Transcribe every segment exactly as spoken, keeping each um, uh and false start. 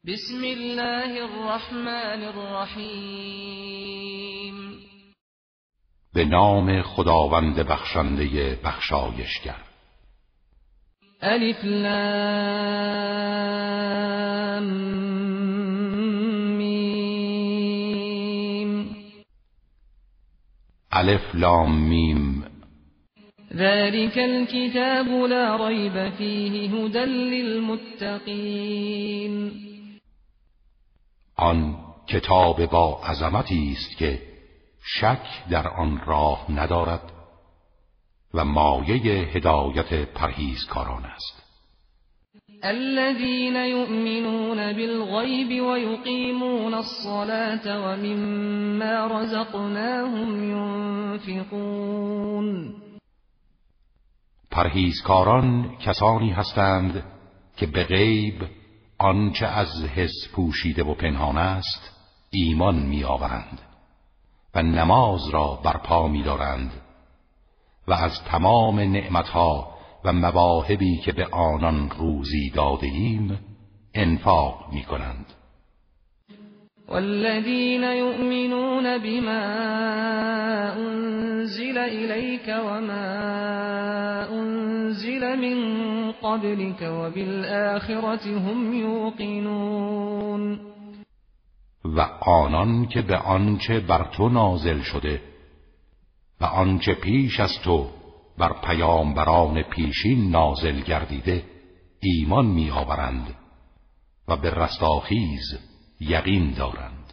بسم الله الرحمن الرحیم. به نام خداوند بخشنده بخشایشگر. الف لام میم. الف لام میم. ذلك الكتاب لا ريب فيه هدى للمتقین. آن کتاب با عظمتی است که شک در آن راه ندارد و مایه هدایت پرهیزکاران است. الذين يؤمنون بالغيب ويقيمون الصلاة ومما رزقناهم ينفقون. پرهیزکاران کسانی هستند که به غیب آنچه از حس پوشیده و پنهان است ایمان می‌آورند و نماز را برپا می‌دارند و از تمام نعمتها و مواهبی که به آنان روزی داده ایم انفاق می‌کنند. والذین یؤمنون بما انزل الیک وما انزل من قبلك وبالآخرة هم یوقنون. و آنان که به آنچه بر تو نازل شده و آنچه پیش از تو بر پیامبران پیشین نازل گردیده ایمان می‌آورند و به رستاخیز یقین دارند.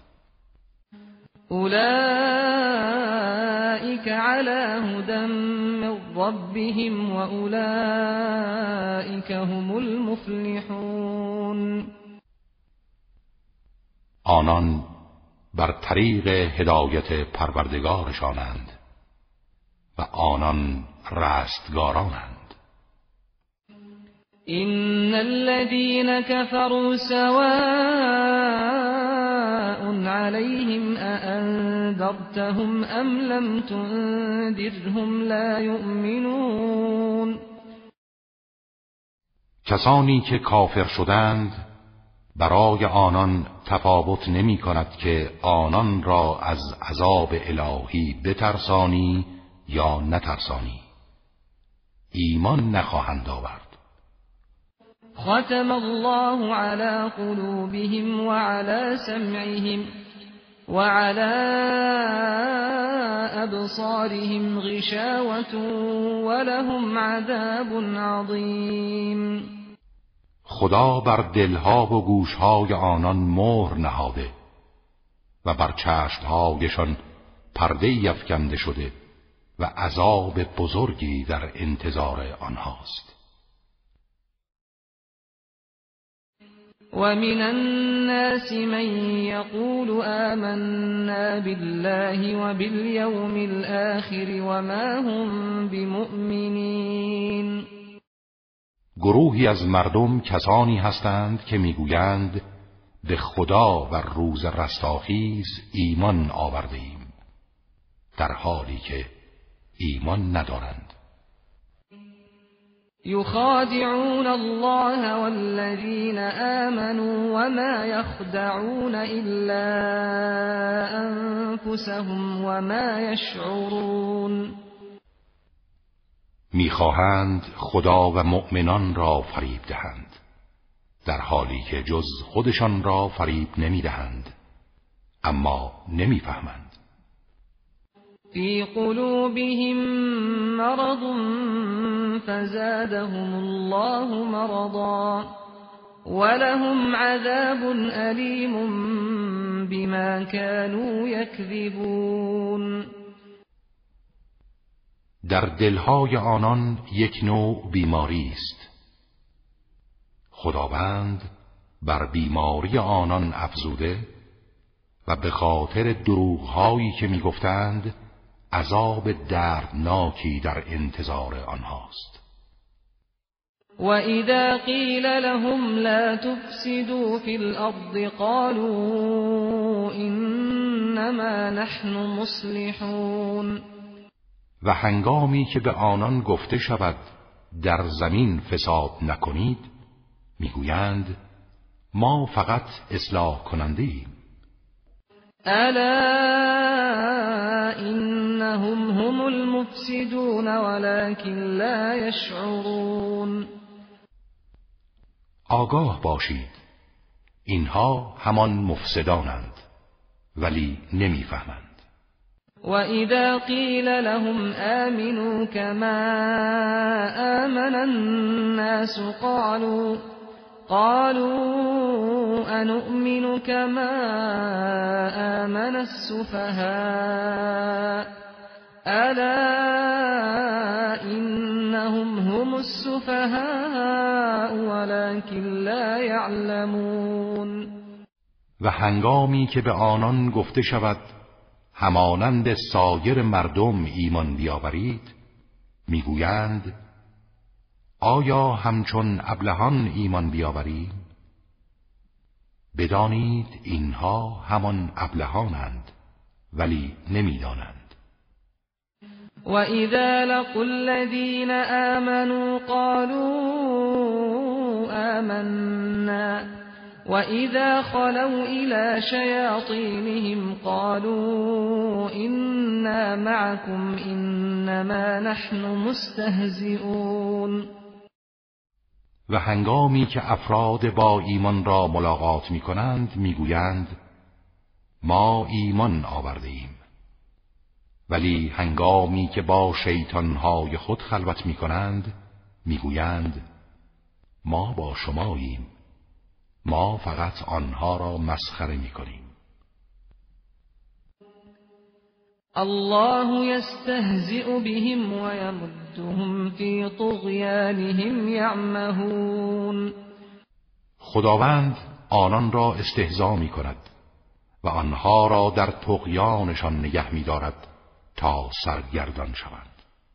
اولئک علی هدی من ربهم و اولئک هم المفلحون. آنان بر طریق هدایت پروردگارشانند و آنان رستگارانند. إن الذين كفروا سواء عليهم أأنذرتهم أم لم تنذرهم لا يؤمنون. کسانی که کافر شدند برای آنان تفاوت نمی کند که آنان را از عذاب الهی بترسانی یا نترسانی، ایمان نخواهند آورد. ختم الله على قلوبهم وعلى سمعهم وعلى أبصارهم غشاوة ولهم عذاب عظیم. خدا بر دلها و گوشهای آنان مهر نهاده و بر چشمهایشان پرده افکنده شده و عذاب بزرگی در انتظار آنهاست. ومن الناس من يقول آمنا بالله وباليوم الآخر وما هم بمؤمنين. گروهی از مردم کسانی هستند که میگویند به خدا و روز رستاخیز ایمان آورده ایم، در حالی که ایمان ندارند. يخادعون الله والذين آمنوا وما يخدعون إلا أنفسهم وما يشعرون. میخواهند خدا و مؤمنان را فریب دهند، در حالی که جز خودشان را فریب نمیدهند، اما نمیفهمند. في قلوبهم مرض فزادهم الله مرضا ولهم عذاب أليم بما كانوا يكذبون. در دلهای آنان یک نوع بیماری است. خداوند بر بیماری آنان افزوده و به خاطر دروغهایی که میگفتند عذاب دردناکی در انتظار آنهاست. وَإِذَا قِيلَ لَهُمْ لَا تُفْسِدُوا فِي الْأَرْضِ قَالُوا إِنَّمَا نَحْنُ مُصْلِحُونَ. و هنگامی که به آنان گفته شود در زمین فساد نکنید، میگویند ما فقط اصلاح کننده ایم. الا انهم هم المفسدون ولكن لا يشعرون. آگاه باشید، اینها همان مفسدانند ولی نمیفهمند. وَإِذَا قِيلَ لَهُمْ آمِنُوا كَمَا آمَنَ النَّاسُ قَالُوا قَالُوا أَنُؤْمِنُ كَمَا آمَنَ السُّفَهَاءُ أَلَا إِنَّهُمْ هُمُ السُّفَهَاءُ وَلَكِنْ لَا يَعْلَمُونَ. و هنگامی که به آنان گفته شود همانند سایر مردم ایمان بیاورید، میگویند آیا همچون ابلهان ایمان بیاورید؟ بدانید اینها همان ابلهانند ولی نمیدانند. وَإِذَا لَقُوا الَّذِينَ آمَنُوا قَالُوا آمَنَّا وَإِذَا خَلَوْا إِلَى شَيَاطِينِهِمْ قَالُوا إِنَّا مَعَكُمْ إِنَّمَا نَحْنُ مُسْتَهْزِئُونَ. و هنگامی که افراد با ایمان را ملاقات می کنند می گویند ما ایمان آورده ایم، ولی هنگامی که با شیطانهای خود خلوت می کنند می گویند ما با شماییم، ما فقط آنها را مسخره می کنیم. الله یستهزئ بهم و یمدهم فی طغیانهم یعمهون. خداوند آنان را استهزا می کند و آنها را در طغیانشان نگه می دارد تا سرگردان شوند.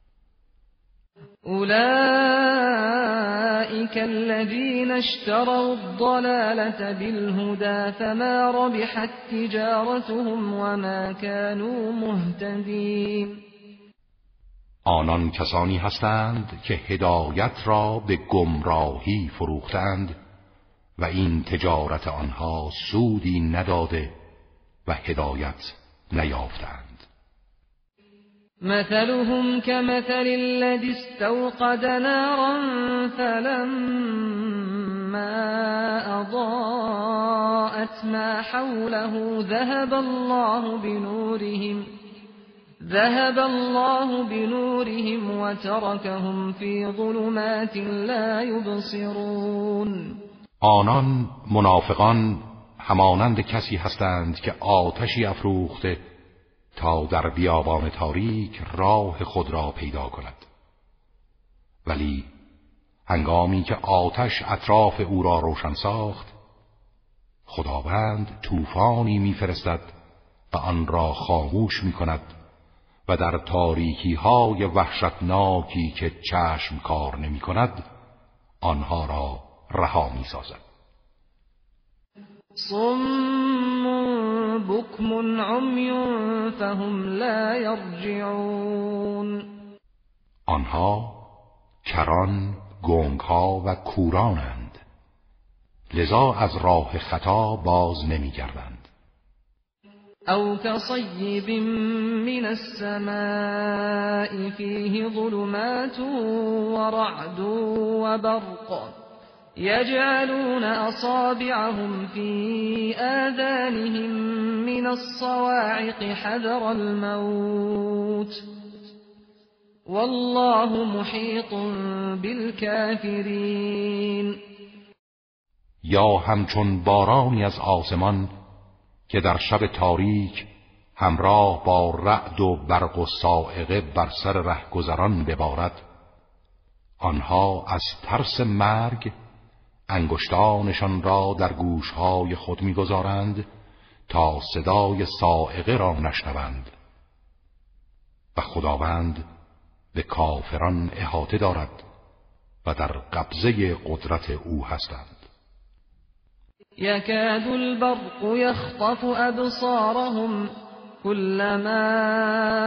أولئك الذين اشتروا الضلالة بالهدى فما ربحت تجارتهم وما كانوا مهتدين. آنان کسانی هستند که هدایت را به گمراهی فروختند و این تجارت آنها سودی نداده و هدایت نیافتند. مثلهم كمثل الذي استوقد نارا فلما أضاءت ما حوله ذهب الله بنورهم ذهب الله بنورهم وتركهم في ظلمات لا يبصرون. آنان منافقان همانند کسی هستند که آتشی افروخته تا در بیابان تاریک راه خود را پیدا کند، ولی هنگامی که آتش اطراف او را روشن ساخت خداوند طوفانی می‌فرستد و آن را خاموش می‌کند و در تاریکی های وحشتناکی که چشم کار نمی‌کند آنها را رها می‌سازد. صم بكم عمي فهم لا يرجعون. آنها کران، گنگها و کورانند، لذا از راه خطا باز نمی‌گردند. او كصيب من السماء فيه ظلمات ورعد وبرق يجعلون أصابعهم في آذانهم من الصواعق حذر الموت والله محيط بالكافرين. یا همچون بارانی از آسمان که در شب تاریک همراه با رعد و برق و صاعقه بر سر رهگذران ببارد، آنها از ترس مرگ انگشتانشان را در گوشهای خود می‌گذارند تا صدای صاعقه را نشنوند و خداوند به کافران احاطه دارد و در قبضه قدرت او هستند. یکاد البرق یخطف ابصارهم كلما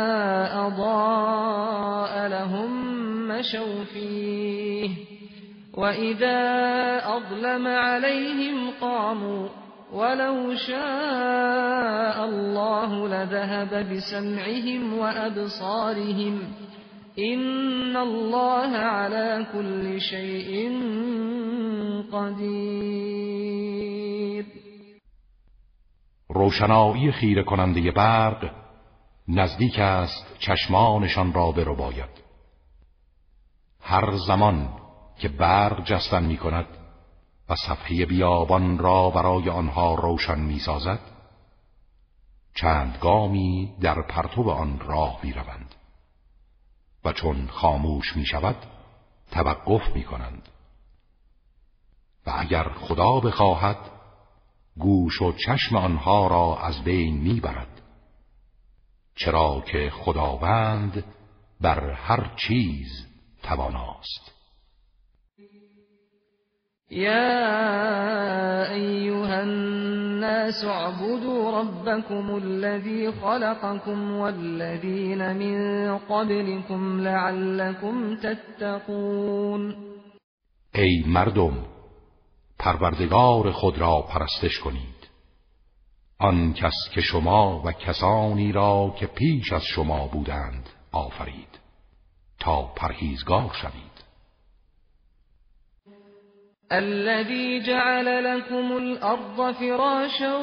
اضاء لهم مشوا فيه وإذا أظلم عليهم قاموا ولو شاء الله لذهب بسمعهم وأبصارهم إن الله على كل شيء قدیر. روشنایی خیره کننده برق نزدیک است چشمانشان را برو باید. هر زمان که برق جستن می کند و صفحه بیابان را برای آنها روشن می سازد، چند گامی در پرتو آن راه می روند و چون خاموش می شود توقف می کنند. و اگر خدا بخواهد گوش و چشم آنها را از بین می برد، چرا که خداوند بر هر چیز تواناست. یا ایها الناس اعبدوا ربکم الذی خلقکم والذین من قبلکم لعلکم تتقون. ای مردم، پروردگار خود را پرستش کنید، آن کس که شما و کسانی را که پیش از شما بودند آفرید تا پرهیزگار شوید. الذي جعل لكم الأرض فراشا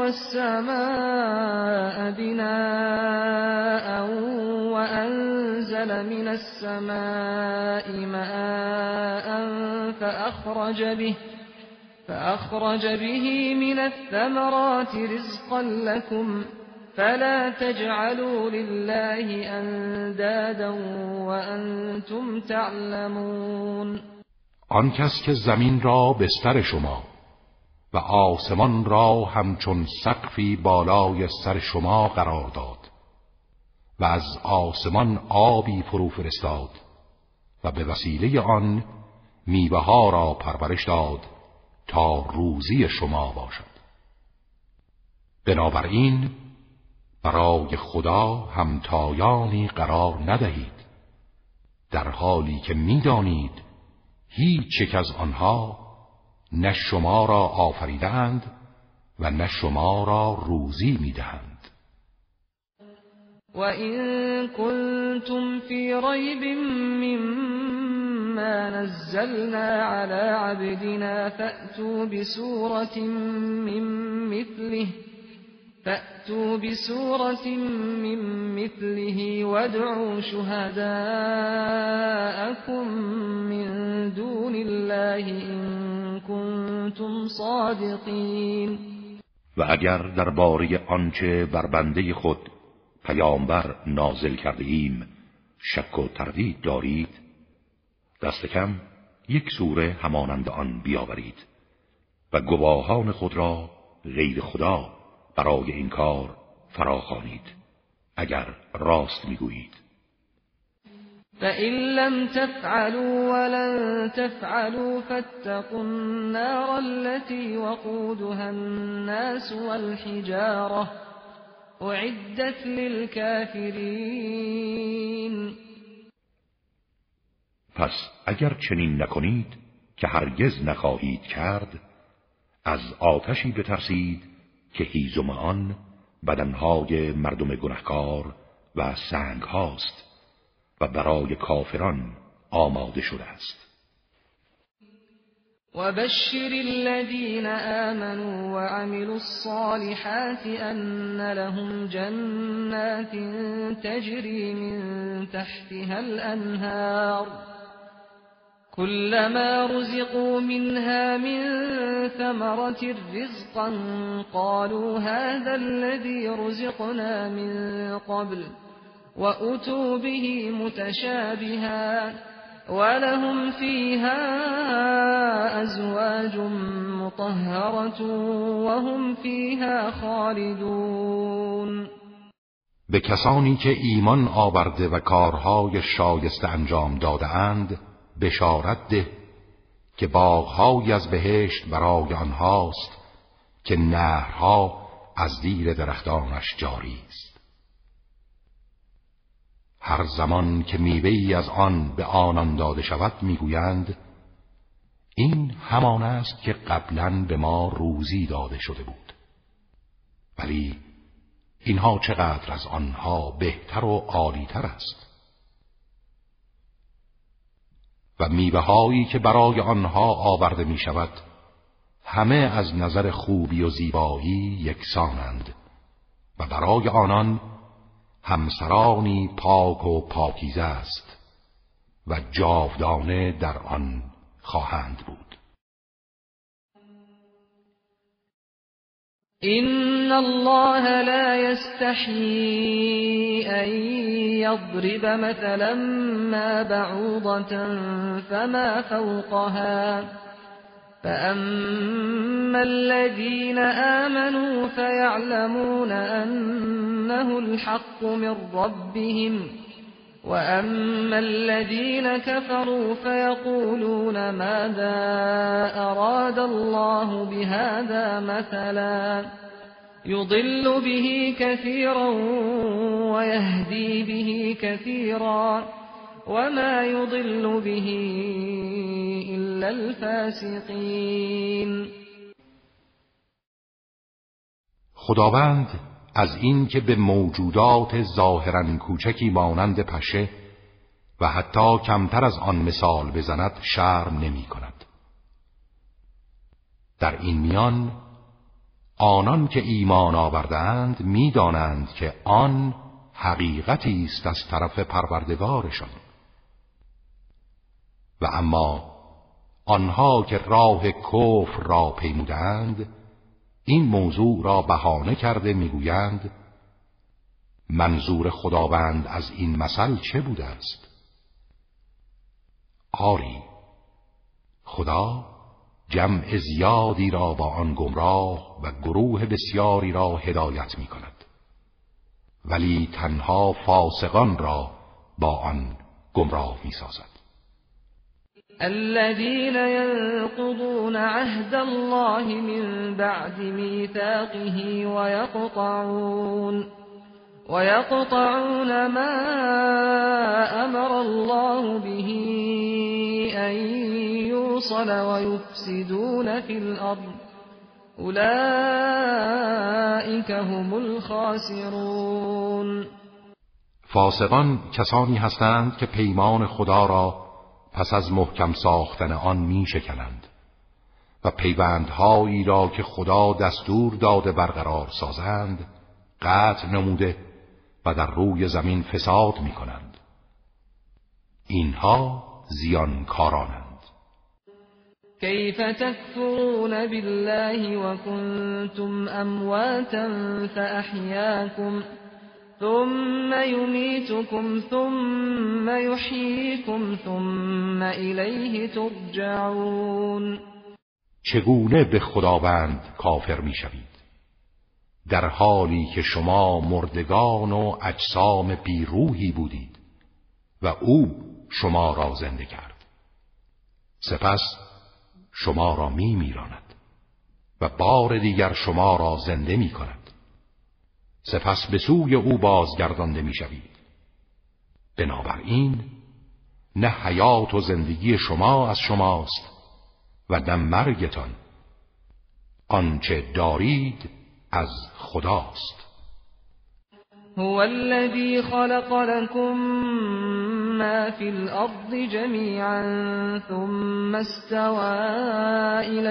والسماء بناء وأنزل من السماء ماء فأخرج به فأخرج به من الثمرات رزقا لكم فلا تجعلوا لله أندادا وأنتم تعلمون. آن کس که زمین را بستر شما و آسمان را همچون سقفی بالای سر شما قرار داد و از آسمان آبی فرو فرستاد و به وسیله آن میوه‌ها را پرورش داد تا روزی شما باشد. بنابراین برای خدا همتایانی قرار ندهید، در حالی که می‌دانید هیچ یک از آنها نه شما را آفریدند و نه شما را روزی می‌دهند. و این کنتم فی ریب مما نزلنا علی عبدنا فأتوا بسورة من مثله فأتوا بسورة من مثله وادعوا شهداءكم من دون الله إن كنتم صادقين. و اگر درباره آنچه بر بنده خود پیامبر نازل کرده ایم شک و تردید دارید، دست کم یک سوره همانند آن بیاورید و گواهان خود را غیر خدا برای این کار فراخوانید اگر راست میگویید. فَإِن لَّمْ تَفْعَلُوا وَلَن تَفْعَلُوا فَاتَّقُوا النَّارَ الَّتِي وَقُودُهَا النَّاسُ وَالْحِجَارَةُ أُعِدَّتْ لِلْكَافِرِينَ. پس اگر چنین نکنید که هرگز نخواهید کرد، از آتشی بترسید که هیزم آن بدنهای مردم گنهکار و سنگ هاست و برای کافران آماده شده است. و بشر الذین آمنوا وعملوا الصالحات ان لهم جنات تجری من تحتها الانهار كلما رزقوا منها من ثمرة رزقا قالوا هذا الذي رزقنا من قبل وأتوا به متشابها ولهم فيها أزواج مطهرة وهم فيها خالدون. به کسانی که ایمان آورده و کارهای شایسته انجام داده اند بشارت ده که باغ‌هایی از بهشت برای آنهاست که نهرها از زیر درختانش جاری است. هر زمان که میوه‌ای از آن به آنان داده شود میگویند این همان است که قبلاً به ما روزی داده شده بود. ولی اینها چقدر از آنها بهتر و عالی‌تر است. و میوه‌هایی که برای آنها آورده می شود همه از نظر خوبی و زیبایی یکسانند و برای آنان همسرانی پاک و پاکیزه است و جاودانه در آن خواهند بود. إن الله لا يستحيي أن يضرب مثلا ما بعوضة فما فوقها فأما الذين آمنوا فيعلمون أنه الحق من ربهم وأما الذين كفروا فيقولون ماذا أراد الله بهذا مثلا يضل به كثيرا ويهدي به كثيرا وما يضل به إلا الفاسقين. خداوند از این که به موجودات ظاهراً کوچکی مانند پشه و حتی کمتر از آن مثال بزند شرم نمی کند. در این میان آنان که ایمان آوردند می دانند که آن حقیقتی است از طرف پروردگارشان. و اما آنها که راه کفر را پیمودند این موضوع را بهانه کرده میگویند منظور خداوند از این مثل چه بوده است؟ آری، خدا جمع زیادی را با آن گمراه و گروه بسیاری را هدایت می کند، ولی تنها فاسقان را با آن گمراه می سازد. الذين ينقضون عهد الله من بعد ميثاقه ويقطعون ويقطعون ما أمر الله به أن يوصل ويفسدون في الأرض أولئك هم الخاسرون. فاسقان کسانی هستند که پیمان خدا را پس از محکم ساختن آن می شکنند و پیوندهایی را که خدا دستور داده برقرار سازند قطع نموده و در روی زمین فساد می کنند. اینها زیانکارانند. كيف تكفرون بالله وكنتم أمواتا فأحياكم ثم يميتكم ثم يحييكم ثم إليه ترجعون. چگونه به خداوند کافر می شوید در حالی که شما مردگان و اجسام بیروحی بودید و او شما را زنده کرد، سپس شما را می میراند و بار دیگر شما را زنده می کند، سپس به سوی او بازگردانده می شوید. بنابراین نه حیات و زندگی شما از شماست و نه مرگتان، آنچه دارید از خداست. هو الذي خلق لكم ما في الأرض جميعا ثم استوى إلى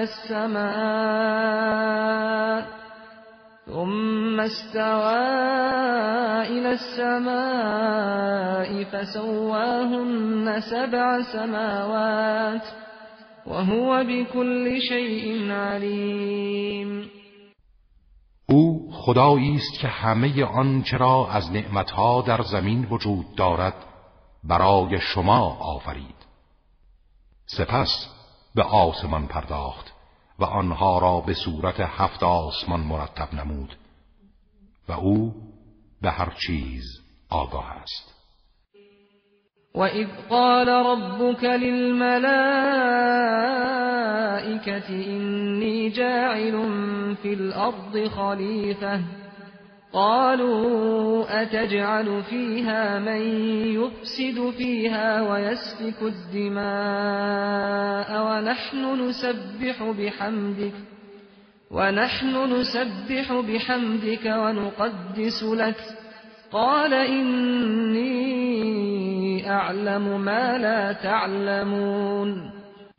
السماء ثم استوى إلى السماء فسواهن سبع سماوات وهو بكل شيء عليم. او خدایی است که همه آنچه را از نعمتها در زمین وجود دارد برای شما آفرید، سپس به آسمان پرداخت و آنها را به صورت هفت آسمان مرتب نمود و او به هر چیز آگاه است. وَإِذْ قَالَ رَبُّكَ لِلْمَلَائِكَةِ إِنِّي جَاعِلٌ فِي الْأَرْضِ خَلِيفَةً قالوا أتجعل فيها من يفسد فيها ويسفك الدماء ونحن نسبح بحمدك ونحن نسبح بحمدك ونقدس لك قال إني أعلم ما لا تعلمون.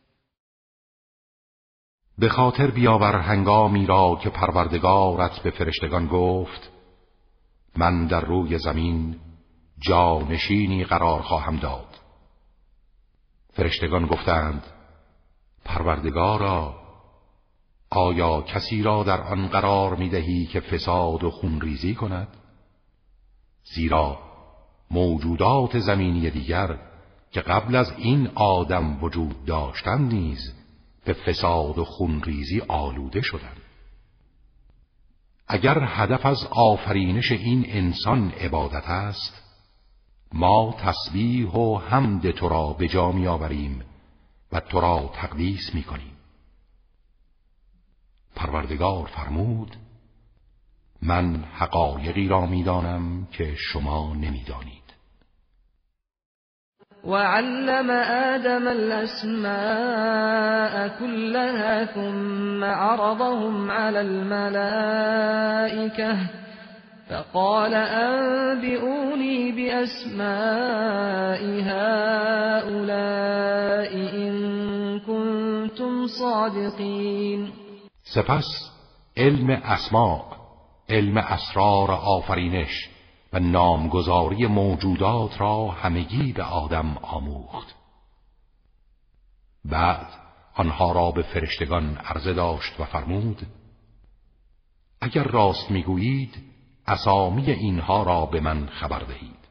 به خاطر بیاور هنگامی را که پروردگارت به فرشتگان گفت من در روی زمین جانشینی قرار خواهم داد. فرشتگان گفتند پروردگارا آیا کسی را در آن قرار می دهی که فساد و خونریزی کند؟ زیرا موجودات زمینی دیگر که قبل از این آدم وجود داشتند نیز به فساد و خونریزی آلوده شدند. اگر هدف از آفرینش این انسان عبادت است، ما تسبیح و حمد تو را به جا می آوریم و تو را تقدیس می کنیم. پروردگار فرمود من حقایقی را می دانم که شما نمی دانید. وعلم آدم الأسماء كلها ثم عرضهم على الملائكة فقال أنبئوني بأسماء هؤلاء إن كنتم صادقين. سپس علم اسماء، علم اسرار آفرینش و نامگذاری موجودات را همگی به آدم آموخت. بعد آنها را به فرشتگان عرضه داشت و فرمود اگر راست میگویید اسامی اینها را به من خبر دهید.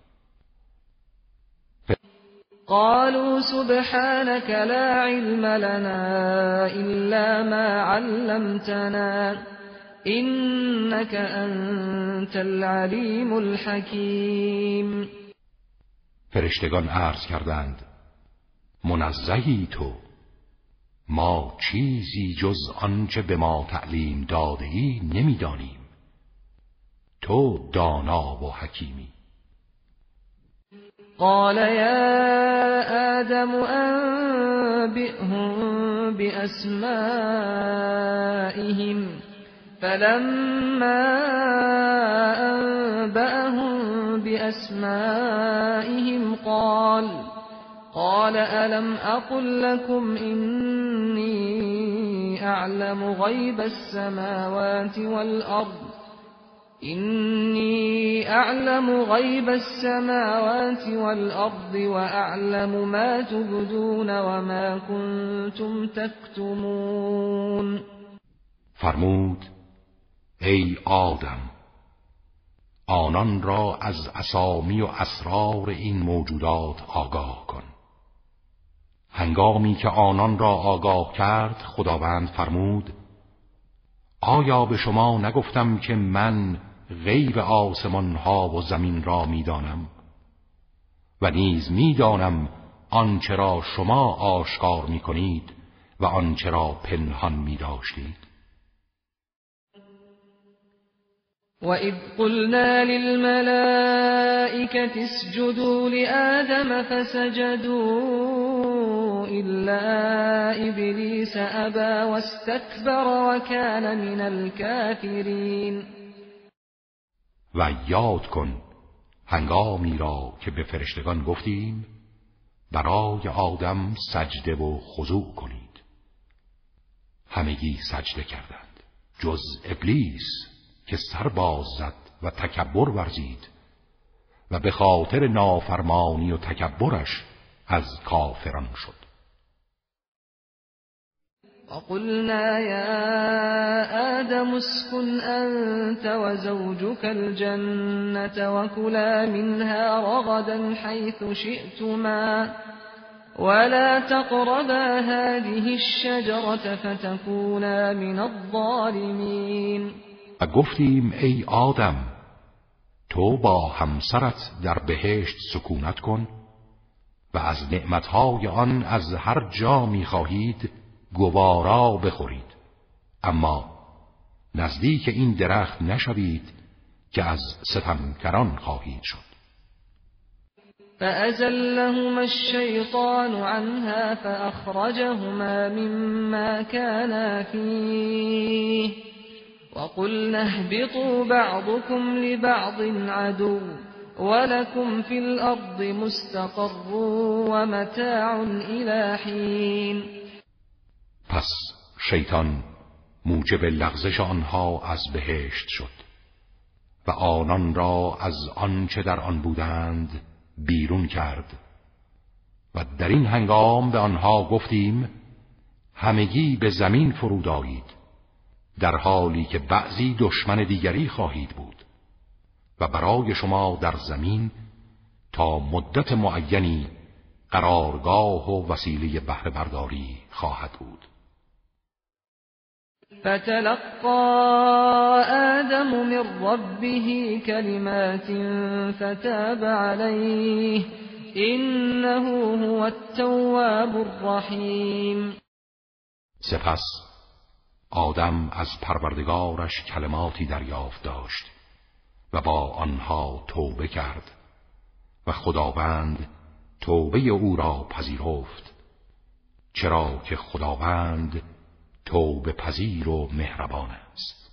قالوا سبحانك لا علم لنا إلا ما علمتنا إنك أنت العليم الحكيم. فرشتگان عرض کردند منزهی تو، ما چیزی جز آنچه به ما تعلیم داده‌ای نمی‌دانیم، تو دانا و حکیمی. قال يا آدم أنبئهم بأسمائهم فلما أنبأهم بأسمائهم قال قال ألم أقل لكم إني أعلم غيب السماوات والأرض إني أعلم غيب السماوات والأرض وأعلم ما تبدون وما كنتم تكتمون. فرمود ای آدم آنان را از اسامی و اسرار این موجودات آگاه کن. هنگامی که آنان را آگاه کرد خداوند فرمود آیا به شما نگفتم که من غیب آسمان ها و زمین را میدانم و نیز میدانم آنچه را شما آشکار میکنید و آنچه را پنهان میداشتید. وَإِذْ قُلْنَا لِلْمَلَائِكَةِ اسْجُدُوا لِآدَمَ فَسَجَدُوا إِلَّا إِبْلِيسَ أَبَى وَاسْتَكْبَرَ وَكَانَ مِنَ الْكَافِرِينَ. و یاد کن هنگامی را که به فرشتگان گفتیم برای آدم سجده و خضوع کنید. همگی سجده کردند جز ابلیس که سر باز زد و تکبر ورزید و به خاطر نافرمانی و تکبرش از کافران شد. وقلنا يا آدم اسكن أنت وزوجك الجنة وكلا منها رغدا حيث شئتما ولا تقربا هذه الشجرة فتكونا من الظالمين. و گفتیم ای آدم تو با همسرت در بهشت سکونت کن و از نعمتهای آن از هر جا می‌خواهید گوارا بخورید، اما نزدیک این درخت نشوید که از ستمگران خواهید شد. فأزلهما الشيطان عنها فأخرجهما مما كانا فيه وقلنا اهبطوا بعضكم لبعض عدو ولكم في الأرض مستقر ومتاع إلى حين. پس شیطان موجب لغزش آنها از بهشت شد و آنان را از آنچه در آن بودند بیرون کرد و در این هنگام به آنها گفتیم همگی به زمین فرود آیید، در حالی که بعضی دشمن دیگری خواهید بود و برای شما در زمین تا مدت معینی قرارگاه و وسیله بهره برداری خواهد بود. فتلقى آدم من ربه كلمات فتاب عليه إنه هو التواب الرحیم. سپس آدم از پروردگارش کلماتی دریافت داشت و با آنها توبه کرد و خداوند توبه او را پذیرفت، چرا که خداوند توبه پذیر و مهربان است.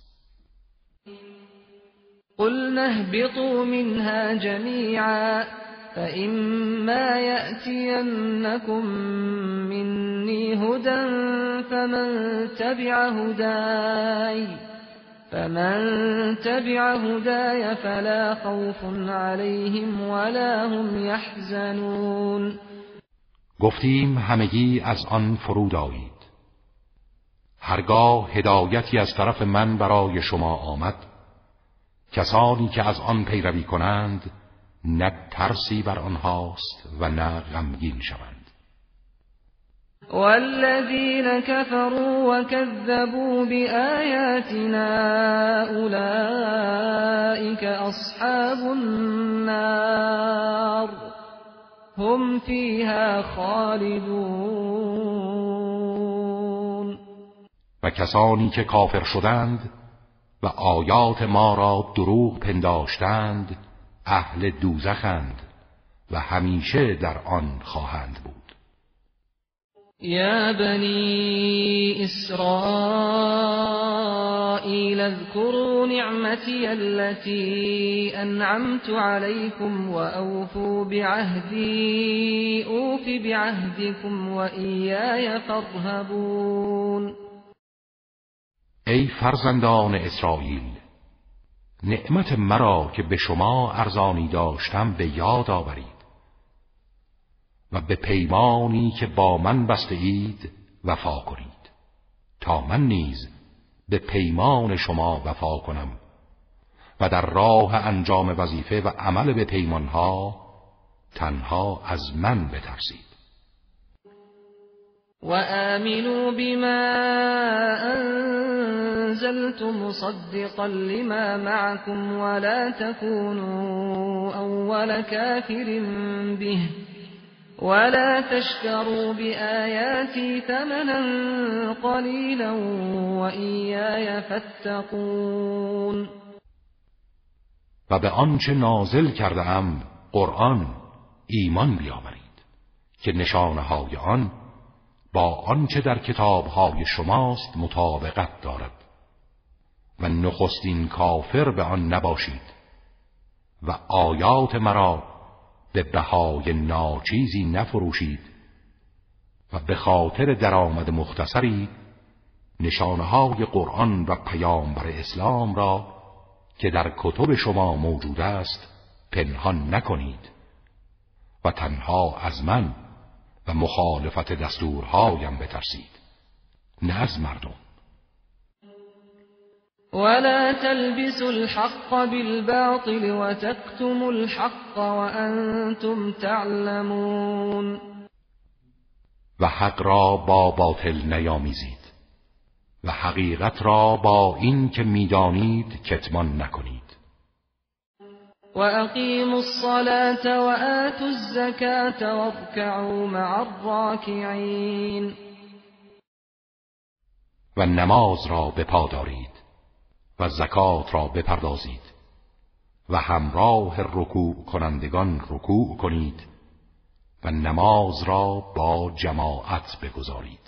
قلنا اهبطوا منها جميعا فإما يأتينكم مني هدى فمن تبع هداي فمن تبع هداي فلا خوف عليهم ولا هم يحزنون. گفتیم همگی از آن فرود آیید. هرگاه هدایتی از طرف من برای شما آمد، کسانی که از آن پیروی کنند نه ترسی بر آنهاست و نه غمگین شوند. والذین کفروا وكذبوا بآیاتنا اولئک اصحاب النار هم فیها خالدون. و کسانی که کافر شدند و آیات ما را دروغ پنداشتند اهل دوزخند و همیشه در آن خواهند بود. یا بنی اسرائیل اذکروا نعمتی التي انعمت علیکم و اوفوا بعهدی اوف بعهدکم و ایای فارهبون. ای فرزندان اسرائیل، نعمت مرا که به شما ارزانی داشتم به یاد آورید و به پیمانی که با من بسته اید وفا کنید تا من نیز به پیمان شما وفا کنم و در راه انجام وظیفه و عمل به پیمانها تنها از من بترسید. وآمنوا بما أنزلت مصدقا لما معكم ولا تكونوا أول كافر به ولا تشتروا بآياتي ثمنا قليلا وإياي فاتقون. و به آنچه نازل کرده ام قرآن ایمان بیاورید که نشانه‌های آن با آنچه در کتاب‌های شماست مطابقت دارد و نخستین کافر به آن نباشید و آیات مرا به بهای ناچیزی نفروشید و به خاطر درآمد مختصری نشانه‌های قرآن و پیامبر اسلام را که در کتب شما موجود است پنهان نکنید و تنها از من و مخالفت دستورهایم بترسید، نه از مردم. ولا تلبسوا الحق بالباطل وتكتموا الحق وأنتم تعلمون. و حق را با باطل نیامیزید و حقیقت را با این که میدانید کتمان نکنید. وأقيموا الصلاة وآتوا الزكاة واركعوا مع الراكعين. و نماز را بپا دارید و زکات را بپردازید و همراه رکوع کنندگان رکوع کنید و نماز را با جماعت بگزارید.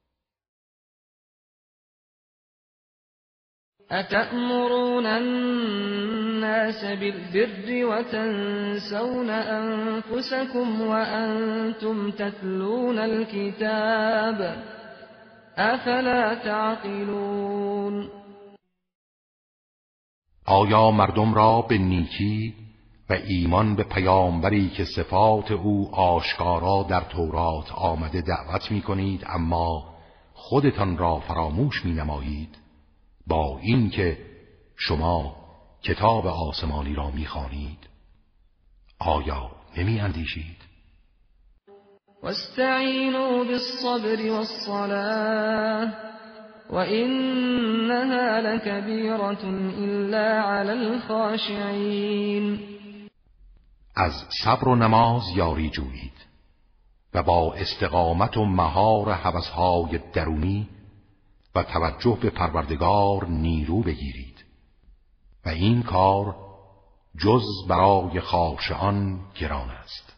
أتأمرون الناس بالبر وتنسون أنفسكم وأنتم تتلون الكتاب افلا تعقلون. آیا مردم را به نیکی و ایمان به پیامبری که صفات او آشکارا در تورات آمده دعوت می کنید اما خودتان را فراموش می نمایید، با این که شما کتاب آسمانی را می خوانید؟ آیا نمی اندیشید؟ واستعینوا بالصبر والصلاة وإنها لكبيرة إلا على الخاشعين. از صبر و نماز یاری جویید و با استقامت و مهار هوس‌های درونی و توجه به پروردگار نیرو بگیرید و این کار جز برای خاشعان گران است.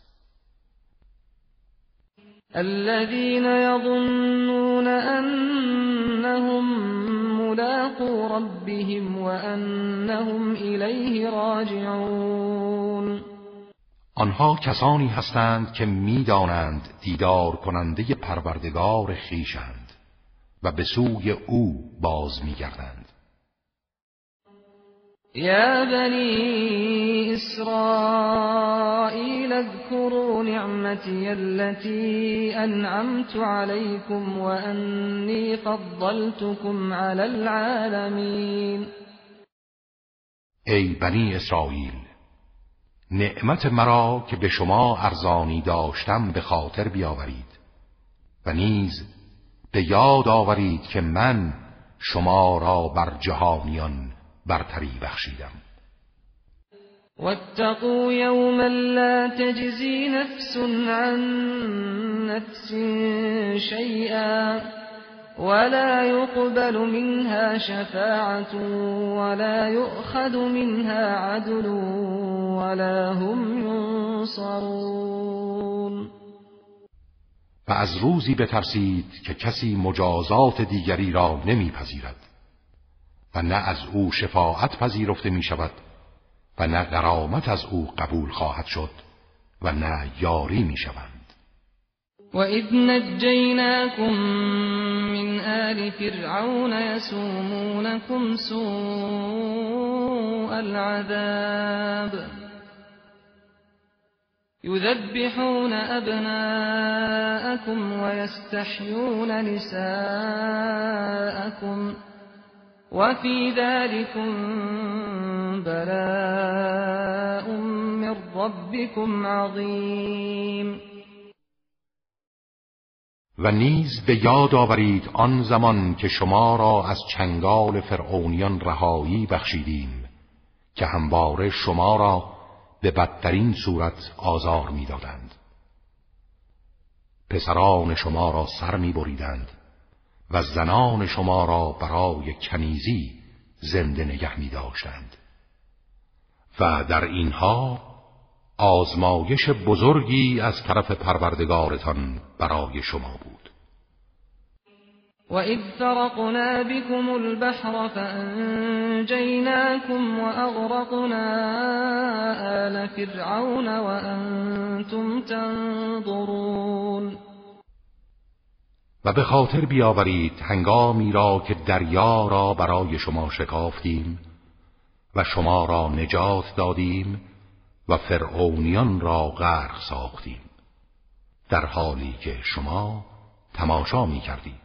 الذين يظنون أنهم ملاقو ربهم وأنهم إليه راجعون. آنها کسانی هستند که می‌دانند دیدار کننده پروردگار خویشند و به سوی او باز می‌گردند. يا بني إسرائيل اذكروا نعمتي التي أنعمت عليكم وأني فضلتكم على العالمين. ای بنی اسرائیل، نعمت مرا که به شما ارزانی داشتم به خاطر بیاورید و نیز به یاد آورید که من شما را بر جهانیان برتری بخشیدم. واتقوا يوما لا تجزي نفس عن نفس شيئا ولا يقبل منها شفاعة ولا يؤخذ منها عدل ولا هم ينصرون. و از روزی بترسید که کسی مجازات دیگری را نمیپذیرد و نه از او شفاعت پذیرفته می شود و نه غرامت از او قبول خواهد شد و نه یاری می شوند. وَإِذْ نَجَّيْنَاكُمْ مِنْ آلِ فِرْعَوْنَ يَسُومُونَكُمْ سُوءَ الْعَذَابِ يُذَبِّحُونَ أَبْنَاءَكُمْ وَيَسْتَحْيُونَ نِسَاءَكُمْ وَفِي ذَلِكُمْ بَلَاءٌ مِّن رَّبِّكُمْ عَظِيمٌ. و نیز به یاد آورید آن زمان که شما را از چنگال فرعونیان رهایی بخشیدیم که همواره شما را به بدترین صورت آزار می‌دادند. پسران شما را سر می‌بریدند و زنان شما را برای کنیزی زنده نگه می‌داشتند. و در اینها آزمایش بزرگی از طرف پروردگارتان برای شما بود. وَإِذْ فَرَقْنَا بِكُمُ الْبَحْرَ فَأَنْجَيْنَاكُمْ وَأَغْرَقْنَا آلَ فِرْعَوْنَ وَأَنْتُمْ تَنظُرُونَ. و به خاطر بیاورید هنگامی را که دریا را برای شما شکافتیم و شما را نجات دادیم و فرعونیان را غرق ساختیم در حالی که شما تماشا می کردید.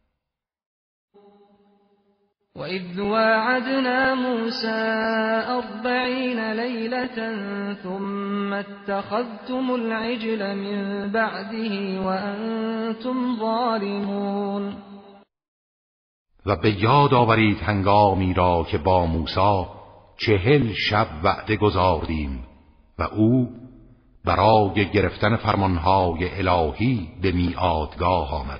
وَإِذْ وَاعَدْنَا مُوسَى أَرْبَعِينَ لَيْلَةً ثُمَّ اتَّخَذْتُمُ الْعِجْلَ مِنْ بَعْدِهِ وَأَنْتُمْ ظَالِمُونَ. و به یاد آورید هنگامی را که با موسی چهل شب وعده گذاردیم و او برای گرفتن فرمانهای الهی به میعادگاه آمد.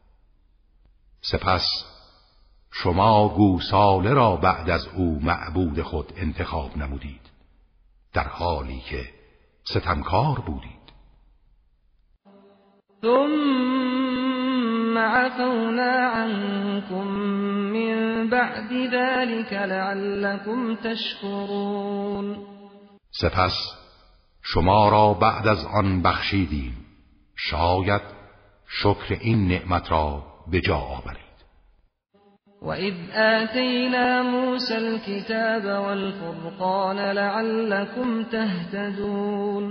سپس شما گوساله را بعد از او معبود خود انتخاب نمودید. در حالی که ستمکار بودید. ثم عفونا عنكم من بعد ذلك لعلكم تشكرون. سپس شما را بعد از آن بخشیدیم، شاید شکر این نعمت را به جا آورید. وَإِذْ آتَيْنَا مُوسَى الْكِتَابَ وَالْفُرْقَانَ لَعَلَّكُمْ تَهْتَدُونَ.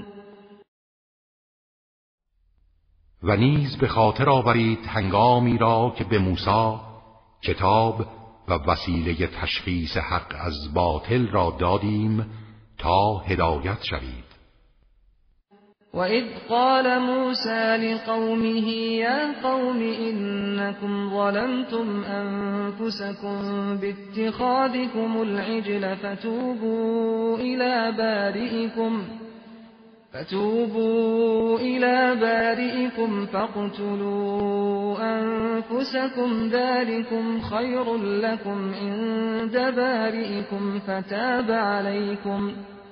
و نیز به خاطر آورید هنگامی را که به موسی کتاب و وسیله تشخیص حق از باطل را دادیم تا هدایت شوید. وَإِذْ قَالَ مُوسَى لِقَوْمِهِ يَا قَوْمِ إِنَّكُمْ ظَلَمْتُمْ أَنفُسَكُمْ بِاتِّخَاذِكُمُ الْعِجْلَ فَتُوبُوا إِلَى بَارِئِكُمْ فَتُوبُوا إِلَى بَارِئِكُمْ فَاقْتُلُوا أَنفُسَكُمْ ذَلِكُمْ خَيْرٌ لَكُمْ عِندَ بَارِئِكُمْ فَتَابَ عَلَيْكُمْ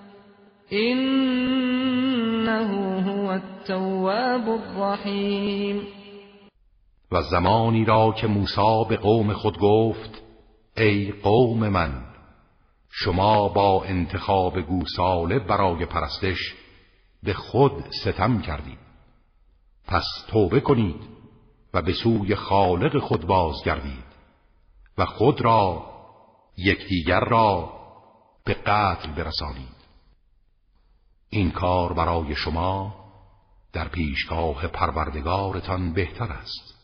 إِنَّهُ هُوَ التَّوَّابُ الرَّحِيمُ. و زمانی را که موسی به قوم خود گفت ای قوم من، شما با انتخاب گوساله برای پرستش به خود ستم کردید، پس توبه کنید و به سوی خالق خود بازگردید و خود را یکدیگر را به قتل برسانید. این کار برای شما در پیشگاه پروردگارتان بهتر است.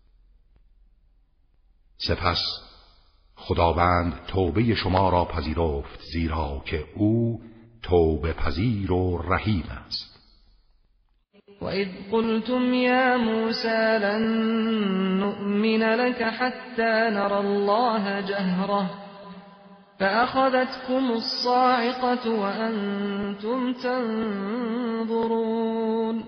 سپس خداوند توبه شما را پذیرفت، زیرا که او توبه پذیر و رحیم است. وَإِذْ قُلْتُمْ يَا مُوسَى لَن نُّؤْمِنَ لَكَ حَتَّى نَرَى اللَّهَ جَهْرَةً فَأَخَذَتْكُمُ الصَّاعِقَةُ وَأَنْتُمْ تَنظُرُونَ.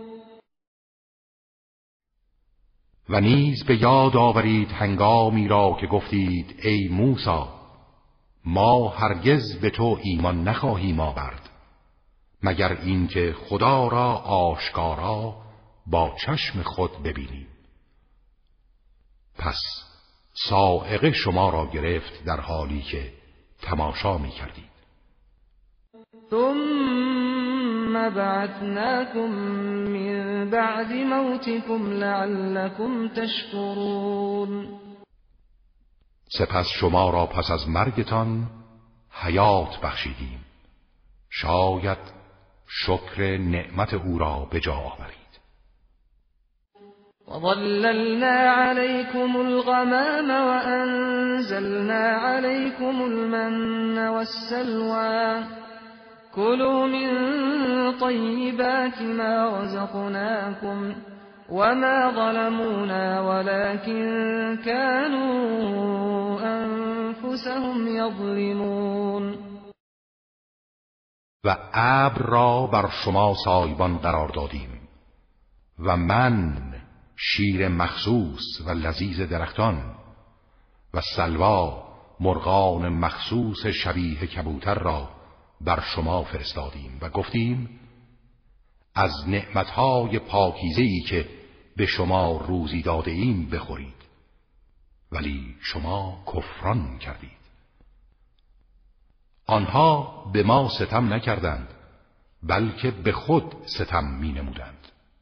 و نیز به یاد آورید هنگامی را که گفتید ای موسی، ما هرگز به تو ایمان نخواهیم آورد مگر اینکه خدا را آشکارا با چشم خود ببینیم. پس صاعقه شما را گرفت در حالی که تماشا می کردید. ثم بعثناكم من بعد موتكم لعلكم تشكرون. سپس شما را پس از مرگتان حیات بخشیدیم، شاید شکر نعمت او را به جا آورید. وَظَلَّلْنَا عَلَيْكُمُ الْغَمَامَ وَأَنزَلْنَا عَلَيْكُمُ الْمَنَّ وَالسَّلْوَىٰ كُلُوا مِن طَيِّبَاتِ مَا رَزَقْنَاكُمْ وَمَا ظَلَمُونَا وَلَكِن كَانُوا أَنفُسَهُمْ يَظْلِمُونَ. و ابر را بر شما سایبان قرار دادیم و من شیر مخصوص و لذیذ درختان و سلوا مرغان مخصوص شبیه کبوتر را بر شما فرستادیم و گفتیم از نعمتهای پاکیزه‌ای که به شما روزی داده ایم بخورید، ولی شما کفران کردید. آنها به ما ستم نکردند بلکه به خود ستم می نمودند.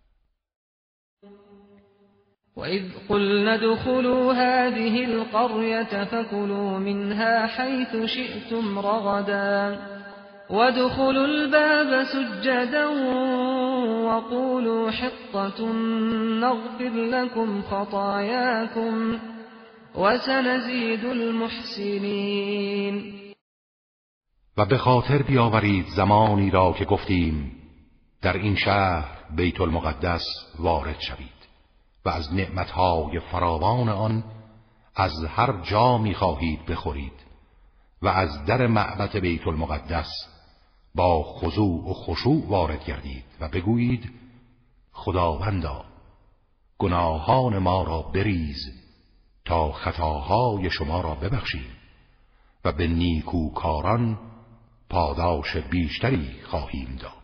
وَإِذْ قُلْنَا ادْخُلُوا هَٰذِهِ الْقَرْيَةَ فَكُلُوا مِنْهَا حَيْثُ شِئْتُمْ رَغَدًا وَادْخُلُوا الْبَابَ سُجَّدًا وَقُولُوا حِطَّةٌ نَّغْفِرْ لَكُمْ خَطَايَاكُمْ وَسَنَزِيدُ الْمُحْسِنِينَ. و به خاطر بیاورید زمانی را که گفتیم در این شهر بیت المقدس وارد شوید و از نعمتهای فراوان آن از هر جا می خواهید بخورید و از در معبد بیت المقدس با خضوع و خشوع وارد گردید و بگویید خداوندا گناهان ما را بریز تا خطاهای شما را ببخشیم و به نیکوکاران پاداش بیشتری خواهیم داد.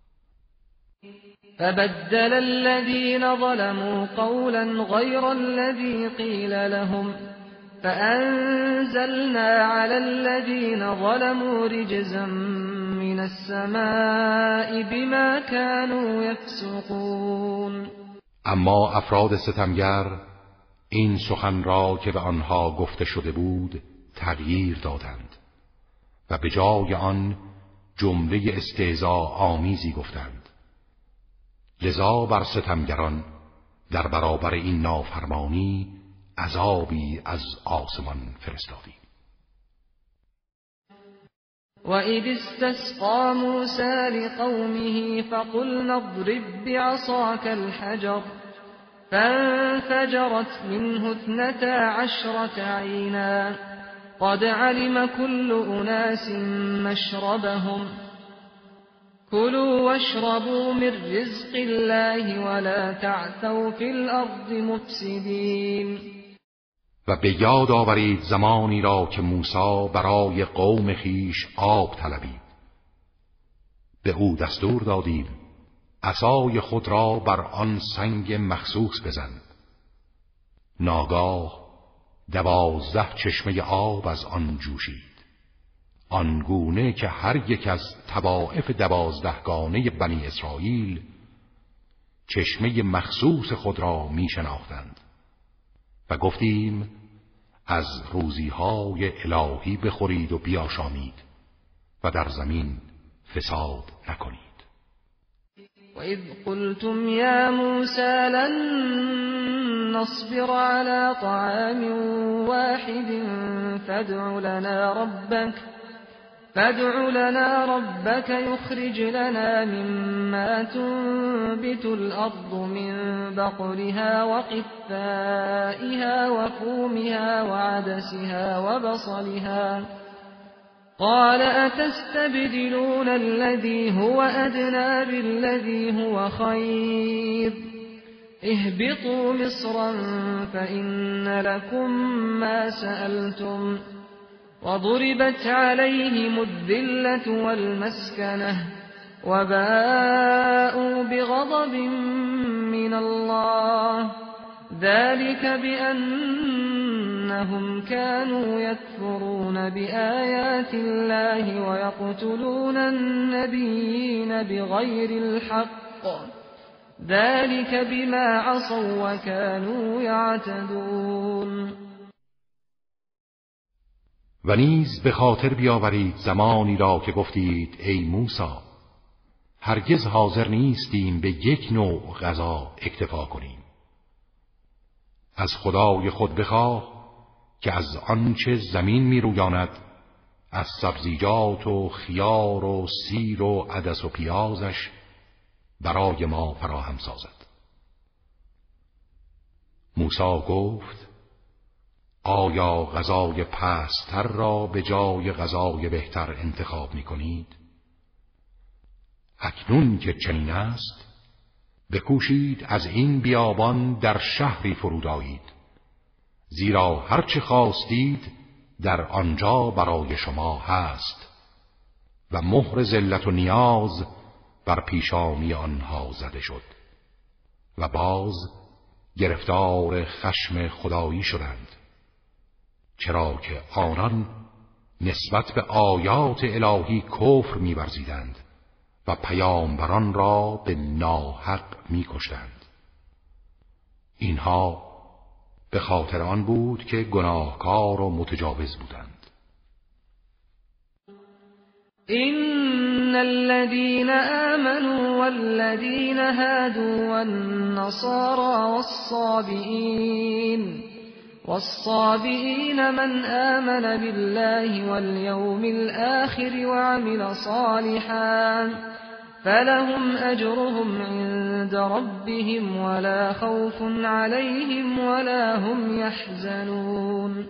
فبدل الذين ظلموا قولا غير الذي قيل لهم فأنزلنا على الذين ظلموا رجزا من السماء بما كانوا يفسقون. اما افراد ستمگر این سخن را که به آنها گفته شده بود تغییر دادند و به جای آن جمله استهزاء آمیزی گفتند. لذا بر ستمگران در برابر این نافرمانی عذابی از آسمان فرستادیم. وَإِذِ اسْتَسْقَىٰ مُوسَىٰ لِقَوْمِهِ فَقُلْنَا اضْرِب بِّعَصَاكَ الْحَجَرَ فَانفَجَرَتْ مِنْهُ اثْنَتَا عَشْرَةَ عَيْنًا قَدْ عَلِمَ كُلُّ أُنَاسٍ مَّشْرَبَهُمْ كُلُوا وَاشْرَبُوا مِن رِّزْقِ اللَّهِ وَلَا تَعْثَوْا فِي الْأَرْضِ مُفْسِدِينَ. و به یاد آورید زمانی را که موسی برای قوم خیش آب طلبید. به او دستور دادیم عصای خود را بر آن سنگ مخصوص بزن. ناگاه دوازده چشمه آب از آن جوشید، آنگونه که هر یک از طوائف دوازدهگانه بنی اسرائیل چشمه مخصوص خود را می شناختند. و گفتیم از روزیهای الهی بخورید و بیاشامید و در زمین فساد نکنید. وَإِذْ قُلْتُمْ يَا مُوسَىٰ لَن نَّصْبِرَ عَلَىٰ طَعَامٍ وَاحِدٍ فَادْعُ لَنَا رَبَّكَ فادع لنا ربك يخرج لنا مما تنبت الأرض من بقلها وقثائها وفومها وعدسها وبصلها قال أتستبدلون الذي هو أدنى بالذي هو خير اهبطوا مصرا فإن لكم ما سألتم وضربت عليهم الذلة والمسكنة وباءوا بغضب من الله ذلك بأنهم كانوا يكفرون بآيات الله ويقتلون النبيين بغير الحق ذلك بما عصوا وكانوا يعتدون. و نیز به خاطر بیاورید زمانی را که گفتید ای موسی هرگز حاضر نیستیم به یک نوع غذا اکتفا کنیم. از خدای خود بخواه که از آنچه زمین می رویاند از سبزیجات و خیار و سیر و عدس و پیازش برای ما فراهم سازد. موسی گفت آیا غذای پست‌تر را به جای غذای بهتر انتخاب می کنید؟ اکنون که چنین است بکوشید از این بیابان در شهری فرود آیید، زیرا هرچه خواستید در آنجا برای شما هست و مهر ذلت و نیاز بر پیشانی آنها زده شد و باز گرفتار خشم خدایی شدند، چرا که آنان نسبت به آیات الهی کفر می‌ورزیدند و پیامبران را به ناحق می‌کشتند. اینها به خاطر آن بود که گناهکار و متجاوز بودند. إن الذين آمنوا والذين هادوا والنصارى والصابئين والصابئين من آمن بالله واليوم الآخر وعمل صالحا فلهم أجرهم عند ربهم ولا خوف عليهم ولا هم يحزنون.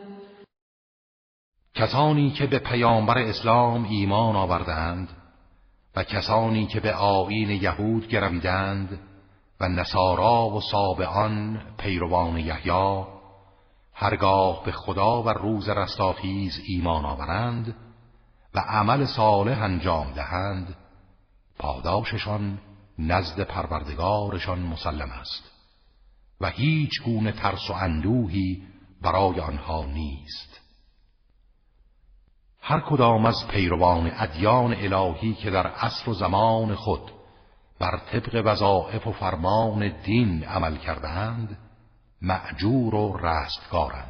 کسانی که به پیامبر اسلام ایمان آوردند و کسانی که به آیین یهود گرویدند و نصارا و صابئان پیروان یحیی هرگاه به خدا و روز رستاخیز ایمان آورند و عمل صالح انجام دهند، پاداششان نزد پروردگارشان مسلم است و هیچ گونه ترس و اندوهی برای آنها نیست. هر کدام از پیروان ادیان الهی که در عصر و زمان خود بر طبق وظایف و فرمان دین عمل کردند، مأجور و رستگارند.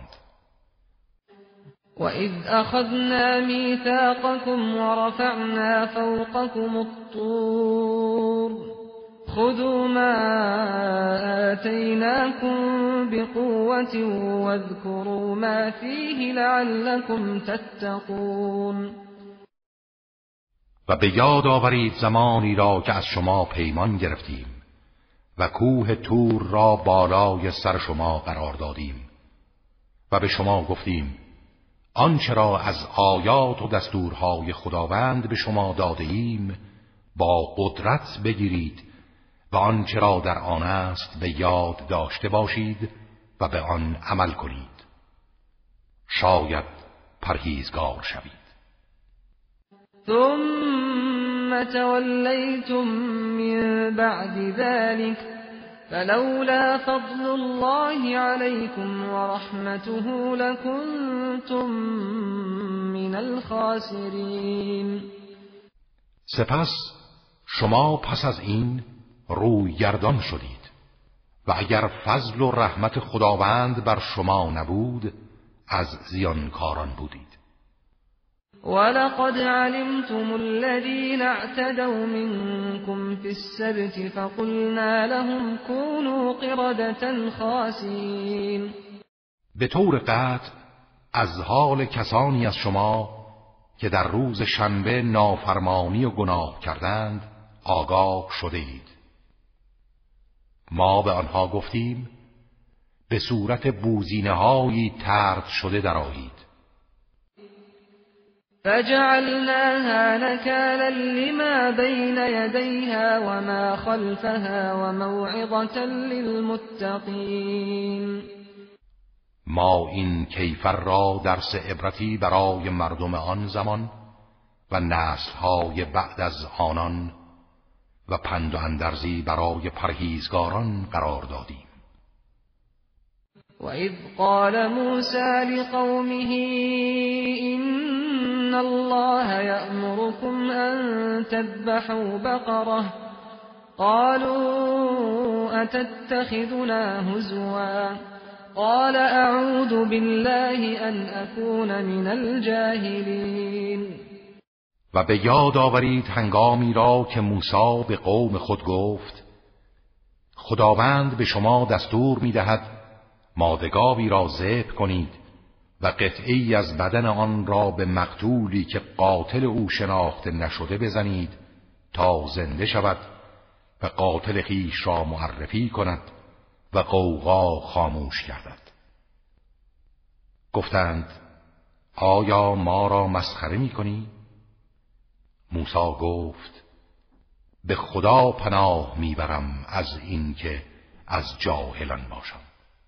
وَإِذْ أَخَذْنَا مِيثَاقَكُمْ وَرَفَعْنَا فَوْقَكُمُ الطُّورَ خُذُوا مَا آتَيْنَاكُمْ بِقُوَّةٍ وَاذْكُرُوا مَا فِيهِ لَعَلَّكُمْ تَتَّقُونَ. و به یاد آورید زمانی را که از شما پیمان گرفتیم و کوه طور را بالای سر شما قرار دادیم و به شما گفتیم آنچه را از آیات و دستورهای خداوند به شما داده ایم با قدرت بگیرید و آنچه را در آن است به یاد داشته باشید و به آن عمل کنید، شاید پرهیزگار شوید. ثم تولیتم من بعد ذلك فلولا فضل الله عليكم ورحمته لكنتم من الخاسرین. سپس شما پس از این روی گردان شدید و اگر فضل و رحمت خداوند بر شما نبود از زیانکاران بودید. وَلَقَدْ عَلِمْتُمُ الَّذِينَ اعْتَدَوْا مِنكُمْ فِي السَّبْتِ فَقُلْنَا لَهُمْ كُونُوا قِرَدَةً خَاسِئِينَ. به طور قطع از حال کسانی از شما که در روز شنبه نافرمانی و گناه کردند آگاه شده اید. ما به آنها گفتیم به صورت بوزینه‌هایی طرد شده درآیید. فجعلناها نكالا لما بين يديها وما خلفها وموعظة للمتقين. ما این کیفر را درس عبرتی برای مردم آن زمان و نسل‌های بعد از آنان و پند و اندرزی برای پرهیزگاران قرار دادیم. وَإِذْ قَالَ مُوسَى لِقَوْمِهِ إِنَّ اللَّهَ يَأْمُرُكُمْ أَن تَذْبَحُوا بَقَرَةً قَالُوا أَتَتَّخِذُنَا هُزُوًا قَالَ أَعُوذُ بِاللَّهِ أَنْ أَكُونَ مِنَ الْجَاهِلِينَ. و به یاد آورید هنگامی را که موسی به قوم خود گفت خداوند به شما دستور می‌دهد مادگاوی را ذبح کنید و قطعی از بدن آن را به مقتولی که قاتل او شناخته نشده بزنید تا زنده شود و قاتل خویش را معرفی کند و غوغا خاموش گردد. گفتند آیا ما را مسخره می کنی؟ موسی گفت به خدا پناه میبرم از این که از جاهلان باشم.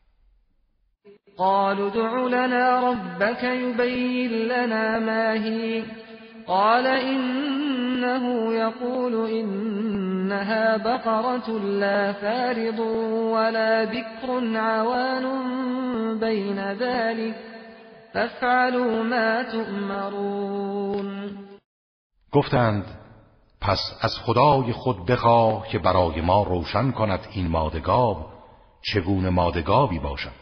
قالوا ادع لنا ربك يبين لنا ما هي قال إنه يقول إنها بقرة لا فارض ولا بكر عوان بين ذلك فافعلوا ما تؤمرون. گفتند پس از خدای خود بخواه که برای ما روشن کند این مادگاو چگونه مادگاوی باشد.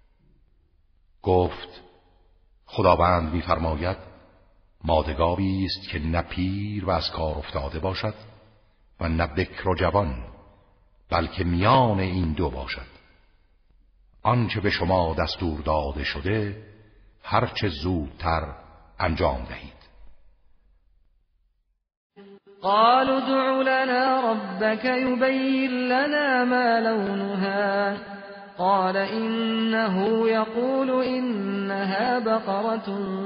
گفت خداوند می‌فرماید مادگاوی است که نه پیر و از کار افتاده باشد و نه بکر و جوان، بلکه میان این دو باشد. آنچه به شما دستور داده شده هرچه زودتر انجام دهید. قالوا ادع لنا ربك يبين لنا ما لونها قال إنه يقول إنها بقرة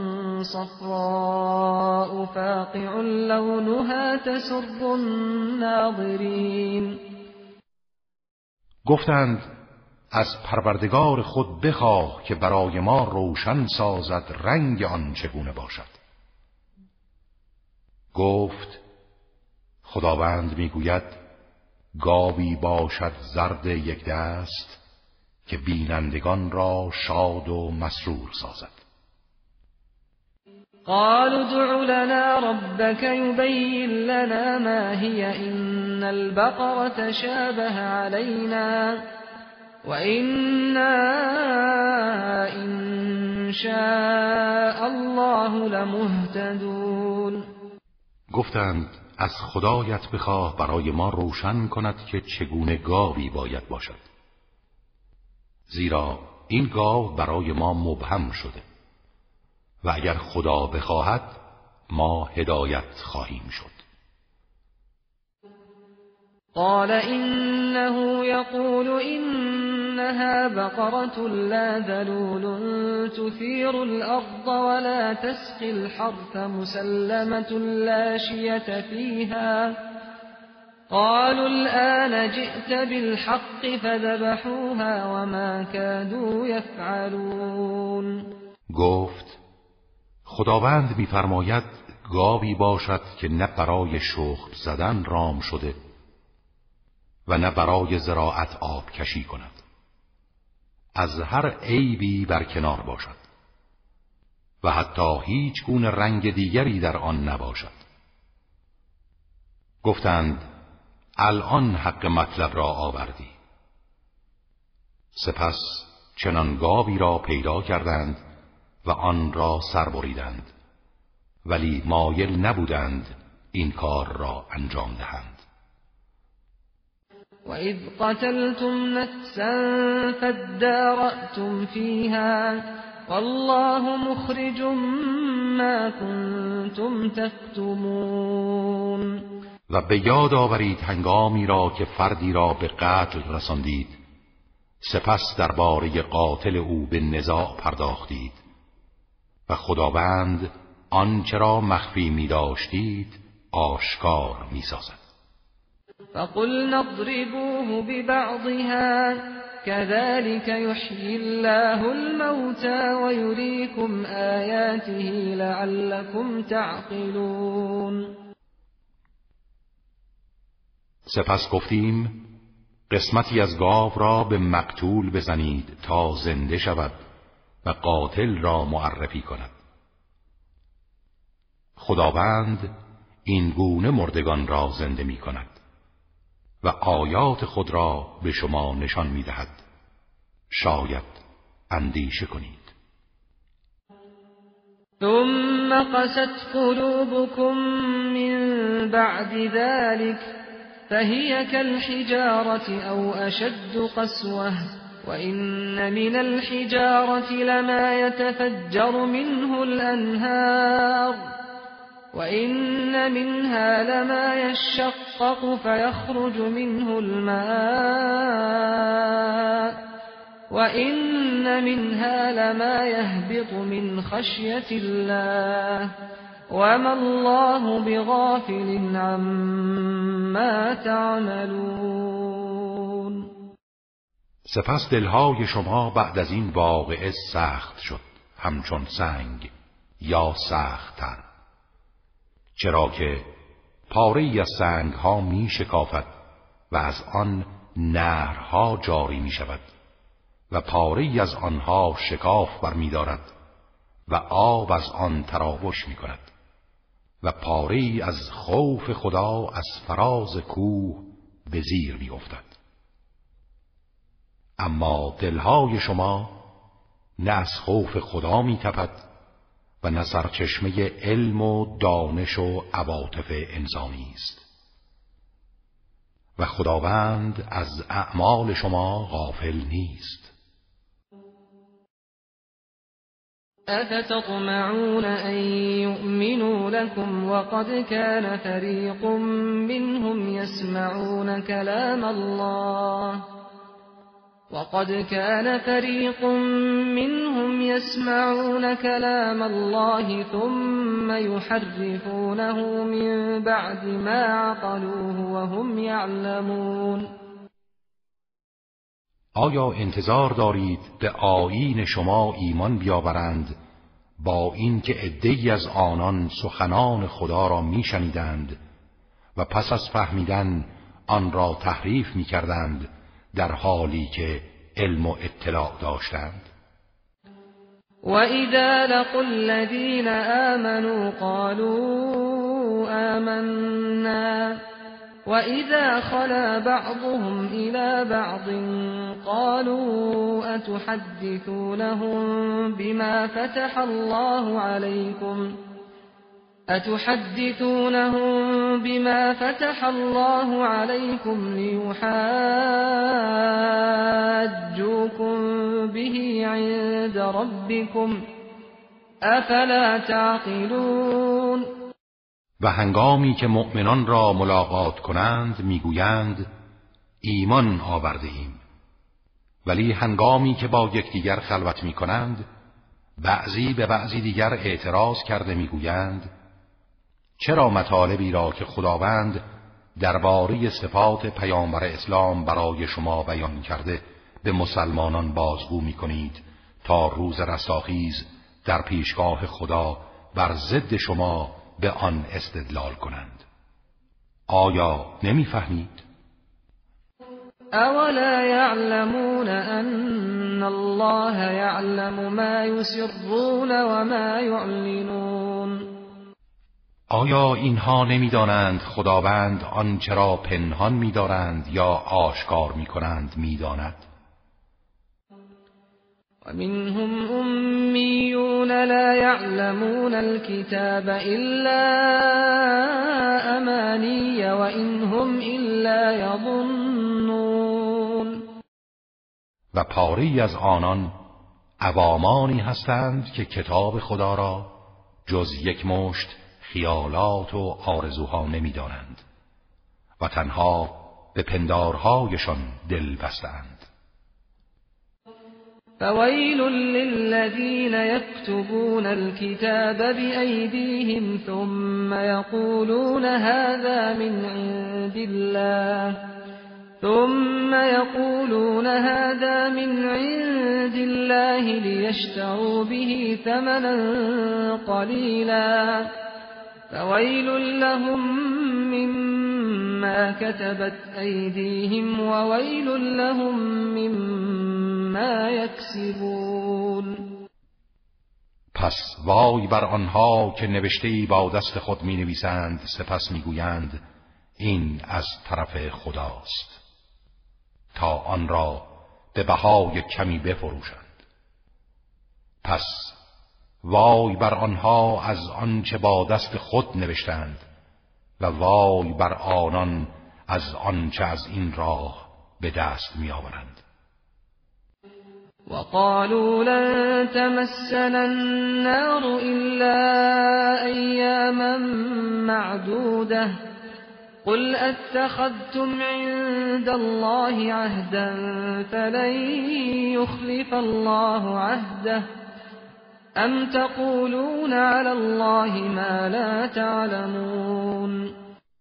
صفراء فاقع لونها تسر الناظرين. گفتند از پروردگار خود بخواه که برای ما روشن سازد رنگ آن چگونه باشد. گفت خداوند میگوید گاوی باشد زرد یک دست که بینندگان را شاد و مسرور سازد. قالوا ادع لنا ربك يبين لنا ما هي إن البقرة تشابه علينا وإنا إن شاء الله لمهتدون. گفتند از خدایت بخواه برای ما روشن کند که چگونه گاوی باید باشد، زیرا این گاو برای ما مبهم شده و اگر خدا بخواهد ما هدایت خواهیم شد. قال إنه يقول إنها بقرة لا ذلول تثير الأرض ولا تسقي الحرث مسلمة لا شية فيها. قالوا الآن جئت بالحق فذبحوها وما كادوا يفعلون. گفت خداوند می‌فرماید گاوی باشد که نه برای شخم زدن رام شده و نه برای زراعت آب کشی کند، از هر عیبی برکنار باشد و حتی هیچ گونه رنگ دیگری در آن نباشد. گفتند الان حق مطلب را آوردی. سپس چنان گاوی را پیدا کردند و آن را سر بریدند، ولی مایل نبودند این کار را انجام دهند. وَإِذْ قَتَلْتُمْ نَفْسًا فَادَّارَأْتُمْ فِيهَا وَاللَّهُ مُخْرِجٌ مَا كُنْتُمْ تَكْتُمُونَ. و به یاد آورید هنگامی را که فردی را به قتل رساندید، سپس درباره قاتل او به نزاع پرداختید و خداوند آنچه را مخفی می داشتید آشکار می سازد. فقلنا اضربوه ببعضها كذلك يحيي الله الموتى ويريكم آياته لعلكم تعقلون. سپس گفتیم قسمتی از گاو را به مقتول بزنید تا زنده شود و قاتل را معرفی کند. خداوند این گونه مردگان را زنده می کند و آیات خود را به شما نشان می دهد. شاید اندیشه کنید. ثم قست قلوبكم من بعد ذلك فهي كالحجارة أو أشد قسوة وإن من الحجارة لما يتفجر منه الأنهار وإن منها لما يشقق فيخرج منه الماء وإن منها لما يهبط من خشية الله وما الله بغافل عما تعملون. سپس دلهای شما بعد از این واقعه سخت شد همچون سنگ یا سخت تر، چرا که پاره‌ای از سنگ ها می شکافد و از آن نهرها جاری می شود و پاره‌ای از آنها شکاف برمی دارد و آب از آن تراوش می کند و پاره‌ای از خوف خدا از فراز کوه به زیر می افتد. اما دلهای شما نه از خوف خدا می تپد و نه سرچشمه علم و دانش و عواطف انسانی است و خداوند از اعمال شما غافل نیست. أفتطمعون أن يؤمنوا لكم وقد كان فريق منهم يسمعون كلام الله وقد كان فريق منهم يسمعون كلام الله ثم يحرفونه من بعد ما عقلوه وهم يعلمون. آیا انتظار دارید به آیین شما ایمان بیاورند با اینکه عده‌ای از آنان سخنان خدا را میشنیدند و پس از فهمیدن آن را تحریف میکردند در حالی که علم و اطلاع داشتند. وَإِذَا لَقُوا الَّذِينَ آمَنُوا قَالُوا آمَنَّا وَإِذَا خَلَا بَعْضُهُمْ إِلَى بَعْضٍ قَالُوا أَتُحَدِّثُونَهُم بِمَا فَتَحَ اللَّهُ عَلَيْكُمْ أَتُحَدِّثُونَهُم بِمَا فَتَحَ اللَّهُ عَلَيْكُمْ لِيُحَاجُّوكُم بِهِ عِندَ رَبِّكُمْ أَفَلَا تَعْقِلُونَ. و هنگامی که مؤمنان را ملاقات کنند میگویند ایمان آورده ایم، ولی هنگامی که با یکدیگر خلوت میکنند بعضی به بعضی دیگر اعتراض کرده میگویند چرا مطالبی را که خداوند درباره صفات پیامبر اسلام برای شما بیان کرده به مسلمانان بازگو میکنید تا روز رستاخیز در پیشگاه خدا بر ضد شما به آن استدلال کنند؟ آیا نمیفهمید؟ اولا يعلمون ان الله يعلم ما يسرون وما يعلنون. آیا اینها نمیدانند خداوند آنچه را پنهان می‌دارند یا آشکار می‌کنند می‌داند؟ ومنهم أميون لا يعلمون الكتاب إلا أماني وإن هم إلا يظنون. و پاری از آنان عوامانی هستند که کتاب خدا را جز یک مشت خیالات و آرزوها نمی‌دانند و تنها به پندارهایشان دل بستند. فويل للذين يكتبون الكتاب بأيديهم ثم يقولون هذا من عند الله ثم يقولون هذا من عند الله ليشتروا به ثمنا قليلا فويل لهم مما كتبت أيديهم وويل لهم مما يكسبون. پس وای بر آنها که نوشته‌ای با دست خود می نویسند سپس می گویند این از طرف خداست تا آن را به بهای کمی بفروشند. پس وای بر آنها از آنچه با دست خود نوشتند و وای بر آنان از آنچه از این راه به دست می آورند. وقالوا لن تمسنا النار إلا أياما معدودة قل أتخذتم عند الله عهدا فلن يخلف الله عهده أم تقولون على الله ما لا تعلمون.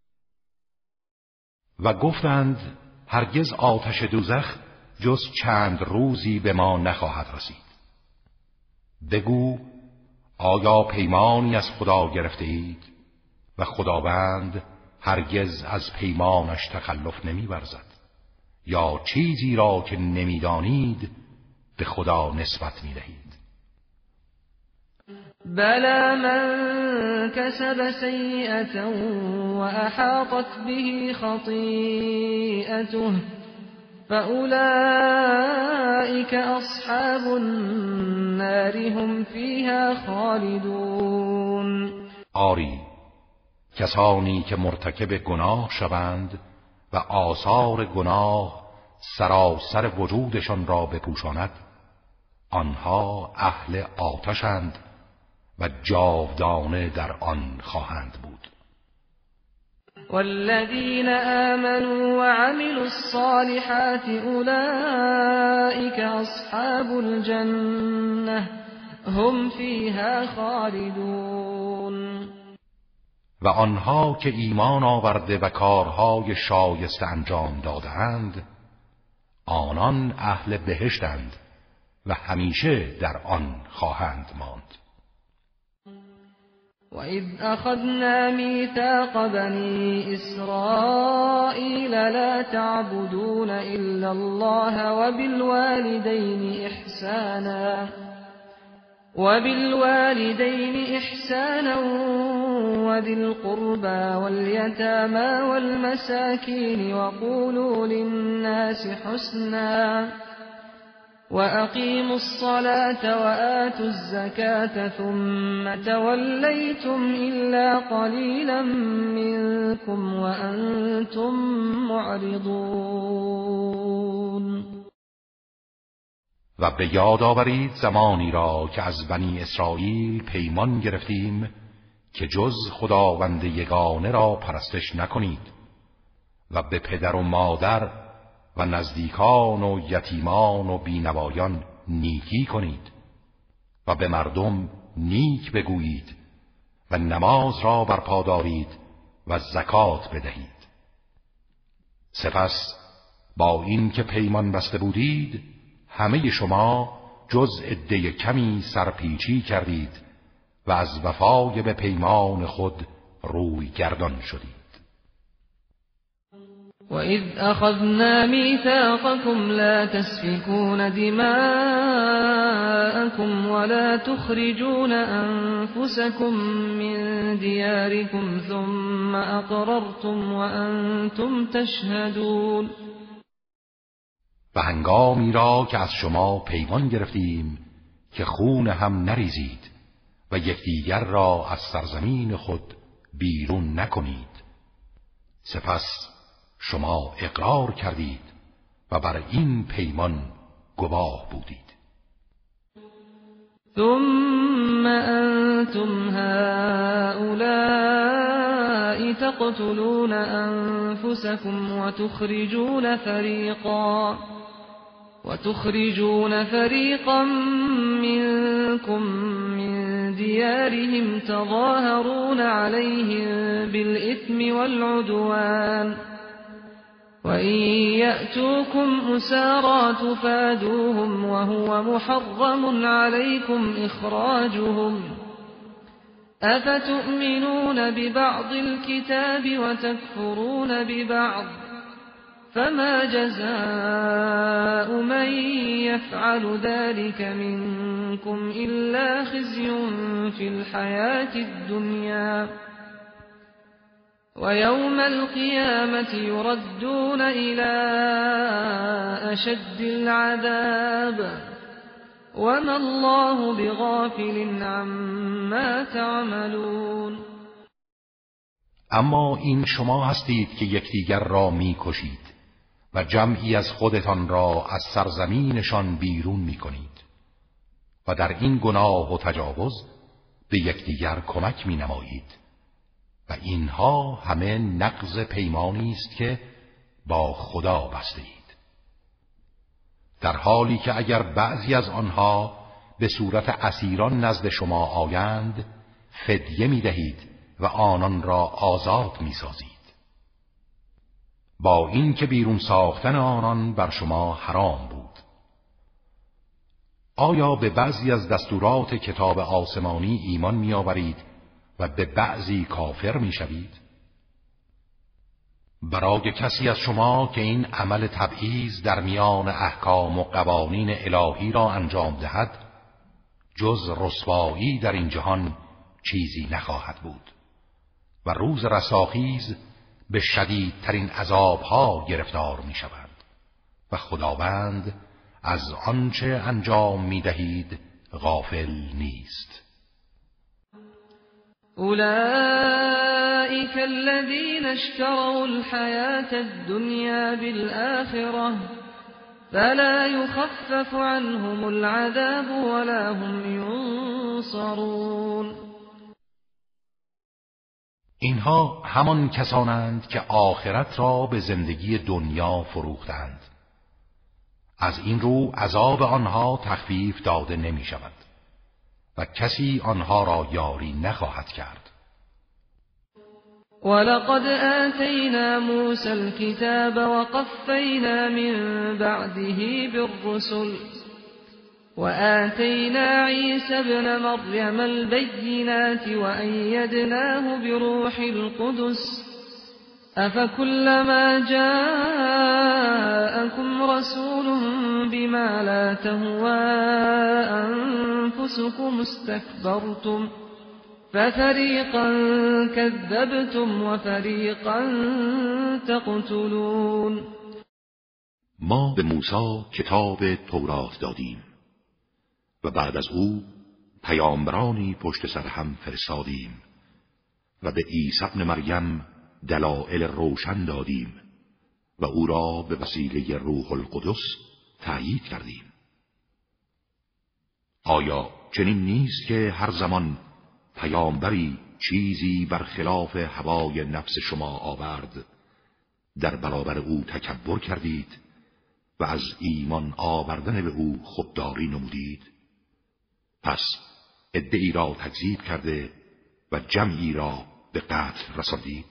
و گفتند هرگز آتش دوزخ جز چند روزی به ما نخواهد رسید. بگو آیا پیمانی از خدا گرفته اید و خداوند هرگز از پیمانش تخلف نمی ورزد یا چیزی را که نمی دانید به خدا نسبت می دهید. بلى من كسب سيئة وأحاطت به خطيئته فأولئك أصحاب النار هم فيها خالدون. آری کسانی که مرتکب گناه شوند و آثار گناه سراسر وجودشان را بپوشاند آنها اهل آتشند و جاودانه در آن خواهند بود. والذین آمنوا وعملوا الصالحات اولئک اصحاب الجنة هم فیها خالدون. و آنها که ایمان آورده و کارهای شایسته انجام داده‌اند آنان اهل بهشتند و همیشه در آن خواهند ماند. وَإِذْ أَخَذْنَا مِيثَاقَ بَنِي إِسْرَائِيلَ لَا تَعْبُدُونَ إِلَّا اللَّهَ وَبِالْوَالِدَيْنِ إِحْسَانًا وَبِالْوَالِدَيْنِ إِحْسَانًا وَذِي الْقُرْبَى وَالْيَتَامَى وَالْمَسَاكِينِ وَقُولُوا لِلنَّاسِ حُسْنًا وَأَقِيمُوا الصَّلَاةَ وَآتُوا الزَّكَاةَ ثُمَّ تَوَلَّيْتُمْ إِلَّا قَلِيلًا مِنكُمْ وَأَنْتُمْ مُعْرِضُونَ. و به یاد آورید زمانی را که از بنی اسرائیل پیمان گرفتیم که جز خداوند یگانه را پرستش نکنید و به پدر و مادر و نزدیکان و یتیمان و بینوایان نیکی کنید و به مردم نیک بگویید و نماز را برپا دارید و زکات بدهید. سپس با این که پیمان بسته بودید همه شما جز عده کمی سرپیچی کردید و از وفای به پیمان خود روی گردان شدید. وَإِذْ أَخَذْنَا مِيثَاقَكُمْ لَا تَسْفِكُونَ دِمَاءَكُمْ وَلَا تُخْرِجُونَ أَنفُسَكُمْ مِنْ دِيَارِكُمْ ثُمَّ أَقْرَرْتُمْ وَأَنْتُمْ تَشْهَدُونَ. و هنگامی را که از شما پیمان گرفتیم که خون هم نریزید و یکدیگر را از سرزمین خود بیرون نکنید، سپس شما اقرار کردید و بر این پیمان گواه بودید. ثم أنتم هؤلاء تقتلون أنفسكم وتخرجون فريقا وتخرجون فريقا منكم من ديارهم تظاهرون عليهم بالإثم والعدوان وَإِنْ يَأْتُوكُمْ أُسَارَىٰ تُفَادُوهُمْ وَهُوَ مُحَرَّمٌ عَلَيْكُمْ إِخْرَاجُهُمْ أَفَتُؤْمِنُونَ بِبَعْضِ الْكِتَابِ وَتَكْفُرُونَ بِبَعْضٍ فَمَا جَزَاءُ مَنْ يَفْعَلُ ذَلِكَ مِنكُمْ إِلَّا خِزْيٌ فِي الْحَيَاةِ الدُّنْيَا وَيَوْمَ الْقِيَامَةِ يُرَدُّونَ إِلَى أَشَدِّ الْعَذَابِ وَمَا اللَّهُ بِغَافِلٍ عَمَّا تَعْمَلُونَ. اما این شما هستید که یکدیگر را می‌کشید و جمعی از خودتان را از سرزمینشان بیرون می‌کنید و در این گناه و تجاوز به یکدیگر کمک می‌نمایید و اینها همه نقض پیمانی است که با خدا بسته اید، در حالی که اگر بعضی از آنها به صورت اسیران نزد شما آیند فدیه می دهید و آنان را آزاد می سازید، با این که بیرون ساختن آنان بر شما حرام بود. آیا به بعضی از دستورات کتاب آسمانی ایمان می آورید و به بعضی کافر می شوید؟ برای کسی از شما که این عمل تبعیض در میان احکام و قوانین الهی را انجام دهد جز رسوایی در این جهان چیزی نخواهد بود و روز رستاخیز به شدیدترین عذابها گرفتار می شود و خداوند از آنچه انجام می دهید غافل نیست. أولئك الذين اشتروا الحياة الدنيا بالآخرة فلا يخفف عنهم العذاب ولا هم ينصرون. اینها همان کسانند که آخرت را به زندگی دنیا فروختند، از این رو عذاب آنها تخفیف داده نمی شود و کسی آنها را یاری نخواهد کرد. ولقد آتینا موسی الكتاب وقفینا من بعده بالرسل وآتينا عيسى ابن مريم البينات وأيدناه بروح القدس أفكلما جاءكم رسول بما لا تهوى أنفسكم استكبرتم ففریقا کذبتم و فریقا تقتلون. ما به موسی کتاب تورات دادیم و بعد از او پیامبرانی پشت سر هم فرستادیم و به عیسی ابن مریم دلائل روشن دادیم و او را به وسیله روح القدس تأیید کردیم. آیا چنین نیست که هر زمان پیامبری چیزی برخلاف هوای نفس شما آورد در برابر او تکبر کردید و از ایمان آوردن به او خودداری نمودید؟ پس عده‌ای را تکذیب کرده و جمعی را به قتل رساندید.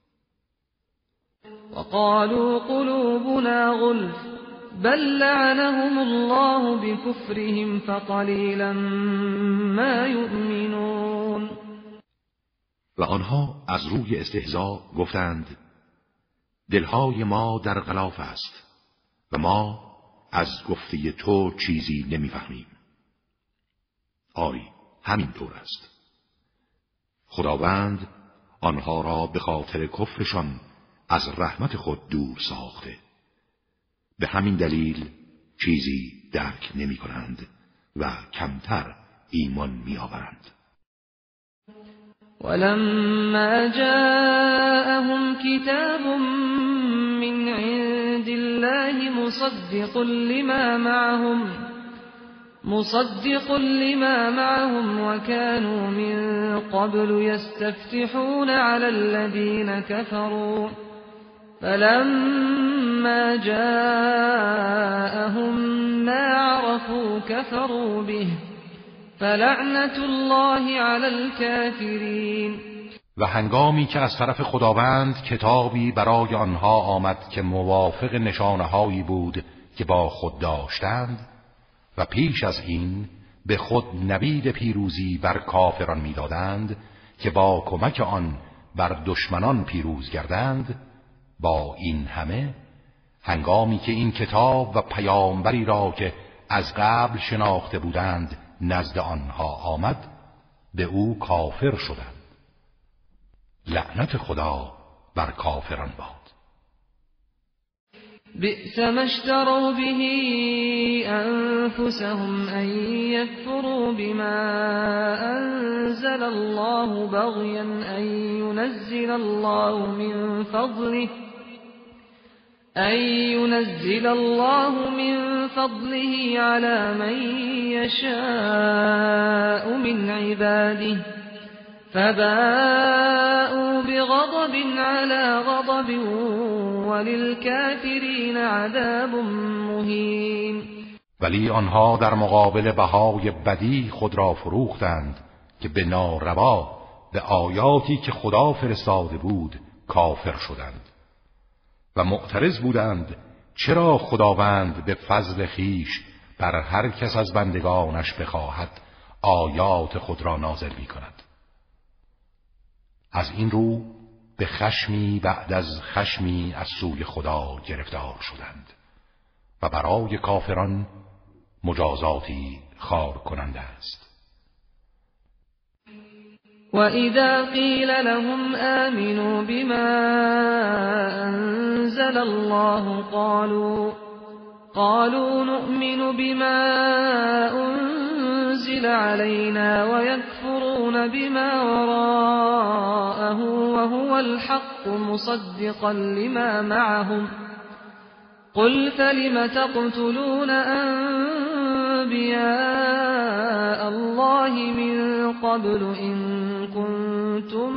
وقالوا قلوبنا غلف بل لعنهم الله بكفرهم فقلیلا ما یؤمنون. و آنها از روی استهزاء گفتند دلهای ما در غلاف است و ما از گفته تو چیزی نمیفهمیم. آری همین طور است. خداوند آنها را به خاطر کفرشان از رحمت خود دور ساخته. به همین دلیل چیزی درک نمی کنند و کمتر ایمان می آورند. ولما جاءهم كتاب من عند الله مصدق لما معهم مصدق لما معهم وكانوا من قبل يستفتحون على الذين كفروا فلما جاءهم ما عرفوا كفروا به فلعنة الله على الكافرين. و هنگامی که از طرف خداوند کتابی برای آنها آمد که موافق نشانه‌هایی بود که با خود داشتند و پیش از این به خود نوید پیروزی بر کافران می‌دادند که با کمک آن بر دشمنان پیروز گردند، با این همه هنگامی که این کتاب و پیامبری را که از قبل شناخته بودند نزد آنها آمد به او کافر شدند. لعنت خدا بر کافران باد. بئس ما اشتروا به انفسهم ان يكفروا بما انزل الله بغيا ان ينزل الله من فضله أن ينزل الله من فضله على من يشاء من عباده فباءوا بغضب على غضب وللكافرين عذاب مهين. ولی آنها در مقابل بهای بدی خود را فروختند که به ناروا به آیاتی که خدا فرستاده بود کافر شدند و معترض بودند چرا خداوند به فضل خیش بر هر کس از بندگانش بخواهد آیات خود را نازل می کند. از این رو به خشمی بعد از خشمی از سوی خدا گرفتار شدند و برای کافران مجازاتی خار کننده است. وَإِذَا قِيلَ لَهُمْ آمِنُوا بِمَا أَنزَلَ اللَّهُ قَالُوا قَالُوا نُؤْمِنُ بِمَا أُنزِلَ عَلَيْنَا وَيَكْفُرُونَ بِمَا وَرَاءَهُ وَهُوَ الْحَقُّ مُصَدِّقًا لِمَا مَعَهُمْ قُلْ فَلِمَ تَقْتُلُونَ أَنبِيَاءَ اللَّهِ مِن قَبْلُ إِن كنتم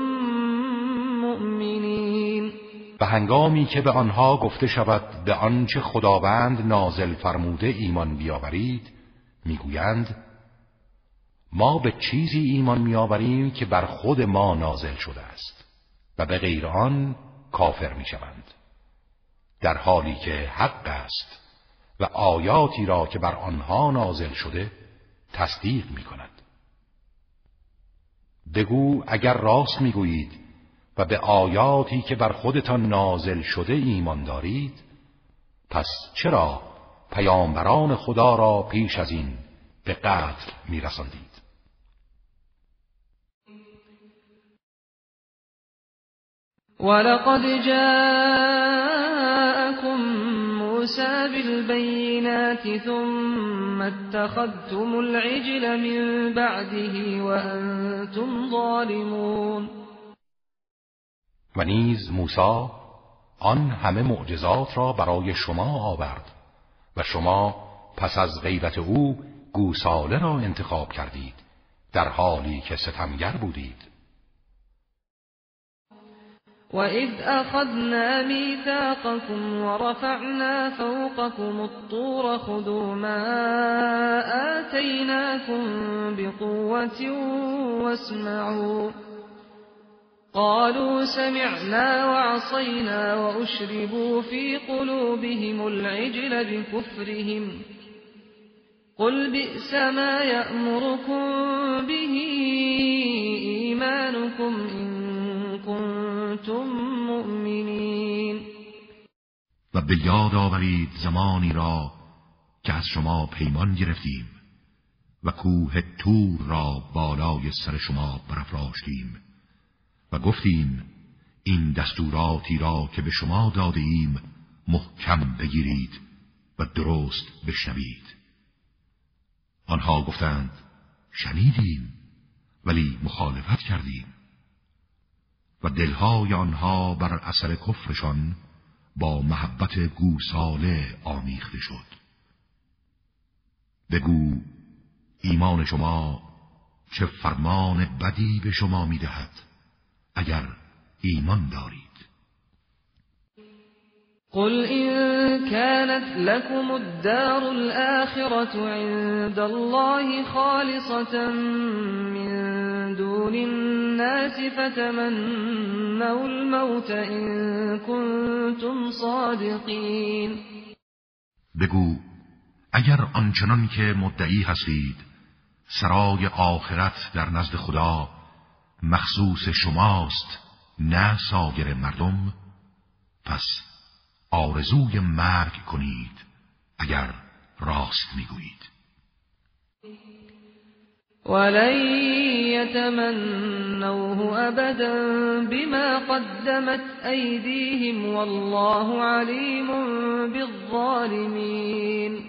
مؤمنین. و هنگامی که به آنها گفته شود به آنچه خداوند نازل فرموده ایمان بیاورید، میگویند ما به چیزی ایمان میآوریم که بر خود ما نازل شده است و به غیر آن کافر میشوند، در حالی که حق است و آیاتی را که بر آنها نازل شده تصدیق می کند. بگو اگر راست می گویید و به آیاتی که بر خودتان نازل شده ایمان دارید، پس چرا پیامبران خدا را پیش از این به قتل می رساندید؟ ولقد جاءكم موسى بالبينات ثم اتخذتم العجل من بعده وأنتم ظالمون. و نیز موسی آن همه معجزات را برای شما آورد و شما پس از غیبت او گوساله را انتخاب کردید در حالی که ستمگر بودید. وَإِذْ أَخَذْنَا مِيثَاقَكُمْ وَرَفَعْنَا فَوْقَكُمُ الطُّورَ خُذُوا مَا آتَيْنَاكُمْ بِقُوَّةٍ وَاسْمَعُوا قَالُوا سَمِعْنَا وَعَصَيْنَا وَأُشْرِبُوا فِي قُلُوبِهِمُ الْعِجْلَ بِكُفْرِهِمْ قُلْ بِئْسَ مَا يَأْمُرُكُمْ بِهِ إِيمَانُكُمْ إِن کنتم مؤمنین. و به یاد آورید زمانی را که از شما پیمان گرفتیم و کوه طور را بالای سر شما برافراشتیم و گفتیم این دستوراتی را که به شما داده ایم محکم بگیرید و درست بشنوید. آنها گفتند شنیدیم ولی مخالفت کردیم و دلهای آنها بر اثر کفرشان با محبت گوساله آمیخته شد. بگو ایمان شما چه فرمان بدی به شما میدهد اگر ایمان دارید. قل إن كانت لكم الدار الآخرة عند الله خالصة من دون الناس فتمنوا الموت إن كنتم صادقين. بگو اگر آنچنان که مدعی هستید سرای آخرت در نزد خدا مخصوص شماست نه سایر مردم، پس آرزوی مرگ کنید اگر راست میگویید. ولن يتمنوه ابدا بما قدمت ایدیهم والله علیم بالظالمین.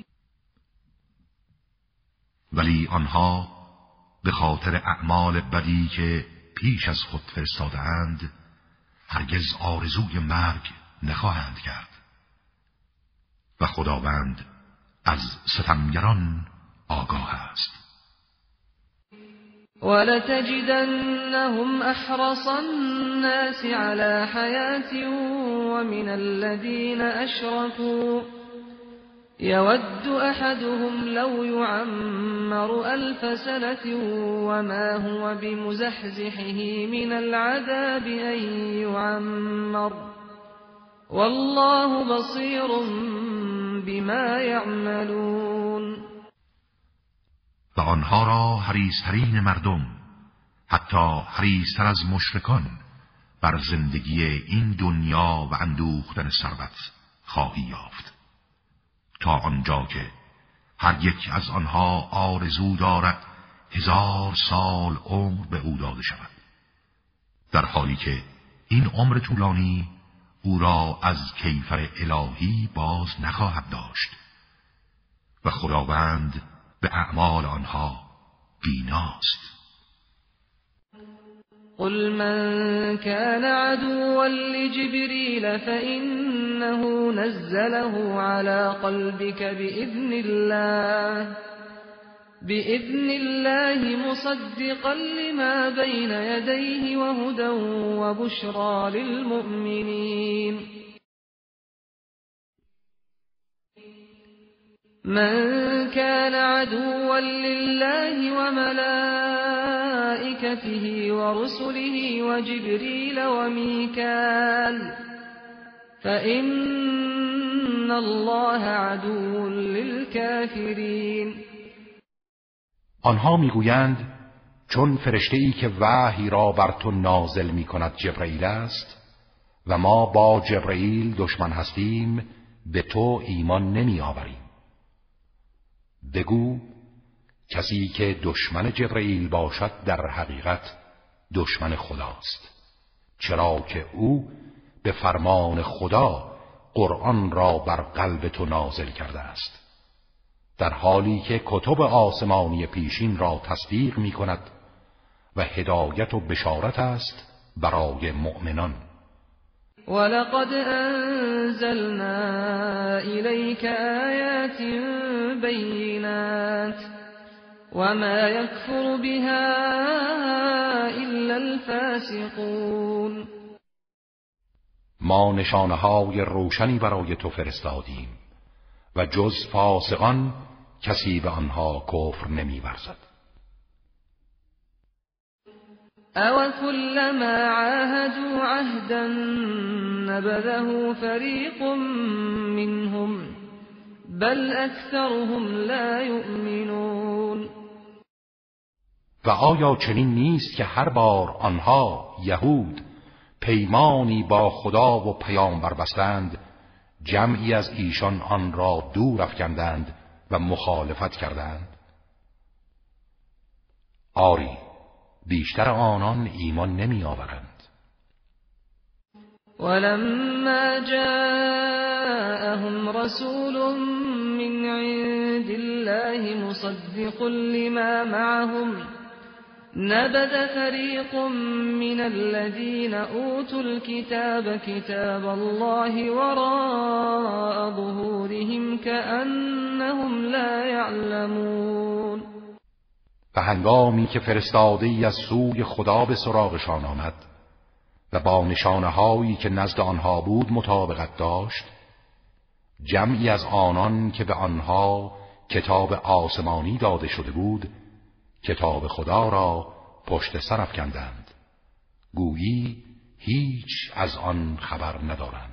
ولی آنها به خاطر اعمال بدی که پیش از خود فرستاده‌اند هرگز آرزوی مرگ نخواهند کرد و خداوند از ستمگران آگاه است. ولتجدنهم احرص الناس على حياة ومن الذين اشركوا يود احدهم لو يعمر الف سنة وما هو بمزحزحه من العذاب ان يعمر والله بصیر بما یعملون. و آنها را حریص‌ترین مردم، حتی حریص‌تر از مشرکان، بر زندگی این دنیا و اندوختن ثروت خواهی یافت، تا آنجا که هر یک از آنها آرزو دارد هزار سال عمر به او داده شود، در حالی که این عمر طولانی او را از کیفر الهی باز نخواهد داشت و خداوند به اعمال آنها بیناست. قل من كان عدوا لجبريل فإنه نزله على قلبك بإذن الله بإذن الله مصدقا لما بين يديه وهدى وبشرى للمؤمنين. من كان عدوا لله وملائكته ورسله وجبريل وميكال فإن الله عدو للكافرين. آنها میگویند چون فرشته‌ای که وحی را بر تو نازل می‌کند جبرئیل است و ما با جبرئیل دشمن هستیم، به تو ایمان نمی آوریم. بگو کسی که دشمن جبرئیل باشد در حقیقت دشمن خداست، چرا که او به فرمان خدا قرآن را بر قلب تو نازل کرده است، در حالی که کتب آسمانی پیشین را تصدیق می کند و هدایت و بشارت است برای مؤمنان. ولقد انزلنا إليك آيات بينات وما يكفر بها إلا الفاسقون. ما نشانه‌های روشنی برای تو فرستادیم و جز فاسقان کسی به آنها کفر نمی‌ورزد. أَوَ كُلَّمَا عَاهَدُوا عَهْدًا نَبَذَهُ فَرِيقٌ مِّنْهُمْ بَلْ أَكْثَرُهُمْ لَا يُؤْمِنُونَ. و آیا چنین نیست که هر بار آنها یهود پیمانی با خدا و پیامبر بستند، جمعی از ایشان آن را دور افکندند و مخالفت کردند؟ آری، بیشتر آنان ایمان نمی آورند. ولما جاءهم رسول من عند الله مصدق لما معهم نبذ فريق من الذين أوتوا الكتاب كتاب الله وراء ظهورهم كأنهم لا يعلمون. و هنگامی که فرستاده‌ای از سوی خدا به سراغشان آمد و با نشانه‌هایی که نزد آنها بود مطابقت داشت، جمعی از آنان که به آنها کتاب آسمانی داده شده بود کتاب خدا را پشت سر افکندند، گویی هیچ از آن خبر ندارند.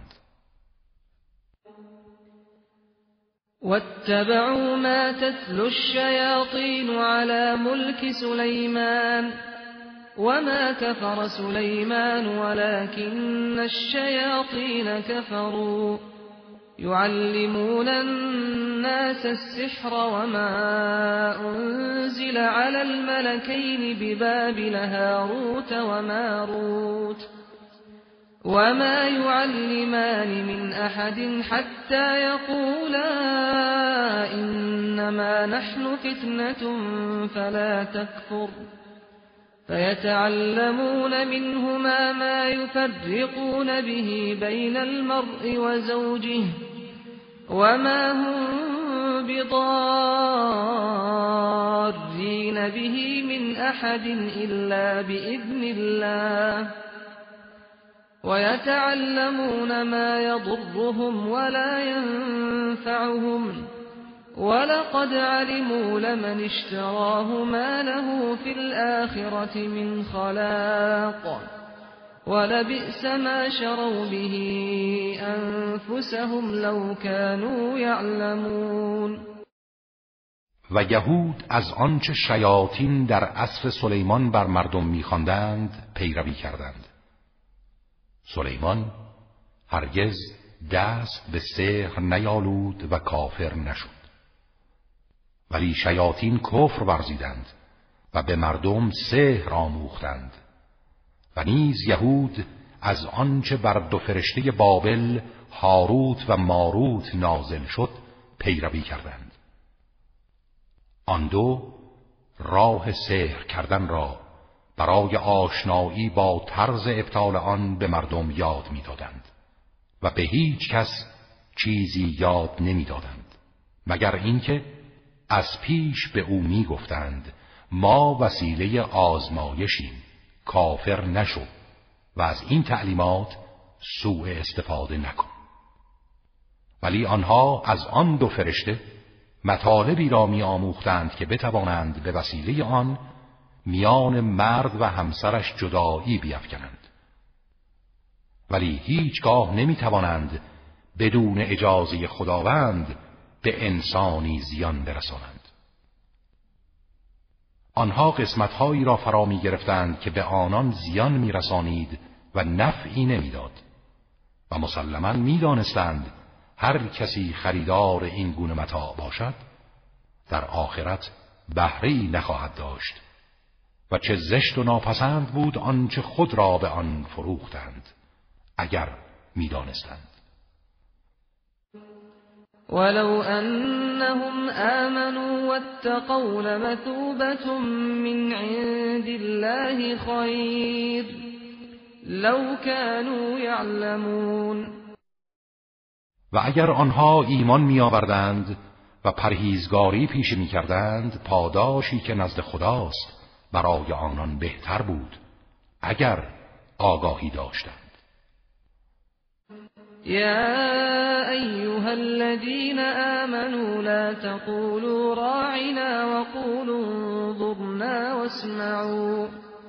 واتبعوا ما تتلو الشياطين على ملك سليمان وما كفر سليمان ولكن الشياطين كفروا يعلمون الناس السحر وما أنزل على الملكين ببابل هاروت وماروت وما يعلمان من أحد حتى يقولا إنما نحن فتنة فلا تكفر فيتعلمون منهما ما يفرقون به بين المرء وزوجه وما هم بضارين به من أحد إلا بإذن الله ويتعلمون ما يضرهم ولا ينفعهم ولقد علموا لمن اشتراه ما له في الآخرة من خلاق ولبئس ما شروا به أنفسهم لو كانوا يعلمون. و یهود از آنچه شیاطین در عصر سلیمان بر مردم می‌خواندند پیروی کردند. سلیمان هرگز دست به سحر نیالود و کافر نشد، ولی شیاطین کفر ورزیدند و به مردم سحر آموختند. و نیز یهود از آنچه بر دو فرشته بابل هاروت و ماروت نازل شد پیروی کردند. آن دو راه سحر کردن را برای آشنایی با طرز ابطال آن به مردم یاد می‌دادند و به هیچ کس چیزی یاد نمی‌دادند مگر اینکه از پیش به او می‌گفتند ما وسیله آزمایشیم، کافر نشو و از این تعلیمات سوء استفاده نکن. ولی آنها از آن دو فرشته مطالبی را می‌آموختند که بتوانند به وسیله آن میان مرد و همسرش جدایی بیفکنند، ولی هیچگاه نمیتوانند بدون اجازه خداوند به انسانی زیان برسانند. آنها قسمت‌هایی را فرا می‌گرفتند که به آنان زیان می‌رسانید و نفعی نمی‌داد و مسلماً می‌دانستند هر کسی خریدار این گونه متاع باشد در آخرت بهره‌ای نخواهد داشت و چه زشت و ناپسند بود آنچه خود را به آن فروختند اگر می‌دانستند. ولو أنهم آمنوا واتقوا لمثوبة من عند الله خير لو كانوا يعلمون. و اگر آنها ایمان می آوردند و پرهیزگاری پیشه می کردند، پاداشی که نزد خداست برای آنان بهتر بود اگر آگاهی داشتند. يا أيها الذين آمنوا لا تقولوا راعنا وقولوا انظرنا واسمعوا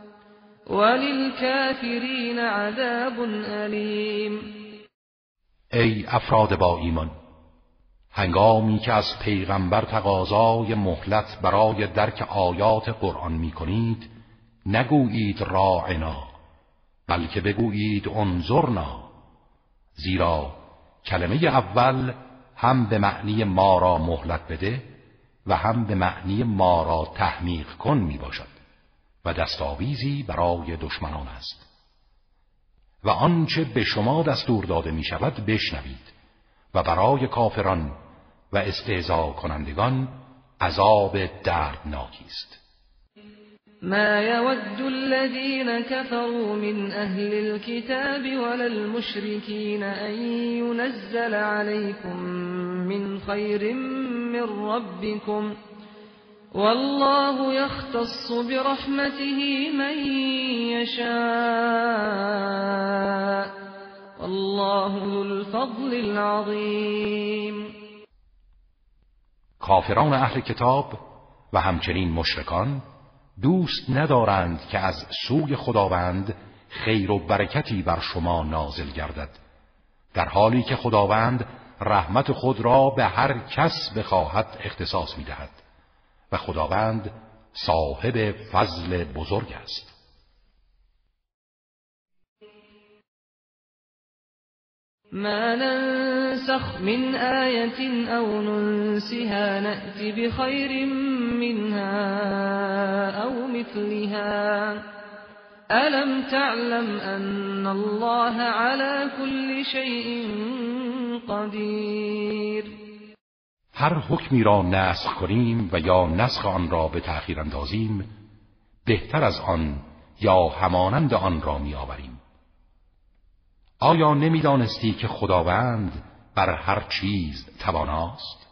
وللكافرين عذاب أليم. ای افراد با ایمان، هنگامی که از پیغمبر تقاضای مهلت برای درک آیات قرآن می کنید نگویید راعنا، بلکه بگویید انظرنا، زیرا کلمه اول هم به معنی ما را مهلت بده و هم به معنی ما را تحمیق کن می باشد و دستاویزی برای دشمنان است. و آنچه به شما دستور داده می شود بشنوید و برای کافران و استهزا کنندگان عذاب دردناکی است. ما يود الذين كفروا من أهل الكتاب ولا المشركين أن ينزل عليكم من خير من ربكم والله يختص برحمته من يشاء والله ذو الفضل العظيم. کافران اهل کتاب و همچنین مشرکان دوست ندارند که از سوی خداوند خیر و برکتی بر شما نازل گردد، در حالی که خداوند رحمت خود را به هر کس بخواهد اختصاص می دهد و خداوند صاحب فضل بزرگ است. ما ننسخ من آية أو ننسها نأت بخير منها أو مثلها ألم تعلم أن الله على كل شيء قدير. هر حکمی را نسخ کنیم و یا نسخ آن را به تأخیر اندازیم بهتر از آن یا همانند آن را می آوریم. آیا نمی‌دانستی که خداوند بر هر چیز تواناست؟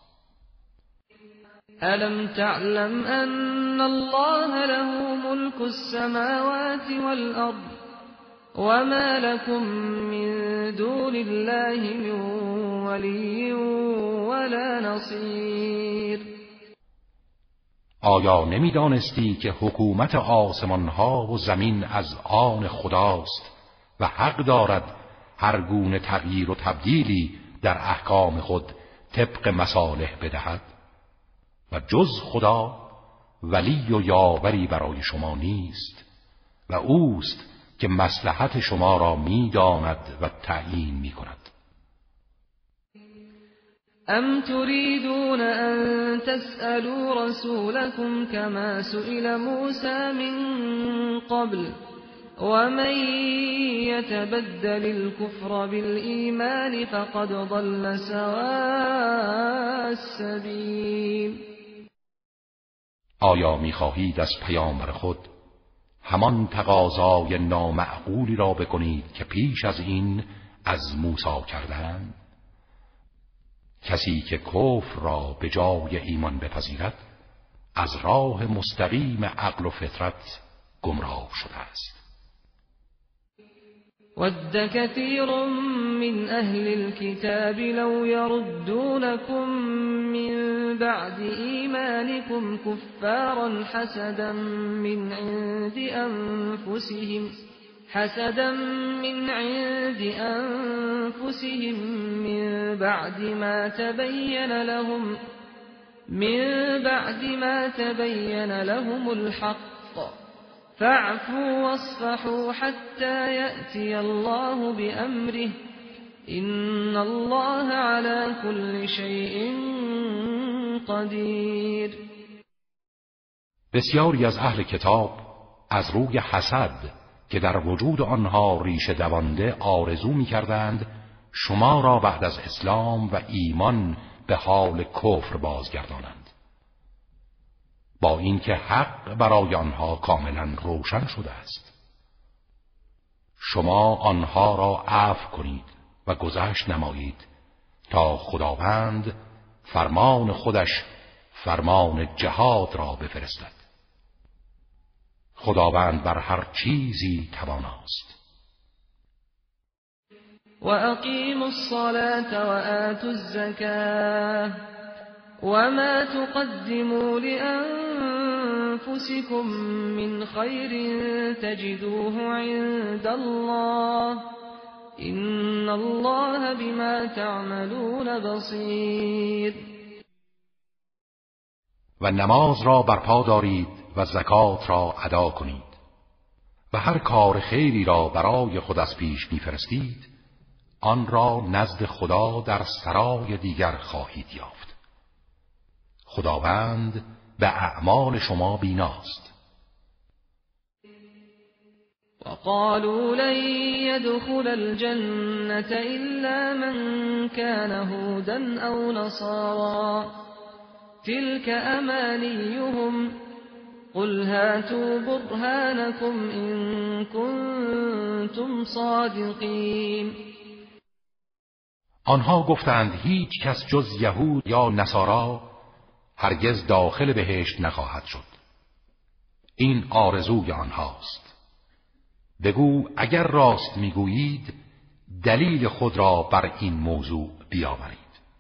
ألم تعلم أن الله له ملك السماوات والأرض وما لكم من دون الله من ولي ولا نصير. آیا نمی‌دانستی که حکومت آسمان‌ها و زمین از آن خداست و حق دارد هر گونه تغییر و تبدیلی در احکام خود طبق مصالح بدهد و جز خدا ولی و یاوری برای شما نیست و اوست که مصلحت شما را می‌داند و تعیین می‌کند. ام تريدون ان تسألوا رسولكم كما سئل موسى من قبل ومن يتبدل الكفر بالإيمان فقد ضل سواء السبيل. آیا می‌خواهید از پیامبر خود همان تقاضای نامعقولی را بکنید که پیش از این از موسی کردند؟ کسی که کفر را به جای ایمان بپذیرد از راه مستقیم عقل و فطرت گمراه شده است. ود كثير من أهل الكتاب لو يردونكم من بعد إيمانكم كفارا حسدا من عند أنفسهم حسدا من عند أنفسهم من بعد ما تبين لهم من بعد ما تبين لهم الحق فاعفوا واصفحوا حتى يأتي الله بأمره إن الله على كل شيء قدیر. بسیاری از اهل کتاب از روی حسد که در وجود آنها ریشه دوانده آرزو می‌کردند شما را بعد از اسلام و ایمان به حال کفر بازگردانند، با اینکه حق برای آنها کاملا روشن شده است. شما آنها را عفو کنید و گذشت نمایید تا خداوند فرمان خودش فرمان جهاد را بفرستد. خداوند بر هر چیزی تواناست. و اقیموا الصلاة و آتوا الزکاة وما تقدموا لأنفسكم من خير تجدوه عند الله إن الله بما تعملون بصير. و نماز را برپا دارید و زکات را ادا کنید و هر کار خیری را برای خود از پیش می‌فرستید آن را نزد خدا در سرای دیگر خواهید یافت. خداوند به اعمال شما بیناست. وقالوا لن يدخل الجنة إلا من كان هودا أو نصارى تلك أمانيهم قل هاتوا برهانكم إن كنتم صادقين. آنها گفتند هیچ کس جز یهود یا نصارا هرگز داخل بهشت نخواهد شد. این آرزوی آنهاست. بگو اگر راست میگویید دلیل خود را بر این موضوع بیاورید.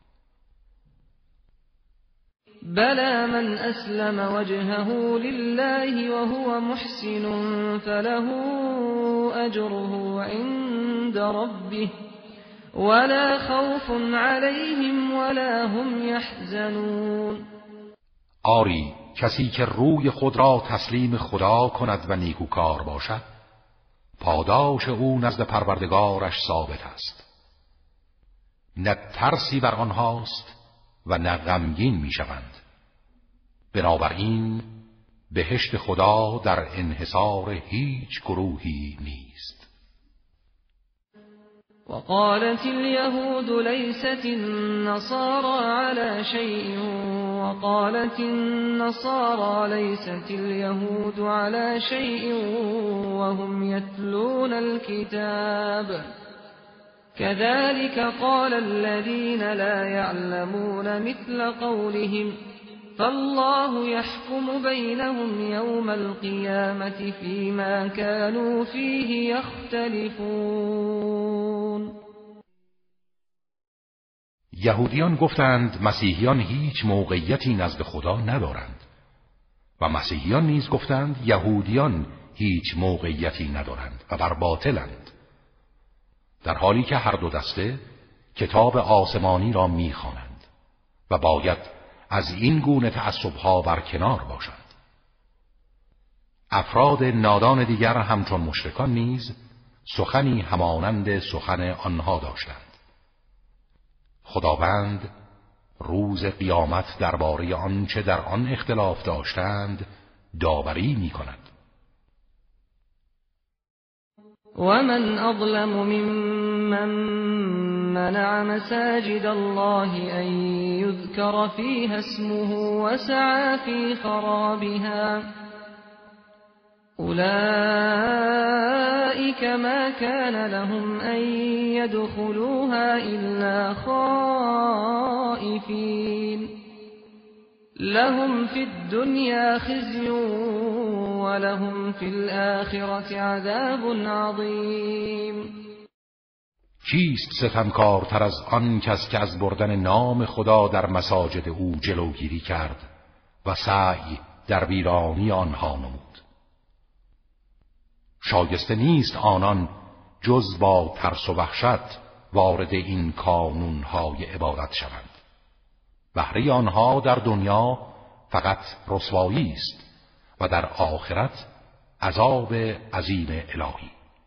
بلى من اسلم وجهه لله وهو محسن فله اجره عند ربه ولا خوف عليهم ولا هم يحزنون. آری کسی که روی خود را تسلیم خدا کند و نیکوکار باشد پاداش او نزد پروردگارش ثابت است. نه ترسی بر آنهاست و نه غمگین میشوند. بنابراین بهشت خدا در انحصار هیچ گروهی نیست. وقالت اليهود ليست النصارى على شيء وقالت النصارى ليست اليهود على شيء وهم يتلون الكتاب كذلك قال الذين لا يعلمون مثل قولهم فالله يحكم بينهم يوم القيامة فيما كانوا فيه يختلفون. یهودیان گفتند مسیحیان هیچ موقعیتی نزد خدا ندارند و مسیحیان نیز گفتند یهودیان هیچ موقعیتی ندارند و بر باطلند، در حالی که هر دو دسته کتاب آسمانی را می‌خوانند و باید از این گونه تعصب‌ها برکنار باشند. افراد نادان دیگر همچون مشرکان نیز سخنی همانند سخن آنها داشتند. خداوند روز قیامت درباره آنچه در آن اختلاف داشتند داوری می‌کند. ومن أظلم ممن منع مساجد الله أن يذكر فيها اسمه وسعى في خرابها أولئك ما كان لهم أن يدخلوها إلا خائفين لهم في الدنيا خزي ولهم في الآخرة عذاب عظيم. کیست ستمکارتر از آن کس که از بردن نام خدا در مساجد او جلوگیری کرد و سعی در ویرانی آنها نمود؟ شایسته نیست آنان جز با ترس و وحشت وارد این کانونهای عبادت شوند. بهره آنها در دنیا فقط رسوایی است و در آخرت عذاب عظیم الهی.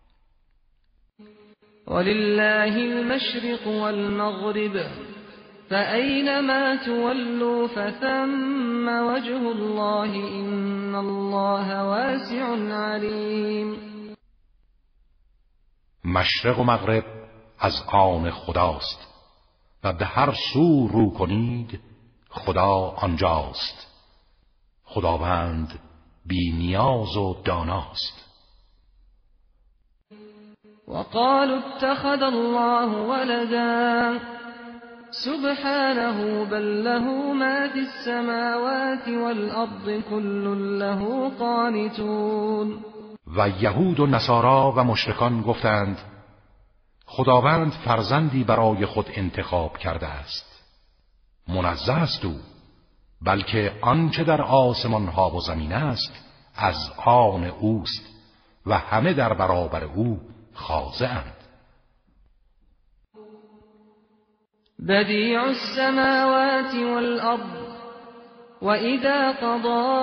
ولله المشرق والمغرب فأينما تولوا فثم وجه الله إن الله واسع علیم. مشرق و مغرب از آن خداست و به هر سو رو کنید خدا آنجاست. خداوند بی نیاز و داناست. وقالوا اتخذ الله ولدا سبحانه بل له ما في السماوات والأرض كل له قانتون. و یهود و نصارا و مشرکان گفتند خداوند فرزندی برای خود انتخاب کرده است. منزه است او، بلکه آنچه در آسمان ها و زمین است از آن اوست و همه در برابر او خاضعند. بدیع السماوات والأرض وإذا قضى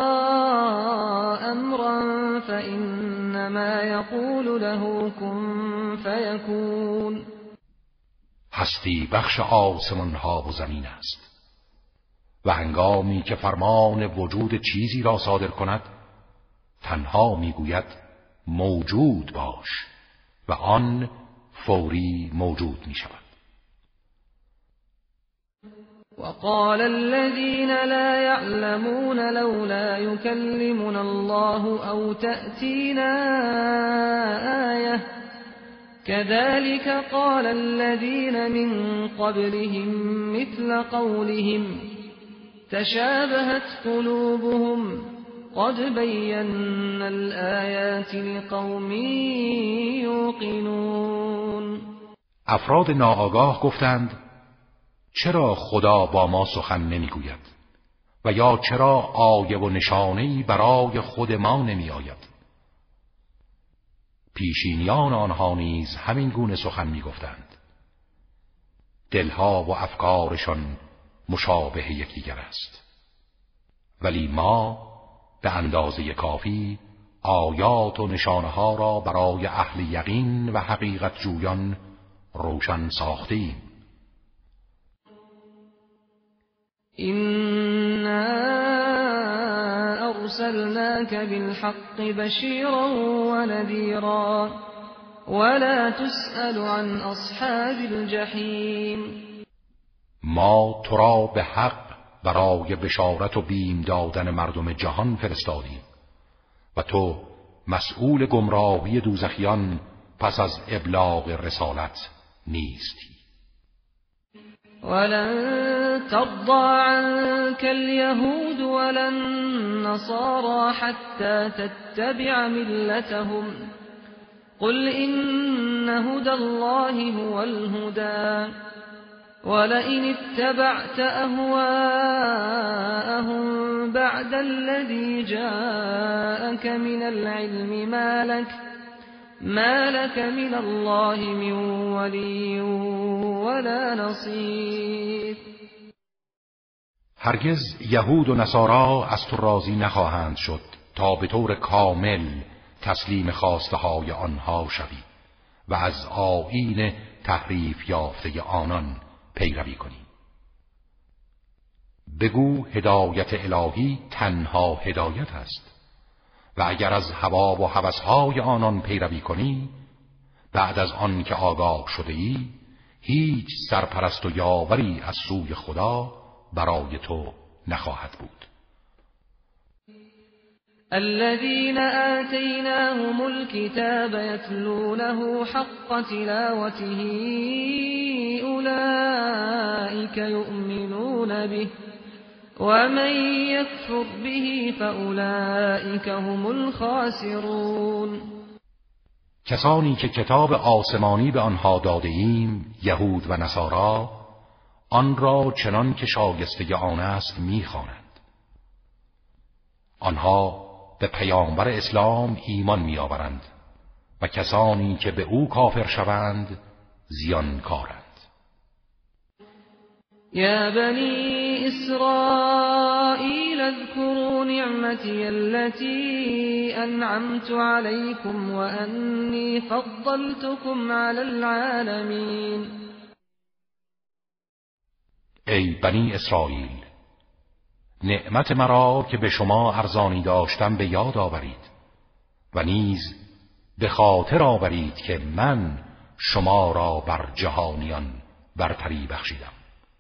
أمرا فإنما يقول له كن فيكون. هستی بخش آسمان ها و زمین است و هنگامی که فرمان وجود چیزی را صادر کند تنها میگوید موجود باش و آن فوری موجود می شود. وقال الذين لا يعلمون لولا يكلمنا الله أو تأتينا آية كذلك قال الذين من قبلهم مثل قولهم تشابهت قلوبهم قد بينا الآيات لقوم يوقنون. افراد ناآگاه گفتند چرا خدا با ما سخن نمیگوید و یا چرا آیه و نشانه‌ای برای خود ما نمی آید؟ پیشینیان آنها نیز همین گونه سخن می گفتند. دلها و افکارشان مشابه یکدیگر است، ولی ما به اندازه کافی آیات و نشانه ها را برای اهل یقین و حقیقت جویان روشن ساختیم. إنا أرسلناك بالحق بشيرا ونذيرا ولا تسأل عن أصحاب الجحیم. ما تو را به حق برای بشارت و بیم دادن مردم جهان فرستادیم و تو مسئول گمراهی دوزخیان پس از ابلاغ رسالت نیستی. ولن ترضى عنك اليهود ولا النصارى حتى تتبع ملتهم قل إن هدى الله هو الهدى ولئن اتبعت أهواءهم بعد الذي جاءك من العلم ما لك ما لك من الله من ولی ولا نصیر. هرگز یهود و نصارا از تو راضی نخواهند شد تا به طور کامل تسلیم خواسته های آنها شوی و از آیین تحریف یافته آنان پیروی کنی. بگو هدایت الهی تنها هدایت است و اگر از هوا و هوسهای آنان پیروی کنی بعد از آن که آگاه شده ای هیچ سرپرست و یاوری از سوی خدا برای تو نخواهد بود. الذين آتيناهم الكتاب يتلونه حق تلاوته أولئك يؤمنون به ومن يكفر به فأولئك هم الخاسرون. کسانی که کتاب آسمانی به آنها داده ایم یهود و نصارا آن را چنان که شایسته آن است می‌خوانند. آنها به پیامبر اسلام ایمان می‌آورند و کسانی که به او کافر شوند زیانکارند. یا بنی بني إسرائيل اذكروا نعمتي التي أنعمت عليكم وأني فضلتكم على العالمين. ای بنی اسرائیل، نعمت مرا که به شما ارزانی داشتم به یاد آورید و نیز به خاطر آورید که من شما را بر جهانیان برتری بخشیدم.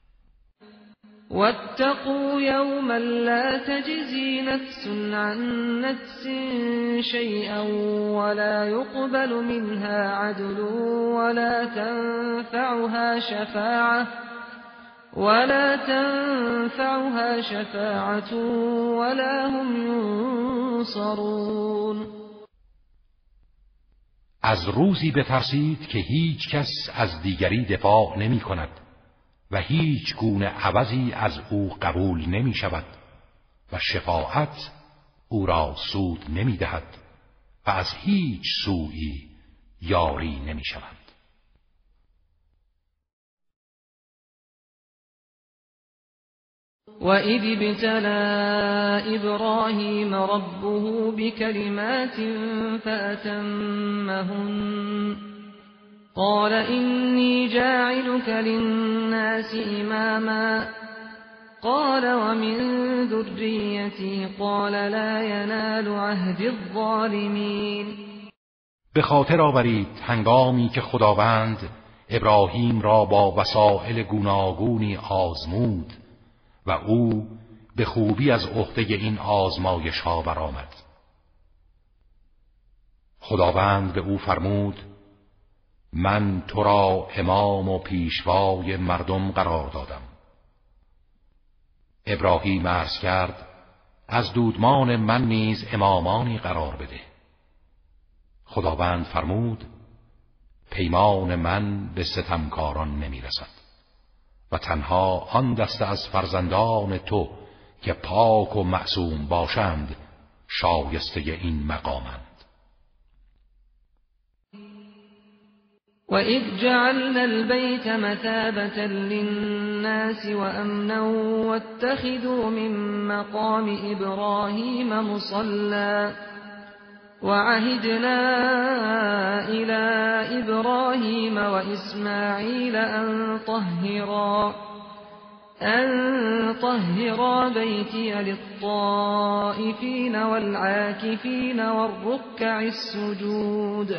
واتقوا یوما لا تجزی نفس عن نفس شیئا ولا يقبل منها عدل ولا تنفعها شفاعة ولا تنفعها شفاعة ولا هم ينصرون. از روزی بترسید که هیچ کس از دیگری دفاع نمی کند و هیچ گونه عوضی از او قبول نمی شود و شفاعت او را سود نمی دهد و از هیچ سویی یاری نمی شود. وَإِذِ ابْتَلَىٰ إِبْرَاهِيمَ رَبُّهُ بِكَلِمَاتٍ فَأَتَمَّهُنَّ قَالَ إِنِّي جَاعِلُكَ لِلنَّاسِ إِمَامًا قَالَ وَمِن ذُرِّيَّتِي قَالَ لَا يَنَالُ عَهْدِي الظَّالِمِينَ. به خاطر آورید هنگامی که خداوند ابراهیم را با وسائل گوناگونی آزمود و او به خوبی از عهده این آزمایش ها برآمد. خداوند به او فرمود من تو را امام و پیشوای مردم قرار دادم. ابراهیم عرض کرد از دودمان من نیز امامانی قرار بده. خداوند فرمود پیمان من به ستمکاران نمی رسد و تنها آن دسته از فرزندان تو که پاک و معصوم باشند شایسته این مقامند. وَإِذْ جَعَلْنَا الْبَيْتَ مَثَابَةً لِلنَّاسِ وَأَمْنًا وَاتَّخِذُوا مِن مَّقَامِ إِبْرَاهِيمَ مُصَلًّى وَعَهِدْنَا إِلَى إِبْرَاهِيمَ وَإِسْمَاعِيلَ أَن طَهِّرَا أَن طَهِّرَا بَيْتِيَ لِلطَّائِفِينَ وَالْعَاكِفِينَ وَالرُّكَّعِ السُّجُودِ.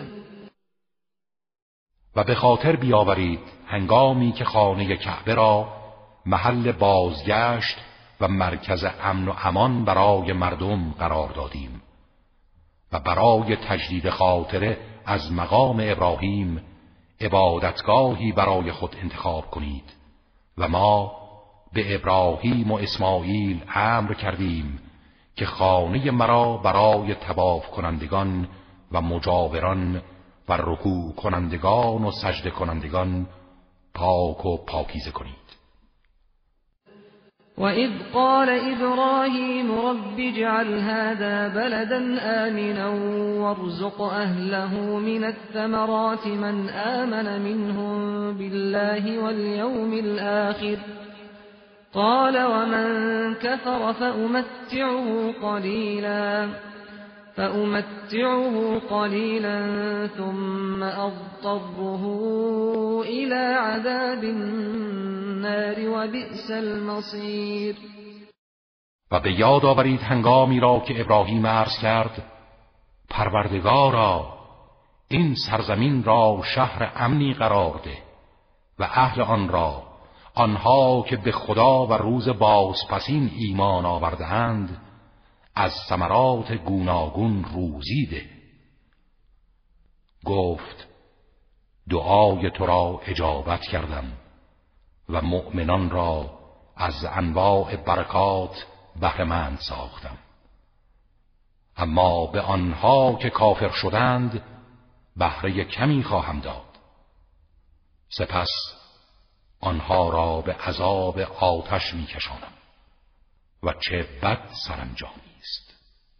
و به خاطر بیاورید هنگامی که خانه کعبه را محل بازگشت و مرکز امن و امان برای مردم قرار دادیم و برای تجدید خاطره از مقام ابراهیم عبادتگاهی برای خود انتخاب کنید و ما به ابراهیم و اسماعیل امر کردیم که خانه مرا برای طواف کنندگان و مجاوران و رکوع کنندگان و سجده کنندگان پاک و پاکیزه کنید. وَإِذْ قَالَ إِبْرَاهِيمُ رَبِّ اجْعَلْ هَٰذَا بَلَدًا آمِنًا وَارْزُقْ أَهْلَهُ مِنَ الثَّمَرَاتِ مَنْ آمَنَ مِنْهُم بِاللَّهِ وَالْيَوْمِ الْآخِرِ قَالَ وَمَن كَفَرَ فَأُمَتِّعُهُ قَلِيلًا فَأُمَتِّعُهُ قَلِيلًا ثُمَّ أَضْطَرُّهُ إِلَى عَذَابِ النَّارِ وَبِئْسَ الْمَصِيرُ. و به یاد آورید هنگامی را که ابراهیم عرض کرد پروردگارا این سرزمین را شهر امنی قرار ده و اهل آن را، آنها که به خدا و روز بازپسین ایمان آورده‌اند، از ثمرات گوناگون روزی ده. گفت دعای تو را اجابت کردم و مؤمنان را از انواع برکات بهره‌مند ساختم، اما به آنها که کافر شدند بهره کمی خواهم داد. سپس آنها را به عذاب آتش می کشانم و چه بد سرانجامی است.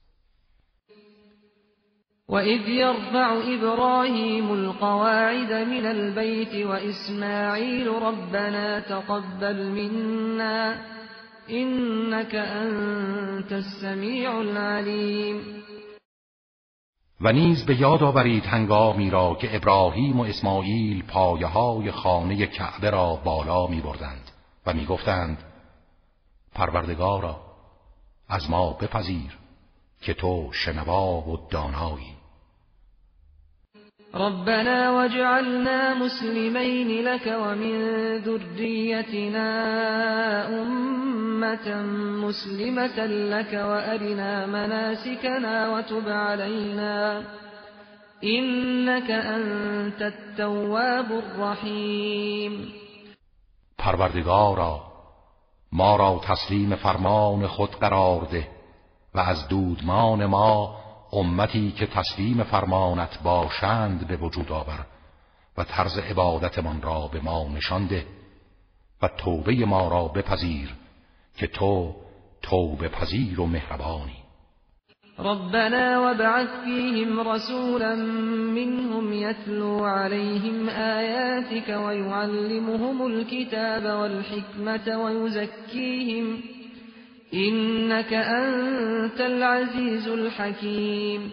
وَإِذْ يَرْفَعُ إِبْرَاهِيمُ الْقَوَاعِدَ مِنَ الْبَيْتِ وَإِسْمَاعِيلُ رَبَّنَا تَقَبَّلْ مِنَّا إنك أنت السمیع العلیم. و نیز به یاد آورید هنگامی را که ابراهیم و اسماعیل پایه های خانه کعبه را بالا می بردند و می گفتند پروردگارا از ما بپذیر که تو شنوا و دانایی. ربنا واجعلنا مسلمين لك ومن ذريتنا أمة مسلمة لك وأرنا مناسكنا وتب علينا إنك أنت التواب الرحيم. پروردگارا ما را تسلیم فرمان خود قرار ده و از دودمان ما امتی که تسلیم فرمانت باشند به وجود آور و طرز عبادتمان را به ما نشان ده و توبه ما را بپذیر که تو توبه پذیر و مهربانی. ربنا وابعث فيهم رسولا منهم يتلو عليهم آياتك ويعلمهم الكتاب والحكمة ويزكيهم إنك أنت العزيز الحكيم.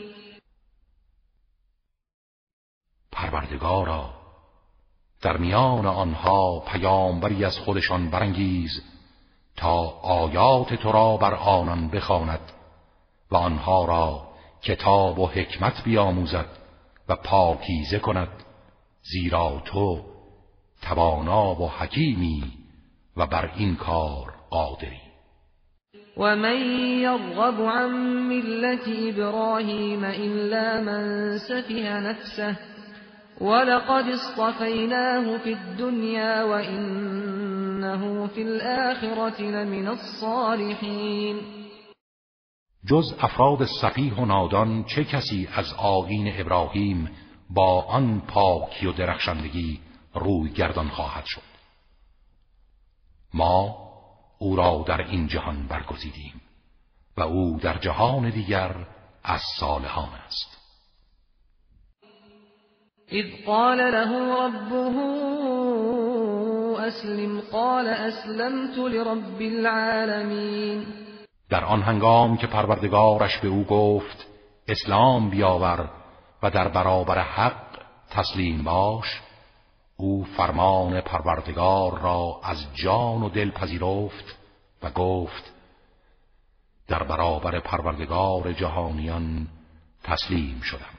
پروردگارا در میان آنها پیامبری از خودشان برانگیز تا آیات تو را بر آنان بخواند و آنها را کتاب و حکمت بیاموزد و پاکیزه کند، زیرا تو توانا و حکیمی و بر این کار قادری. ومن يرغب عن ملة إبراهيم إلا من سفه نفسه ولقد اصطفيناه في الدنيا وإنه في الآخرة لمن الصالحين. جز افراد سفیه و نادان چه کسی از آیین ابراهیم با آن پاکی و درخشندگی روی گردان خواهد شد؟ ما او را در این جهان برگزیدیم و او در جهان دیگر از صالحان است. اذ قال له ربه اسلم قال اسلمت لرب العالمین. در آن هنگام که پروردگارش به او گفت اسلام بیاور و در برابر حق تسلیم باش، او فرمان پروردگار را از جان و دل پذیرفت و گفت در برابر پروردگار جهانیان تسلیم شدم.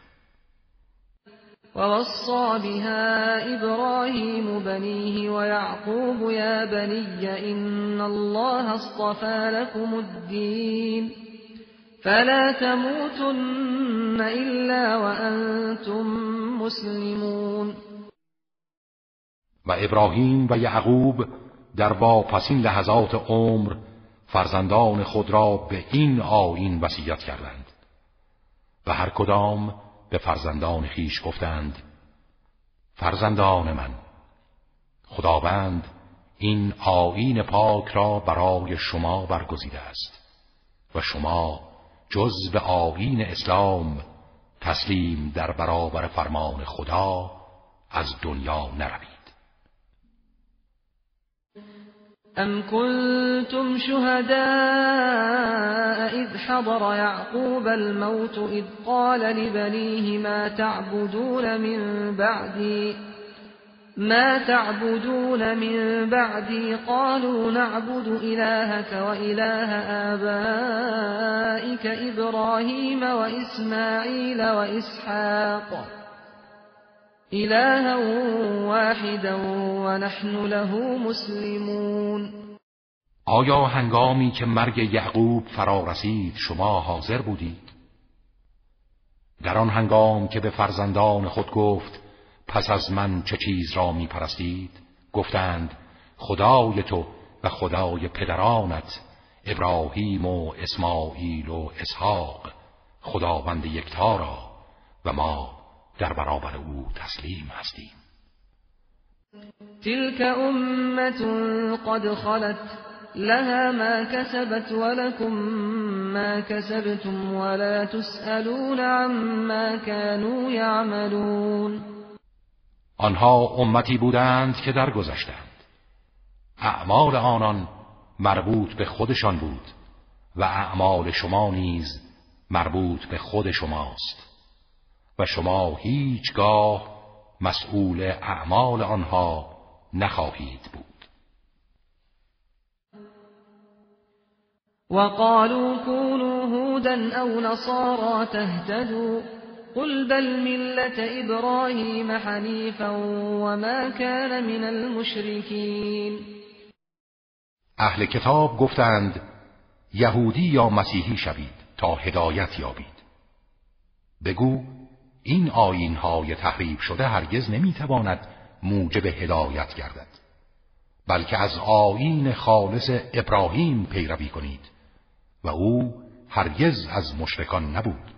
ووصى بها إبراهيم بنيه ويعقوب يا بني إن الله اصطفى لكم الدين فلا تموتن إلا وأنتم مسلمون. و ابراهیم و یعقوب در واپسین لحظات عمر فرزندان خود را به این آیین وصیت کردند و هر کدام به فرزندان خیش گفتند فرزندان من، خداوند این آیین پاک را برای شما برگزیده است و شما جز به آیین اسلام تسلیم در برابر فرمان خدا از دنیا نروید. أم كنتم شهداء إذ حضر يعقوب الموت إذ قال لبنيه ما تعبدون من بعدي ما تعبدون من بعدي قالوا نعبد إلهك وإله آبائك إبراهيم وإسماعيل وإسحاق إلها واحدا ونحن له مسلمون. آیا هنگامی که مرگ یعقوب فرا رسید شما حاضر بودید؟ در آن هنگام که به فرزندان خود گفت پس از من چه چیز را می پرستید؟ گفتند خدای تو و خدای پدرانت ابراهیم و اسماعیل و اسحاق خداوند یکتا را و ما در برابر او تسلیم هستیم. تلك امة قد خلت لها ما كسبت ولكم ما كسبتم ولا تسألون عما كانوا يعملون. آنها امتی بودند که درگذشتند، اعمال آنان مربوط به خودشان بود و اعمال شما نیز مربوط به خود شماست و شما هیچگاه مسئول اعمال آنها نخواهید بود. وقالوا كونوا هودا أو نصارى تهتدوا قل بل ملة إبراهيم حنيفا وما كان من المشركين. اهل کتاب گفتند یهودی یا مسیحی شوید تا هدایت یابید. بگو این آیین‌های تحریف شده هرگز نمیتواند موجب هدایت گردد، بلکه از آیین خالص ابراهیم پیروی کنید و او هرگز از مشرکان نبود.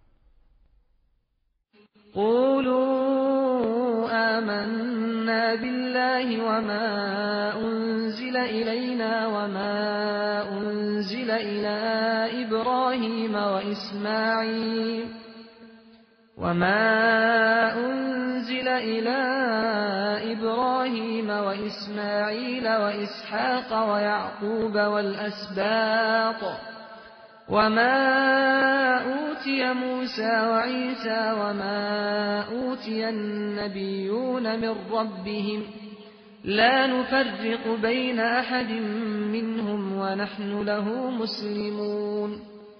قولوا آمنا بالله وما أنزل إلينا وما أنزل إلى إبراهيم وإسماعيل وما أنزل إلى إبراهيم وإسماعيل وإسحاق ويعقوب والأسباط وما أوتي موسى وعيسى وما أوتي النبيون من ربهم لا نفرق بين أحد منهم ونحن له مسلمون.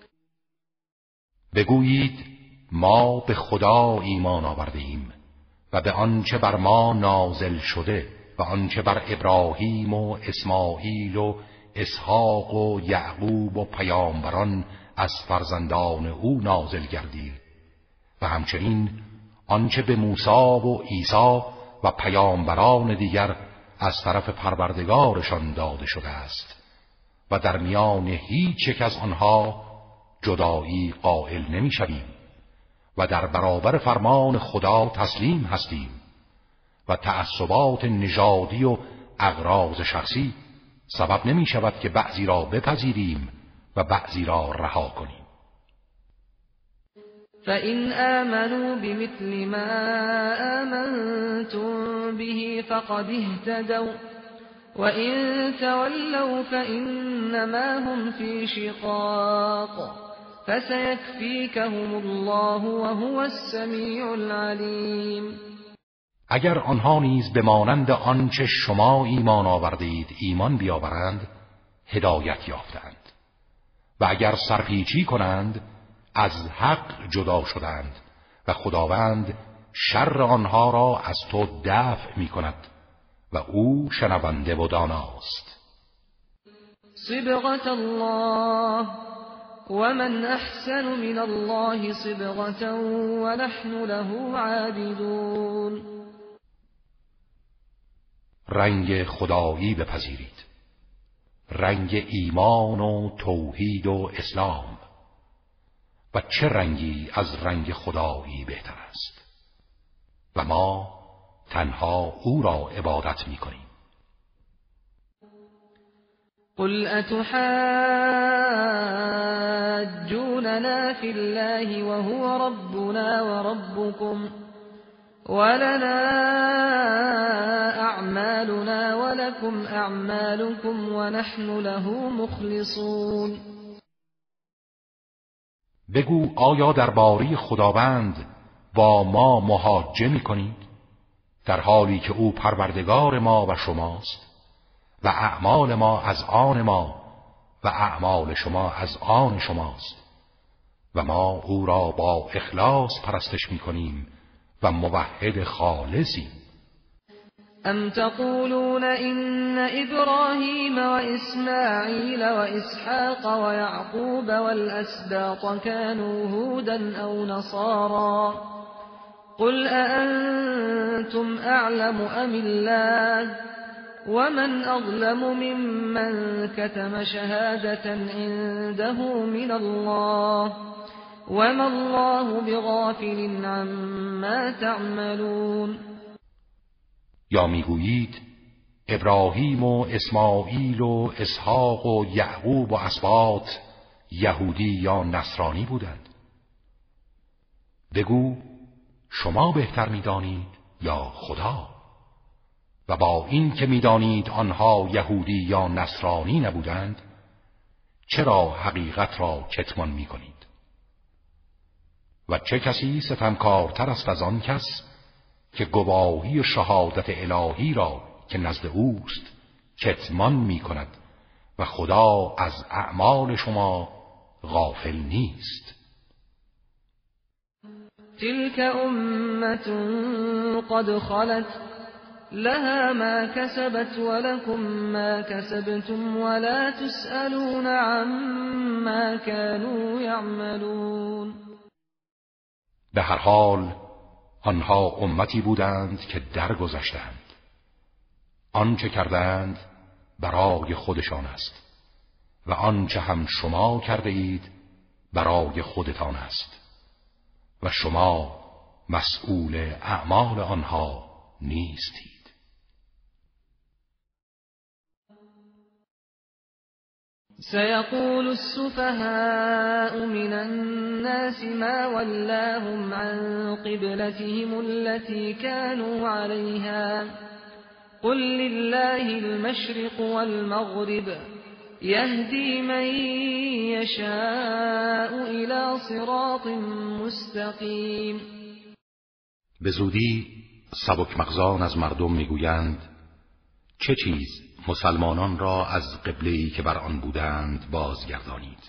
بگویید ما به خدا ایمان آورده ایم و به آنچه بر ما نازل شده و آنچه بر ابراهیم و اسماعیل و اسحاق و یعقوب و پیامبران از فرزندان او نازل گردید و همچنین آنچه به موسی و عیسی و پیامبران دیگر از طرف پروردگارشان داده شده است و در میان هیچ یک از آنها جدایی قائل نمی‌شویم و در برابر فرمان خدا تسلیم هستیم و تعصبات نژادی و اغراض شخصی سبب نمی شود که بعضی را بپذیریم و بعضی را رها کنیم. فَإِنْ آمَنُوا بِمِثْلِ مَا آمَنْتُمْ بِهِ فَقَدِ اهْتَدَوْا وَإِنْ تَوَلَّوْا فَإِنَّمَا هُمْ فِي شِقَاقٍ فَسَيَكْفِيكَهُمُ اللَّهُ وَهُوَ السَّمِيعُ الْعَلِيمُ. اگر آنها نیز به مانند آنچه شما ایمان آوردید ایمان بیاورند هدایت یافتند و اگر سرپیچی کنند از حق جدا شدند و خداوند شر آنها را از تو دفع می کند و او شنونده و داناست. صبغة الله ومن احسن من الله صبغة ونحن له عابدون. رنگ خدایی بپذیرید، رنگ ایمان و توحید و اسلام، و چه رنگی از رنگ خدایی بهتر است و ما تنها او را عبادت می کنیم. قل اتحاجوننا فی الله وهو ربنا وربكم ولنا اعمالنا ولكم اعمالكم ونحن له مخلصون. بگو آیا درباره خداوند با ما محاجه می کنید در حالی که او پروردگار ما و شماست و اعمال ما از آن ما و اعمال شما از آن شماست و ما او را با اخلاص پرستش می کنیم و موحد خالصیم. ام تقولون ان ابراهیم و اسماعیل و اسحاق و یعقوب والاسباط كانوا هودا او نصارا قل اانتم اعلم ام الله ومن اظلم ممن كتم شهادة عنده من الله وما الله بغافل عما تعملون. یا میگویید ابراهیم و اسماعیل و اسحاق و یعقوب و اسباط یهودی یا نصرانی بودند. بگو شما بهتر می‌دانید یا خدا؟ و با این که می‌دانید آنها یهودی یا نصرانی نبودند، چرا حقیقت را کتمان می‌کنید؟ و چه کسی ستمکارتر است از آن کس که گواهی شهادت الهی را که نزد اوست کتمان می‌کند و خدا از اعمال شما غافل نیست. تلك امة قد خلت لها ما كسبت ولكم ما كسبتم ولا تسألون عما كانوا يعملون. به هر حال آنها امتی بودند که درگذشتند. آنچه کردند برای خودشان است و آنچه هم شما کرده اید برای خودتان است و شما مسئول اعمال آنها نیستید. سيقول السفهاء من الناس ما ولاهم عن قبلتهم التي كانوا عليها قل لله المشرق والمغرب يهدي من يشاء إلى صراط مستقيم. به زودی سبک مغزان از مردم میگویند چه چیز مسلمانان را از قبله‌ای که بر آن بودند بازگردانید؟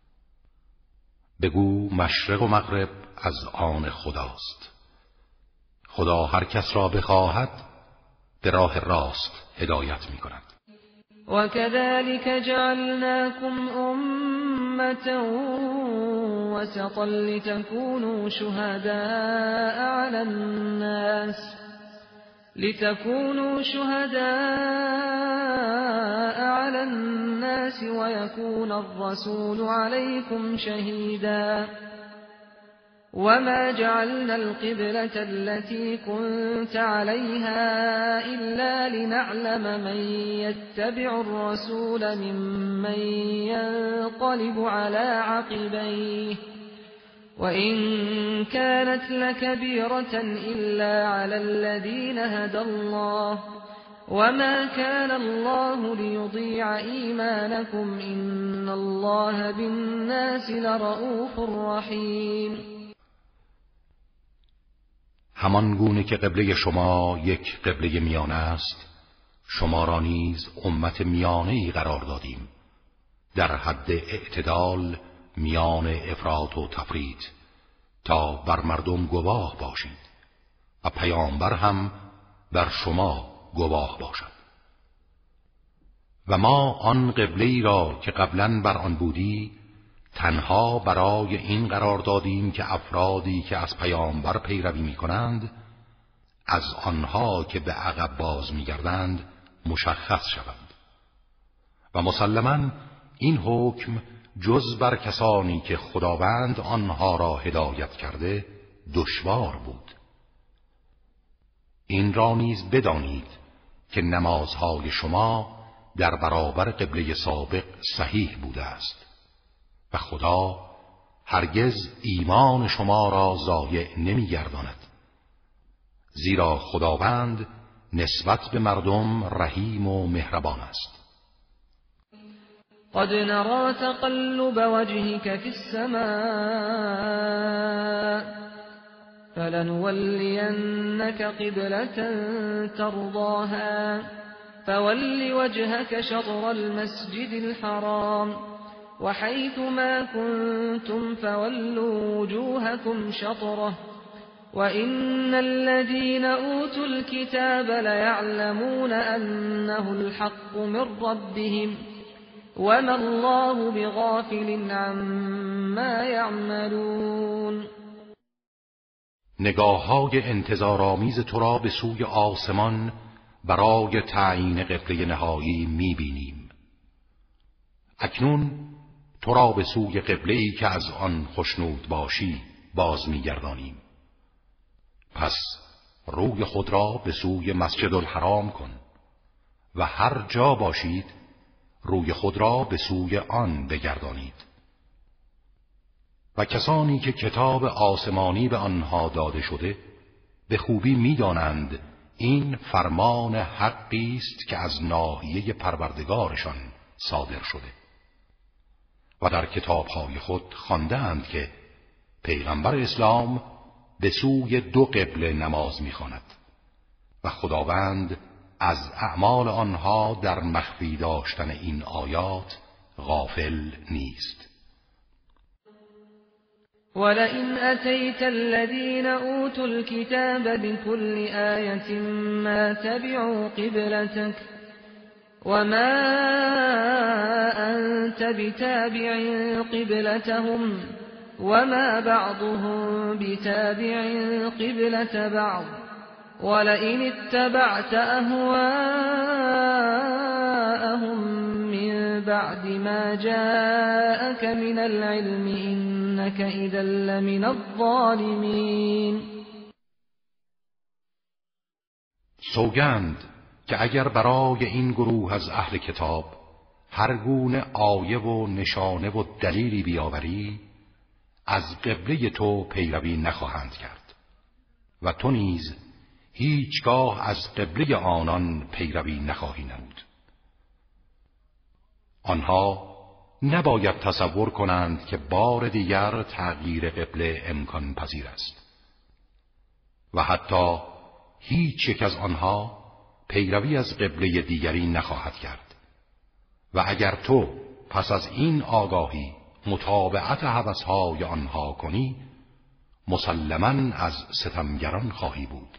بگو مشرق و مغرب از آن خداست. خدا هر کس را بخواهد به راه راست هدایت می کند. وكذلك جعلناكم أمة وسطا لتكونوا شهداء على الناس لتكونوا شهداء على الناس ويكون الرسول عليكم شهيدا وما جعلنا القبلة التي كنت عليها إلا لنعلم من يتبع الرسول ممن ينقلب على عقبيه وإن كانت لكبيرة إلا على الذين هدى الله وما كان الله ليضيع إيمانكم إن الله بالناس لرؤوف رحيم. همان گونه که قبله شما یک قبله میانه است، شما را نیز امت میانه‌ای قرار دادیم، در حد اعتدال میان افراط و تفریط، تا بر مردم گواه باشید و پیامبر هم بر شما گواه باشد. و ما آن قبله‌ای را که قبلاً بر آن بودی تنها برای این قرار دادیم که افرادی که از پیامبر پیروی می‌کنند از آنها که به عقب باز می‌گردند مشخص شوند. و مسلماً این حکم جز بر کسانی که خداوند آنها را هدایت کرده دشوار بود. این را نیز بدانید که نمازهای شما در برابر قبله سابق صحیح بوده است و خدا هرگز ایمان شما را ضایع نمی‌گرداند، زیرا خداوند نسبت به مردم رحیم و مهربان است. قد نرى تقلب وجهك في السماء فلنولينك قبلة ترضاها فول وجهك شطر المسجد الحرام وحيث ما كنتم فولوا وجوهكم شطره وإن الذين أوتوا الكتاب ليعلمون أنه الحق من ربهم وما الله بغافل عما يعملون. نگاه‌های انتظارآمیز تو را به سوی آسمان برای تعیین قبله نهایی می‌بینیم. اکنون تو را به سوی قبله‌ای که از آن خوشنود باشی باز می‌گردانیم. پس روی خود را به سوی مسجد الحرام کن و هر جا باشید روی خود را به سوی آن بگردانید. و کسانی که کتاب آسمانی به آنها داده شده به خوبی می‌دانند این فرمان حقی است که از ناحیه پروردگارشان صادر شده و در کتاب‌های خود خوانده‌اند که پیغمبر اسلام به سوی دو قبله نماز می‌خواند و خداوند از اعمال آنها در مخفی داشتن این آیات غافل نیست. ولئن أتيت الذين أوتوا الكتاب بكل آية ما تبعوا قبلتك وما أنت بتابع قبلتهم وما بعضهم بتابع قبلة بعض ولئن اتبعت أهواءهم من بعد ما جاءك من العلم إنك إذا لمن الظالمين. سوگند که اگر برای این گروه از اهل کتاب هر گونه آیه و نشانه و دلیلی بیاوری، از قبله تو پیروی نخواهند کرد و تو نیز هیچگاه از قبله آنان پیروی نخواهی نمود. آنها نباید تصور کنند که بار دیگر تغییر قبله امکان پذیر است و حتی هیچ یک از آنها پیروی از قبله دیگری نخواهد کرد و اگر تو پس از این آگاهی متابعت هوس‌های آنها کنی، مسلماً از ستمگران خواهی بود.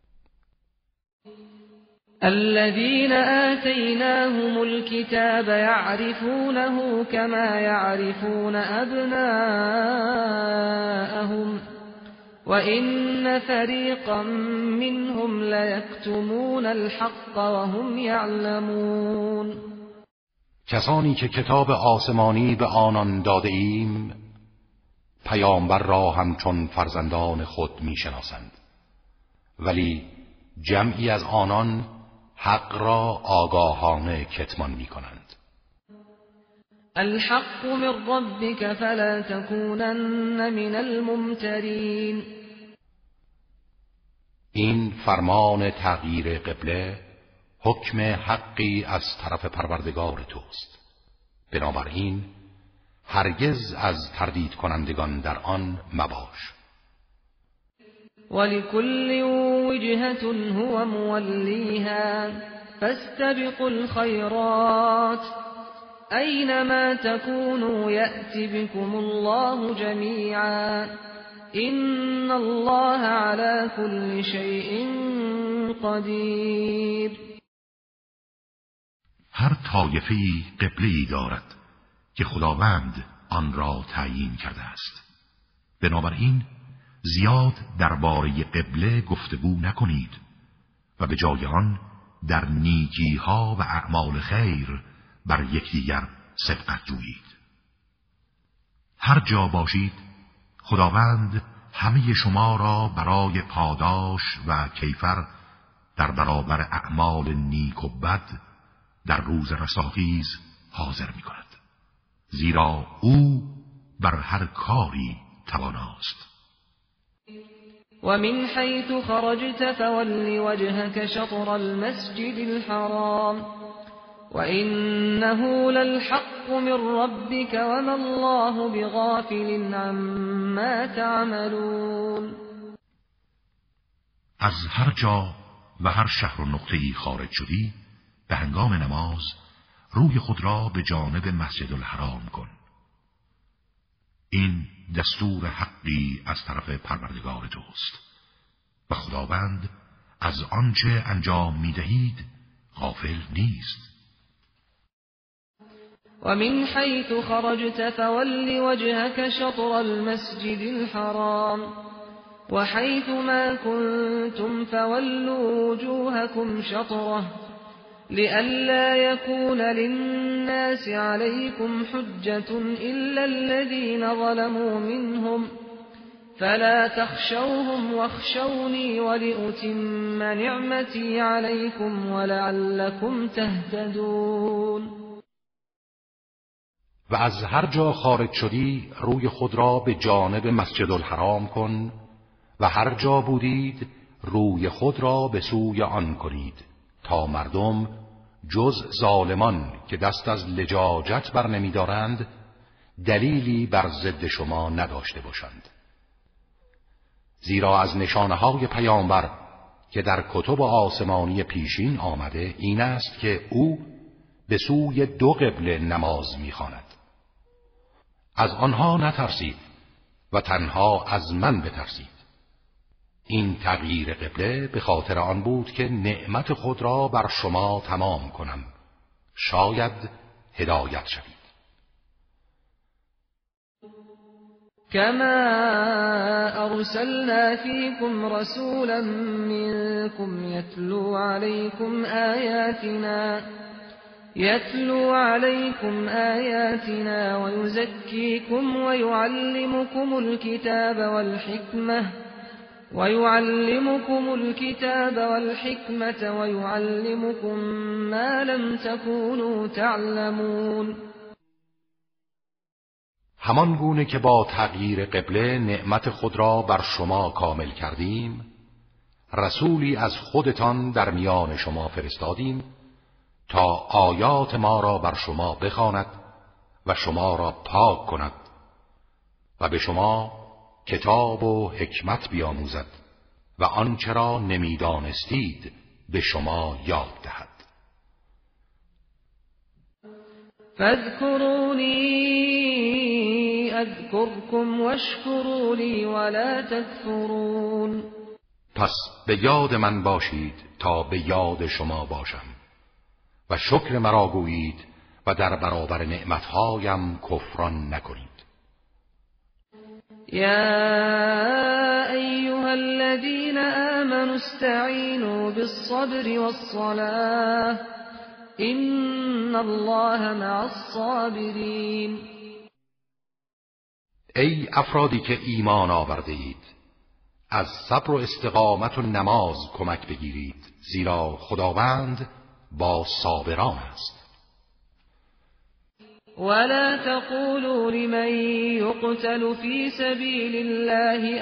الذين آتيناهم الكتاب يعرفونه كما يعرفون أبناءهم وإن فريقا منهم ليكتمون الحق وهم يعلمون. کسانی که کتاب آسمانی به آنان داده ایم پیامبر را همچون فرزندان خود میشناسند، ولی جمعی از آنان حق را آگاهانه کتمان میکنند. الحق من ربك فلا تكونن من الممترین. این فرمان تغییر قبله حکم حقی از طرف پروردگار توست، بنابراین هرگز از تردید کنندگان در آن مباش. ولكل وجهة هو موليها فاستبقوا الخيرات أينما تكونوا يأتي بكم الله جميعا إن الله على كل شيء قدير. هر طایفه‌ای قبله‌ای دارد که خداوند آن را تعیین کرده است، بنابراین زیاد درباره قبله گفتگو نکنید و به جای آن در نیکی‌ها و اعمال خیر بر یکدیگر سبقت جویید. هر جا باشید خداوند همه شما را برای پاداش و کیفر در برابر اعمال نیک و بد در روز رستاخیز حاضر می کند، زیرا او بر هر کاری تواناست. ومن حيث خرجت فول وجهك شطر المسجد الحرام وإنه للحق من ربك وما الله بغافل عما تعملون. از هر جا و هر شهر و نقطه‌ای خارج شدی، به هنگام نماز روی خود را به جانب مسجد الحرام کن. این دستور حقی از طرف پروردگار توست و خداوند از آنچه انجام می‌دهید غافل نیست. ومن حيث خرجت فول وجهك شطر المسجد الحرام وحيث ما كنتم فولوا وجوهكم شطره لئلا يكون للناس عليكم حجة إلا الذين ظلموا منهم فلا تخشوهم واخشوني ولأتم نعمتي عليكم ولعلكم تهتدون. و از هر جا خارج شدی روی خود را به جانب مسجد الحرام کن و هر جا بودید روی خود را به سوی آن کنید تا مردم جز ظالمان که دست از لجاجت بر نمی دارند دلیلی بر ضد شما نداشته باشند. زیرا از نشانه‌های پیامبر که در کتب آسمانی پیشین آمده این است که او به سوی دو قبله نماز می‌خواند. از آنها نترسید و تنها از من بترسید. این تغییر قبله به خاطر آن بود که نعمت خود را بر شما تمام کنم، شاید هدایت شوید. كما أرسلنا فيكم رسولا منكم يتلو عليكم آياتنا يتلو عليكم آياتنا ويزكيكم ويعلمكم الكتاب والحكمة ويعلمكم الكتاب والحكمة ويعلمكم ما لم تكونوا تعلمون. همان گونه که با تغییر قبله نعمت خود را بر شما کامل کردیم، رسولی از خودتان در میان شما فرستادیم تا آیات ما را بر شما بخواند و شما را پاک کند و به شما کتاب و حکمت بیاموزد و آنچه را نمیدانستید به شما یاد دهد. فاذكروني اذكركم واشكروا لي ولا تكفرون. پس به یاد من باشید تا به یاد شما باشم و شکر مرا گویید و در برابر نعمتهایم کفران نکنید. يا أيها الذين آمنوا استعينوا بالصبر والصلاة إن الله مع الصابرين. ای افرادی که ایمان آورده اید، از صبر و استقامت و نماز کمک بگیرید، زیرا خداوند با صابران است. ولا تقولوا لمن يقتل في سبيل الله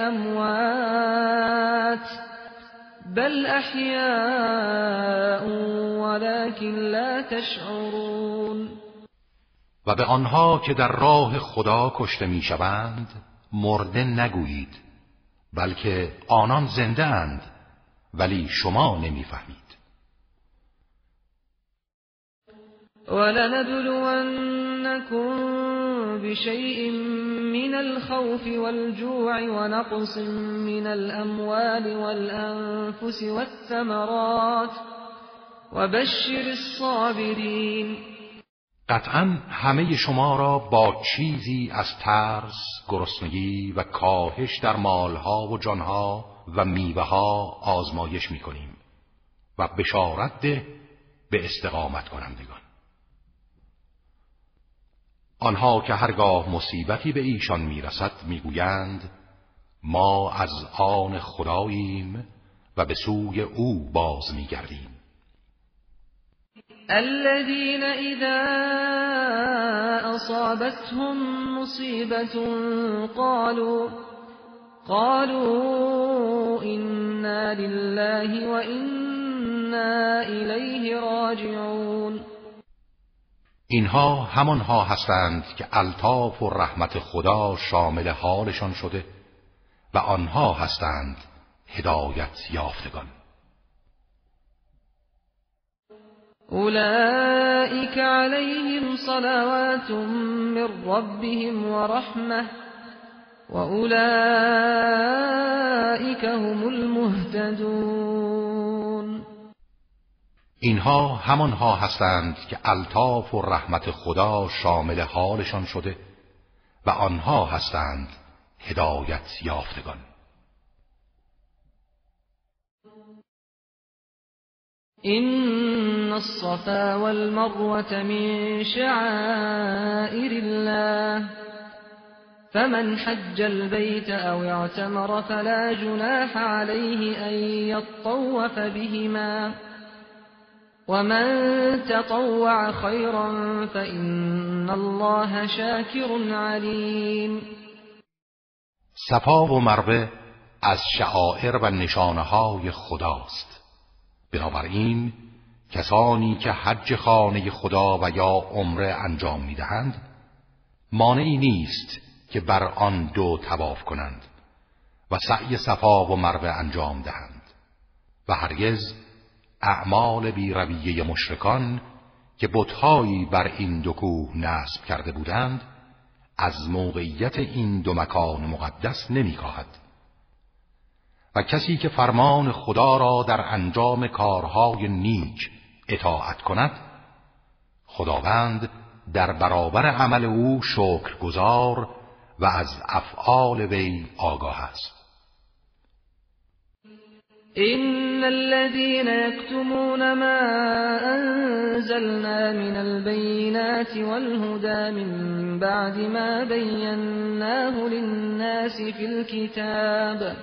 أموات بل أحياء ولكن لا تشعرون. و به آنها که در راه خدا کشته میشوند مرده نگویید، بلکه آنان زنده اند ولی شما نمیفهمید. ولنبلونكم بشيء من الخوف والجوع ونقص من الأموال والأنفس والثمرات وبشر الصابرين. قطعاً همه شما را با چیزی از ترس، گرسنگی و کاهش در مالها و جانها و میوه‌ها آزمایش می‌کنیم و بشارت ده به استقامت کنندگان. آنها که هرگاه مصیبتی به ایشان میرسد میگویند ما از آن خداییم و به سوی او باز میگردیم. الذين إذا أصابتهم مصيبة قالوا قالوا إنا لله وإنا إليه راجعون. اینها همانها هستند که الطاف و رحمت خدا شامل حالشان شده و آنها هستند هدایت یافتگان. أولئك عليهم صلوات من ربهم ورحمة وأولئك هم المهتدون. اینها همانها هستند که الطاف و رحمت خدا شامل حالشان شده و آنها هستند هدایت یافتگان. إن الصفا والمروة من شعائر الله فمن حج البيت أو اعتمر فلا جناح عليه أن يطوف بهما ومن تطوع خيرا فإن الله شاكر عليم. صفا و مروه از شعائر و نشانه‌های خداست. بنابراین کسانی که حج خانه خدا و یا عمره انجام می‌دهند مانعی نیست که بر آن دو طواف کنند و سعی صفا و مروه انجام دهند و هرگز اعمال بی‌رویه مشرکان که بت‌هایی بر این دو کوه نصب کرده بودند از موقعیت این دو مکان مقدس نمی‌کاهد. و کسی که فرمان خدا را در انجام کارهای نیک اطاعت کند، خداوند در برابر عمل او شکرگزار و از افعال وی آگاه است. إن الذين يكتمون ما أنزلنا من البينات والهدى من بعد ما بيناه للناس في الكتاب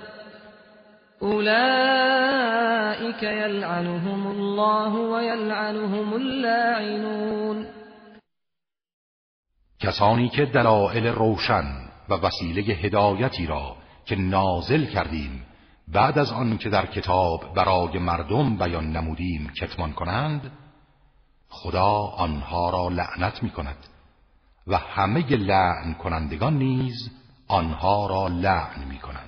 أولئك يلعنهم الله ويلعنهم اللاعنون. کسانی که دلائل روشن و وسیله هدایتی را که نازل کردیم بعد از آن که در کتاب برای مردم بیان نمودیم کتمان کنند، خدا آنها را لعنت می کند و همه لعن کنندگان نیز آنها را لعن می کنند.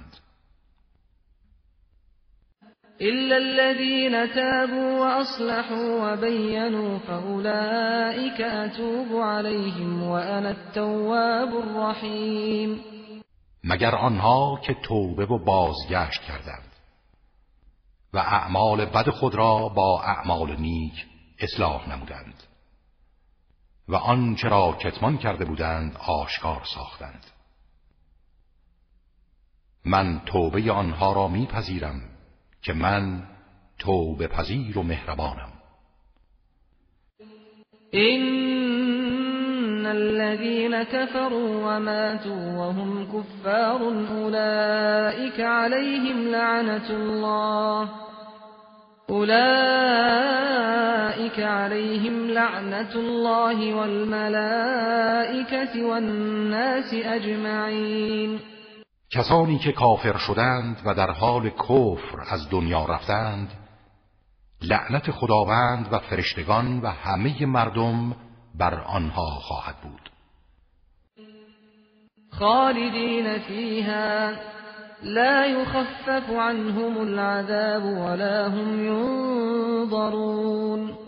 إلا الذين تابوا وأصلحوا وبينوا فأولئك أتوب عليهم وأنا التواب الرحيم. مگر آنها که توبه و بازگشت کردند و اعمال بد خود را با اعمال نیک اصلاح نمودند و آنچه را کتمان کرده بودند آشکار ساختند، من توبه آنها را میپذیرم که من توبه پذیر و مهربانم. إن الذين كفروا وماتوا وهم كفار أولئك عليهم لعنة الله أولئك عليهم لعنة الله والملائكة والناس أجمعين. کسانی که کافر شدند و در حال کفر از دنیا رفتند، لعنت خداوند و فرشتگان و همه مردم بر آنها خواهد بود. خالدین فیها لا یخفف عنهم العذاب ولا هم ینظرون.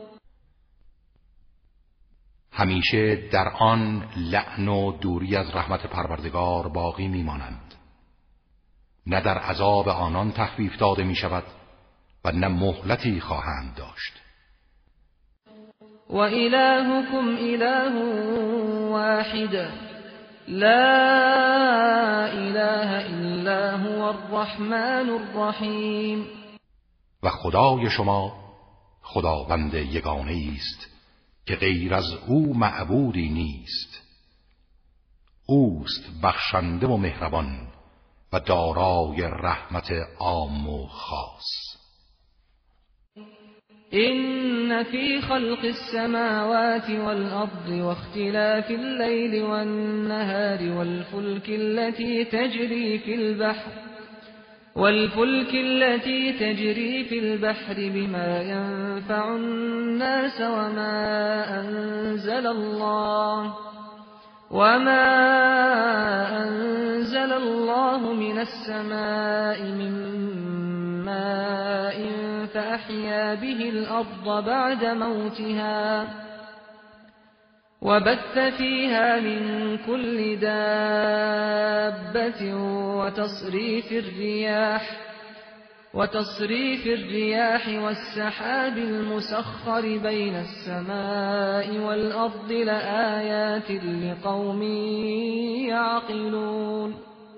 همیشه در آن لعن و دوری از رحمت پروردگار باقی میمانند، نه در عذاب آنان تخفیف داده می شود و نه مهلتی خواهند داشت. و الهکم اله واحد لا اله الا هو الرحمن الرحیم. و خدای شما خداوند یگانه است که غیر از او معبودی نیست، اوست بخشنده و مهربان و دارای رحمت عام و خاص. إن في خلق السماوات والأرض واختلاف الليل والنهار والفلك التي تجري في البحر والفلك التي تجري في البحر بما ينفع الناس وما أنزل الله وما أنزل الله من السماء من ماء فأحيا به الأرض بعد موتها وبث فيها من كل دابة وتصريف الرياح وتصريف الرياح والسحاب المسخر بين السماء والأرض لآيات لقوم يعقلون.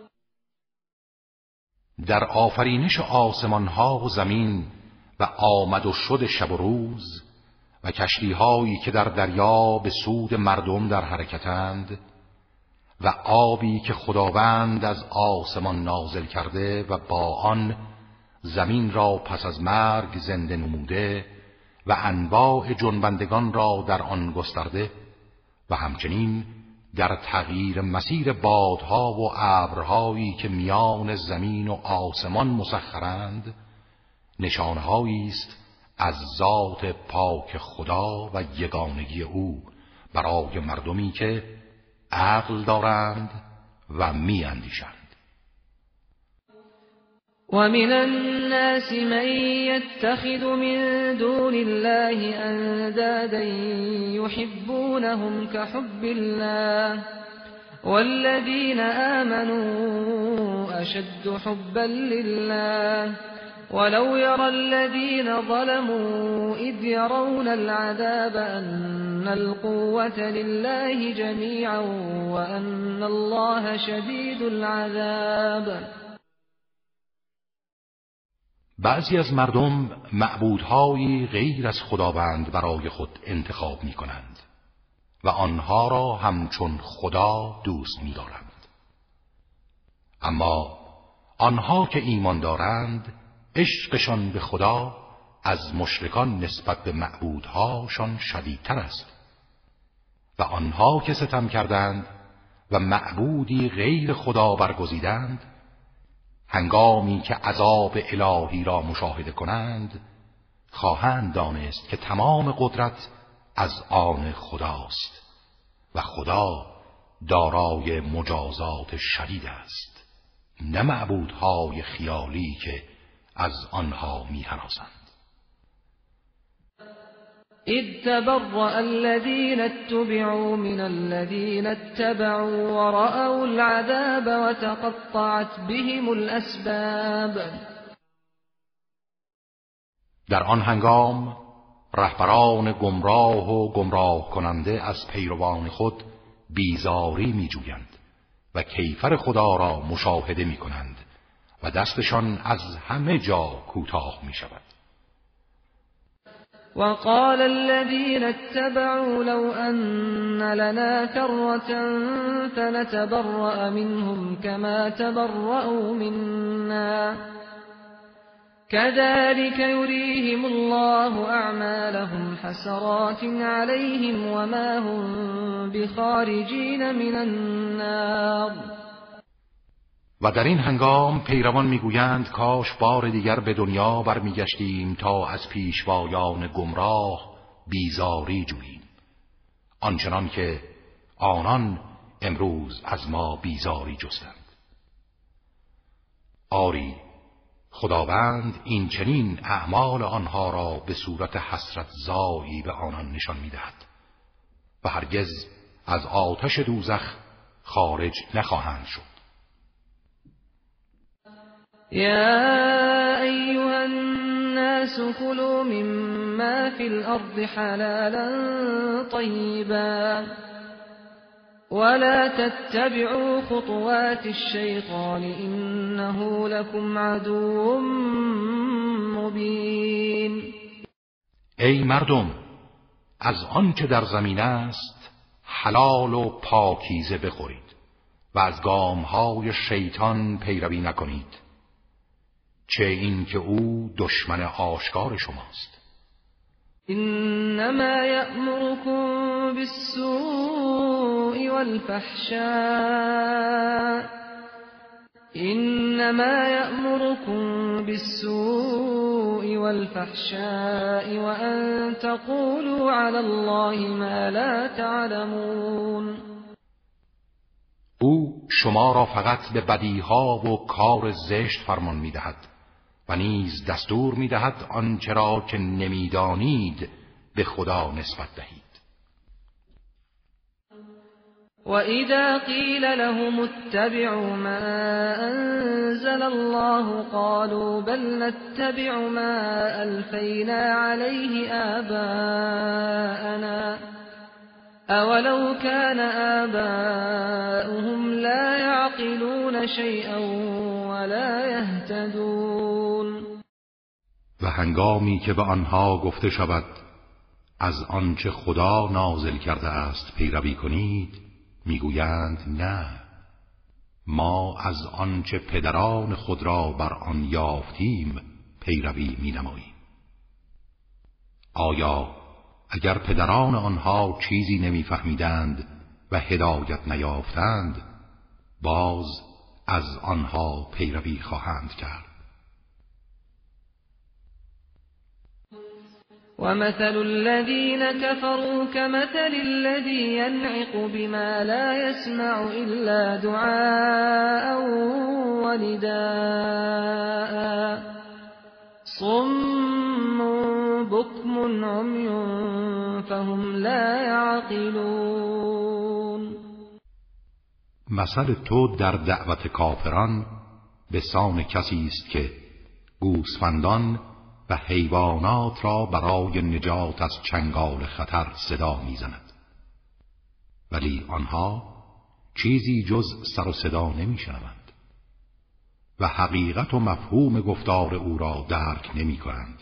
در آفرینش آسمانها و زمین و آمد و شد شب و روز و کشتی‌هایی که در دریا به سود مردم در حرکتند و آبی که خداوند از آسمان نازل کرده و با آن زمین را پس از مرگ زنده نموده و انواع جنبندگان را در آن گسترده و همچنین در تغییر مسیر بادها و ابرهایی که میان زمین و آسمان مسخرند نشانه‌هایی است از ذات پاک خدا و یگانگی او برای مردمی که عقل دارند و می اندیشند. ومن الناس من يتخذ من دون الله أندادا يحبونهم كحب الله والذين آمنوا أشد حبا لله ولو يرى الذين ظلموا إذ يرون العذاب أن القوة لله جميعا وأن الله شديد العذاب. بعضی از مردم معبودهایی غیر از خداوند برای خود انتخاب می کنند و آنها را همچون خدا دوست می دارند. اما آنها که ایمان دارند عشقشان به خدا از مشرکان نسبت به معبودهاشان شدیدتر است و آنها که ستم کردند و معبودی غیر خدا برگزیدند هنگامی که عذاب الهی را مشاهده کنند خواهند دانست که تمام قدرت از آن خداست و خدا دارای مجازات شدید است، نه معبودهای خیالی که از آنها می هراسند. إذ تبرأ الذين اتبعوا من الذين اتبعوا ورأوا العذاب وتقطعت بهم الأسباب. در آن هنگام رهبران گمراه و گمراه کننده از پیروان خود بیزاری می جویند و کیفر خدا را مشاهده می کنند و دستشان از همه جا کوتاه می شود. وقال الذين اتبعوا لو أن لنا كرة فنتبرأ منهم كما تبرأوا منا كذلك يريهم الله أعمالهم حسرات عليهم وما هم بخارجين من النار. و در این هنگام پیروان میگویند کاش بار دیگر به دنیا برمیگشتیم تا از پیشوایان گمراه بیزاری جوییم، آنچنان که آنان امروز از ما بیزاری جستند. آری خداوند این چنین اعمال آنها را به صورت حسرت زایی به آنان نشان میدهد و هرگز از آتش دوزخ خارج نخواهند شد. يا أيها الناس كلوا مما في الأرض حلالا طيبا ولا تتبعوا خطوات الشيطان إنه لكم عدو مبين. ای مردم، از آنچه در زمین است حلال و پاکیزه بخورید و از گامهای شیطان پیروی نکنید، چه این که او دشمن آشکار شماست. انما یأمرکم بالسوء والفحشاء انما یأمرکم بالسوء والفحشاء وان تقولوا علی الله ما لا تعلمون. او شما را فقط به بدیها و کار زشت فرمان می‌دهد و نیز دستور می‌دهد آنچه را که نمی‌دانید به خدا نسبت دهید. و اذا قیل لهم اتبعوا ما انزل الله قالوا بل نتبع ما الفینا علیه آباءنا اولو كان آباؤهم لا يعقلون شيئا ولا يهتدون. و هنگامی که به آنها گفته شود از آنچه خدا نازل کرده است پیروی کنید، میگویند نه، ما از آنچه پدران خود را بر آن یافتیم پیروی مینماییم. آیا اگر پدران آنها چیزی نمیفهمیدند و هدایت نیافتند باز از آنها پیروی خواهند کرد. ومثل الذين كفروا كمثل الذي ينعق بما لا يسمع إلا دعاء ونداء صم بكم عمي فهم لا يعقلون. مثل تو در دعوت کافران به سان کسی است که گوسفندان و حیوانات را برای نجات از چنگال خطر صدا می‌زند، ولی آنها چیزی جز سر و صدا نمی‌شنوند و حقیقت و مفهوم گفتار او را درک نمی‌کنند.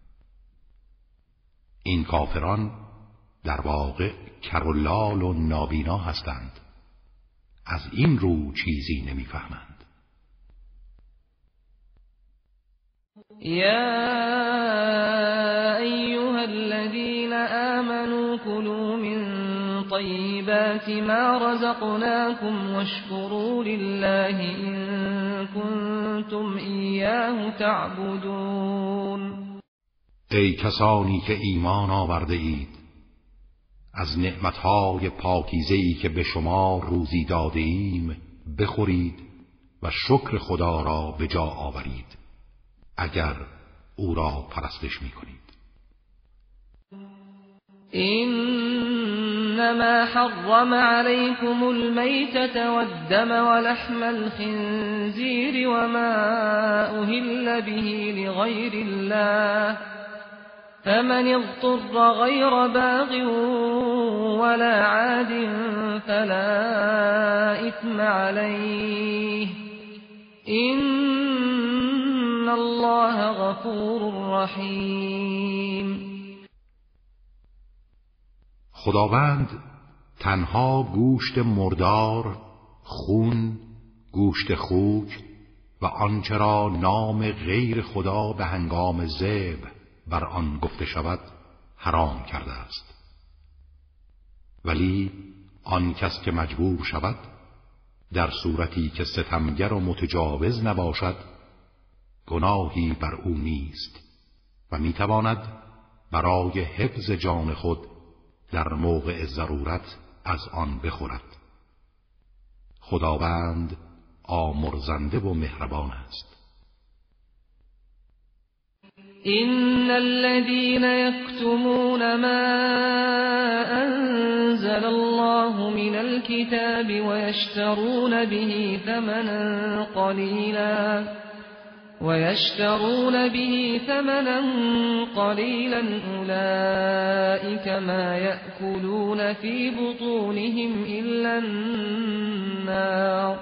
این کافران در واقع کر و لال و نابینا هستند، از این رو چیزی نمی‌فهمند. يا أيها الذين آمنوا كلوا من طيبات ما رزقناكم واشكروا لله إن كنتم إياه تعبدون. ای کسانی که ایمان آورده اید، از نعمتهای پاکیزه‌ای که به شما روزی داده ایم بخورید و شکر خدا را به جا آورید اگر او را پرستش می کنید. إنما حرم عليكم الميتة والدم ولحم الخنزير وما أهل به لغير الله فمن اضطر غير باغ ولا عاد فلا إثم عليه إن الله غفور رحیم. خداوند تنها گوشت مردار، خون، گوشت خوک و آنچه را نام غیر خدا به هنگام ذبح بر آن گفته شود حرام کرده است، ولی آن کس که مجبور شود در صورتی که ستمگر و متجاوز نباشد گناهی بر او نیست و میتواند برای حفظ جان خود در موقع ضرورت از آن بخورد. خداوند آمرزنده و مهربان است. إن الذين يكتمون ما أنزل الله من الكتاب ويشترون به ثمنا قليلا ويشترون به ثمنا قليلا أولئك ما يأكلون في بطونهم إلا النار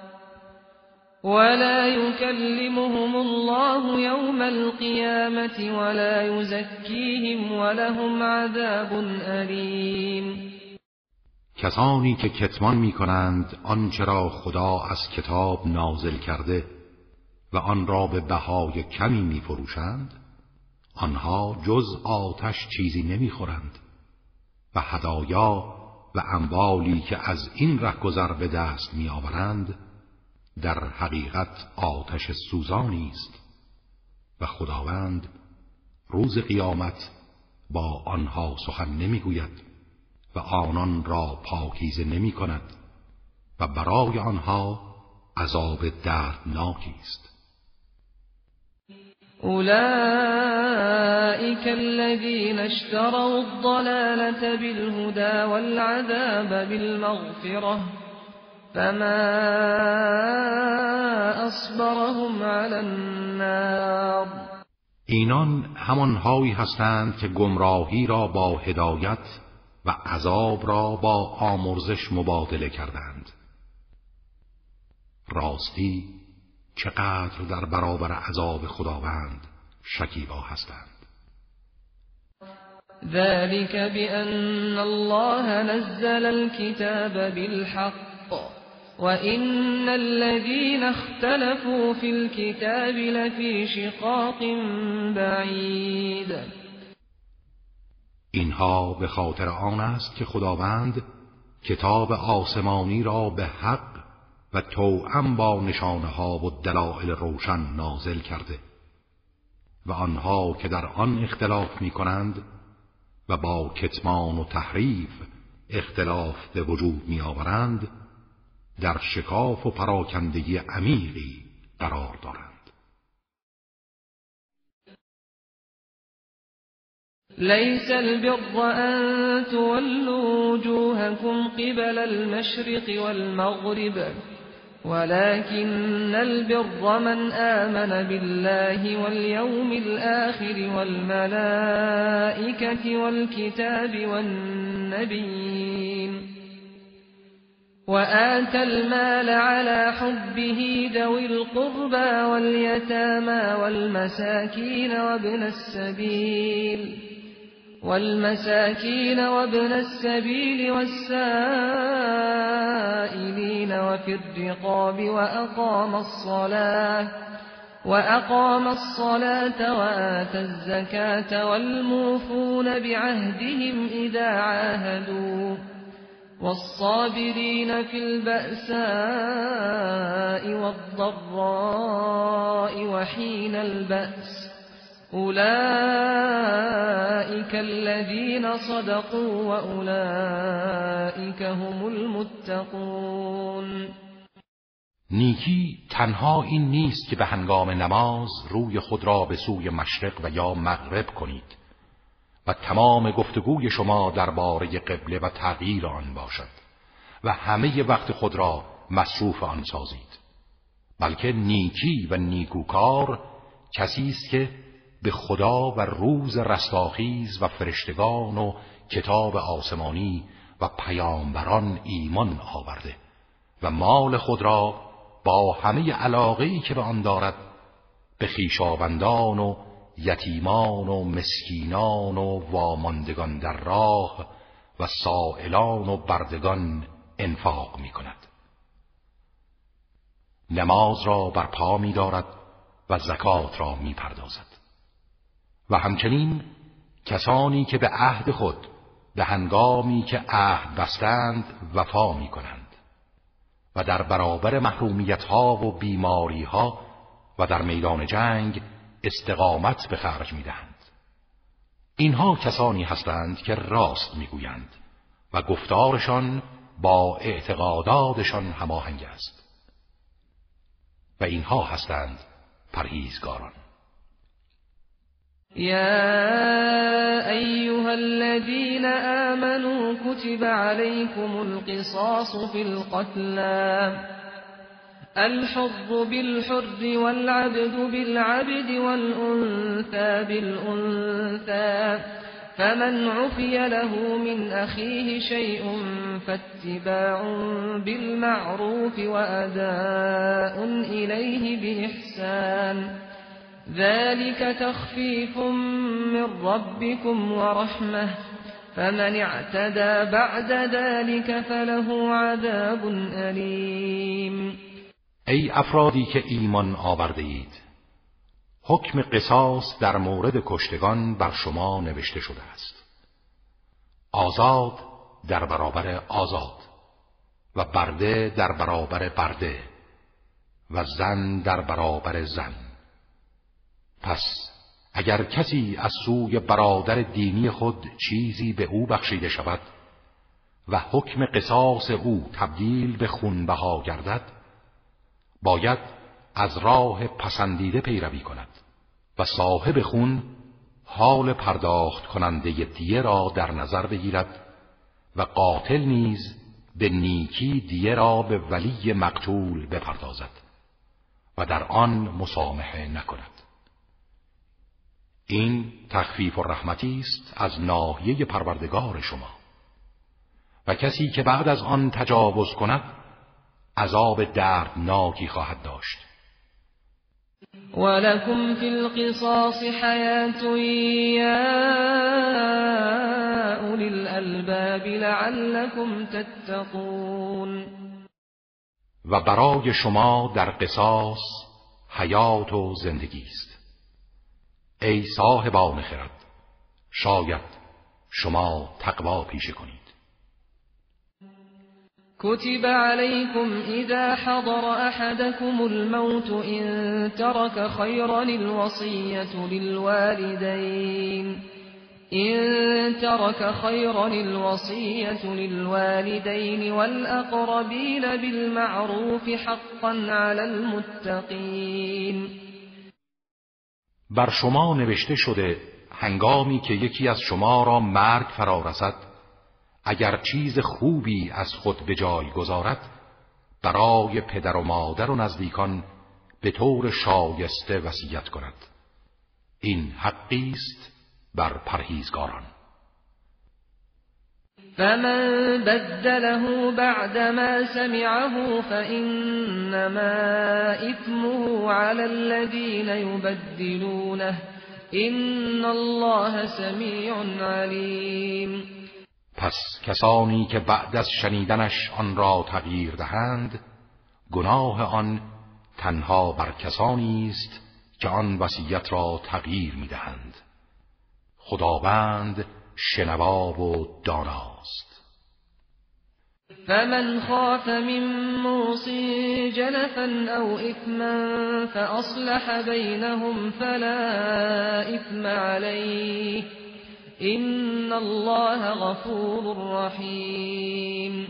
ولا يكلمهم الله يوم القيامة ولا يزكيهم ولهم عذاب أليم. کسانی که کتمان می کنند آنچه را خدا از کتاب نازل کرده و آن را به بهای کمی می فروشند، آنها جز آتش چیزی نمی خورند و هدایا و اموالی که از این رهگذر به دست می آورند در حقیقت آتش سوزانی است و خداوند روز قیامت با آنها سخن نمی گوید و آنان را پاکیزه نمی کند و برای آنها عذاب دردناکی است. أولئك الذين اشتروا الضلالة بالهدى والعذاب بالمغفرة فما أصبرهم على النار. اینان همانهایی هستند که گمراهی را با هدایت و عذاب را با آمرزش مبادله کردند. راستی چقدر در برابر عذاب خداوند شکیبا هستند. ذلك بأن الله نزل الكتاب بالحق وإن الذين اختلفوا في الكتاب لفي شقاق بعید. اینها به خاطر آن است که خداوند کتاب آسمانی را به حق و توأم با نشانه ها و دلایل روشن نازل کرده و آنها که در آن اختلاف می کنند و با کتمان و تحریف اختلاف به وجود می آورند در شکاف و پراکندگی عمیقی قرار دارند. ليس البر أن تولوا وجوهكم قبل المشرق والمغرب ولكن البر من آمن بالله واليوم الآخر والملائكة والكتاب والنبيين وآتى المال على حبه ذوي القربى واليتامى والمساكين وابن السبيل والمساكين وابن السبيل والسائلين وفي الرقاب وأقام الصلاة وأقام الصلاة وآتى الزكاة والموفون بعهدهم إذا عاهدوا والصابرين في البأساء والضراء وحين البأس أولئك الذين صدقوا وأولئك هم المتقون. نیکی تنها این نیست که به هنگام نماز روی خود را به سوی مشرق و یا مغرب کنید و تمام گفتگوی شما درباره قبله و تغییر آن باشد و همه وقت خود را مصروف آن سازید، بلکه نیکی و نیکوکار کسی است که به خدا و روز رستاخیز و فرشتگان و کتاب آسمانی و پیامبران ایمان آورده و مال خود را با همه علاقه‌ای که به آن دارد به خویشاوندان و یتیمان و مسکینان و واماندگان در راه و سائلان و بردگان انفاق می کند. نماز را برپا می دارد و زکات را می پردازد و همچنین کسانی که به عهد خود به هنگامی که عهد بستند وفا می کنند و در برابر محرومیت ها و بیماری ها و در میدان جنگ استقامت به خرج می دهند. اینها کسانی هستند که راست می گویند و گفتارشان با اعتقاداتشان هماهنگ است و اینها هستند پرهیزگاران. يا أيها الذين آمنوا كتب عليكم القصاص في القتلى الحر بالحر والعبد بالعبد والأنثى بالأنثى فمن عفي له من أخيه شيء فاتباع بالمعروف وأداء إليه بإحسان ذلك تخفيف من ربكم ورحمة فمن اعتدى بعد ذلك فله عذاب أليم. ای افرادی که ایمان آورده اید، حکم قصاص در مورد کشتگان بر شما نوشته شده است. آزاد در برابر آزاد و برده در برابر برده و زن در برابر زن. پس اگر کسی از سوی برادر دینی خود چیزی به او بخشیده شود و حکم قصاص او تبدیل به خونبها گردد، باید از راه پسندیده پیروی کند و صاحب خون حال پرداخت کننده دیه را در نظر بگیرد و قاتل نیز به نیکی دیه را به ولی مقتول بپردازد و در آن مسامحه نکند. این تخفیف و رحمتی است از ناحیه پروردگار شما و کسی که بعد از آن تجاوز کند عذاب دردناکی خواهد داشت. ولكم في القصاص حياة يا أولي الألباب لعلكم تتقون. و برای شما در قصاص حیات و زندگی است ای صاحبان خرد، شاید شما تقوا پیشه کنید. كتب عليكم إذا حضر أحدكم الموت إن ترك خيرا الوصية للوالدين إن ترك خيرا الوصية للوالدين والأقربين بالمعروف حقا على المتقين. بر شما نوشته شده هنگامی که یکی از شما را مرگ فرا رسد اگر چیز خوبی از خود به جای گذارد برای پدر و مادر و نزدیکان به طور شایسته وصیت کند. این حقی است بر پرهیزگاران. فمن بدله بعدما سمعه فإنما إثمه على الذين يبدلونه إن الله سمیع علیم. پس کسانی که بعد از شنیدنش آن را تغییر دهند گناه آن تنها بر کسانی است که آن وصیت را تغییر می‌دهند. خداوند شنوا و داناست. فمن خاف من موص جنفا او اثما فاصلح بینهم فلا اثم علیه ان الله غفور رحیم.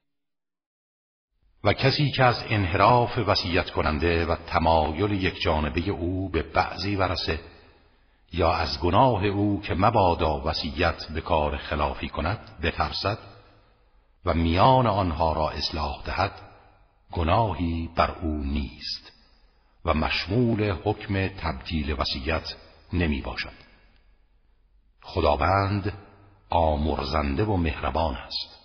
و کسی که از انحراف وصیت کننده و تمایل یک جانبه او به بعضی ورثه یا از گناه او که مبادا وصیت به کار خلافی کند بترسد و میان آنها را اصلاح دهد گناهی بر او نیست و مشمول حکم تبدیل وصیت نمی باشد. خداوند آمرزنده و مهربان است.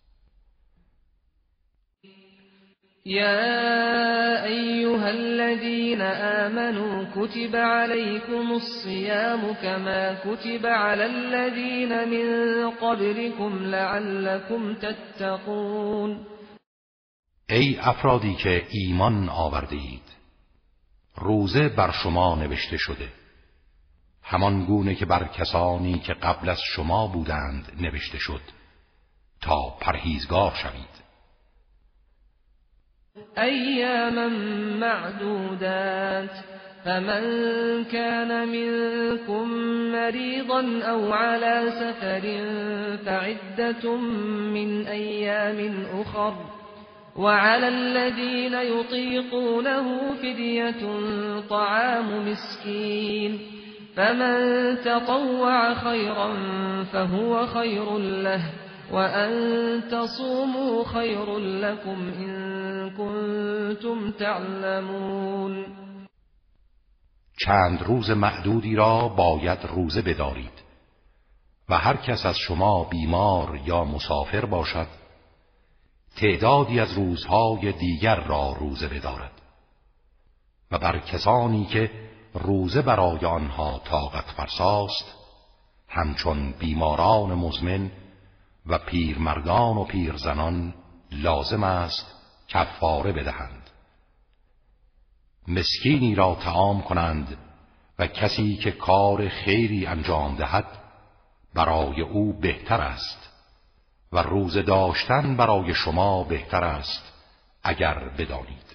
يا أيها الذين آمنوا كتب عليكم الصيام كما كتب على الذين من قبلكم لعلكم تتقون. ای افرادی که ایمان آورده اید روزه بر شما نوشته شده همان گونه که بر کسانی که قبل از شما بودند نوشته شد تا پرهیزگار شوید. أياما معدودات فمن كان منكم مريضا أو على سفر فعدة من أيام أخر وعلى الذين يطيقونه فدية طعام مسكين فمن تطوع خيرا فهو خير له وأن تصوموا خير لكم إن كنتم تعلمون. چند روز معدودی را باید روزه بدارید و هر کس از شما بیمار یا مسافر باشد تعدادی از روزهای دیگر را روزه بدارد و بر کسانی که روزه برای آنها طاقت فرساست همچون بیماران مزمن و پیرمردان و پیرزنان لازم است کفاره بدهند. مسکینی را طعام کنند و کسی که کار خیری انجام دهد برای او بهتر است و روزه داشتن برای شما بهتر است اگر بدانید.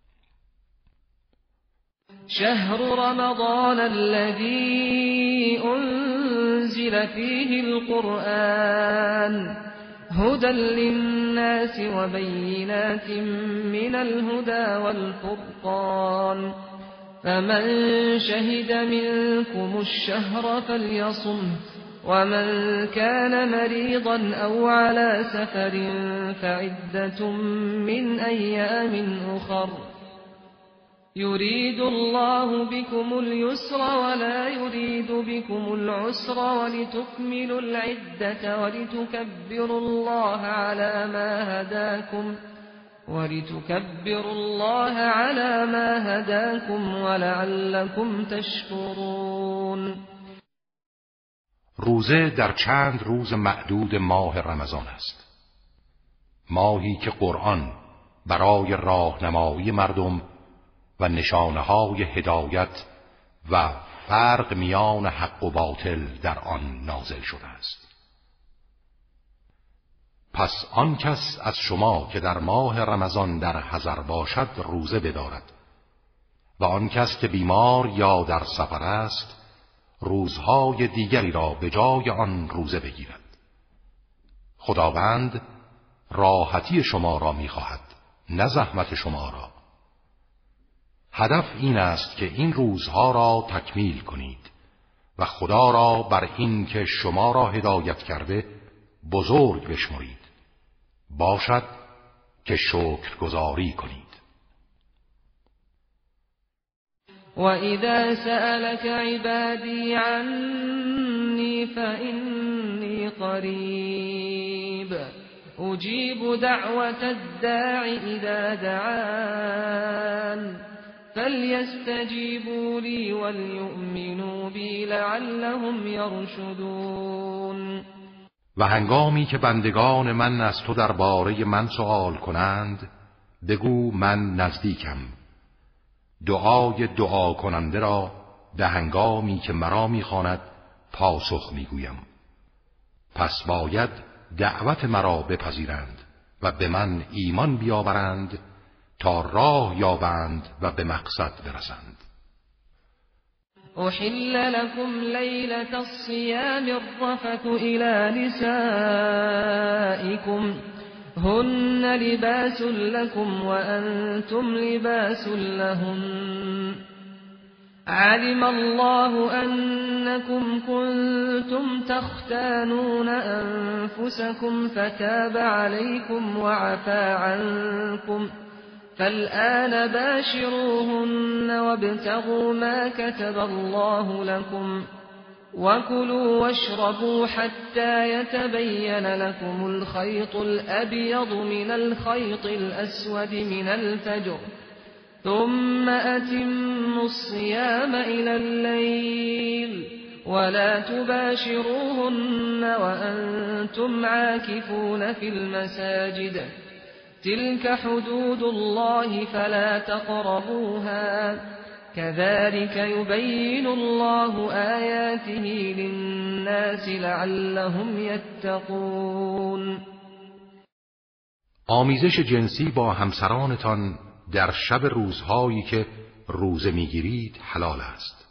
شهر رمضان الذي أنزل فيه القرآن هدى للناس وبينات من الهدى والفرقان فمن شهد منكم الشهر فليصمه ومن كان مريضا أو على سفر فعدة من أيام أخر يريد الله بكم اليسر ولا يريد بكم العسر ولتكملوا العدة ولتكبروا الله على ما هداكم ولتكبروا الله على ما هداكم ولعلكم تشكرون. روزه در چند روز معدود ماه رمضان است، ماهی که قرآن برای راهنمایی مردم و نشانه‌های هدایت و فرق میان حق و باطل در آن نازل شده است. پس آن کس از شما که در ماه رمضان در حضر باشد روزه بدارد و آن کس که بیمار یا در سفر است روزهای دیگری را به جای آن روزه بگیرد. خداوند راحتی شما را می‌خواهد، نه زحمت شما را. هدف این است که این روزها را تکمیل کنید و خدا را بر این که شما را هدایت کرده بزرگ بشمرید، باشد که شکرگزاری کنید. وَإِذَا سَأَلَكَ عِبَادِي عَنِّي فَإِنِّي قَرِيبٌ أُجِيبُ دَعْوَةَ الدَّاعِ إِذَا دَعَانِ فَلْيَسْتَجِيبُوا لِي وَلْيُؤْمِنُوا بِي لَعَلَّهُمْ يَرْشُدُونَ. و هنگامی که بندگان من از تو درباره من سؤال کنند بگو من نزدیکم. دعای دعا کننده را به هنگامی که مرا میخواند پاسخ میگویم. پس باید دعوت مرا بپذیرند و به من ایمان بیاورند تا راه یابند و به مقصد برسند. أحل لكم ليلة الصيام الرفث إلى نسائكم هن لباس لكم وأنتم لباس لهن علم الله أنكم كنتم تختانون أنفسكم فتاب عليكم وعفى عنكم فالآن باشروهن وابتغوا ما كتب الله لكم وكلوا واشربوا حتى يتبين لكم الخيط الأبيض من الخيط الأسود من الفجر ثم أتموا الصيام إلى الليل ولا تباشروهن وأنتم عاكفون في المساجد تلك حدود الله فلا تقربوها كذلك يبين الله آياته للناس لعلهم يتقون. آمیزش جنسی با همسرانتان در شب روزهایی که روزه میگیرید حلال است.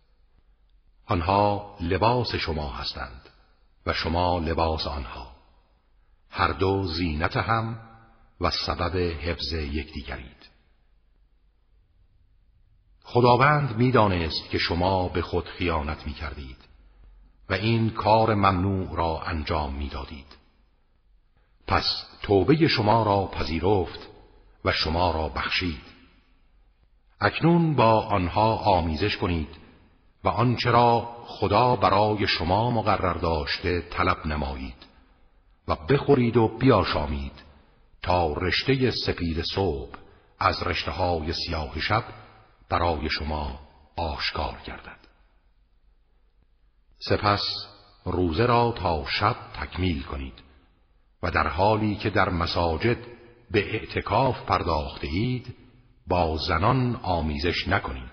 آنها لباس شما هستند و شما لباس آنها، هر دو زینت هم و سبب حفظ یکدیگرید. خداوند می‌دانست که شما به خود خیانت می‌کردید و این کار ممنوع را انجام می‌دادید. پس توبه شما را پذیرفت و شما را بخشید. اکنون با آنها آمیزش کنید و آنچه را خدا برای شما مقرر داشته طلب نمایید و بخورید و بیاشامید تا رشته سپید صبح از رشته های سیاه شب برای شما آشکار گردد. سپس روزه را تا شب تکمیل کنید و در حالی که در مساجد به اعتکاف پرداخته اید با زنان آمیزش نکنید.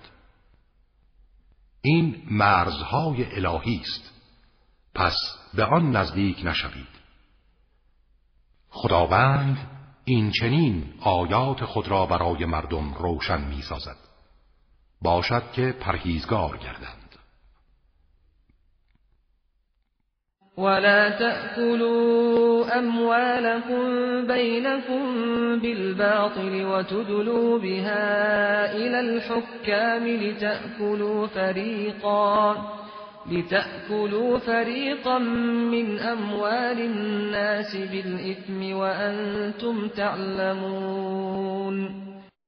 این مرزهای الهی است، پس به آن نزدیک نشوید. خداوند این چنین آیات خود را برای مردم روشن می سازد، باشد که پرهیزگار گردند. ولا تأكلوا أموالكم بينكم بالباطل وتدلوا بها إلى الحكام لتأكلوا فريقا لتأكلوا فريقا من أموال الناس بالإثم وأنتم تعلمون.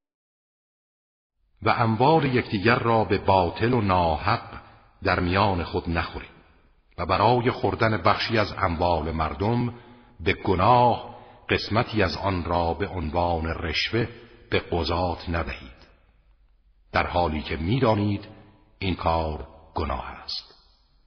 و اموال یکدیگر را به باطل و ناحق در میان خود نخورید و برای خوردن بخشی از اموال مردم به گناه قسمتی از آن را به عنوان رشوه به قضات ندهید، در حالی که می‌دانید این کار گناه است.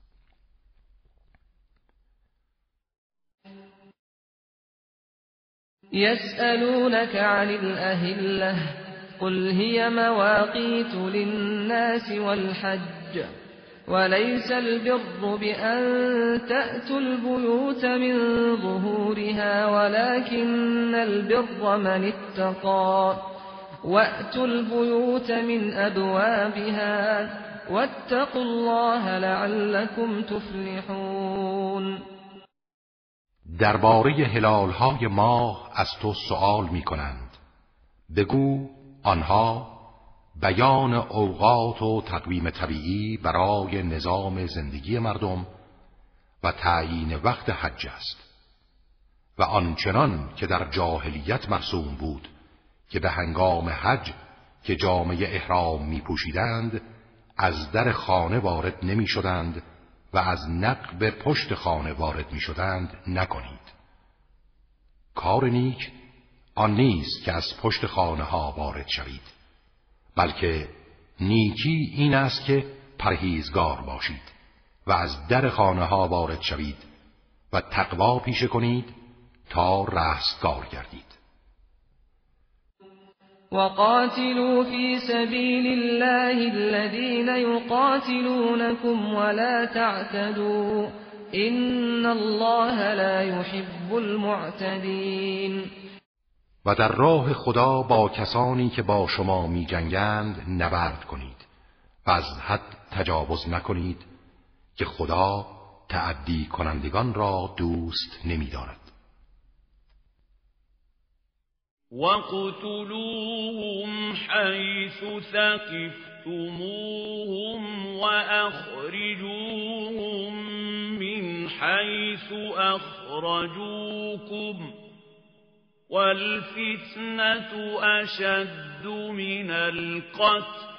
يسألونك عن الأهلة قل هي مواقيت للناس والحج وليس البر بأن تأتوا البيوت من ظهورها ولكن البر من اتقى وأتوا البيوت من أبوابها واتقوا الله لعلكم تفلحون. درباره هلالهای ماه از تو سؤال می کنند. بگو آنها بیان اوقات و تقویم طبیعی برای نظام زندگی مردم و تعیین وقت حج است و آنچنان که در جاهلیت مرسوم بود که به هنگام حج که جامه احرام می پوشیدند از در خانه وارد نمی شدند و از نقب پشت خانه وارد می شدند نکنید. کار نیک آن نیست که از پشت خانه ها وارد شوید، بلکه نیکی این است که پرهیزگار باشید و از در خانه ها وارد شوید و تقوا پیشه کنید تا رستگار گردید. وقاتلوا في سبيل الله الذين يقاتلونكم ولا تعتدوا إن الله لا يحب المعتدين. و در راه خدا با کسانی که با شما می جنگند نبرد کنید و از حد تجاوز نکنید که خدا تعدی کنندگان را دوست نمی دارد. وَاقْتُلُوهُمْ حَيْثُ ثَقِفْتُمُوهُمْ وَأَخْرِجُوهُمْ مِنْ حَيْثُ أَخْرَجُوكُمْ وَالْفِتْنَةُ أَشَدُّ مِنَ الْقَتْلِ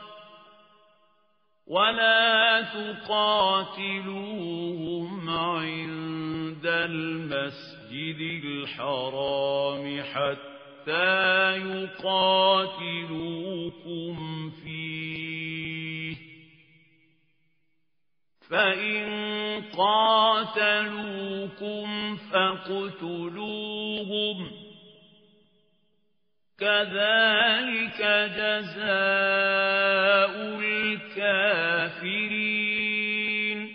وَلَا تُقَاتِلُوهُمْ عِندَ الْمَسْجِدِ الْحَرَامِ حَتَّى يقاتلوكم فيه فإن قاتلوكم فاقتلوهم كذلك جزاء الكافرين.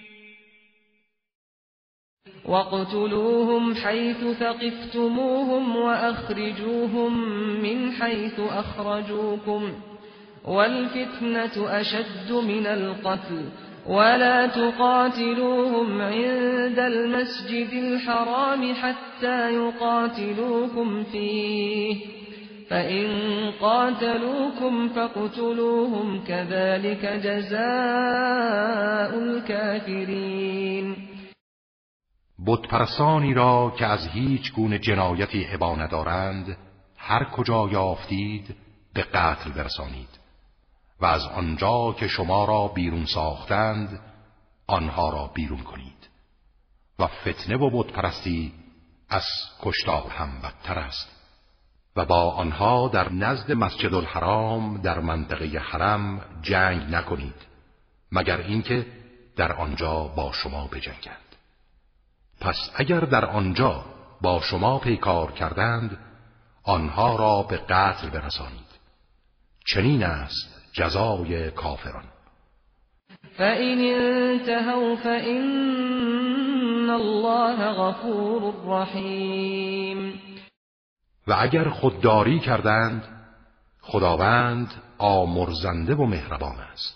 وَاقْتُلُوهُمْ حَيْثُ ثَقِفْتُمُوهُمْ وَأَخْرِجُوهُمْ مِنْ حَيْثُ أَخْرَجُوكُمْ وَالْفِتْنَةُ أَشَدُّ مِنَ الْقَتْلِ وَلَا تُقَاتِلُوهُمْ عِندَ الْمَسْجِدِ الْحَرَامِ حَتَّى يُقَاتِلُوكُمْ فِيهِ فَإِنْ قَاتَلُوكُمْ فَاقْتُلُوهُمْ كَذَلِكَ جَزَاءُ الْكَافِرِينَ. بتپرستانی را که از هیچ گونه جنایتی ابا ندارند هر کجا یافتید به قتل برسانید و از آنجا که شما را بیرون ساختند آنها را بیرون کنید و فتنه و بتپرستی از کشتار هم بدتر است و با آنها در نزد مسجد الحرام در منطقه حرم جنگ نکنید مگر اینکه در آنجا با شما بجنگند. پس اگر در آنجا با شما پیکار کردند آنها را به قتل برسانید. چنین است جزای کافران. فَإِنِ انْتَهَوْا فَإِنَّ اللَّهَ غَفُورٌ رَحِيمٌ. و اگر خودداری کردند خداوند آمرزنده و مهربان است.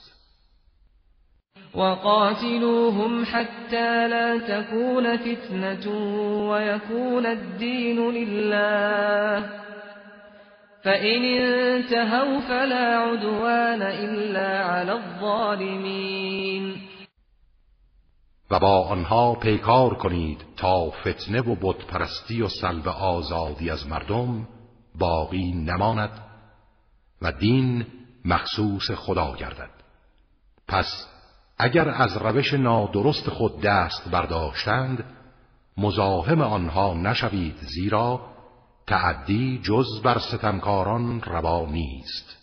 وَقَاتِلُوهُمْ حَتَّى لَا تَكُونَ فِتْنَةٌ وَيَكُونَ الدِّينُ لِلَّهِ فَإِنِ انْتَهَوْا فَلَا عُدْوَانَ إِلَّا عَلَى الظَّالِمِينَ. و با آنها پیکار کنید تا فتنه و بتپرستی و سلب آزادی از مردم باقی نماند و دین مخصوص خدا گردد. پس اگر از روش نادرست خود دست برداشتند مزاحم آنها نشوید، زیرا تعدی جز بر ستمکاران روا نیست.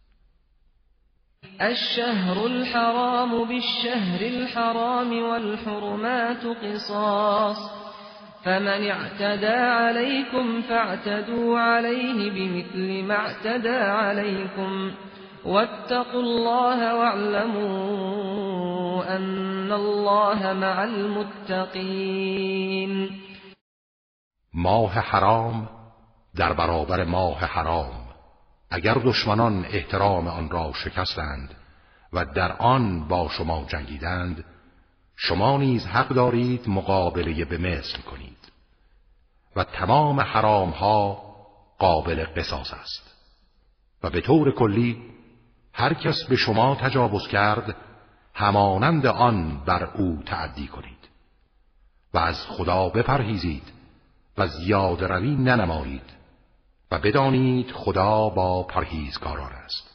الشهر الحرام بالشهر الحرام والحرمات قصاص فمن اعتدى عليكم فاعتدوا عليه بمثل ما اعتدى عليكم واتقوا الله واعلموا أن الله مع المتقين. ماه حرام در برابر ماه حرام اگر دشمنان احترام آن را شکستند و در آن با شما جنگیدند، شما نیز حق دارید مقابله به مثل کنید و تمام حرام ها قابل قصاص است و به طور کلی هر کس به شما تجاوز کرد همانند آن بر او تعدی کنید و از خدا بپرهیزید و زیاده روی ننمایید و بدانید خدا با پرهیزکاران است.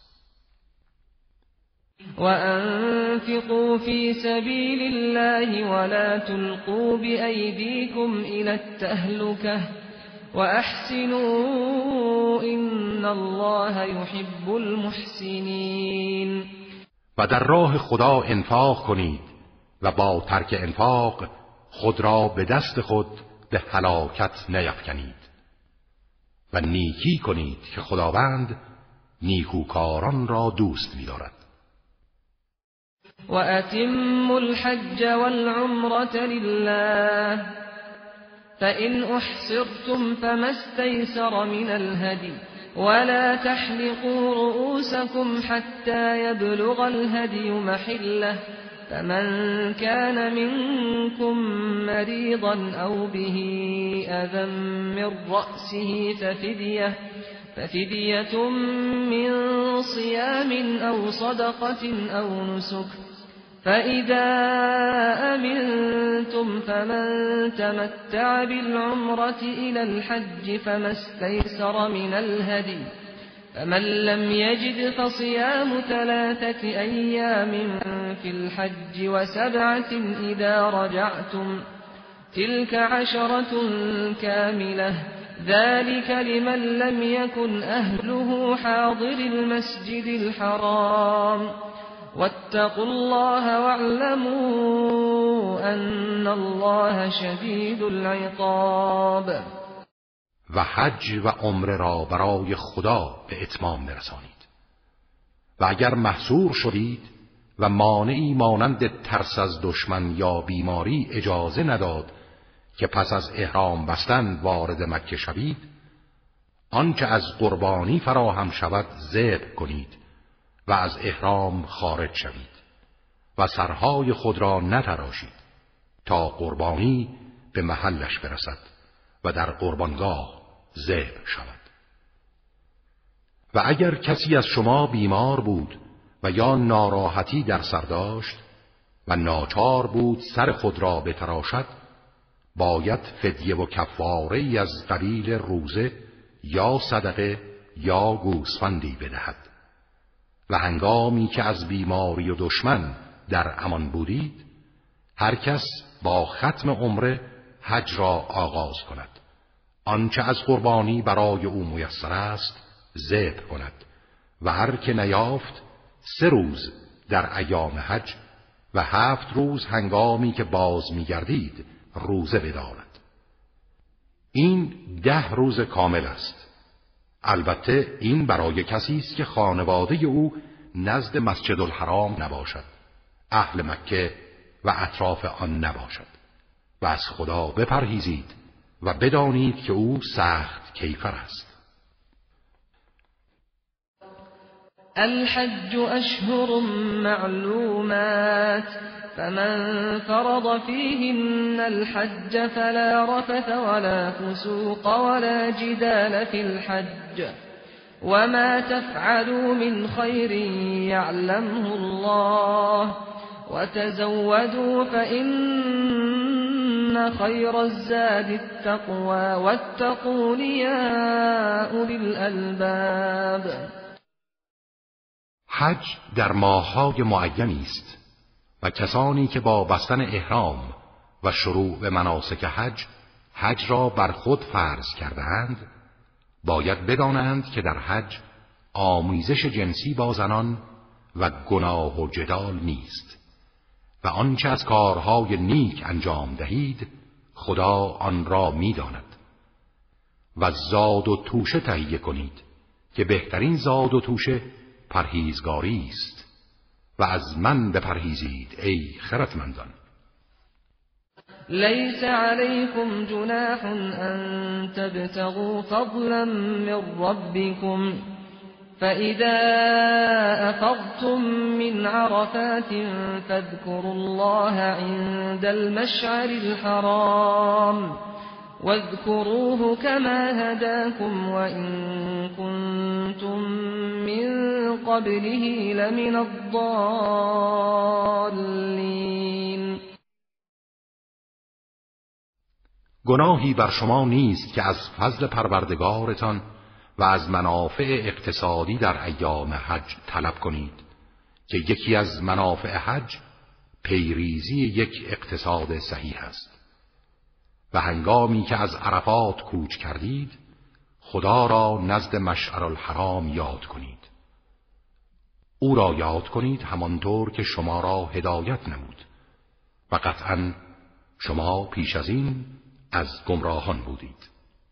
وأنفقوا في سبيل الله ولا تلقوا بأيديكم إلى التهلكة وأحسنوا إن الله يحب المحسنين. و در راه خدا انفاق کنید و با ترک انفاق خود را به دست خود به هلاکت نیفکنید و نیکی کنید که خداوند نیکوکاران را دوست می‌دارد. وأتموا الحج والعمرة لله فإن أحصرتم فما استيسر من الهدي ولا تحلقوا رؤوسكم حتى يبلغ الهدي محله فمن كان منكم مريضا أو به أذى من رأسه ففدية ففدية من صيام أو صدقة أو نسك فإذا أمنتم فمن تمتع بالعمرة إلى الحج فما استيسر من الهدي فمن لم يجد فصيام ثلاثة أيام في الحج وسبعة إذا رجعتم تلك عشرة كاملة ذلك لمن لم يكن أهله حاضر المسجد الحرام واتقوا الله واعلموا أن الله شدید العقاب. و حج و عمره را برای خدا به اتمام برسانید و اگر محصور شدید و مانعی مانند ترس از دشمن یا بیماری اجازه نداد که پس از احرام بستن وارد مکه شوید، آنچه از قربانی فراهم شود ذبح کنید و از احرام خارج شوید و سرهای خود را نتراشید تا قربانی به محلش برسد و در قربانگاه ذبح شود. و اگر کسی از شما بیمار بود و یا ناراحتی در سر داشت و ناچار بود سر خود را بتراشد، باید فدیه و کفاره ای از قبیل روزه یا صدقه یا گوسفندی بدهد. و هنگامی که از بیماری و دشمن در امان بودید، هر کس با ختم عمره حج را آغاز کند. آنچه از قربانی برای او میسر است ذبح کند و هر که نیافت سه روز در ایام حج و هفت روز هنگامی که باز میگردید روزه بدارد. این ده روز کامل است. البته این برای کسی است که خانواده او نزد مسجد الحرام نباشد، اهل مکه و اطراف آن نباشد. و از خدا بپرهیزید و بدانید که او سخت کیفر است. الحج اشهر معلومات فمن فرض فيهن الحج فلا رفث ولا فسوق ولا جدال في الحج وما تفعلوا من خير يعلمه الله وتزودوا فإن خير الزاد التقوى واتقون يا أولي الألباب. حج در ماه‌های معینی است و کسانی که با بستن احرام و شروع به مناسک حج حج را بر خود فرض کرده‌اند باید بدانند که در حج آمیزش جنسی با زنان و گناه و جدال نیست و آنچه از کارهای نیک انجام دهید خدا آن را می‌داند. و زاد و توشه تهیه کنید که بهترین زاد و توشه پرهیزگاری است و از من بپرهیزید ای خردمندان. ليس عليكم جناح أن تبتغوا فضلا من ربكم فإذا أفضتم من عرفات فاذكروا الله عند المشعر الحرام واذكروه كما هداكم وإن كنتم من قبله لمن الضالين. گناهی بر شما نیست که از فضل پروردگارتان و از منافع اقتصادی در ایام حج طلب کنید که یکی از منافع حج پیریزی یک اقتصاد صحیح است. و هنگامی که از عرفات کوچ کردید خدا را نزد مشعر الحرام یاد کنید. او را یاد کنید همانطور که شما را هدایت نمود و قطعاً شما پیش از این از گمراهان بودید.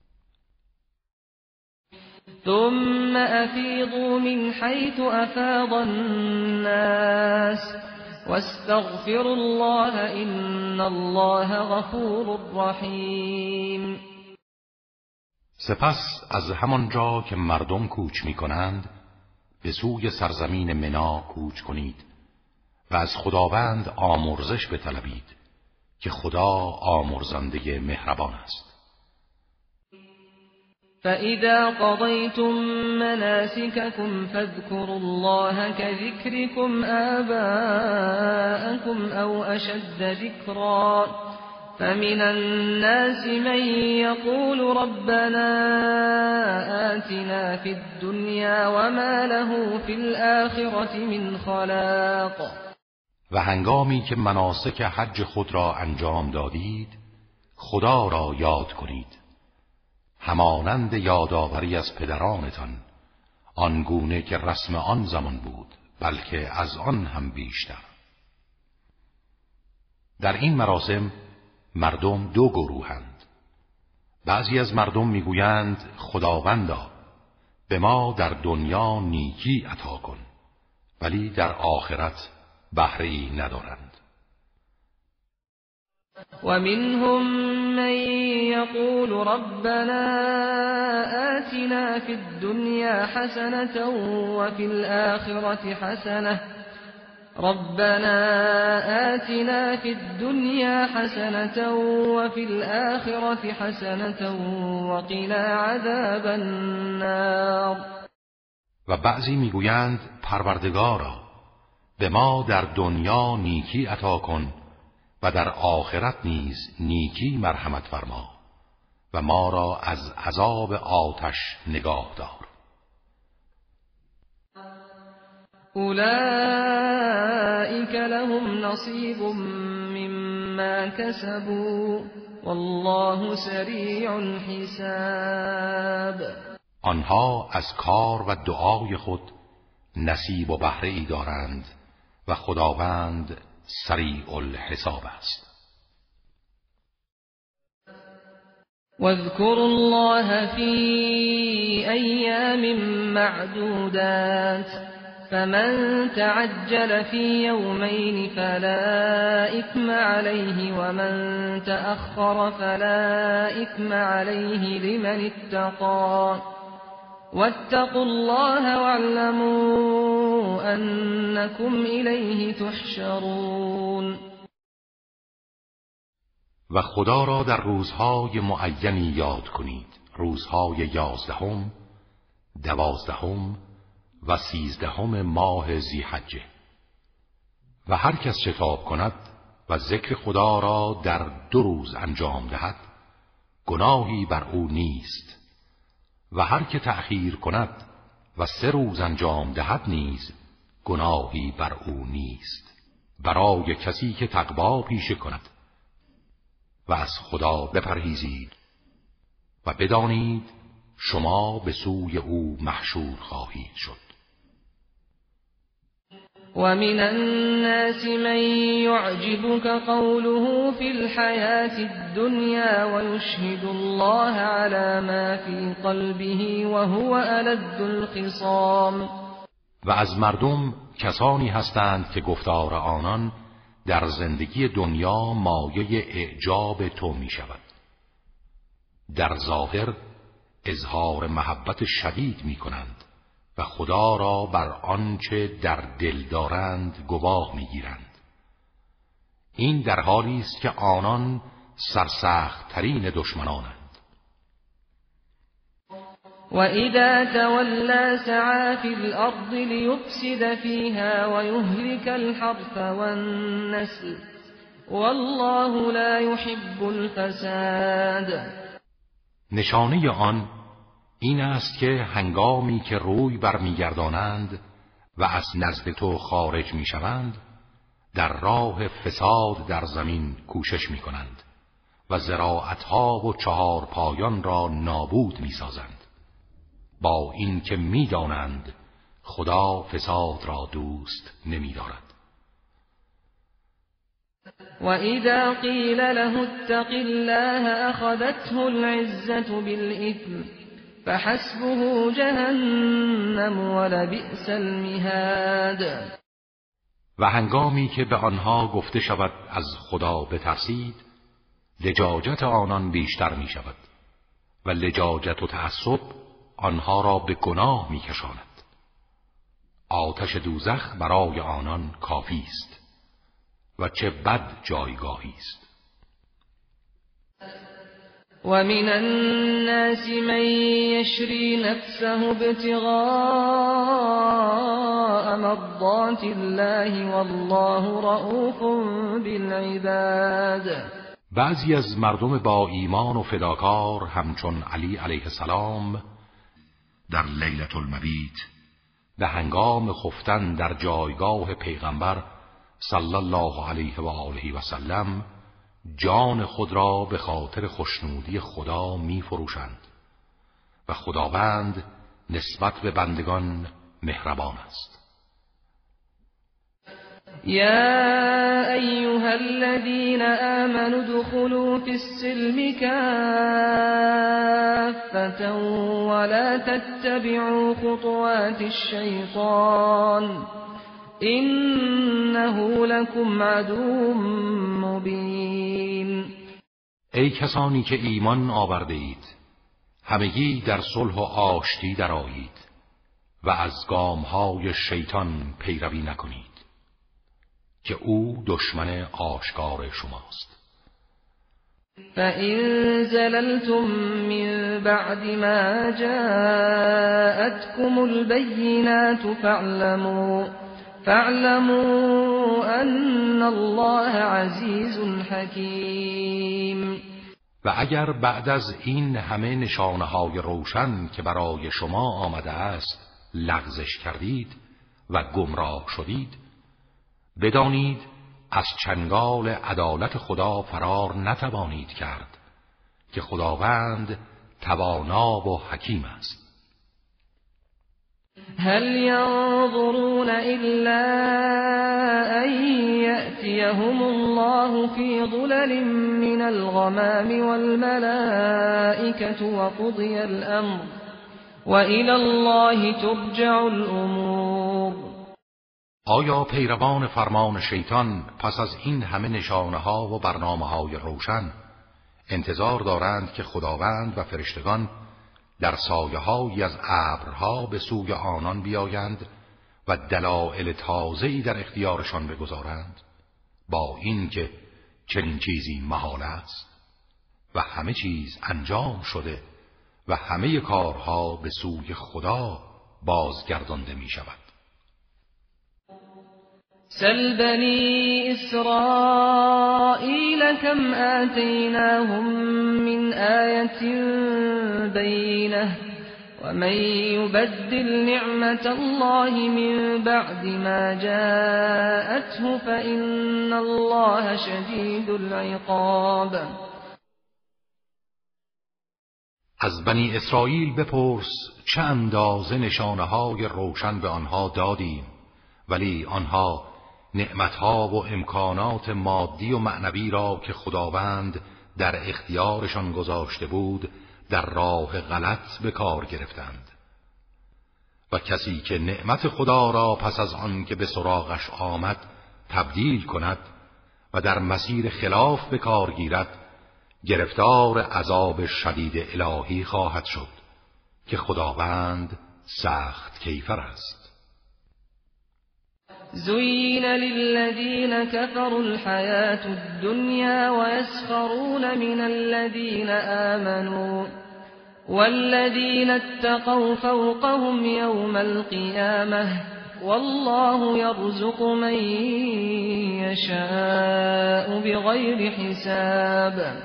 ثم افیضوا من حیث افاض الناس واستغفروا الله ان الله غفور رحیم. سپس از همان جا که مردم کوچ می کنند به سوی سرزمین منا کوچ کنید و از خداوند آمرزش بطلبید که خدا آمرزنده مهربان است. فَإِذَا قَضَيْتُم مَّنَاسِكَكُمْ فاذكروا الله كذكركم آباءكم أو أشد ذكرا فمن الناس من يقول ربنا آتنا في الدنيا وما له في الآخرة من خلاق. و هنگامی که مناسک حج خود را انجام دادید خدا را یاد کنید همانند یادآوری از پدرانتان آنگونه که رسم آن زمان بود بلکه از آن هم بیشتر. در این مراسم مردم دو گروهند. بعضی از مردم میگویند خداوندا به ما در دنیا نیکی عطا کن ولی در آخرت بهره‌ای ندارند. ومنهم من يقول ربنا آتنا في الدنيا حسنة وفي الآخرة حسنة ربنا آتنا في الدنيا حسنة وفي الآخرة حسنة وقنا عذاب النار. و بعضی میگویند پروردگارا به ما در دنیا نیکی عطا کن و در آخرت نیز نیکی مرحمت فرما و ما را از عذاب آتش نگاه دار. اولئک لهم نصیب مما کسبوا والله سریع الحساب. آنها از کار و دعای خود نصیب و بهره ای دارند و خداوند سریع الحساب است. واذكروا الله في أيام معدودات فمن تعجل في يومين فلا إثم عليه ومن تأخر فلا إثم عليه لمن اتقى واتقوا الله واعلموا أنكم إليه تحشرون. و خدا را در روزهای معینی یاد کنید، روزهای یازدهم، دوازدهم و سیزدهم ماه ذی‌حجه. و هر کس شتاب کند و ذکر خدا را در دو روز انجام دهد گناهی بر او نیست و هر که تأخیر کند و سه روز انجام دهد نیز گناهی بر او نیست برای کسی که تقوا پیشه کند. و از خدا بپرهیزید و بدانید شما به سوی او محشور خواهید شد. ومن الناس من يعجبك قوله في الحياة الدنيا ويشهد الله على ما في قلبه وهو ألد الخصام. و از مردم کسانی هستند که گفتار آنان در زندگی دنیا مایه اعجاب تو می شود. در ظاهر اظهار محبت شدید می کنند و خدا را بر آنچه در دل دارند گواه می گیرند. این در حالی است که آنان سرسخت ترین دشمنانند. وَإِذَا تَوَلَّى سَعَىٰ فِي الْأَرْضِ لِيُفْسِدَ فِيهَا وَيُهْلِكَ الْحَرْثَ وَالنَّسْلَ وَاللَّهُ لَا يُحِبُّ الْفَسَادَ. نشانه آن این است که هنگامی که روی برمیگردانند و از نزد تو خارج میشوند، در راه فساد در زمین کوشش میکنند و زراعتها و چهار پایان را نابود میسازند، با این که میدانند خدا فساد را دوست نمی‌دارد. وَإِذَا قِيلَ لَهُ اتَّقِ اللَّهَ أَخَذَتْهُ الْعِزَّةُ بِالْإِثْمِ فَحَسْبُهُ جَهَنَّمُ وَلَبِئْسَ الْمِهَادُ. و هنگامی که به آنها گفته شود از خدا بترسید، لجاجت آنان بیشتر می شود و لجاجت و تعصب آنها را به گناه می کشاند. آتش دوزخ برای آنان کافی است و چه بد جایگاهی است. وَمِنَ النَّاسِ مَن يَشْرِي نَفْسَهُ ابْتِغَاءَ مَرْضَاتِ اللَّهِ وَاللَّهُ رَءُوفٌ بِالْعِبَادِ. بعضی از مردم با ایمان و فداکار همچون علی علیه السلام در لیلة المبیت به هنگام خفتن در جایگاه پیغمبر صلی الله علیه و آله و سلم جان خود را به خاطر خوشنودی خدا می فروشند و خداوند نسبت به بندگان مهربان است. یا ایها الذین آمنوا ادخلوا فی السلم کافة ولا تتبعوا خطوات الشیطان إِنَّهُ لَكُمْ عَدُوٌّ مُبِینٌ. ای کسانی که ایمان آورده اید، همگی در صلح و آشتی درآیید و از گامهای شیطان پیروی نکنید که او دشمن آشکار شماست. فَإِن زَلَلْتُم مِّن بَعْدِ مَا جَاءَتْكُمُ الْبَيِّنَاتُ فَاعْلَمُوا فَاعْلَمُوا أَنَّ اللَّهَ عَزِیزٌ حَکِیم. و اگر بعد از این همه نشانه‌های روشن که برای شما آمده است لغزش کردید و گمراه شدید، بدانید از چنگال عدالت خدا فرار نتوانید کرد که خداوند توانا و حکیم است. هل ينظرون إلا أن يأتيهم الله في ظلل من الغمام والملائكة وقضي الأمر وإلى الله ترجع الأمور. آیا پیروان فرمان شیطان پس از این همه نشانه‌ها و برنامه‌های روشن انتظار دارند که خداوند و فرشتگان در سایه‌هایی از ابرها به سوی آنان بیایند و دلایل تازه‌ای در اختیارشان بگذارند، با این که چنین چیزی محال است و همه چیز انجام شده و همه کارها به سوی خدا بازگردانده می شود. سل بني إسرائيل كم آتيناهم من آية بينة ومن يبدل نعمة الله من بعد ما جاءته فإن الله شديد العقاب. از بنی اسرائیل بپرس چه اندازه نشانه‌های روشن به آنها دادیم، ولی آنها نعمتها و امکانات مادی و معنوی را که خداوند در اختیارشان گذاشته بود در راه غلط به کار گرفتند. و کسی که نعمت خدا را پس از آن که به سراغش آمد تبدیل کند و در مسیر خلاف به کار گیرد گرفتار عذاب شدید الهی خواهد شد که خداوند سخت کیفر است. زين للذين كفروا الحياة الدنيا ويسخرون من الذين آمنوا والذين اتقوا فوقهم يوم القيامة والله يرزق من يشاء بغير حساب.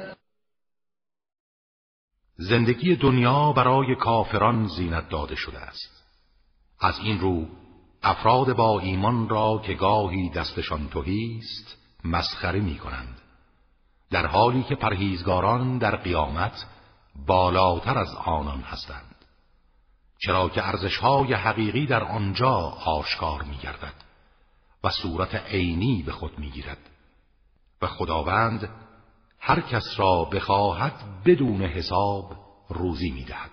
زندگی دنیا برای کافران زینت داده شده است. از این رو افراد با ایمان را که گاهی دستشان تهی است مسخره می کنند، در حالی که پرهیزگاران در قیامت بالاتر از آنان هستند، چرا که ارزش‌های حقیقی در آنجا آشکار می گردد و صورت عینی به خود می گیرد و خداوند هر کس را بخواهد بدون حساب روزی می دهد.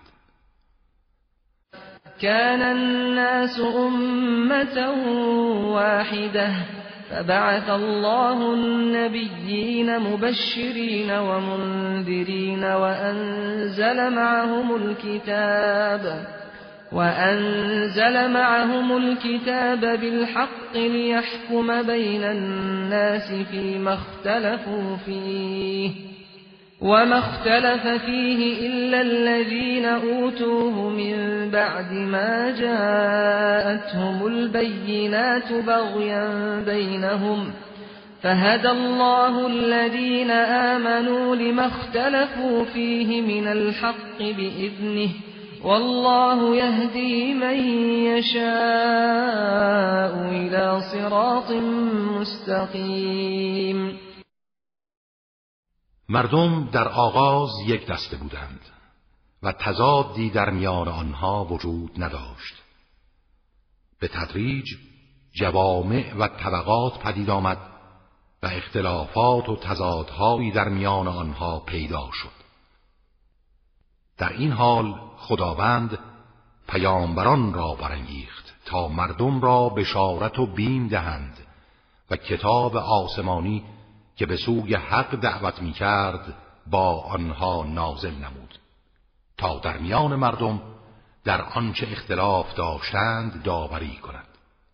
كان الناس أمة واحدة فبعث الله النبيين مبشرين ومنذرين وأنزل معهم الكتاب وأنزل معهم الكتاب بالحق ليحكم بين الناس فيما اختلفوا فيه وما اختلف فيه إلا الذين أوتوه من بعد ما جاءتهم البينات بغيا بينهم فهدى الله الذين آمنوا لما اختلفوا فيه من الحق بإذنه والله يهدي من يشاء إلى صراط مستقيم. مردم در آغاز یک دسته بودند و تضادی در میان آنها وجود نداشت. به تدریج جوامع و طبقات پدید آمد و اختلافات و تضادهایی در میان آنها پیدا شد. در این حال خداوند پیامبران را برانگیخت تا مردم را بشارت و بیم دهند و کتاب آسمانی که به سوی حق دعوت می کرد با آنها نازل نمود تا در میان مردم در آنچه اختلاف داشتند داوری کند.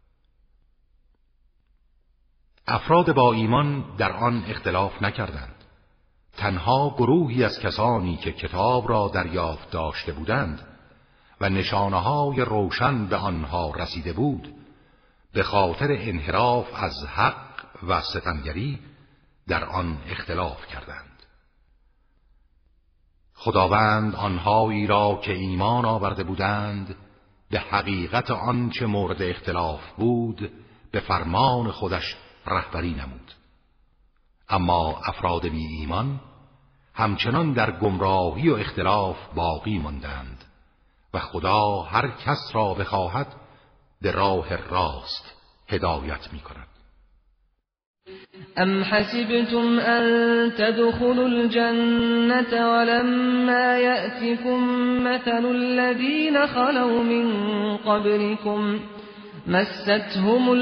افراد با ایمان در آن اختلاف نکردند. تنها گروهی از کسانی که کتاب را دریافت داشته بودند و نشانه‌های روشن به آنها رسیده بود به خاطر انحراف از حق و ستمگری در آن اختلاف کردند. خداوند آنهایی را که ایمان آورده بودند به حقیقت آنچه مورد اختلاف بود به فرمان خودش رهبری نمود. اما افراد بی ایمان همچنان در گمراهی و اختلاف باقی ماندند و خدا هر کس را بخواهد به راه راست هدایت می کند. أم حسبتم أن تدخلوا الجنة ولما يأتكم مثل الذين خلوا من قبلكم مستهم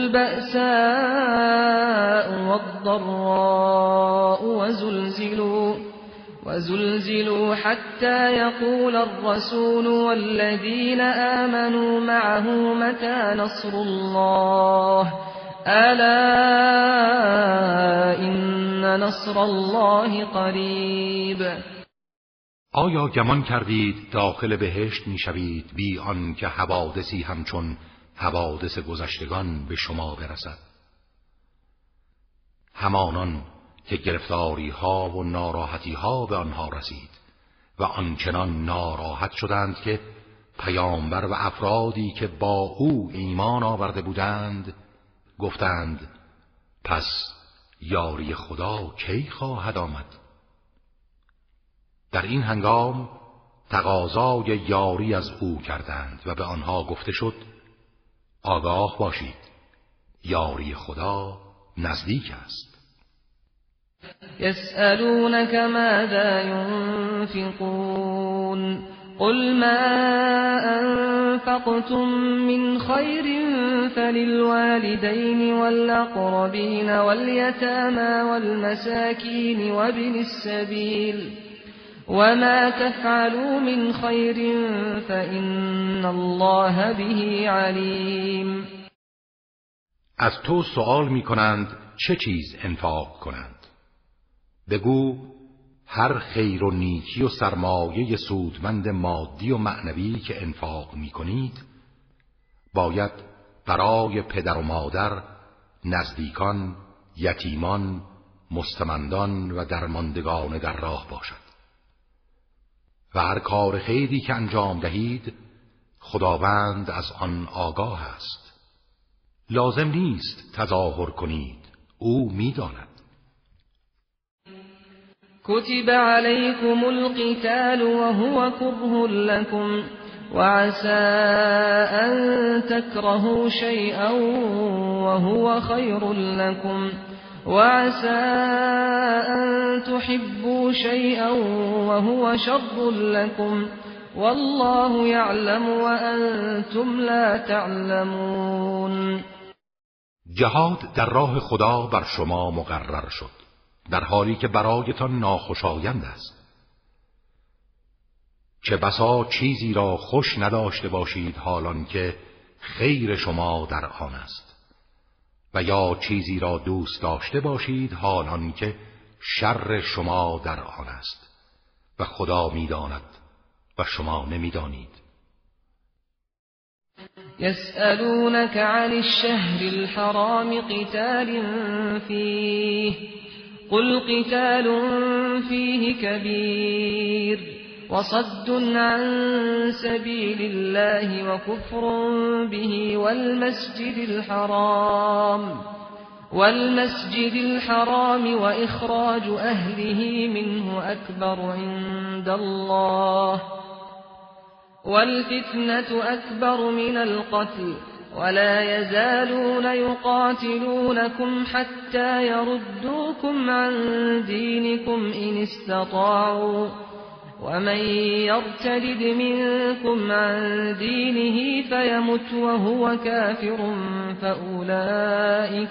البأساء والضراء وزلزلوا وزلزلوا حتى يقول الرسول والذين آمنوا معه متى نصر الله ألا إن نصر الله قریب. آیا گمان کردید داخل بهشت می شوید بی آن که حوادثی همچون حوادث گذشتگان به شما برسد؟ همانان که گرفتاری ها و ناراحتی ها به آنها رسید و آنچنان ناراحت شدند که پیامبر و افرادی که با او ایمان آورده بودند گفتند پس یاری خدا کی خواهد آمد؟ در این هنگام تقاضای یاری از او کردند و به آنها گفته شد آگاه باشید یاری خدا نزدیک است. يسألونك ماذا ينفقون قل ما أنفقتم من خير فللوالدين والأقربين واليتامى والمساكين وابن السبيل وما تفعلوا من خير فإن الله به علیم. از تو سؤال می کنند چه چیز انفاق کنند. بگو هر خیر و نیکی و سرمایه سودمند مادی و معنوی که انفاق می کنید باید برای پدر و مادر، نزدیکان، یتیمان، مستمندان و درماندگان در راه باشد. و هر کار خیری که انجام دهید خداوند از آن آگاه است. لازم نیست تظاهر کنید، او می‌داند. كتب عليكم القتال وهو كره لكم وعسى أن تكرهوا شيئا وهو خير لكم وعسى أن تحبوا شيئا وهو شر لكم والله يعلم وأنتم لا تعلمون. جهاد در راه خدا بر شما مقرر شد در حالی که برایتان ناخوشایند است. چه بسا چیزی را خوش نداشته باشید حالان که خیر شما در آن است، و یا چیزی را دوست داشته باشید حالان که شر شما در آن است و خدا می‌داند و شما نمی‌دانید. يسألونك عن الشهر الحرام قتال فيه قل قتال فيه كبير وصد عن سبيل الله وكفر به والمسجد الحرام والمسجد الحرام وإخراج أهله منه أكبر عند الله والفتنة أكبر من القتل ولا يزالون يقاتلونكم حتى يردوكم عن دينكم إن استطاعوا ومن يرتد منكم عن دينه فيمت وهو كافر فأولئك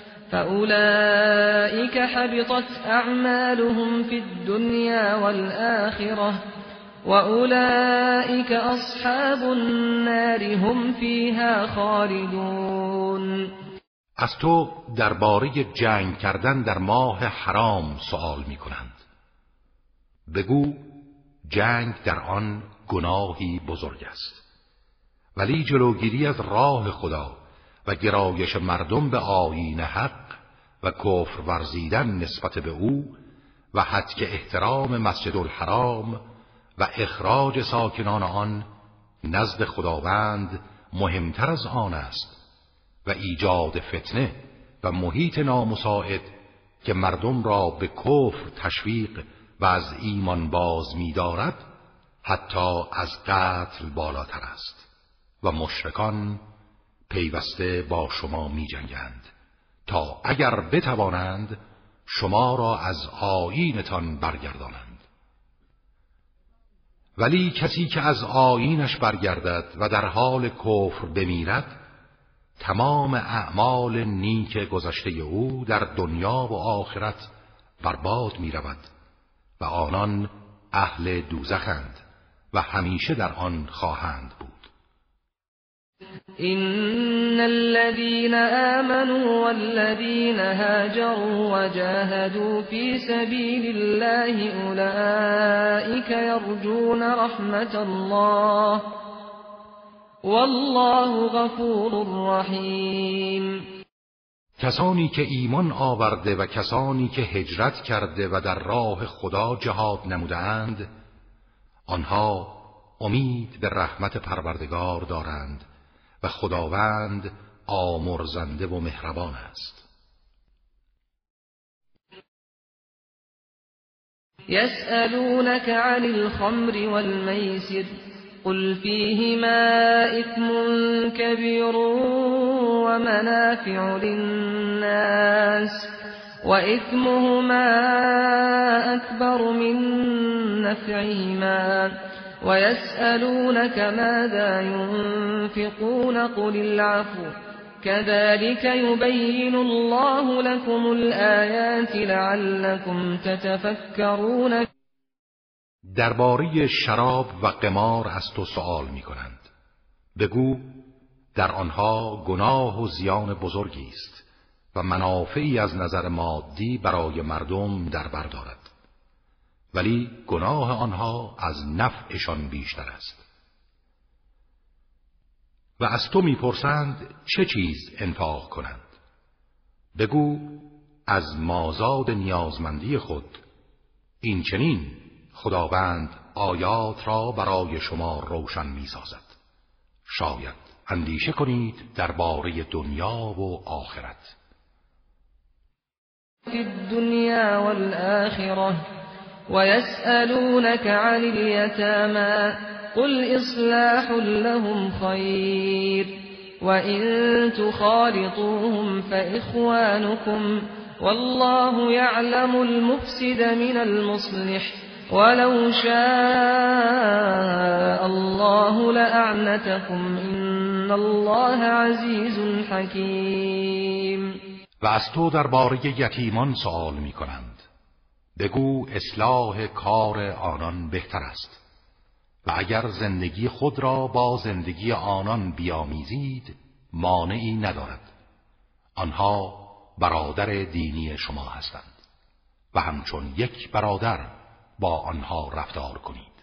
فأولئك حبطت أعمالهم في الدنيا والآخرة وأولئك أصحاب النار هم فيها خالدون. از تو درباره جنگ کردن در ماه حرام سؤال می کنند. بگو جنگ در آن گناهی بزرگ است، ولی جلوگیری از راه خدا و گرایش مردم به آیین حق و کفر ورزیدن نسبت به او و حتک احترام مسجد الحرام و اخراج ساکنان آن نزد خداوند مهمتر از آن است و ایجاد فتنه و محیط نامساعد که مردم را به کفر تشویق و از ایمان باز می دارد حتی از قتل بالاتر است و مشرکان پیوسته با شما می جنگند تا اگر بتوانند شما را از آیینتان برگردانند. ولی کسی که از آیینش برگردد و در حال کفر بمیرد تمام اعمال نیک گذشته او در دنیا و آخرت برباد می رود و آنان اهل دوزخند و همیشه در آن خواهند بود. إن الذين آمنوا والذين هاجروا وجاهدوا في سبيل الله أولئك يرجون رحمة الله والله غفور رحیم. کسانی که ایمان آورده و کسانی که هجرت کرده و در راه خدا جهاد نمودند آنها امید به رحمت پروردگار دارند و خداوند آمرزنده و مهربان است. يسألونك عن الخمر والميسر قل فيهما إثم كبير ومنافع للناس وإثمهما أكبر من نفعهما ويسألونك ماذا ينفقون قل العفو كذلك يبين الله لكم الآيات لعلكم تتفکرون. درباره شراب و قمار از تو سؤال می کنند. بگو در آنها گناه و زیان بزرگی است و منافعی از نظر مادی برای مردم در بر دارد، ولی گناه آنها از نفعشان بیشتر است. و از تو میپرسند چه چیز انفاق کنند. بگو از مازاد نیازمندی خود. این چنین خداوند آیات را برای شما روشن میسازد. شاید اندیشه کنید درباره دنیا و آخرت. فی الدنیا والآخرة ويسألونك عن اليتامى قل إصلاح لهم خير وإن تخالطوهم فإخوانكم والله يعلم المفسد من المصلح ولو شاء الله لأعنتكم إن الله عزيز حكيم. و از تو درباره یتیمان سؤال می کنند. بگو اصلاح کار آنان بهتر است و اگر زندگی خود را با زندگی آنان بیامیزید مانعی ندارد. آنها برادر دینی شما هستند و همچون یک برادر با آنها رفتار کنید.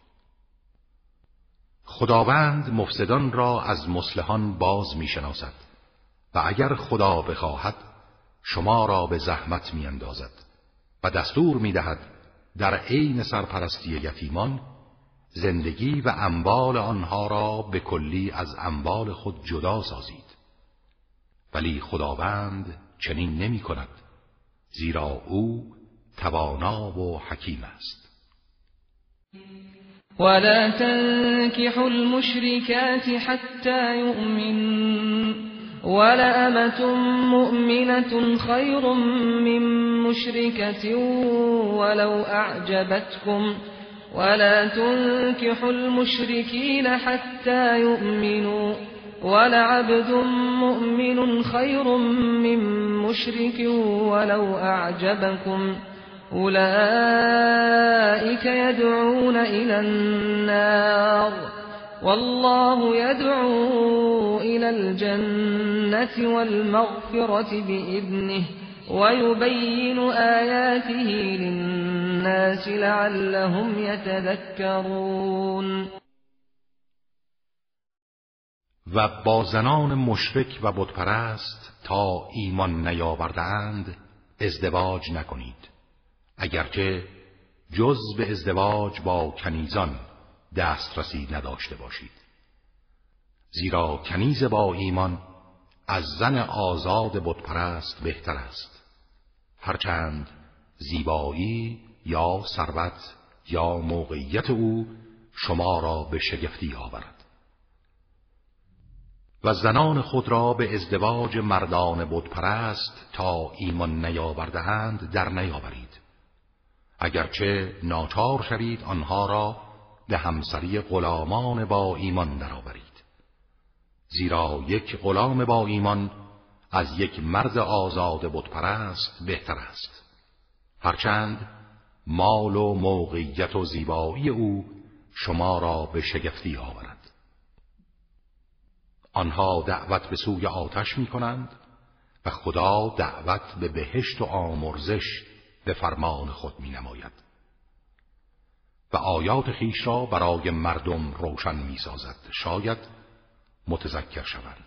خداوند مفسدان را از مصلحان باز می شناسد و اگر خدا بخواهد شما را به زحمت می اندازد و دستور می دهد در عین سرپرستی یتیمان زندگی و اموال آنها را به کلی از اموال خود جدا سازید. ولی خداوند چنین نمی کند، زیرا او توانا و حکیم است. ولا تنكحوا المشركات حتى يؤمنوا ولأمة مؤمنة خير من مشركة ولو أعجبتكم ولا تنكحوا المشركين حتى يؤمنوا ولعبد مؤمن خير من مشرك ولو أعجبكم أولئك يدعون إلى النار والله يدعو إلى الجنة والمغفرة بإذنه ويبين آياته للناس لعلهم يتذكرون. و با زنان مشرک و بتپرست تا ایمان نیاورده‌اند ازدواج نکنید، اگرچه جز به ازدواج با کنیزان دسترسی نداشته باشید، زیرا کنیز با ایمان از زن آزاد بتپرست بهتر است، هرچند زیبایی یا ثروت یا موقعیت او شما را به شگفتی آورد. و زنان خود را به ازدواج مردان بتپرست تا ایمان نیاورده‌اند در نیاورید، اگرچه ناچار شوید آنها را به همسری غلامان با ایمان درآورید، زیرا یک غلام با ایمان از یک مرد آزاد بتپرست بهتر است، هرچند مال و موقعیت و زیبایی او شما را به شگفتی آورد. آنها دعوت به سوی آتش می کنند و خدا دعوت به بهشت و آمرزش به فرمان خود می نماید و آیات خیش را برای مردم روشن می سازد، شاید متذکر شوند.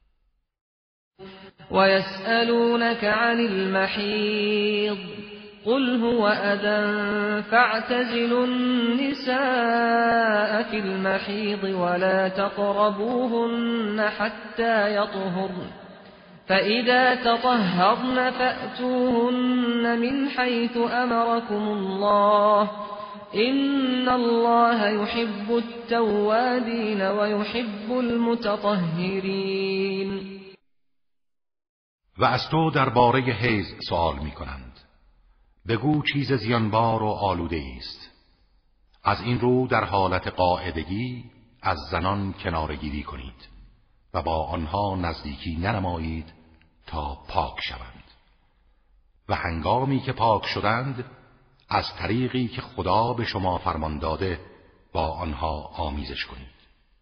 و یسألونک عن المحیض قل هو اذى فاعتزلوا النساء في المحيض ولا تقربوهن حتى يطهرن فإذا تطهرن فأتوهن من حيث أمركم الله إن الله يحب التوابين ويحب المتطهرين. و از تو درباره حیض سوال می کنند. بگو چیز زیانبار و آلوده است، از این رو در حالت قاعدگی از زنان کنارگیری کنید و با آنها نزدیکی ننمایید تا پاک شوند و هنگامی که پاک شدند از طریقی که خدا به شما فرمان داده با آنها آمیزش کنید.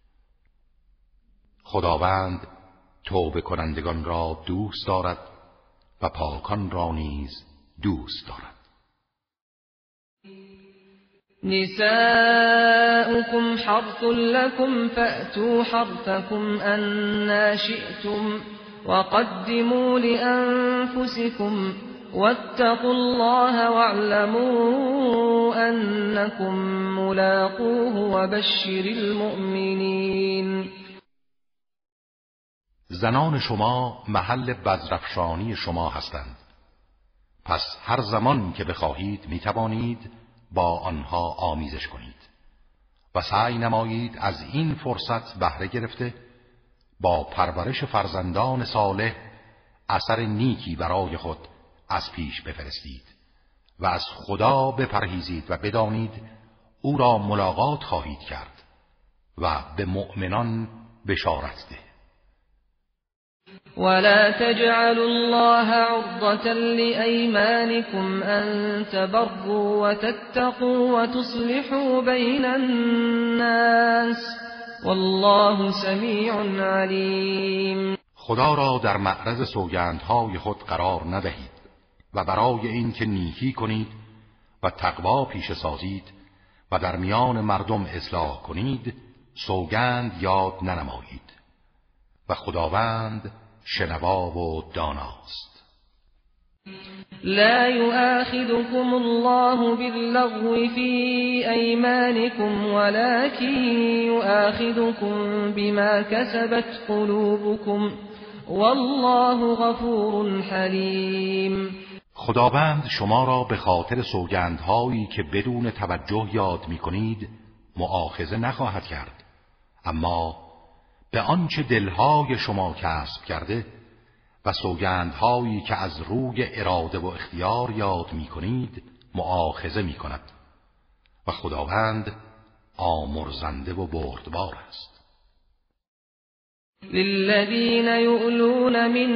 خداوند توبه کنندگان را دوست دارد و پاکان را نیز دوست دارد. نساؤكم حرث لكم فأتوا حرثكم أنا شئتم وقدموا لأنفسكم واتقوا الله واعلموا أنكم ملاقوه وبشر المؤمنين. زنان شما محل بزرافشانی شما هستند، پس هر زمان که بخواهید میتوانید با آنها آمیزش کنید و سعی نمایید از این فرصت بهره گرفته با پرورش فرزندان صالح اثر نیکی برای خود از پیش بفرستید و از خدا بپرهیزید و بدانید او را ملاقات خواهید کرد و به مؤمنان بشارت ده. ولا تجعلوا الله عرضة لأيمانكم أن تبروا وتتقوا وتصلحوا بين الناس والله سمیع علیم. خدا را در معرض سوگندهای خود قرار ندهید و برای این که نیکی کنید و تقوا پیشه سازید و در میان مردم اصلاح کنید سوگند یاد ننمایید و خداوند شنوا و داناست. لا يؤاخذكم الله باللغو في أيمانكم ولكن يؤاخذكم بما كسبت قلوبكم والله غفور حلیم. خداوند شما را به خاطر سوگندهایی که بدون توجه یاد می کنید مؤاخذه نخواهد کرد، اما به آنچه دلهای شما کسب کرده و سوگندهایی که از روی اراده و اختیار یاد می کنید مؤاخذه می کند و خداوند آمرزنده و بردبار است. للذین یؤلون من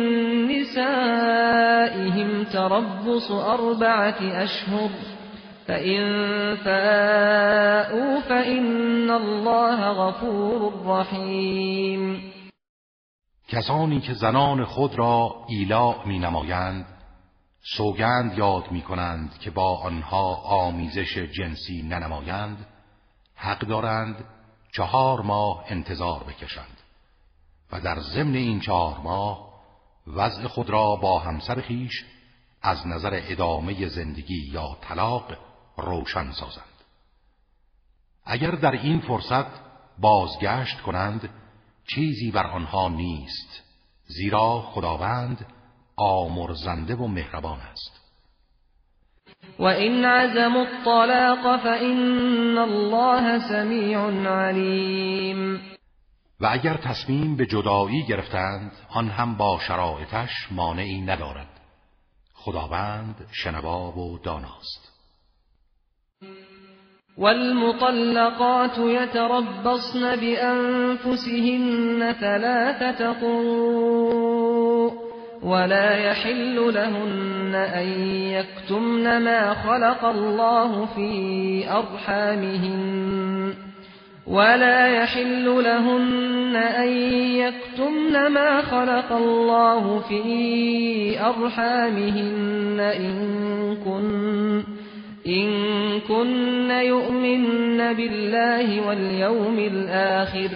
نسائهم تربص اربعة اشهر فإن فاءوا فإن الله غفور رحیم. کسانی که زنان خود را ایلاء می نمایند سوگند یاد می کنند که با آنها آمیزش جنسی ننمایند حق دارند چهار ماه انتظار بکشند و در ضمن این چهار ماه وضع خود را با همسر خویش از نظر ادامه زندگی یا طلاق روشن سازند. اگر در این فرصت بازگشت کنند چیزی بر آنها نیست، زیرا خداوند آمرزنده و مهربان است. و این عزموا الطلاق فإن الله سمیع علیم. و اگر تصمیم به جدایی گرفتند آن هم با شرایطش مانعی ندارد. خداوند شنوا و داناست. والمطلقات يتربصن بأنفسهن ثلاثة قروء ولا يحل لهن أن يكتمن ما خلق الله في أرحامهن ولا يحل لهن أن يكتمن ما خلق الله في أرحامهن إن كن إن كن يؤمن بالله واليوم الآخر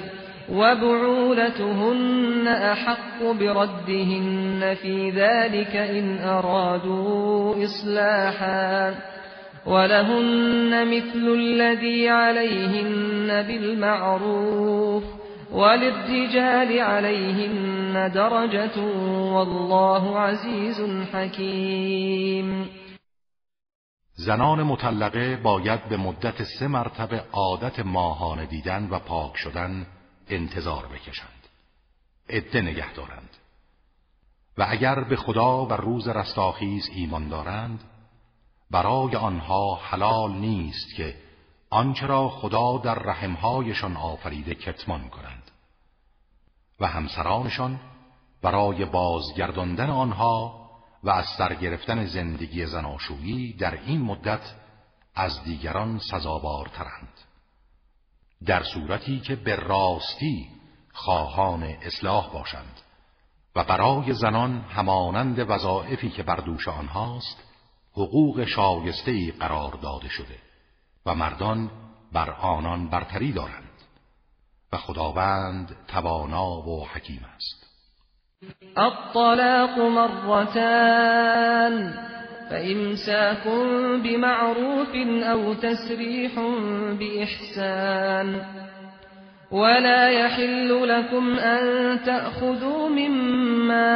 وبعولتهن أحق بردهن في ذلك إن أرادوا إصلاحا ولهن مثل الذي عليهن بالمعروف وللرجال عليهن درجة والله عزيز حكيم. زنان مطلقه باید به مدت سه مرتبه عادت ماهانه دیدن و پاک شدن انتظار بکشند، عده نگه دارند و اگر به خدا و روز رستاخیز ایمان دارند برای آنها حلال نیست که آنچه را خدا در رحمهایشان آفریده کتمان کنند و همسرانشان برای بازگرداندن آنها و از سر گرفتن زندگی زناشویی در این مدت از دیگران سزاوارترند، در صورتی که به راستی خواهان اصلاح باشند و برای زنان همانند وظایفی که بر دوش آنهاست حقوق شایسته‌ای قرار داده شده و مردان بر آنان برتری دارند و خداوند توانا و حکیم است. الطلاق مرتان فإمساك بمعروف أو تسريح بإحسان ولا يحل لكم أن تأخذوا مما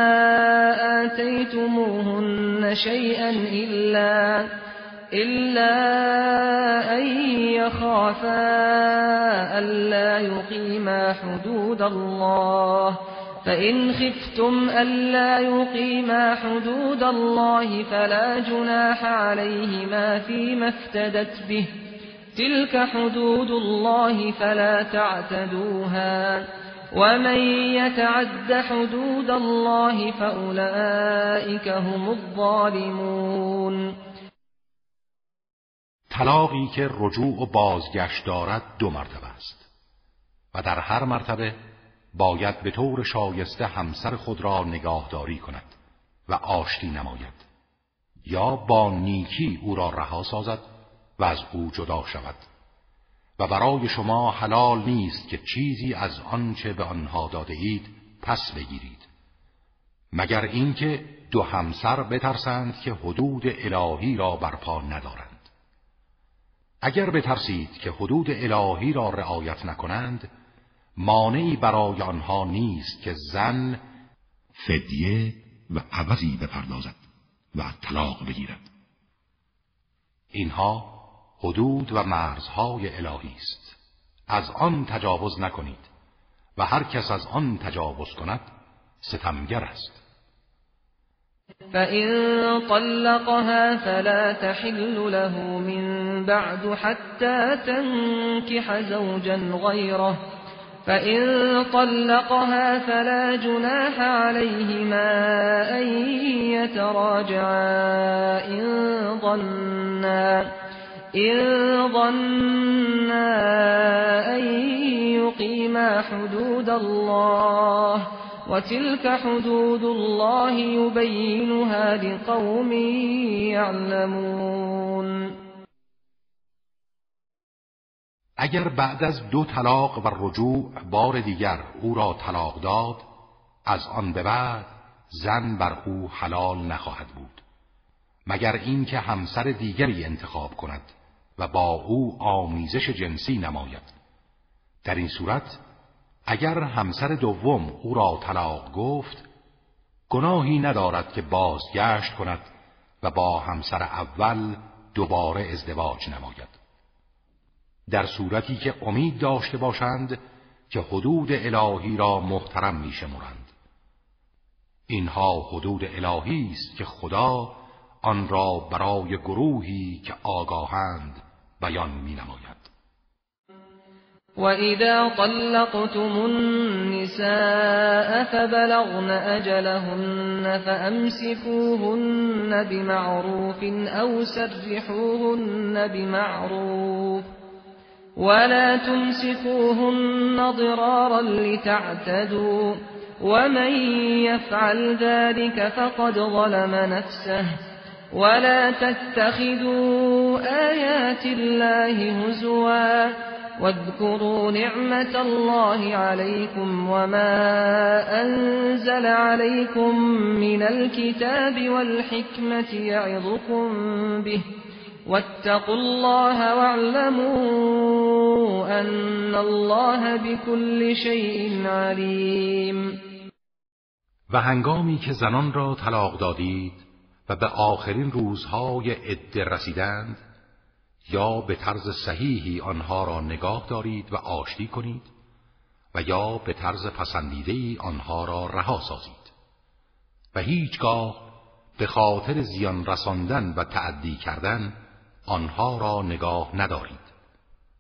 آتيتموهن شيئا إلا إلا أن يخافا ألا يقيما حدود الله فإن خفتم ألا يقيما حدود الله فلا جناح عليهما فيما افتدت به تلك حدود الله فلا تعتدوها ومن يتعد حدود الله فأولئك هم الظالمون. طلاقی که رجوع و بازگشت دارد دو مرتبه است و در هر مرتبه باید به طور شایسته همسر خود را نگاهداری کند و آشتی نماید یا با نیکی او را رها سازد و از او جدا شود و برای شما حلال نیست که چیزی از آنچه به آنها داده اید پس بگیرید مگر اینکه دو همسر بترسند که حدود الهی را برپا ندارند. اگر بترسید که حدود الهی را رعایت نکنند مانعی برای آنها نیست که زن فدیه و عوضی بپردازد و طلاق بگیرد. اینها حدود و مرزهای الهی است، از آن تجاوز نکنید و هر کس از آن تجاوز کند ستمگر است. فإن طلقها فلا تحل له من بعد حتى تنكح زوجا غيره فإن طلقها فلا جناح عليهما أن يتراجعا إن ظنا إن ظنا أن يقيما حدود الله وتلك حدود الله يبينها لقوم يعلمون. اگر بعد از دو طلاق و رجوع بار دیگر او را طلاق داد، از آن به بعد زن بر او حلال نخواهد بود مگر اینکه همسر دیگری انتخاب کند و با او آمیزش جنسی نماید. در این صورت اگر همسر دوم او را طلاق گفت گناهی ندارد که بازگشت کند و با همسر اول دوباره ازدواج نماید، در صورتی که امید داشته باشند که حدود الهی را محترم می شمرند. اینها حدود الهی است که خدا آن را برای گروهی که آگاهند بیان می نماید. وَإِذَا طَلَّقْتُمُ النِّسَاءَ فَبَلَغْنَ أَجَلَهُنَّ فَأَمْسِكُوهُنَّ بِمَعْرُوفٍ أَوْ سَرِّحُوهُنَّ بِمَعْرُوفٍ وَلَا تُمْسِكُوهُنَّ ضِرَارًا لِتَعْتَدُوا وَمَنْ يَفْعَلْ ذَلِكَ فَقَدْ ظَلَمَ نَفْسَهُ وَلَا تَتَّخِذُوا آيَاتِ اللَّهِ هُزُوًا واذكروا نعمة الله عليكم وما أنزل عليكم من الكتاب والحكمة يعظكم به واتقوا الله واعلموا أن الله بكل شيء عليم. و هنگامی که زنان را طلاق دادید و به آخرین روزهای عده رسیدند یا به طرز صحیحی آنها را نگاه دارید و آشتی کنید و یا به طرز پسندیده‌ای آنها را رها سازید و هیچگاه به خاطر زیان رساندن و تعدی کردن آنها را نگاه ندارید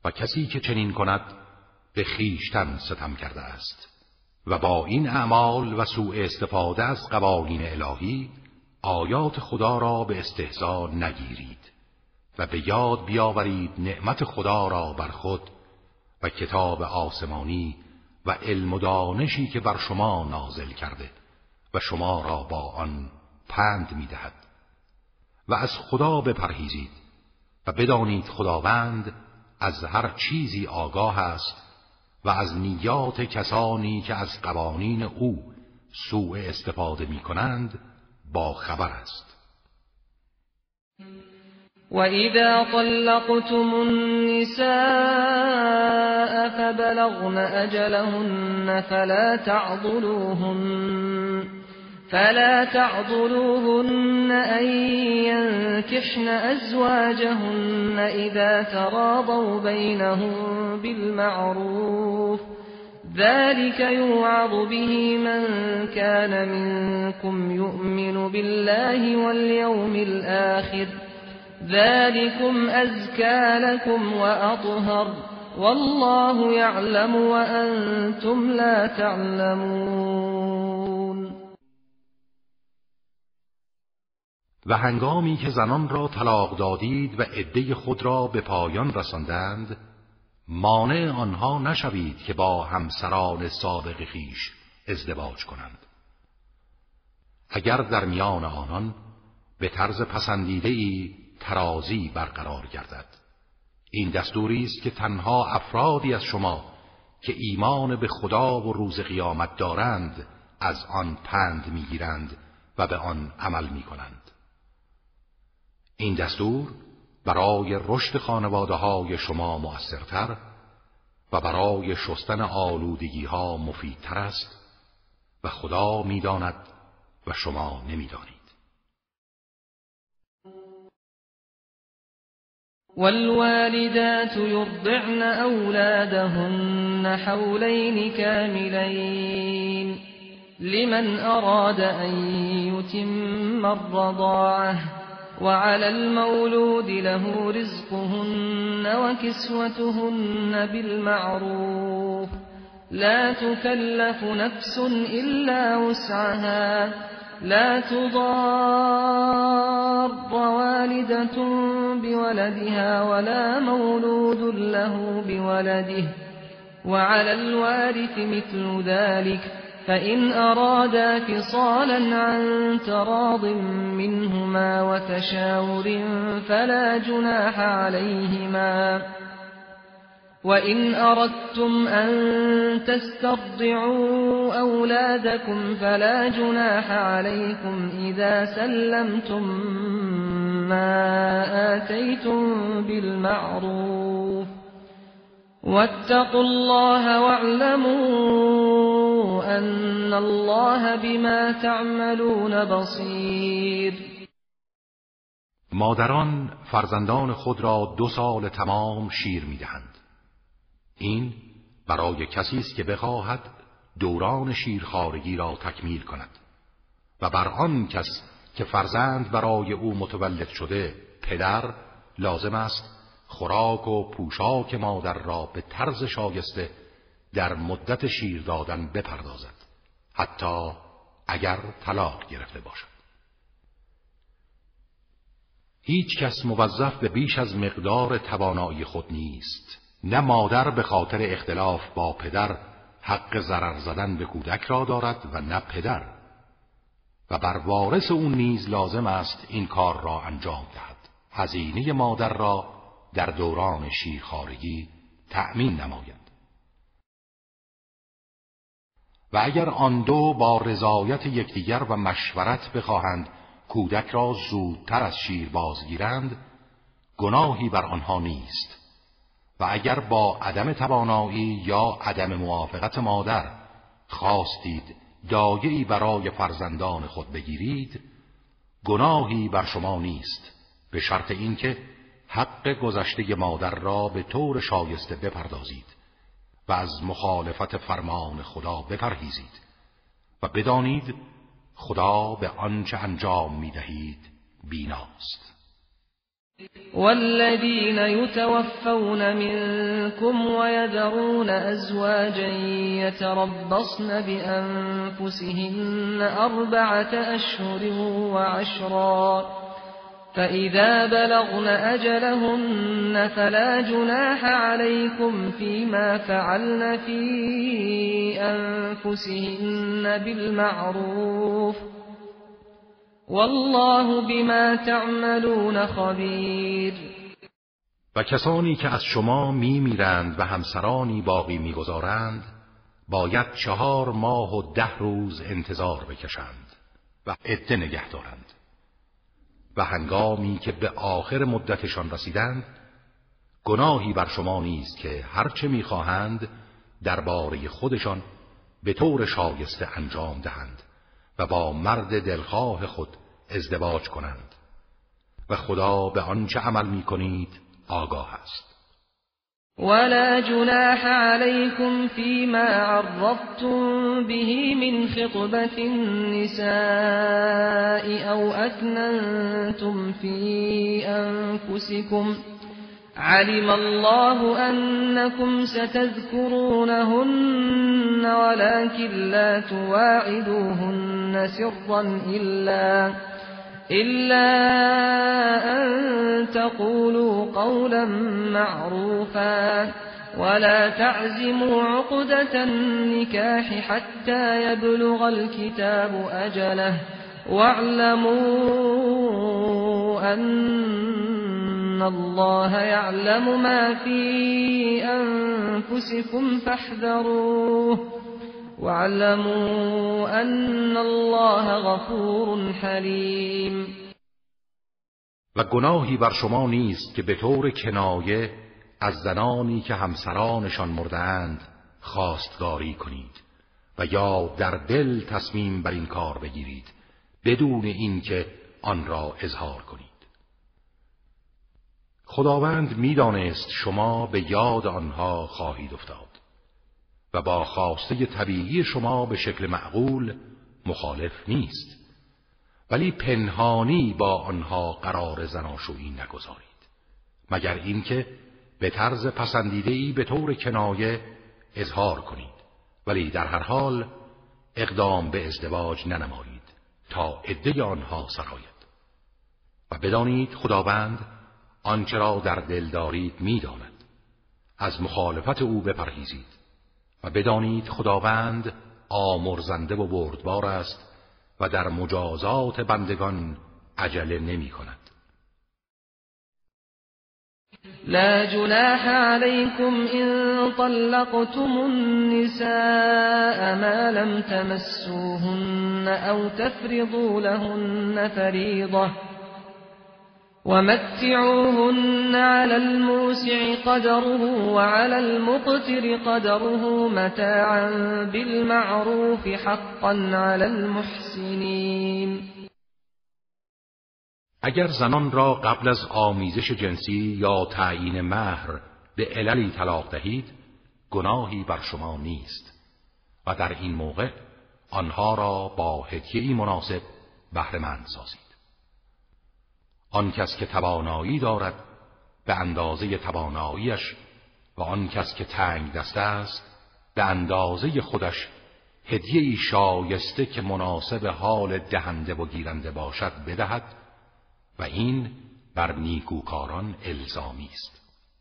و کسی که چنین کند به خویشتن ستم کرده است و با این اعمال و سوء استفاده از قوانین الهی آیات خدا را به استهزا نگیرید و به یاد بیاورید نعمت خدا را بر خود و کتاب آسمانی و علم و دانشی که بر شما نازل کرده و شما را با آن پند می‌دهد. و از خدا بپرهیزید و بدانید خداوند از هر چیزی آگاه است و از نیات کسانی که از قوانین او سوء استفاده می‌کنند با خبر است. وَإِذَا طَلَّقْتُمُ النِّسَاءَ فَبَلَغْنَ أَجَلَهُنَّ فَلَا تَعْضُلُوهُنَّ فَلَا تَعْضُلُوهُنَّ أَن يَنكِحْنَ أَزْوَاجَهُنَّ إِذَا تَرَاضَوْا بَيْنَهُم بِالْمَعْرُوفِ ذَلِكَ يُوعَظُ بِهِ مَن كَانَ مِنكُمْ يُؤْمِنُ بِاللَّهِ وَالْيَوْمِ الْآخِرِ ذَلِكُمْ أَزْكَى لَكُمْ وَأَطْهَرُ وَاللَّهُ يَعْلَمُ وَأَنْتُمْ لَا تَعْلَمُونَ. و هنگامی که زنان را طلاق دادید و عده خود را به پایان رساندند، مانع آنها نشوید که با همسران سابق خویش ازدواج کنند. اگر در میان آنان به طرز پسندیده‌ای ترازی برقرار گردد، این دستوری است که تنها افرادی از شما که ایمان به خدا و روز قیامت دارند از آن پند میگیرند و به آن عمل میکنند. این دستور برای رشد خانواده‌های شما مؤثرتر و برای شستن آلودگی‌ها مفیدتر است و خدا می‌داند و شما نمی‌دانید. والوالدات يرضعن أولادهن حولين كاملين لمن أراد أن يتم الرضاعة وعلى المولود له رزقهن وكسوتهن بالمعروف لا تكلف نفس إلا وسعها لا تضار والدة بولدها ولا مولود له بولده وعلى الوارث مثل ذلك فإن أرادا فصالا عن تراض منهما وتشاور فلا جناح عليهما وإن أردتم أن تسترضعوا أولادكم فلا جناح عليكم إذا سلمتم ما آتيتم بالمعروف واتقوا الله واعلموا أن الله بما تعملون بصير. مادران فرزندان خود را دو سال تمام شیر می‌دهند. این برای کسی است که بخواهد دوران شیرخوارگی را تکمیل کند و بر آن کس که فرزند برای او متولد شده پدر لازم است خوراک و پوشاک مادر را به طرز شایسته در مدت شیر دادن بپردازد، حتی اگر طلاق گرفته باشد. هیچ کس موظف به بیش از مقدار توانایی خود نیست. نه مادر به خاطر اختلاف با پدر حق ضرر زدن به کودک را دارد و نه پدر، و بر وارث او نیز لازم است این کار را انجام دهد، هزینه مادر را در دوران شیرخوارگی تأمین نماید. و اگر آن دو با رضایت یکدیگر و مشورت بخواهند کودک را زودتر از شیر بازگیرند، گناهی بر آنها نیست. و اگر با عدم توانایی یا عدم موافقت مادر خواستید دایه‌ای برای فرزندان خود بگیرید، گناهی بر شما نیست، به شرط اینکه حق گذشته مادر را به طور شایسته بپردازید و از مخالفت فرمان خدا بپرهیزید و بدانید خدا به آنچه انجام می‌دهید بیناست. والذين يتوفون منكم ويذرون أزواجا يتربصن بأنفسهن أربعة أشهر وعشرا فإذا بلغن أجلهن فلا جناح عليكم فيما فعلن في أنفسهن بالمعروف والله بما تعملون خبیر. و کسانی که از شما می میرند و همسرانی باقی می گذارند باید چهار ماه و ده روز انتظار بکشند و عده نگه دارند و هنگامی که به آخر مدتشان رسیدند گناهی بر شما نیست که هرچه می خواهند درباره خودشان به طور شایسته انجام دهند و با مرد دلخواه خود ازدواج کنند و خدا به آنچه عمل می کنید آگاه است. ولا جناح عليكم فيما عرضتم به من خطبة النساء أو أكننتم في أنفسكم علم الله أنكم ستذكرونهن ولكن لا تواعدوهن سرا إلا إلا أن تقولوا قولا معروفا ولا تعزموا عقدة النكاح حتى يبلغ الكتاب أجله واعلموا أن الله يعلم ما في أنفسكم فاحذروه واعلموا أن الله غفور حلیم. و گناهی بر شما نیست که به طور کنایه از زنانی که همسرانشان مردند خواستگاری کنید و یا در دل تصمیم بر این کار بگیرید بدون اینکه آن را اظهار کنید. خداوند می‌دانست شما به یاد آنها خواهید افتاد و با خواسته طبیعی شما به شکل معقول مخالف نیست، ولی پنهانی با آنها قرار زناشویی نگذارید مگر اینکه به طرز پسندیده‌ای به طور کنایه اظهار کنید، ولی در هر حال اقدام به ازدواج ننمایید تا عده آنها سرآید. و بدانید خداوند آنچه را در دل دارید می‌داند. از مخالفت او بپرهیزید و بدانید خداوند آمرزنده و بردبار است و در مجازات بندگان عجله نمی کند. لا جناح عليكم إن طلقتم النساء ما لم تمسوهن أو تفرضوا لهن فريضة ومتعوهن على الموسع قدره وعلى المقتر قدره متاعا بالمعروف حقا على المحسنين. اگر زنان را قبل از آمیزش جنسی یا تعیین مهر به عللی طلاق دهید گناهی بر شما نیست و در این موقع آنها را با هدیه‌ای مناسب بهره مند سازید. آن کس که توانایی دارد به اندازه تواناییش و آن کس که تنگ دست است به اندازه خودش هدیه‌ای شایسته که مناسب حال دهنده و گیرنده باشد بدهد و این بر نیکوکاران الزامی است.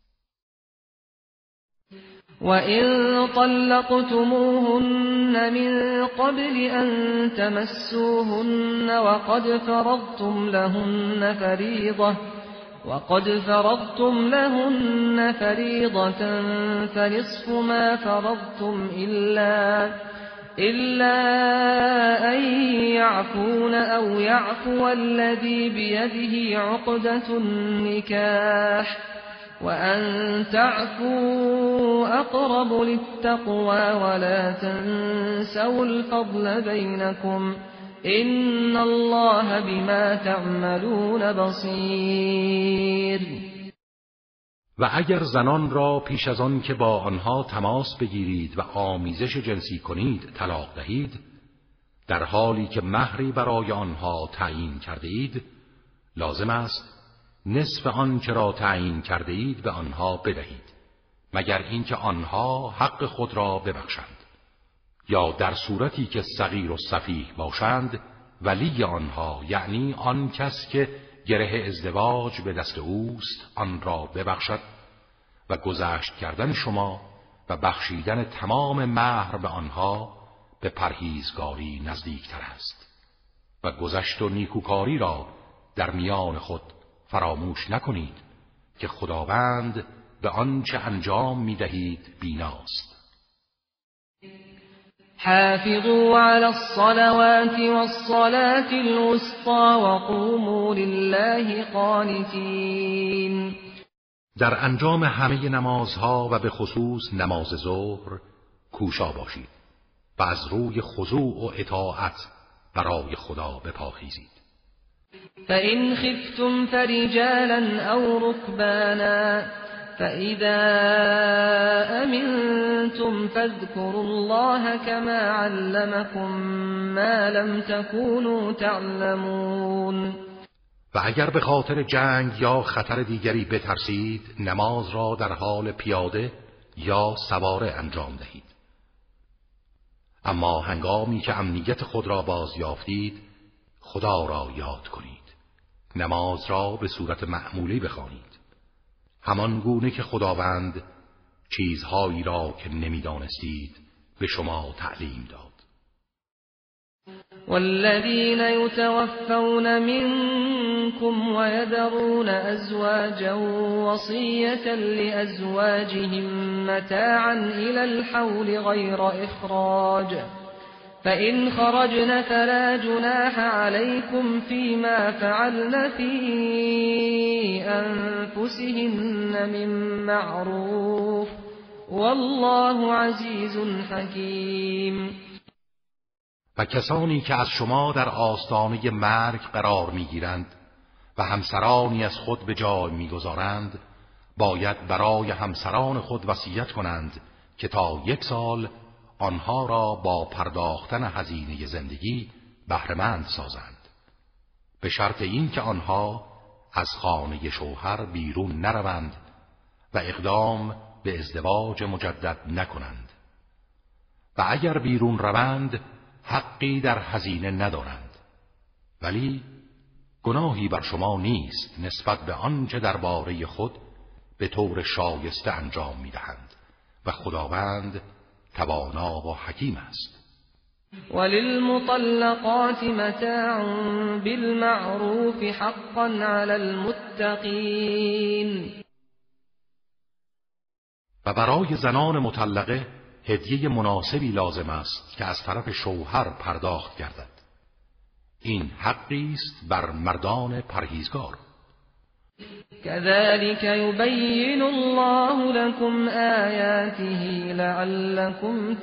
وَإِن طَلَّقْتُمُوهُنَّ مِن قَبْلِ أَن تَمَسُّوهُنَّ وَقَدْ فَرَضْتُمْ لَهُنَّ فَرِيضَةً وَقَدْ فَرَضْتُمْ لَهُنَّ فَرِيضَةً فَنِصْفُ مَا فَرَضْتُمْ إِلَّا إِلَّا أَن يَعْفُونَ أَوْ يَعْفُوَ الَّذِي بِيَدِهِ عُقْدَةُ النِّكَاحِ وَأَن تَعْفُوا أَقْرَبُ لِلتَّقْوَى وَلَا تَنسَوْا الْفَضْلَ بَيْنَكُمْ إِنَّ اللَّهَ بِمَا تَعْمَلُونَ بَصِيرٌ. و اگر زنان را پیش از آن که با آنها تماس بگیرید و آمیزش جنسی کنید طلاق دهید در حالی که مهری برای آنها تعیین کرده اید لازم است نصف آنچه را تعیین کرده اید به آنها بدهید، مگر اینکه آنها حق خود را ببخشند، یا در صورتی که صغیر و سفیه باشند ولی آنها، یعنی آن کس که گره ازدواج به دست اوست، آن را ببخشد و گذشت کردن شما و بخشیدن تمام مهر به آنها به پرهیزگاری نزدیکتر است. و گذشت و نیکوکاری را در میان خود فراموش نکنید که خداوند به آنچه انجام می‌دهید بیناست. حافظوا على الصلوات والصلاة الوسطى وقوموا لله قانتين. در انجام همه نمازها و به خصوص نماز ظهر کوشا باشید و از روی خضوع و اطاعت برای خدا بپاخیزید. فإن خفتم فرجالا أو ركبانا فإذا أمنتم فاذكروا الله كما علمكم ما لم تكونوا تعلمون. و اگر به خاطر جنگ یا خطر دیگری بترسید، نماز را در حال پیاده یا سواره انجام دهید. اما هنگامی که امنیت خود را باز یافتید، خدا را یاد کنید. نماز را به صورت معمولی بخوانید، همان گونه که خداوند چیزهایی را که نمیدانستید به شما تعلیم داد. والذین یتوفون منکم ويذرون ازواجا وصیة لازواجهم متاعا الى الحول غیر اخراج فإن خرجن فلا جناح عليكم فيما فعلن في أنفسهن من معروف والله عزيز حكيم. و کسانی که از شما در آستانه مرگ قرار میگیرند و همسرانی از خود به جای میگذارند، باید برای همسران خود وصیت کنند که تا یک سال آنها را با پرداختن هزینه زندگی بهره‌مند سازند، به شرط این که آنها از خانه شوهر بیرون نروند و اقدام به ازدواج مجدد نکنند. و اگر بیرون روند حقی در هزینه ندارند، ولی گناهی بر شما نیست نسبت به آنچه درباره خود به طور شایسته انجام می‌دهند و خداوند توانا و حکیم است. وللمطلقات متاع بالمعروف حقا علی المتقین. و برای زنان مطلقه هدیه مناسبی لازم است که از طرف شوهر پرداخت گردد. این حقی است بر مردان پرهیزگار. كذلك يبين الله لكم آياته لعلكم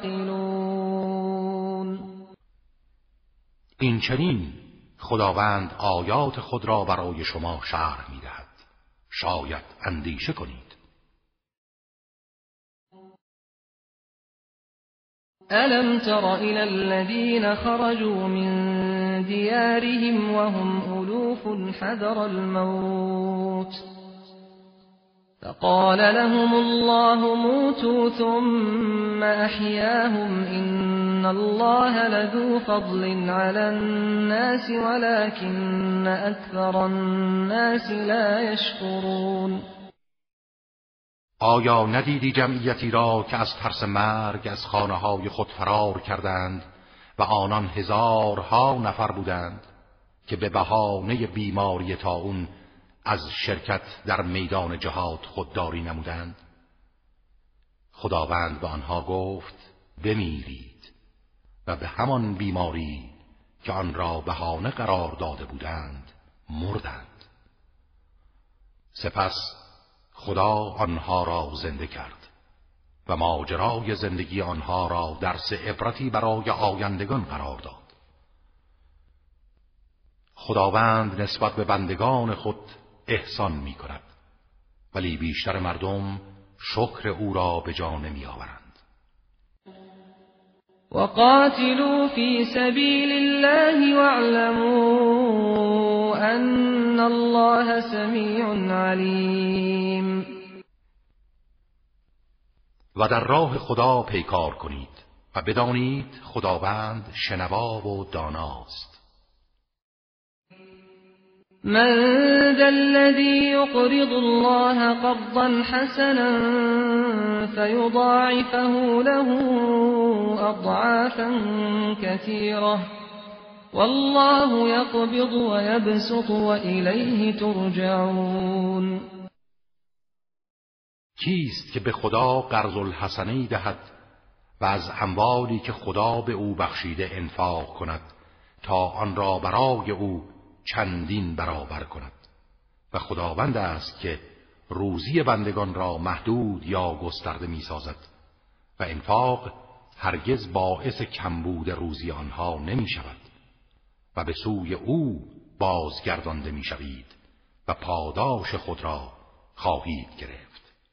تعقلون. این چنین خداوند آیات خود را برای شما شرح می‌دهد، شاید اندیشه کنید. ألم تر إلى الذين خرجوا من ديارهم وهم ألوف حذر الموت فقال لهم الله موتوا ثم أحياهم إن الله لذو فضل على الناس ولكن أكثر الناس لا يشكرون. آیا ندیدی جمعیتی را که از ترس مرگ از خانه‌های خود فرار کردند و آنان هزارها نفر بودند که به بهانه بیماری طاعون از شرکت در میدان جهاد خودداری نمودند؟ خداوند به آنها گفت بمیرید و به همان بیماری که آن را بهانه قرار داده بودند مردند. سپس خدا آنها را زنده کرد و ماجرای زندگی آنها را درس عبرتی برای آیندگان قرار داد. خداوند نسبت به بندگان خود احسان می کند، ولی بیشتر مردم شکر او را به جا نمی آورند. وقاتلوا في سبيل الله واعلموا أن إن الله سمیع علیم. و در راه خدا پیکار کنید و بدانید خداوند شنوا و داناست. من ذا الذی یقرض الله قرضا حسنا فیضاعفه له اضعافا کثیرة والله یقبض و یبسط و الیه ترجعون. کیست که به خدا قرض الحسنی دهد و از اموالی که خدا به او بخشیده انفاق کند تا آن را برای او چندین برابر کند؟ و خداوند است که روزی بندگان را محدود یا گسترده می سازد و انفاق هرگز باعث کمبود روزی آنها نمی شود و به سوی او بازگردانده می شوید و پاداش خود را خواهید گرفت.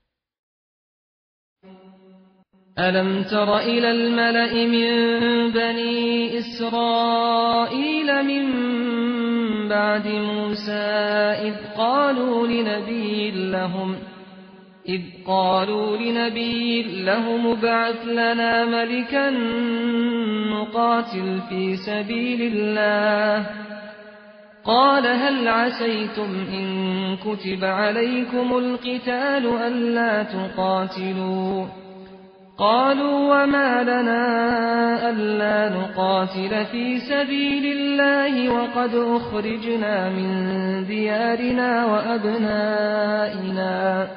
ألم تر إلى الملأ من بني إسرائيل من بعد موسى إذ قالوا لنبي لهم إذ قالوا لنبي لهم ابعث لنا ملكا نقاتل في سبيل الله قال هل عسيتم إن كتب عليكم القتال ألا تقاتلوا قالوا وما لنا ألا نقاتل في سبيل الله وقد أخرجنا من ديارنا وأبنائنا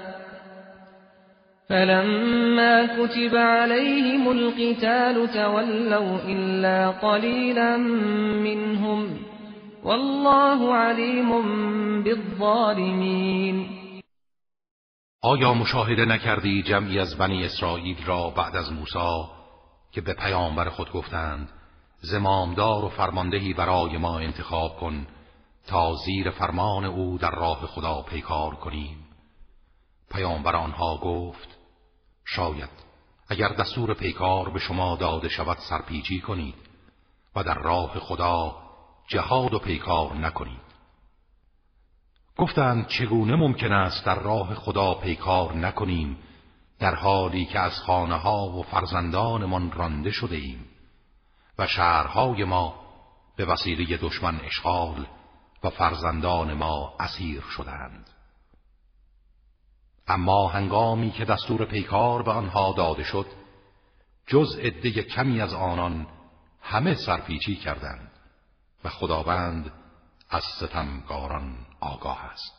فلما كتب عليهم القتال تولوا إلا قليلا منهم والله عليم بالظالمين. آیا مشاهده نکردی جمعی از بنی اسرائیل را بعد از موسی که به پیامبر خود گفتند زمامدار و فرماندهی برای ما انتخاب کن تا زیر فرمان او در راه خدا پیکار کنیم؟ پیامبر آنها گفت شاید اگر دستور پیکار به شما داده شود سرپیچی کنید و در راه خدا جهاد و پیکار نکنید. گفتند چگونه ممکن است در راه خدا پیکار نکنیم در حالی که از خانه ها و فرزندانمان رانده شده ایم و شهرهای ما به وسیله دشمن اشغال و فرزندان ما اسیر شدند. اما هنگامی که دستور پیکار به آنها داده شد جز عده کمی از آنان همه سرپیچی کردند و خداوند از ستمگاران آگاه است.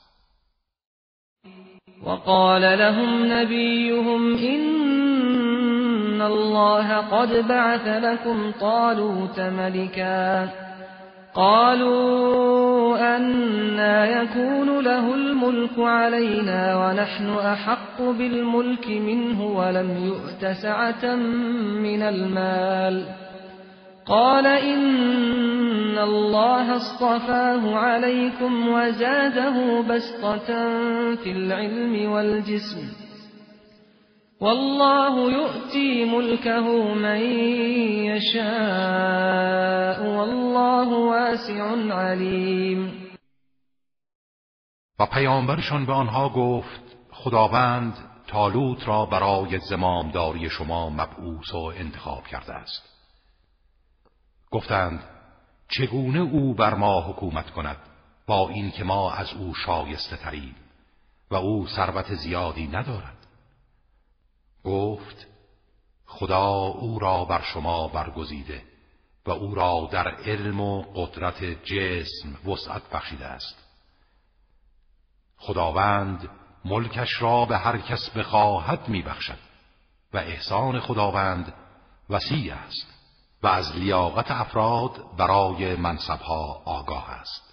وقال لهم نبيهم إن الله قد بعث لكم طالوت ملكا قالوا أنا يكون له الملك علينا ونحن أحق بالملك منه ولم يؤت سعة من المال قال إن الله اصطفاه عليكم وزاده بسطة في العلم والجسم والله يؤتي ملكه من يشاء والله واسع عليم. و پیامبرشان به آنها گفت خداوند طالوت را برای زمامداری شما مبعوث و انتخاب کرده است. گفتند چگونه او بر ما حکومت کند با این که ما از او شایسته تریم و او ثروت زیادی ندارد؟ گفت خدا او را بر شما برگزیده و او را در علم و قدرت جسم وسعت بخشیده است. خداوند ملکش را به هر کس بخواهد می بخشد و احسان خداوند وسیع است و از لیاقت افراد برای منصبها آگاه است.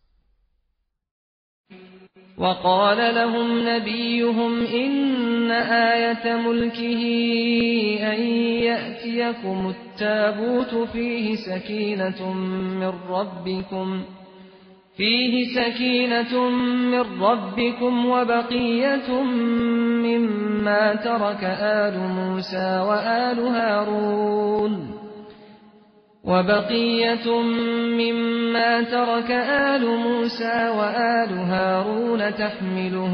وقال لهم نبيهم إن آية ملكه أن يأتيكم التابوت فيه سكينة من ربكم فيه سكينة من ربكم وبقية مما ترك آل موسى وآل هارون وبقية مما ترك آل موسى وآل هارون تحمله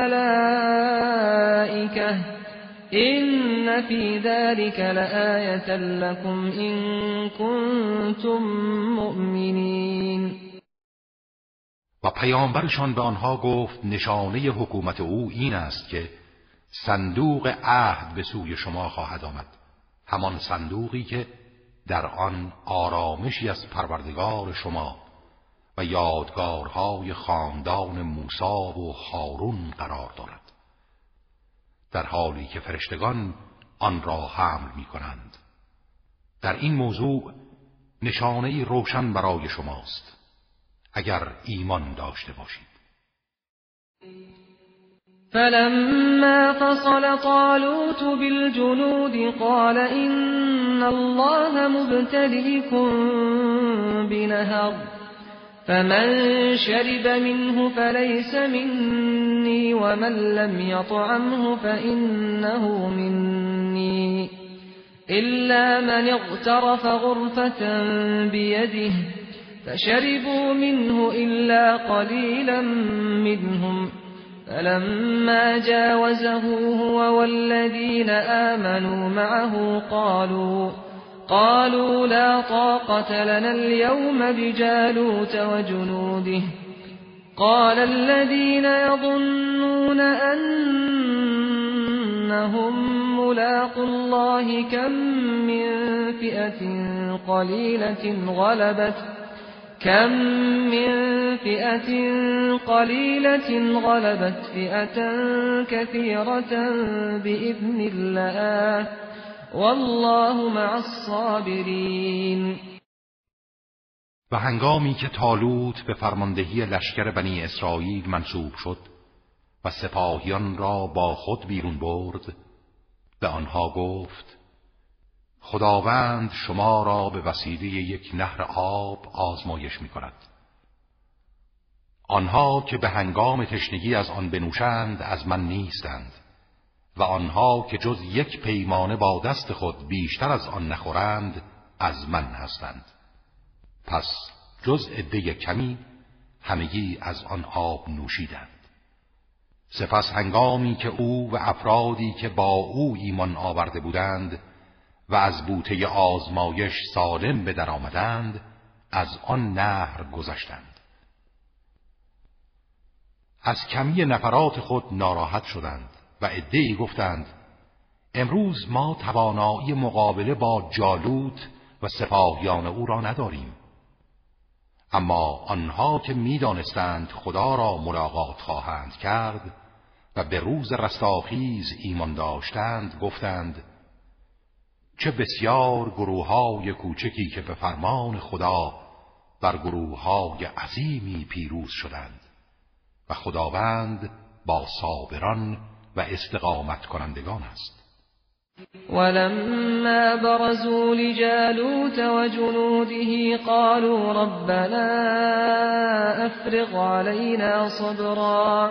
الملائكة إن في ذلك لآية لكم إن كنتم مؤمنين. و پیامبرشان به آنها گفت نشانه حکومت او این است که صندوق عهد به سوی شما خواهد آمد، همان صندوقی که در آن آرامشی از پروردگار شما و یادگارهای خاندان موسی و هارون قرار دارد، در حالی که فرشتگان آن را حمل می کنند. در این موضوع نشانه‌ای روشن برای شماست اگر ایمان داشته باشید. فلما فصل طالوت بالجنود قال إن الله مبتليكم بنهر فمن شرب منه فليس مني ومن لم يطعمه فإنه مني إلا من اغترف غرفة بيده فشربوا منه إلا قليلا منهم فلما جاوزه هو والذين آمنوا معه قالوا قالوا لا طاقة لنا اليوم بجالوت وجنوده قال الذين يظنون أنهم ملاقوا الله كم من فئة قليلة غلبت كم من فئة قليلة غلبت فئة كثيرة بإذن الله والله مع الصابرین. و هنگامی که طالوت به فرماندهی لشکر بنی اسرائیل منصوب شد و سپاهیان را با خود بیرون برد، به آنها گفت خداوند شما را به وسیله یک نهر آب آزمایش می کند. آنها که به هنگام تشنگی از آن بنوشند از من نیستند و آنها که جز یک پیمانه با دست خود بیشتر از آن نخورند از من هستند. پس جز عده کمی همگی از آن آب نوشیدند. سپس هنگامی که او و افرادی که با او ایمان آورده بودند و از بوته آزمایش سالم به در آمدند از آن نهر گذشتند. از کمی نفرات خود ناراحت شدند و عده‌ای گفتند امروز ما توانایی مقابله با جالوت و سپاهیان او را نداریم. اما آنها که می‌دانستند خدا را ملاقات خواهند کرد و به روز رستاخیز ایمان داشتند گفتند چه بسیار گروه‌های کوچکی که به فرمان خدا بر گروه‌های عظیمی پیروز شدند و خداوند با صابران و استقامت کنندگان است. ولما برزوا لجالوت وجنوده قالوا ربنا افرغ علينا صبرا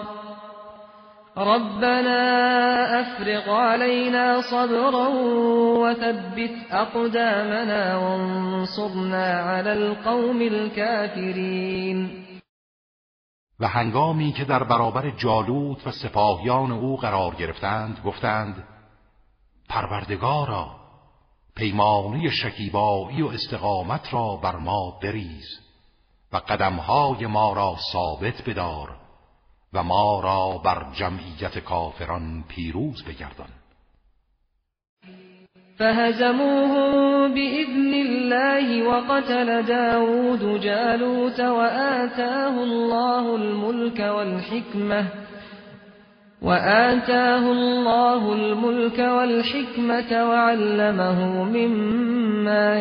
ربنا افرغ علينا صبرا وثبت اقدامنا وانصرنا على القوم الكافرين. و هنگامی که در برابر جالوت و سپاهیان او قرار گرفتند گفتند پروردگارا پیمانه شکیبایی و استقامت را بر ما بریز و قدمهای ما را ثابت بدار و ما را بر جمعیت کافران پیروز بگردان. فهزموهم بإذن الله وقتل داود جالوت وآتاه الله الملك والحكمة وآتاه الله الملك والحكمة وعلمه مما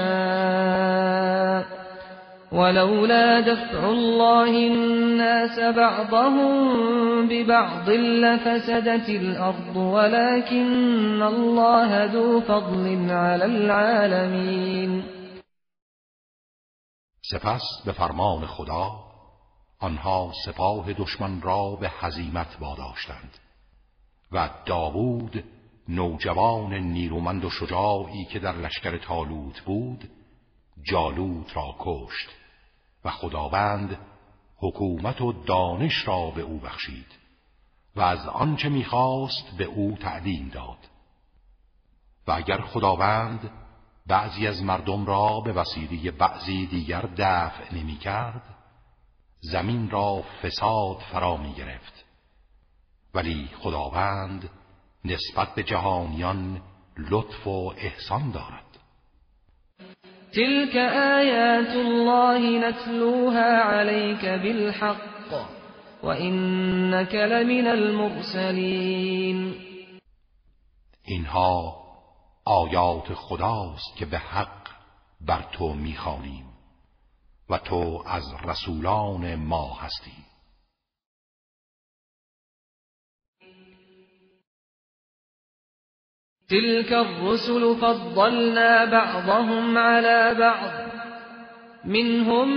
يشاء ولولا دفع الله الناس بعضهم ببعض لفسدت الأرض ولكن الله ذو فضل على العالمين. سپس به فرمان خدا آنها سپاه دشمن را به هزیمت واداشتند و داوود نوجوان نیرومند و شجاعی که در لشکر طالوت بود جالوت را کشت و خداوند حکومت و دانش را به او بخشید و از آنچه می‌خواست به او تعلیم داد. و اگر خداوند بعضی از مردم را به وسیله بعضی دیگر دفع نمی کرد، زمین را فساد فرا می گرفت. ولی خداوند نسبت به جهانیان لطف و احسان دارد. تلك آیات الله نتلوها عليك بالحق وإنك لمن المرسلین. اینها آیات خداست که به حق بر تو می‌خوانیم و تو از رسولان ما هستی. تلك الرسل فضلنا بعضهم على بعض منهم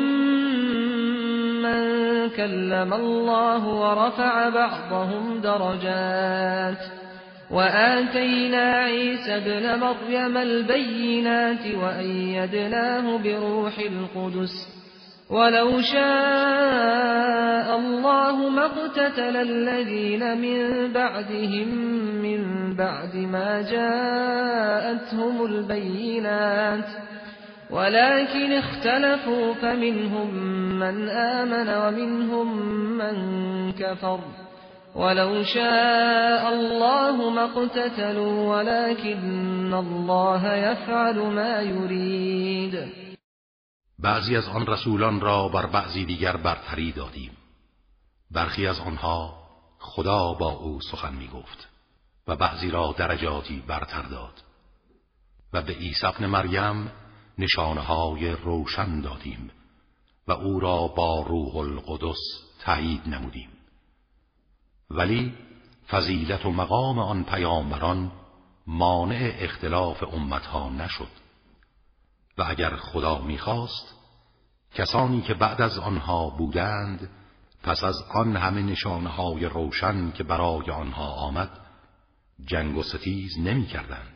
من كلم الله ورفع بعضهم درجات وآتينا عيسى ابن مريم البينات وأيدناه بروح القدس ولو شاء الله ما اقتتل الذين من بعدهم من بعد ما جاءتهم البينات ولكن اختلفوا فمنهم من آمن ومنهم من كفر ولو شاء الله ما اقتتلوا ولكن الله يفعل ما يريد. بعضی از آن رسولان را بر بعضی دیگر برتری دادیم. برخی از آنها خدا با او سخن می گفت و بعضی را درجاتی برتر داد و به عیسی ابن مریم نشانه‌های روشن دادیم و او را با روح القدس تایید نمودیم. ولی فضیلت و مقام آن پیامبران مانع اختلاف امتها نشد و اگر خدا می‌خواست کسانی که بعد از آنها بودند پس از آن همه نشانه‌های روشن که برای آنها آمد جنگ و ستیز نمی‌کردند.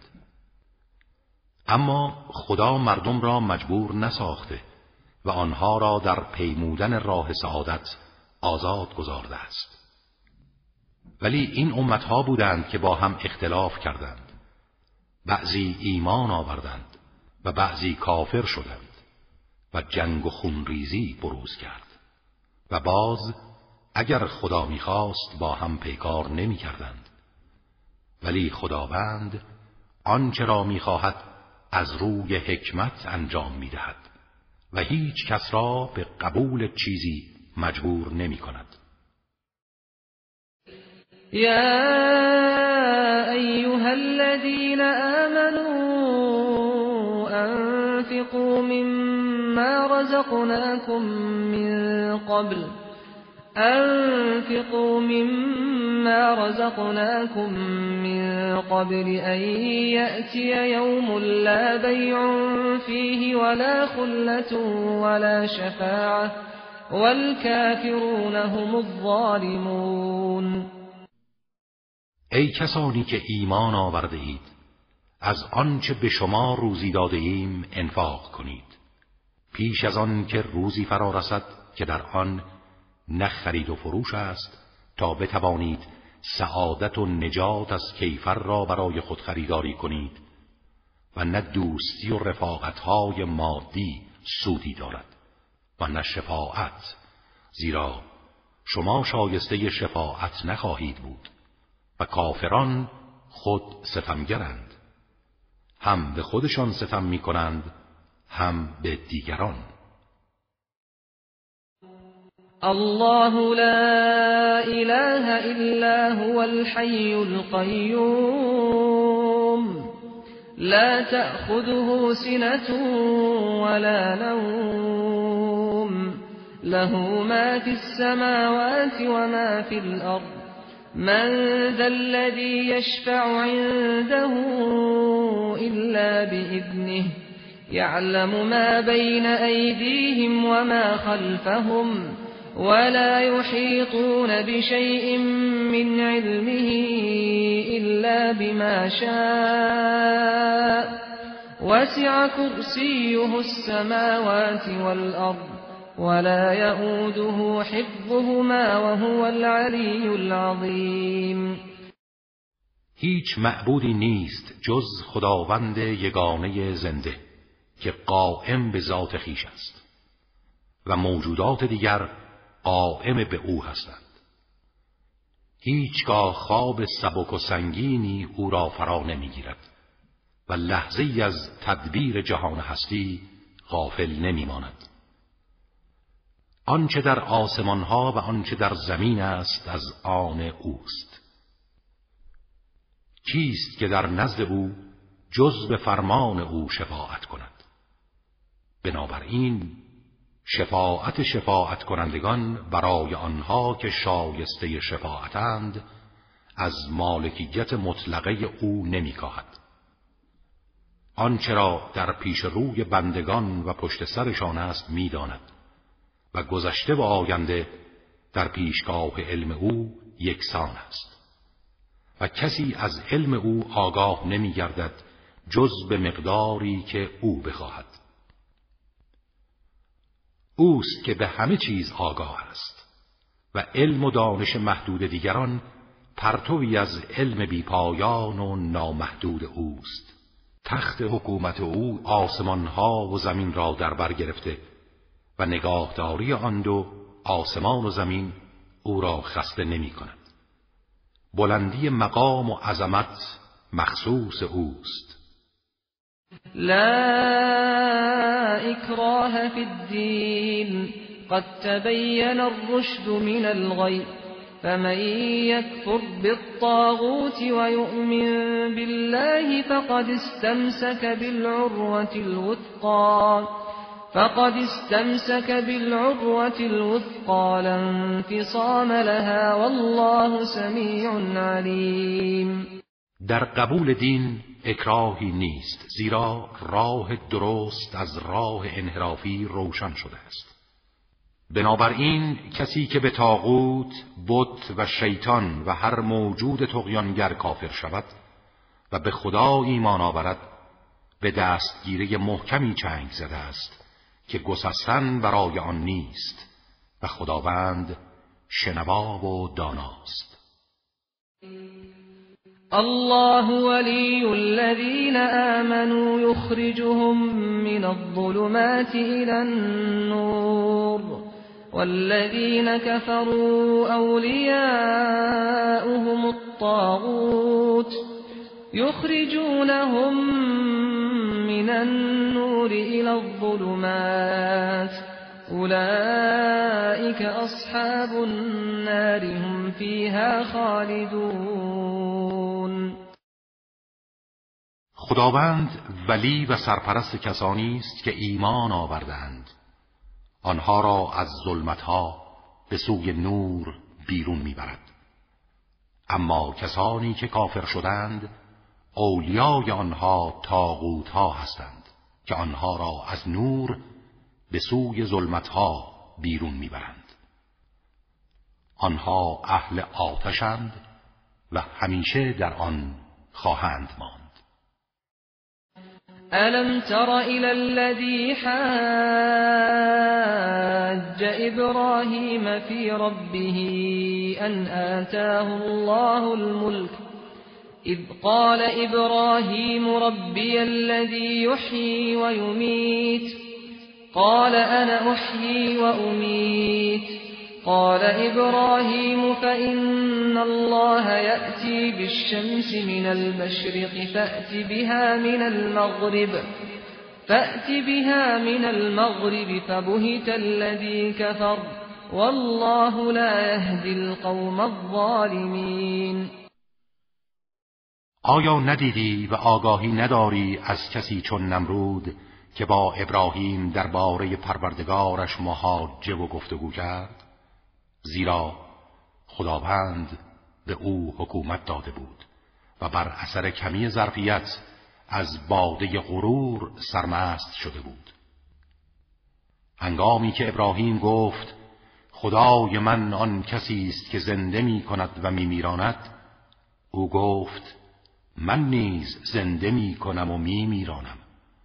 اما خدا مردم را مجبور نساخته و آنها را در پیمودن راه سعادت آزاد گذارده است. ولی این امتها بودند که با هم اختلاف کردند. بعضی ایمان آوردند و بعضی کافر شدند و جنگ و خونریزی بروز کرد و باز اگر خدا می‌خواست با هم پیکار نمی‌کردند. ولی خداوند آنچه را می‌خواهد از روی حکمت انجام می‌دهد و هیچ کس را به قبول چیزی مجبور نمی‌کند. يا أيها الذين آمنوا أنفقوا مما رزقناكم من قبل أنفقوا مما رزقناكم من قبل أن يأتي يوم لا بيع فيه ولا خلة ولا شفاعة والكافرون هم الظالمون. ای کسانی که ایمان آورده اید از آنچه به شما روزی داده ایم انفاق کنید پیش از آن که روزی فرا رسد که در آن نه خرید و فروش است تا بتوانید سعادت و نجات از کیفر را برای خود خریداری کنید و نه دوستی و رفاقت‌های مادی سودی دارد و نه شفاعت، زیرا شما شایسته شفاعت نخواهید بود و کافران خود ستمگرند، هم به خودشان ستم می کنند هم به دیگران. الله لا اله الا هو الحي القيوم لا تأخذه سنة ولا نوم له ما في السماوات وما في الأرض من ذا الذي يشفع عنده إلا بإذنه يعلم ما بين أيديهم وما خلفهم ولا يحيطون بشيء من علمه إلا بما شاء وسع كرسيه السماوات والأرض ولا يئوده حفظهما وهو العلی العظیم. هیچ معبودی نیست جز خداوند یگانه زنده که قائم به ذات خویش است و موجودات دیگر قائم به او هستند. هیچگاه خواب سبک و سنگینی او را فرا نمیگیرد و لحظه ای از تدبیر جهان هستی غافل نمیماند. آنچه در آسمانها و آنچه در زمین است از آن اوست. کیست که در نزد او جز به فرمان او شفاعت کند؟ بنابراین شفاعت شفاعت کنندگان برای آنها که شایسته شفاعتند از مالکیت مطلقه او نمیکاهد. آنچه را در پیش روی بندگان و پشت سرشان است میداند و گذشته و آینده در پیشگاه علم او یکسان است و کسی از علم او آگاه نمی‌گردد جز به مقداری که او بخواهد. اوست که به همه چیز آگاه است و علم و دانش محدود دیگران پرتوی از علم بیپایان و نامحدود اوست. تخت حکومت او آسمانها و زمین را در بر گرفته و نگاهداری آن دو آسمان و زمین او را خسته نمی کند. بلندی مقام و عظمت مخصوص اوست. لا اکراه فی الدین قد تبین الرشد من الغی فمن یکفر بالطاغوت ویؤمن بالله فقد استمسک بالعروة الوثقى فقد استمسك بالعروة الوثقى لا انفصام لها والله سمیع علیم. در قبول دین اکراهی نیست، زیرا راه درست از راه انحرافی روشن شده است. بنابراین کسی که به طاغوت، بت و شیطان و هر موجود طغیانگر کافر شود و به خدا ایمان آورد به دستگیری محکمی چنگ زده است که گسستن برای آن نیست و خداوند شنوا و داناست. الله ولی الذین آمنوا یخرجهم من الظلمات إلى النور والذین كفروا أولیاؤهم الطاغوت یخرجونهم من النور إلى الظلمات أولئك أصحاب النار هم فيها خالدون. خداوند ولی و سرپرست کسانی است که ایمان آوردند، آنها را از ظلمتها به سوی نور بیرون میبرد. اما کسانی که کافر شدند اولیای آنها طاغوت‌ها هستند که آنها را از نور به سوی ظلمت‌ها بیرون میبرند. آنها اهل آتشند و همیشه در آن خواهند ماند. ألم تر إلى الذي حاج إبراهيم في ربه أن آتاه الله الملك إذ قال إبراهيم ربي الذي يحيي ويميت قال أنا أحيي وأميت قال إبراهيم فإن الله يأتي بالشمس من المشرق فأت بها من المغرب فأت بها من المغرب فبهت الذي كفر والله لا يهدي القوم الظالمين. آیا ندیدی و آگاهی نداری از کسی چون نمرود که با ابراهیم درباره پروردگارش محاجه و گفتگو کرد؟ زیرا خداوند به او حکومت داده بود و بر اثر کمی ظرفیت از باده غرور سرمست شده بود. هنگامی که ابراهیم گفت خدای من آن کسی است که زنده می کند و می میراند، او گفت من نیز زنده می کنم و می میرانم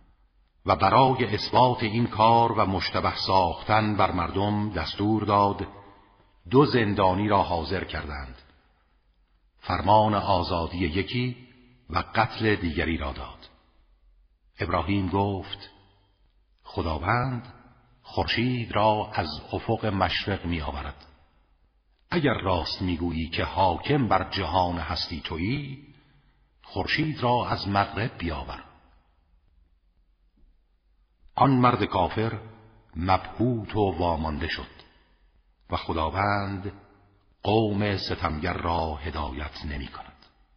و برای اثبات این کار و مشتبه ساختن بر مردم دستور داد دو زندانی را حاضر کردند. فرمان آزادی یکی و قتل دیگری را داد. ابراهیم گفت خداوند خورشید را از افق مشرق می آورد. اگر راست میگویی که حاکم بر جهان هستی تویی، خورشید را از مغرب بیاور. آن مرد کافر مبهوت و وامانده شد و خداوند قوم ستمگر را هدایت نمی کند.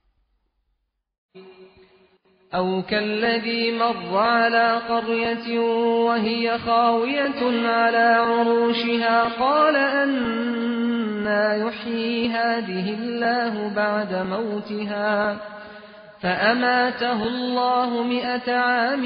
أو كالذي مر على قرية وهي خاوية على عروشها قال أنى يحيي هذه الله بعد موتها فأماته الله مئة عام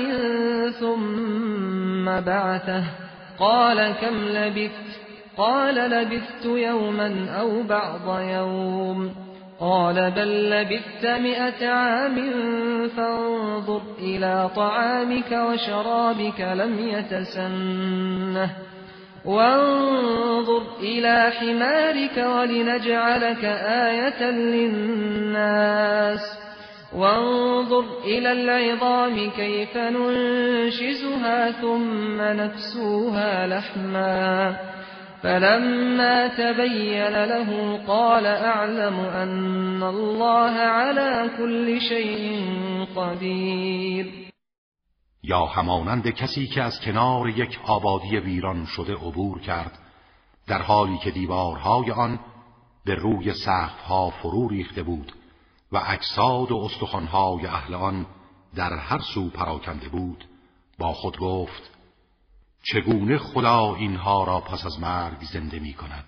ثم بعثه قال كم لبثت قال لبثت يوما أو بعض يوم قال بل لبثت مئة عام فانظر إلى طعامك وشرابك لم يتسنه وانظر إلى حمارك ولنجعلك آية للناس وانظر إلى العظام كيف ننشزها ثم نكسوها لحما فلما تبين له قال أعلم أن الله على كل شيء قدير. یا همانند کسی که از کنار یک آبادی ویران شده عبور کرد، در حالی که دیوارهای آن به روی سقف‌ها فرو ریخته بود و اجساد و استخوان‌های اهل آن در هر سو پراکنده بود، با خود گفت چگونه خدا اینها را پس از مرگ زنده می کند؟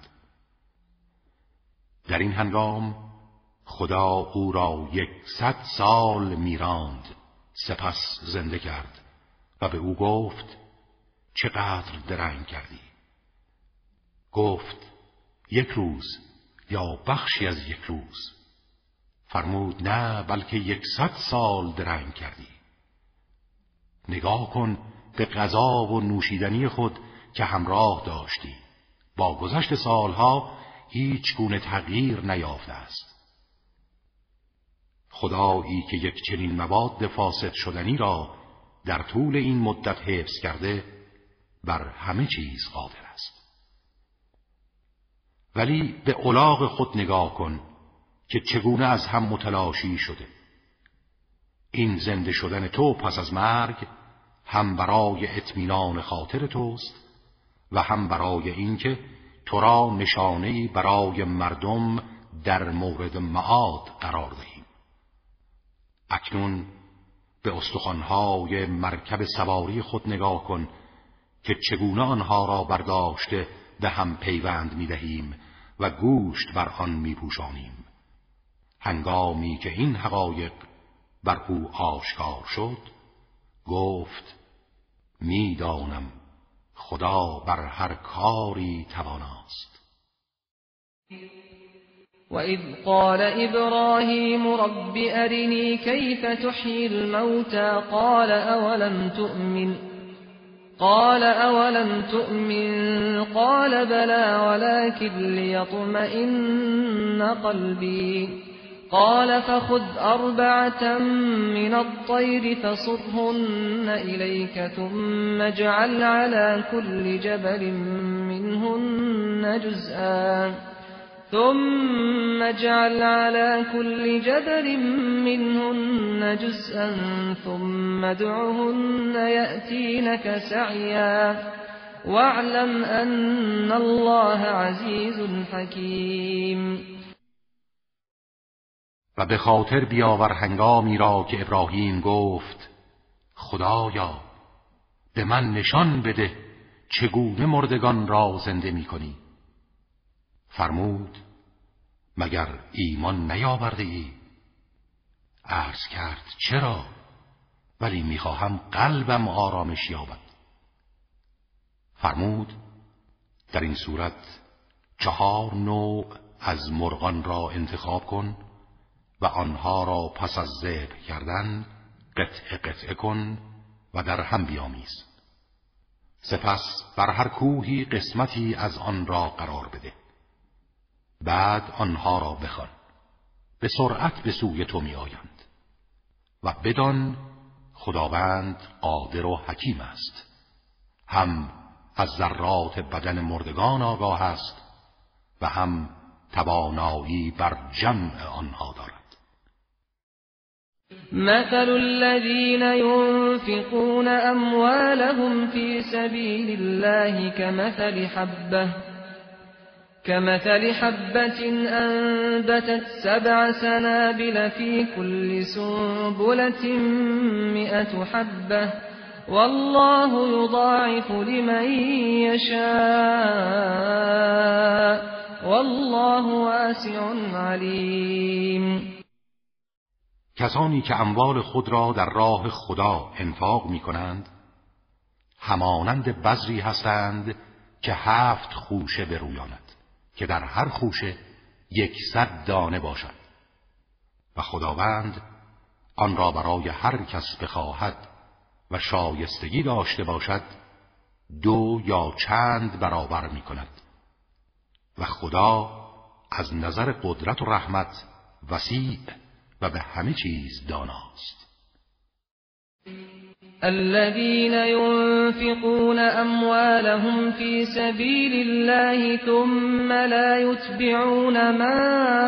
در این هنگام خدا او را یکصد سال میراند، سپس زنده کرد و به او گفت چقدر درنگ کردی؟ گفت یک روز یا بخشی از یک روز. فرمود نه، بلکه یکصد سال درنگ کردی. نگاه کن به غذا و نوشیدنی خود که همراه داشتی، با گذشت سالها هیچ گونه تغییر نیافته است. خدایی که یک چنین مواد فاسد شدنی را در طول این مدت حفظ کرده بر همه چیز قادر است. ولی به الاغ خود نگاه کن که چگونه از هم متلاشی شده. این زنده شدن تو پس از مرگ هم برای اطمینان خاطر توست و هم برای اینکه تو را نشانه‌ای برای مردم در مورد معاد قرار دهیم. اکنون به استخوان‌های مرکب سواری خود نگاه کن که چگونه آنها را برداشته به هم پیوند می‌دهیم و گوشت بر آن می‌پوشانیم. هنگامی که این حقایق بر او آشکار شد، گفت میدانم خدا بر هر کاری تواناست. وَإِذْ قَالَ إِبْرَاهِيمُ رَبِّ أَرِنِي كَيْفَ تُحْيِي الْمَوْتَى قَالَ أَوَلَمْ تُؤْمِنْ قَالَ أَوَلَمْ تُؤْمِنْ قَالَ بَلَى وَلَكِنْ لِيَطْمَئِنَّ قَلْبِي قال فخذ أربعة من الطير فصرهن إليك ثم اجعل على كل جبل منهن جزءا ثم اجعل على كل جبل منهن جزءا ثم ادعهن يأتينك سعيا واعلم أن الله عزيز حكيم. و به خاطر بیاور هنگامی را که ابراهیم گفت خدایا به من نشان بده چگونه مردگان را زنده می کنی. فرمود مگر ایمان نیاورده ای؟ عرض کرد چرا؟ ولی می خواهم قلبم آرامش یابد. فرمود در این صورت چهار نوع از مرغان را انتخاب کن و آنها را پس از ذبح کردن قطعه قطعه کن و و در هم بیامیز. سپس بر هر کوهی قسمتی از آن را قرار بده. بعد آنها را بخوان. به سرعت به سوی تو می آیند. و بدان خداوند قادر و حکیم است. هم از ذرات بدن مردگان آگاه است و هم توانایی بر جمع آنها دارد. مثل الذين ينفقون أموالهم في سبيل الله كمثل حبة كمثل حبة أنبتت سبع سنابل في كل سنبلة مئة حبة والله يضاعف لمن يشاء والله واسع علیم. کسانی که اموال خود را در راه خدا انفاق می کنند همانند بذری هستند که هفت خوشه برویاند که در هر خوشه یکصد دانه باشد و خداوند آن را برای هر کس بخواهد و شایستگی داشته باشد دو یا چند برابر می کند و خدا از نظر قدرت و رحمت وسیع و به همه چیز داناست. الذين ينفقون أموالهم في سبيل الله ثم لا يتبعون ما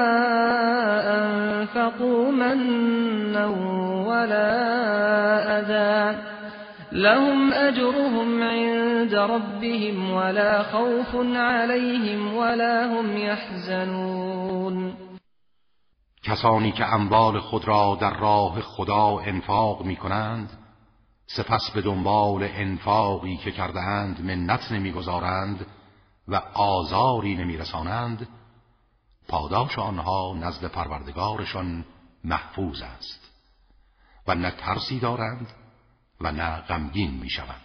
أنفقوا منا ولا أذى لهم أجرهم عند ربهم ولا خوف عليهم ولا هم يحزنون. کسانی که اموال خود را در راه خدا انفاق می کنند سپس به دنبال انفاقی که کرده‌اند منت نمی‌گذارند و آزاری نمی‌رسانند پاداش آنها نزد پروردگارشان محفوظ است و نه ترسی دارند و نه غمگین می‌شوند.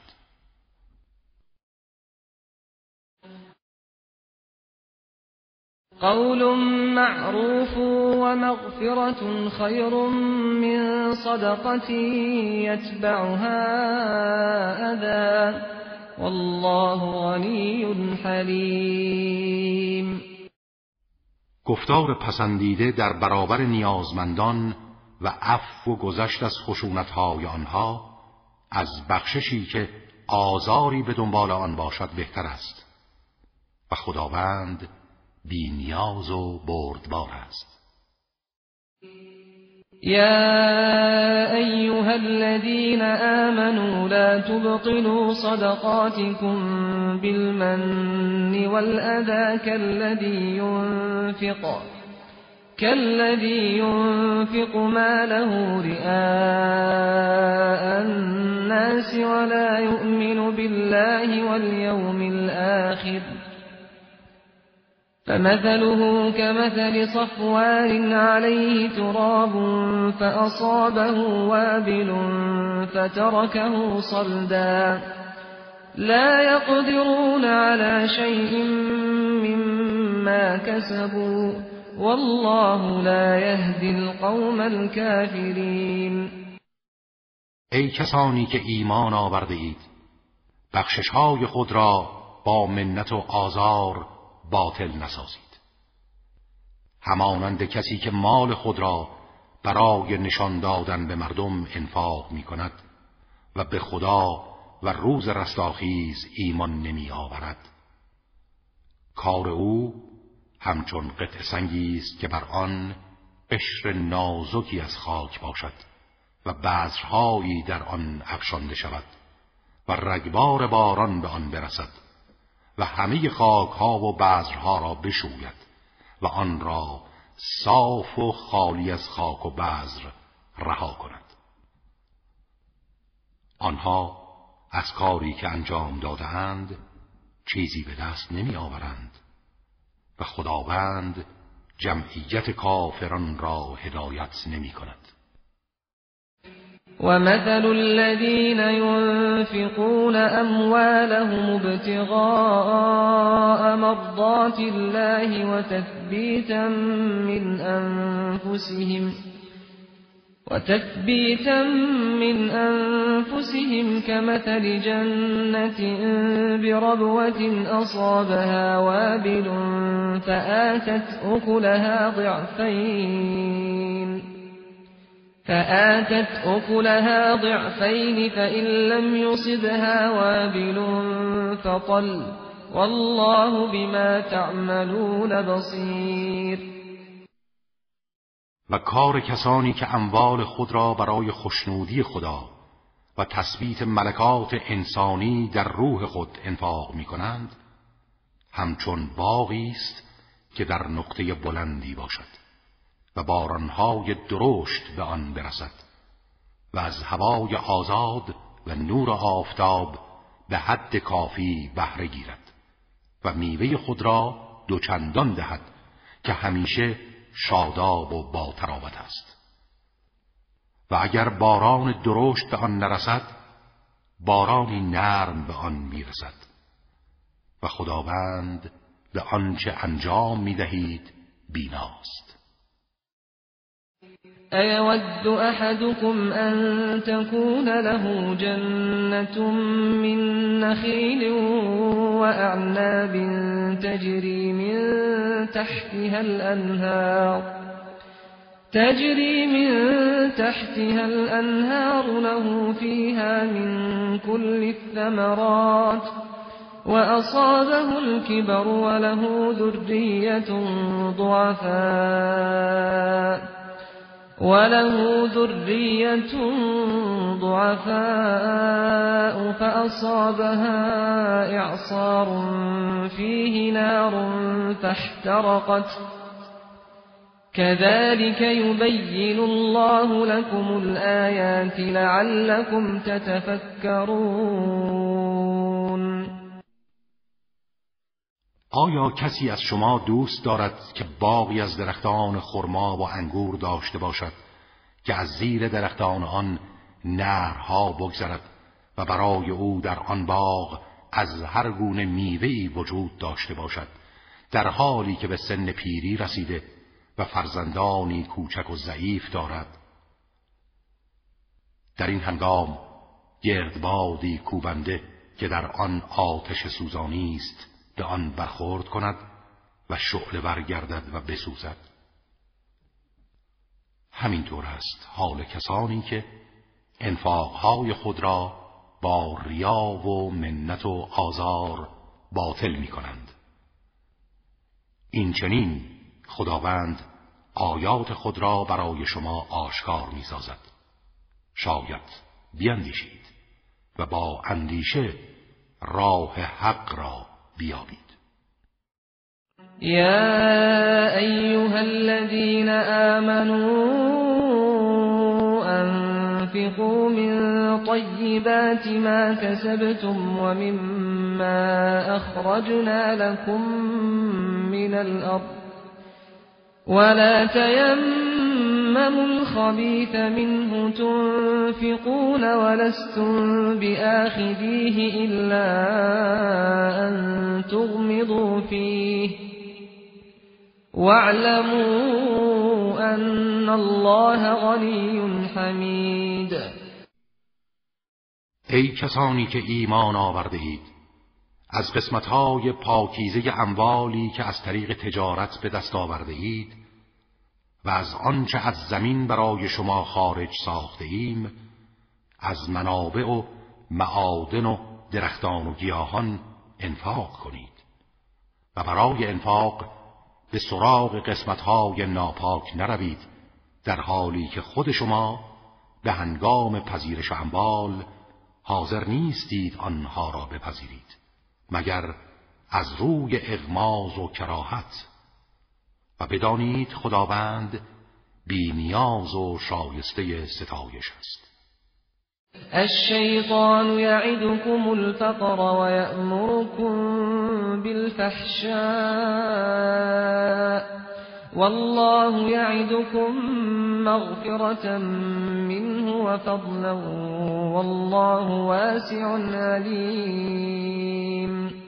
قول معروف ومغفرة خير من صدقة يتبعها أذى والله غني حليم. گفتار پسندیده در برابر نیازمندان و عفو و گذشت از خشونت‌های آنها از بخششی که آزاری به دنبال آن باشد بهتر است و خداوند بی نیاز و بردبار است. يا أيها الذين آمنوا لا تبطلوا صدقاتكم بالمن والأذى كالذي ينفق كالذي ينفق ماله رئاء الناس ولا يؤمن بالله واليوم الآخر فمثله كمثل صفوان عليه تراب فأصابه وابل فتركه صلدا لا يقدرون على شيء مما كسبوا والله لا يهدي القوم الكافرين. ای کسانی که ایمان آورده اید بخشش‌های خود را با منت و آزار باطل نسازید. همانند کسی که مال خود را برای نشان دادن به مردم انفاق می کند و به خدا و روز رستاخیز ایمان نمی آورد. کار او همچون قطع سنگی است که بر آن قشر نازکی از خاک باشد و بذرهایی در آن افشانده شود و رگبار باران به آن برسد و همه خاکها و بذرها را بشوید و آن را صاف و خالی از خاک و بذر رها کند. آنها از کاری که انجام داده‌اند چیزی به دست نمی آورند و خداوند جمعیت کافران را هدایت نمی کند. ومثل الذين ينفقون أموالهم ابتغاء مرضات الله وتثبيتا من أنفسهم وتثبيتا من أنفسهم كمثل جنة بربوة أصابها وابل فآتت أكلها ضعفين فآتت أكلها ضعفين فإن لم يصبها وابل فطل والله بما تعملون بصیر. و کار کسانی که اموال خود را برای خوشنودی خدا و تثبیت ملکات انسانی در روح خود انفاق می کنند همچون باغی است که در نقطه بلندی باشد و بارانهای درشت به آن برسد و از هوای آزاد و نور آفتاب به حد کافی بهره گیرد و میوه خود را دوچندان دهد که همیشه شاداب و با تراوت است. و اگر باران درشت به آن نرسد بارانی نرم به آن میرسد و خداوند به آنچه انجام میدهید بیناست. أَيَوَدُّ أَحَدُكُمْ أَن تَكُونَ لَهُ جَنَّةٌ مِّن نَّخِيلٍ وَأَعْنَابٍ تَجْرِي مِن تَحْتِهَا الْأَنْهَارُ تَجْرِي مِن تَحْتِهَا الْأَنْهَارُ لَهُ فِيهَا مِن كُلِّ الثَّمَرَاتِ وَأَصَابَهُ الْكِبَرُ وَلَهُ ذُرِّيَّةٌ ضُعَفَاءُ وله ذرية ضعفاء فأصابها إعصار فيه نار فاحترقت كذلك يبين الله لكم الآيات لعلكم تتفكرون. آیا کسی از شما دوست دارد که باغی از درختان خرما و انگور داشته باشد که از زیر درختان آن نهرها بگذرد و برای او در آن باغ از هر گونه میوه‌ای وجود داشته باشد در حالی که به سن پیری رسیده و فرزندانی کوچک و ضعیف دارد؟ در این هنگام گردبادی کوبنده که در آن آتش سوزانی است به آن برخورد کند و شعله برگردد و بسوزد. همینطور است حال کسانی که انفاقهای خود را با ریا و منت و آزار باطل می کنند. این چنین خداوند آیات خود را برای شما آشکار می سازد. شاید بیندیشید و با اندیشه راه حق را بیابید. يا أيها الذين آمنوا أنفقوا من طيبات ما كسبتم ومما أخرجنا لكم من الأرض ولا تيمموا الخبيث منه تنفقون ولستم بآخذيه إلا أن تغمضوا فيه واعلموا أن الله غني حمید. ای کسانی که ایمان آورده اید، از قسمت‌های پاکیزه اموالی که از طریق تجارت به دست آورده اید و از آنچه از زمین برای شما خارج ساخته ایم از منابع و معادن و درختان و گیاهان انفاق کنید و برای انفاق به سراغ قسمت‌های ناپاک نروید در حالی که خود شما به هنگام پذیرش اموال حاضر نیستید آنها را بپذیرید مگر از روی اغماض و کراهت. و بدانید خداوند بی نیاز و شایسته ستایش است. الشیطان یعدکم الفقر و یأمرکم بالفحشاء والله یعدکم مغفرة منه و فضلا والله واسع علیم.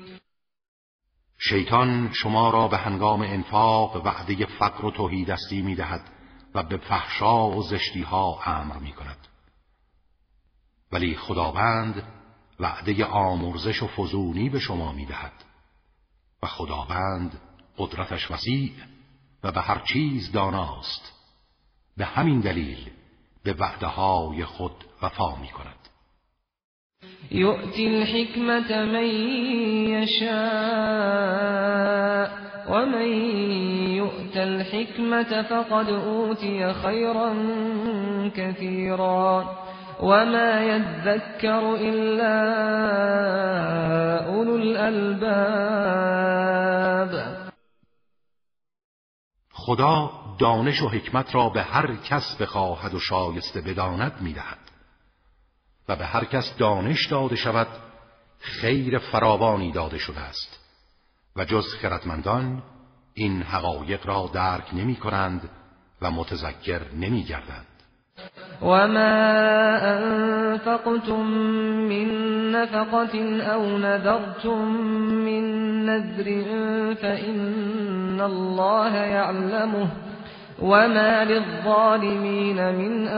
شیطان شما را به هنگام انفاق وعده فقر و تهیدستی می دهد و به فحشا و زشتی ها امر می کند. ولی خداوند وعده آمرزش و فزونی به شما می دهد و خداوند قدرتش وسیع و به هر چیز داناست. به همین دلیل به وعده های خود وفا می کند. یؤتی الحکمت من یشاء و من یؤت الحکمت فقد اوتی خیرا کثیرا وما يذكر إلا أولو الألباب. خدا دانش و حکمت را به هر کس بخواهد و شایسته بداند می‌دهد و به هر کس دانش داده شود خیر فراوانی داده شده است و جز خردمندان این حقایق را درک نمی کنند و متذکر نمی گردند. وما أنفقتم من نفقة أو نذرتم من نذر فإن الله يعلمه وما للظالمين من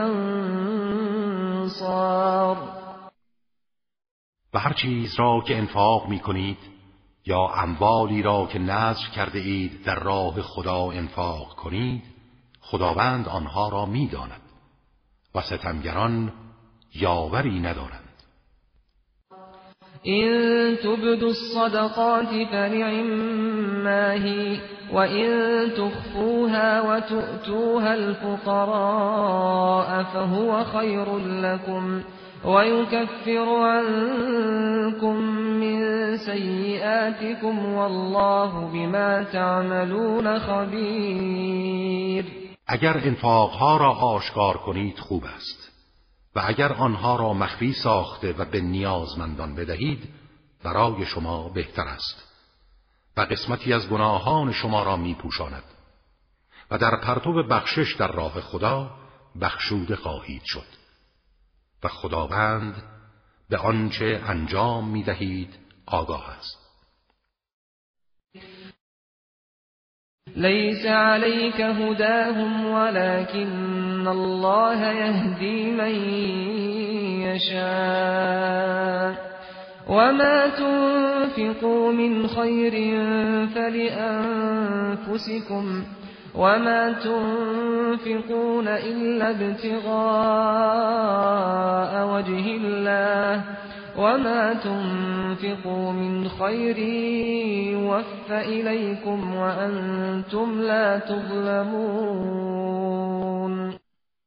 أنصار. و هر چیز را که انفاق می کنید یا اموالی را که نذر کرده اید در راه خدا انفاق کنید، خداوند آنها را می داند و ستمگران یاوری ندارند. إن تبدوا الصدقات فنعما هي وإن تخفوها وتؤتوها الفقراء فهو خير لكم ويكفر عنكم من سيئاتكم والله بما تعملون خبير. اگر انفاقها را آشکار کنید خوب است و اگر آنها را مخفی ساخته و به نیازمندان بدهید برای شما بهتر است و قسمتی از گناهان شما را می پوشاند و در پرتو بخشش در راه خدا بخشوده خواهید شد و خداوند به آنچه انجام می دهید آگاه است. ليس عليك هداهم ولكن الله يهدي من يشاء وما تنفقوا من خير فلأنفسكم وما تنفقون إلا ابتغاء وجه الله وما تنفقوا من خير يوفى إليكم وأنتم لا تظلمون.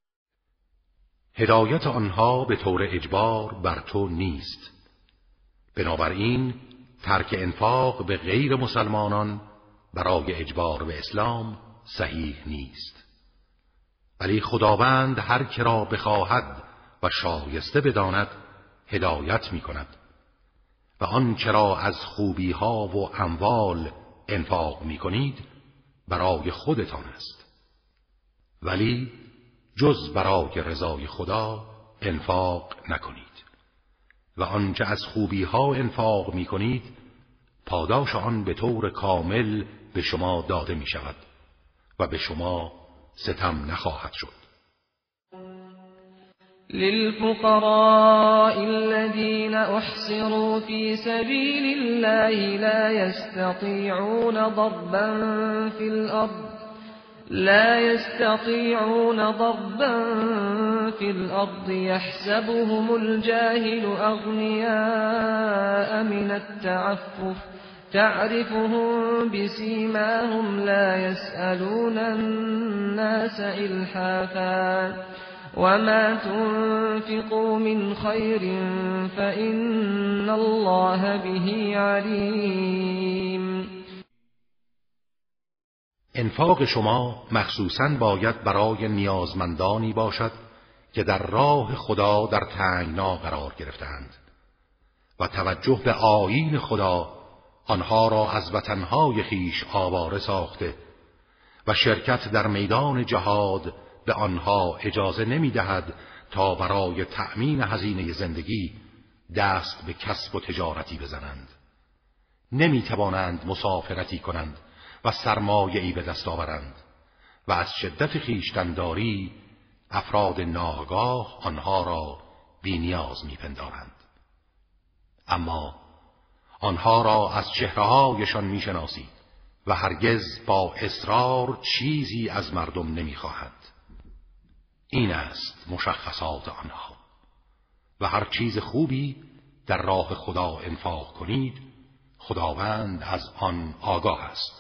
هدایت آنها به طور اجبار بر تو نیست، بنابراین ترک انفاق به غیر مسلمانان برای اجبار به اسلام صحیح نیست. ولی خداوند هر که را بخواهد و شایسته بداند هدایت می کند و آنچه را از خوبی ها و اموال انفاق می کنید برای خودتان است، ولی جز برای رضای خدا انفاق نکنید و آنچه از خوبی ها انفاق می کنید پاداش آن به طور کامل به شما داده می شود و به شما ستم نخواهد شد. للفقراء الذين أحصروا في سبيل الله لا يستطيعون ضربا في الأرض لا يستطيعون ضربا في الأرض يحسبهم الجاهل أغنياء من التعفف تعرفهم بسيماهم لا يسألون الناس إلحافا وما تنفقوا من خير فإن الله به عليم. انفاق شما مخصوصاً باید برای نیازمندانی باشد که در راه خدا در تنگنا قرار گرفتند و توجه به آیین خدا آنها را از وطنهای خیش آواره ساخته و شرکت در میدان جهاد به آنها اجازه نمی دهد تا برای تأمین هزینه زندگی دست به کسب و تجارتی بزنند. نمی توانند مسافرتی کنند و سرمایه‌ای به دست آورند و از شدت خویشتن‌داری افراد ناآگاه آنها را بی‌نیاز می‌پندارند. اما آنها را از چهره‌هایشان می‌شناسید و هرگز با اصرار چیزی از مردم نمی‌خواهند. این است مشخصات آنها. و هر چیز خوبی در راه خدا انفاق کنید، خداوند از آن آگاه است.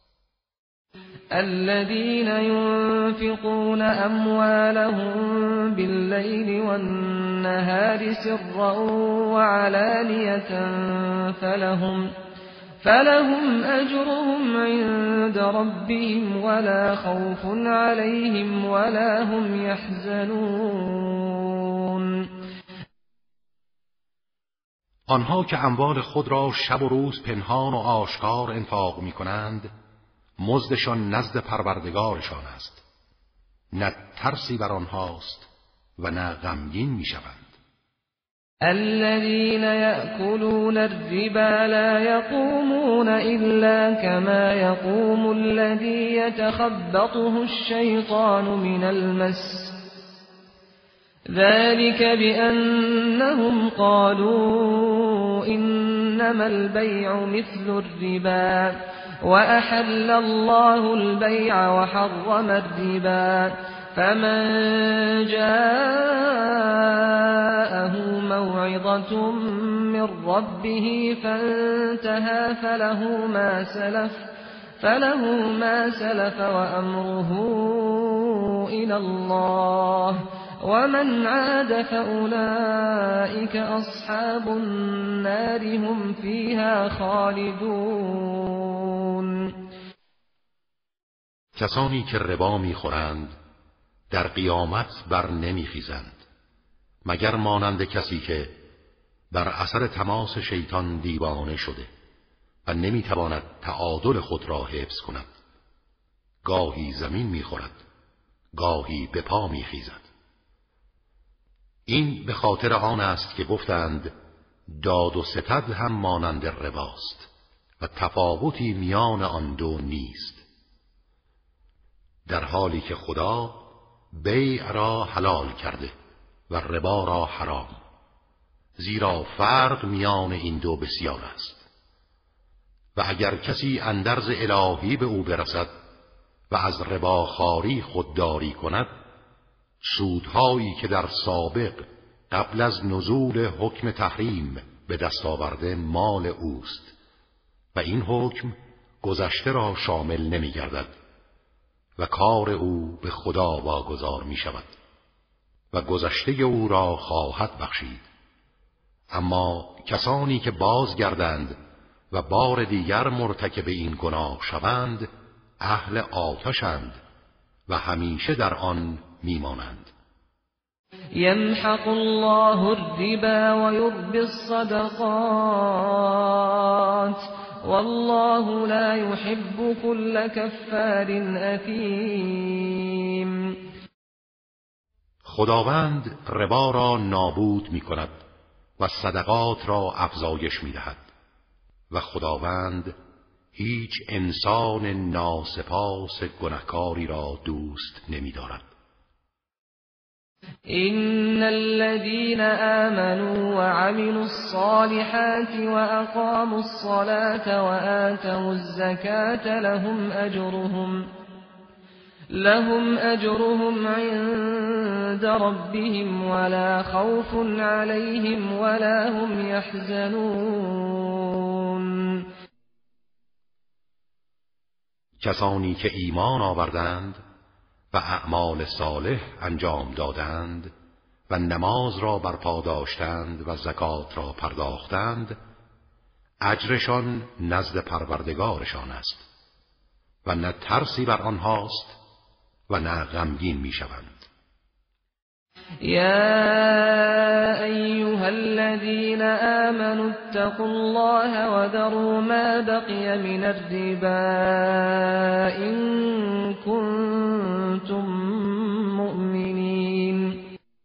الذين ينفقون أموالهم بالليل والنهار سرا وعلانية فلهم فلهم أجرهم عند ربهم ولا خوف عليهم ولا هم يحزنون. آنها که اموال خود را شب و روز پنهان و آشکار انفاق می کنند، مزدشان نزد پروردگارشان است. نه ترسی بر آنهاست و نه غمگین می شوند. الذين يأكلون الربا لا يقومون إلا كما يقوم الذي يتخبطه الشيطان من المس ذلك بأنهم قالوا إنما البيع مثل الربا وأحل الله البيع وحرم الربا فمن جاءه موعظة من ربه فانتهى فله ما سلف فله ما سلف وأمره إلى الله ومن عاد فأولئك أصحاب النار هم فيها خالدون. کسانی که ربا می‌خورند در قیامت بر نمیخیزند مگر مانند کسی که بر اثر تماس شیطان دیوانه شده و نمیتواند تعادل خود را حفظ کند. گاهی زمین میخورد، گاهی به پا میخیزد. این به خاطر آن است که گفتند داد و ستد هم مانند رباست و تفاوتی میان آن دو نیست، در حالی که خدا بیع را حلال کرده و ربا را حرام، زیرا فرق میان این دو بسیار است. و اگر کسی اندرز الهی به او برسد و از ربا خواری خودداری کند، سودهایی که در سابق قبل از نزول حکم تحریم به دست آورده مال اوست و این حکم گذشته را شامل نمی گردد و کار او به خدا واگذار می شود و گذشته او را خواهد بخشید. اما کسانی که بازگردند و بار دیگر مرتکب این گناه شوند اهل آتشند و همیشه در آن میمانند. یمحق الله الربا و یربی الصدقات والله لا يحب كل كفار اثیم. خداوند ربا را نابود می کند و صدقات را افزایش می دهد و خداوند هیچ انسان ناسپاس گناهکاری را دوست نمی دارد. إن الذين آمنوا وعملوا الصالحات وأقاموا الصلاة وآتوا الزكاة لهم أجرهم لهم أجرهم عند ربهم ولا خوف عليهم ولا هم يحزنون. کسانی که ایمان آوردند و اعمال صالح انجام دادند و نماز را برپا داشتند و زکات را پرداختند، اجرشان نزد پروردگارشان است و نه ترسی بر آنهاست و نه غمگین میشوند. يا أيها الذين آمنوا اتقوا الله وذروا ما بقي من الربا إن كنتم مؤمنين.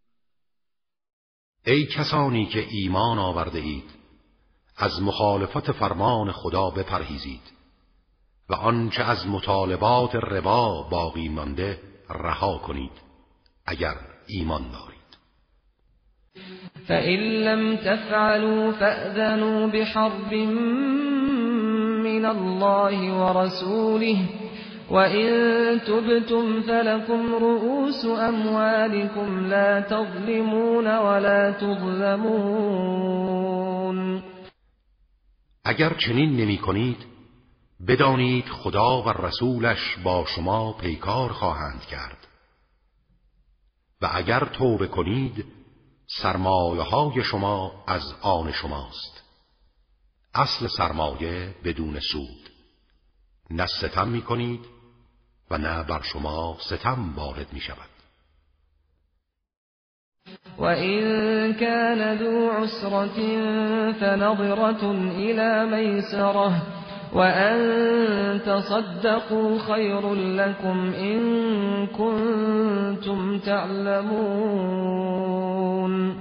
ای کسانی که ایمان آورده اید، از مخالفت فرمان خدا بپرهیزید و آنچه از مطالبات ربا باقی مانده رها کنید اگر ایمان دارید. فَإِن لَّمْ تَفْعَلُوا فَأْذَنُوا بِحَرْبٍ مِّنَ اللَّهِ وَرَسُولِهِ وَإِن تُبْتُمْ فَلَكُمْ رُءُوسُ أَمْوَالِكُمْ لَا تَظْلِمُونَ وَلَا تُظْلَمُونَ. اگر چنین نمی کنید بدانید خدا و رسولش با شما پیکار خواهند کرد و اگر توبه کنید سرمایه های شما از آن شماست، اصل سرمایه بدون سود، نه ستم می کنید و نه بر شما ستم وارد می شود. وَإِن كَانَ ذُو عُسْرَةٍ فَنَظِرَةٌ إِلَى مَيْسَرَةٍ وَأَن تَصَدَّقُوا خَيْرٌ لَّكُمْ إِن كُنتُمْ تَعْلَمُونَ.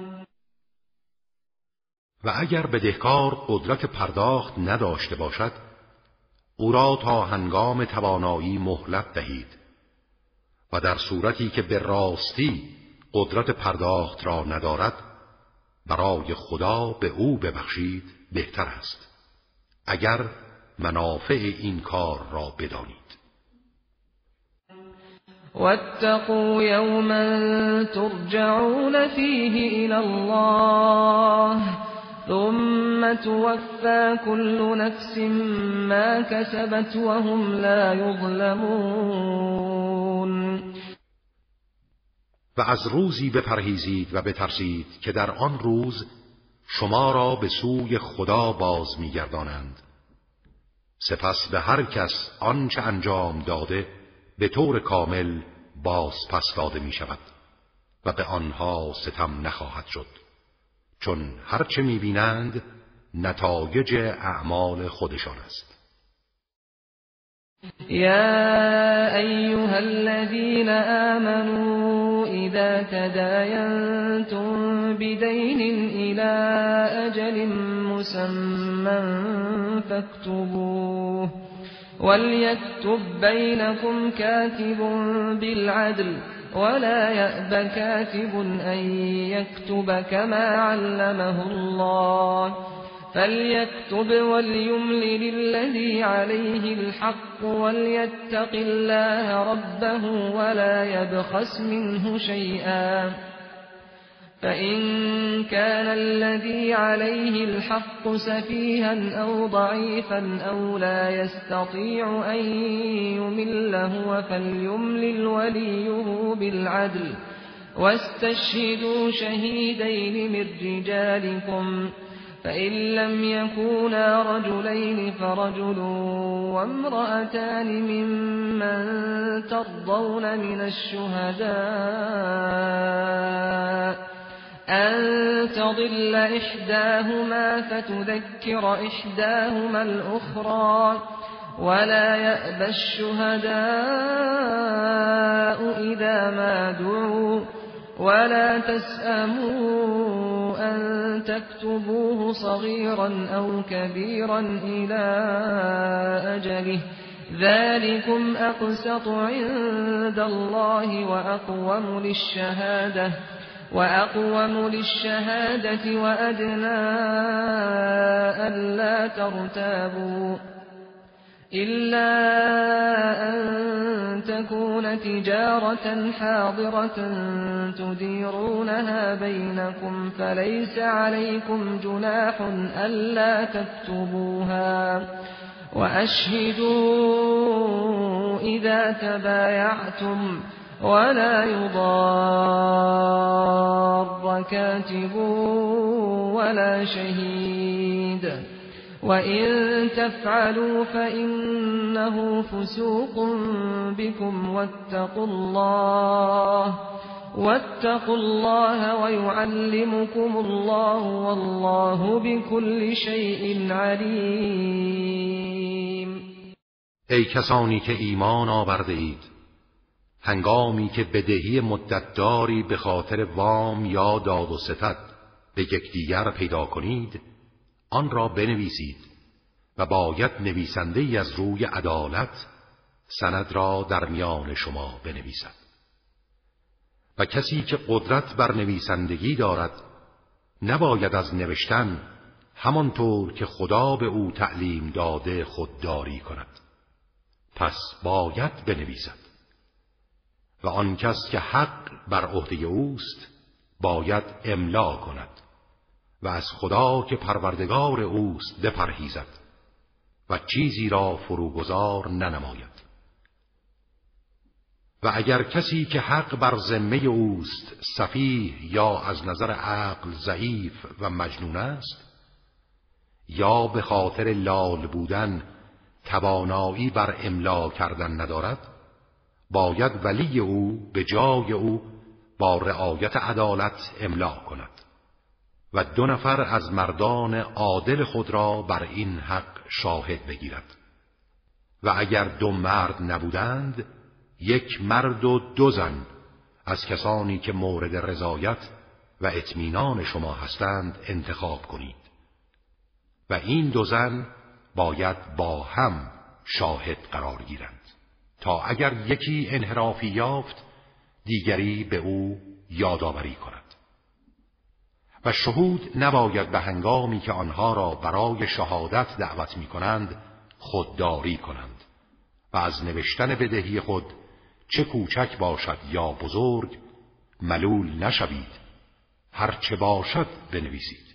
و اگر بدهکار قدرت پرداخت نداشته باشد او را تا هنگام توانایی مهلت دهید و در صورتی که به راستی قدرت پرداخت را ندارد برای خدا به او ببخشید بهتر است اگر منافع این کار را بدانید. وَاتَّقُوا يَوْمًا تُرْجَعُونَ فِيهِ إِلَى اللَّهِ ثُمَّ تُوَفَّى كُلُّ نَفْسٍ مَا كَسَبَتْ وَهُمْ لَا يُظْلَمُونَ. و از روزی بپرهیزید و بترسید که در آن روز شما را به سوی خدا باز می‌گردانند. سپس به هر کس آنچه انجام داده به طور کامل باز پس داده می شود و به آنها ستم نخواهد شد، چون هرچه می بینند نتایج اعمال خودشان است. يَا أَيُّهَا الَّذِينَ آمَنُوا إِذَا تَدَايَنتُم بِدَيْنٍ إِلَى أَجَلٍ مُّسَمًّى فَاكْتُبُوهُ وَلْيَكْتُب بَّيْنَكُمْ كَاتِبٌ بِالْعَدْلِ وَلَا يَأْبَ كَاتِبٌ أَن يَكْتُبَ كَمَا عَلَّمَهُ اللَّهُ فَلْيَكْتُبْ وَلْيُمْلِلِ الَّذِي عَلَيْهِ الْحَقُّ وَلْيَتَّقِ اللَّهَ رَبَّهُ وَلَا يَبْخَسْ مِنْهُ شَيْئًا فَإِن كَانَ الَّذِي عَلَيْهِ الْحَقُّ سَفِيهًا أَوْ ضَعِيفًا أَوْ لَا يَسْتَطِيعُ أَن يُمِلَّ هُوَ فَلْيُمْلِلْ وَلِيُّهُ بِالْعَدْلِ وَاسْتَشْهِدُوا شَهِيدَيْنِ مِن رِّجَالِكُمْ فَإِن لَّمْ يَكُونَا رَجُلَيْنِ فَرَجُلٌ وَامْرَأَتَانِ مِمَّن تَرْضَوْنَ مِنَ الشُّهَدَاءِ أَن تَضِلَّ إِحْدَاهُمَا فَتُذَكِّرَ إِحْدَاهُمَا الْأُخْرَىٰ وَلَا يَأْبَ الشُّهَدَاءُ إِذَا مَا دُعُوا وَلَا تَسْأَمُوا أَن تَكْتُبُوهُ صَغِيرًا أَوْ كَبِيرًا إِلَى أَجَلِهِ ذَلِكُمْ أَقْسَطُ عِندَ اللَّهِ وَأَقْوَمُ لِلشَّهَادَةِ وَأَقْوَمُ لِلشَّهَادَةِ وَأَدْنَىٰ أَلَّا تَرْتَابُوا إِلَّا أَن تَكُونَ تِجَارَةً حَاضِرَةً تُدِيرُونَهَا بَيْنَكُمْ فَلَيْسَ عَلَيْكُمْ جُنَاحٌ أَلَّا تَكْتُبُوهَا وَأَشْهِدُوا إِذَا تَبَايَعْتُمْ وَلَا يُضَارَّ كَاتِبٌ وَلَا شَهِيدٌ وَإِن تَفْعَلُوا فَإِنَّهُ فُسُوقٌ بِكُمْ وَاتَّقُوا اللَّهَ وَاتَّقُوا اللَّهَ وَيُعَلِّمُكُمُ اللَّهُ وَاللَّهُ بِكُلِّ شَيْءٍ عَلِيمٌ. ای کسانی که ایمان آورده اید، هنگامی که بدهی مدتداری به خاطر وام یا داد و ستد به یکدیگر پیدا کنید آن را بنویسید و باید نویسنده ای از روی عدالت سند را در میان شما بنویسد. و کسی که قدرت بر نویسندگی دارد نباید از نوشتن همانطور که خدا به او تعلیم داده خودداری کند، پس باید بنویسد. و آن کس که حق بر عهده اوست باید املا کند و از خدا که پروردگار اوست بپرهیزد و چیزی را فروگذار ننماید. و اگر کسی که حق بر ذمه اوست سفیه یا از نظر عقل ضعیف و مجنون است، یا به خاطر لال بودن توانایی بر املا کردن ندارد، باید ولی او به جای او با رعایت عدالت املا کند و دو نفر از مردان عادل خود را بر این حق شاهد بگیرد. و اگر دو مرد نبودند، یک مرد و دو زن از کسانی که مورد رضایت و اطمینان شما هستند انتخاب کنید و این دو زن باید با هم شاهد قرار گیرند تا اگر یکی انحرافی یافت دیگری به او یادآوری کند. و شهود نباید به هنگامی که آنها را برای شهادت دعوت می کنند خودداری کنند و از نوشتن بدهی خود چه کوچک باشد یا بزرگ ملول نشوید، هر چه باشد بنویسید.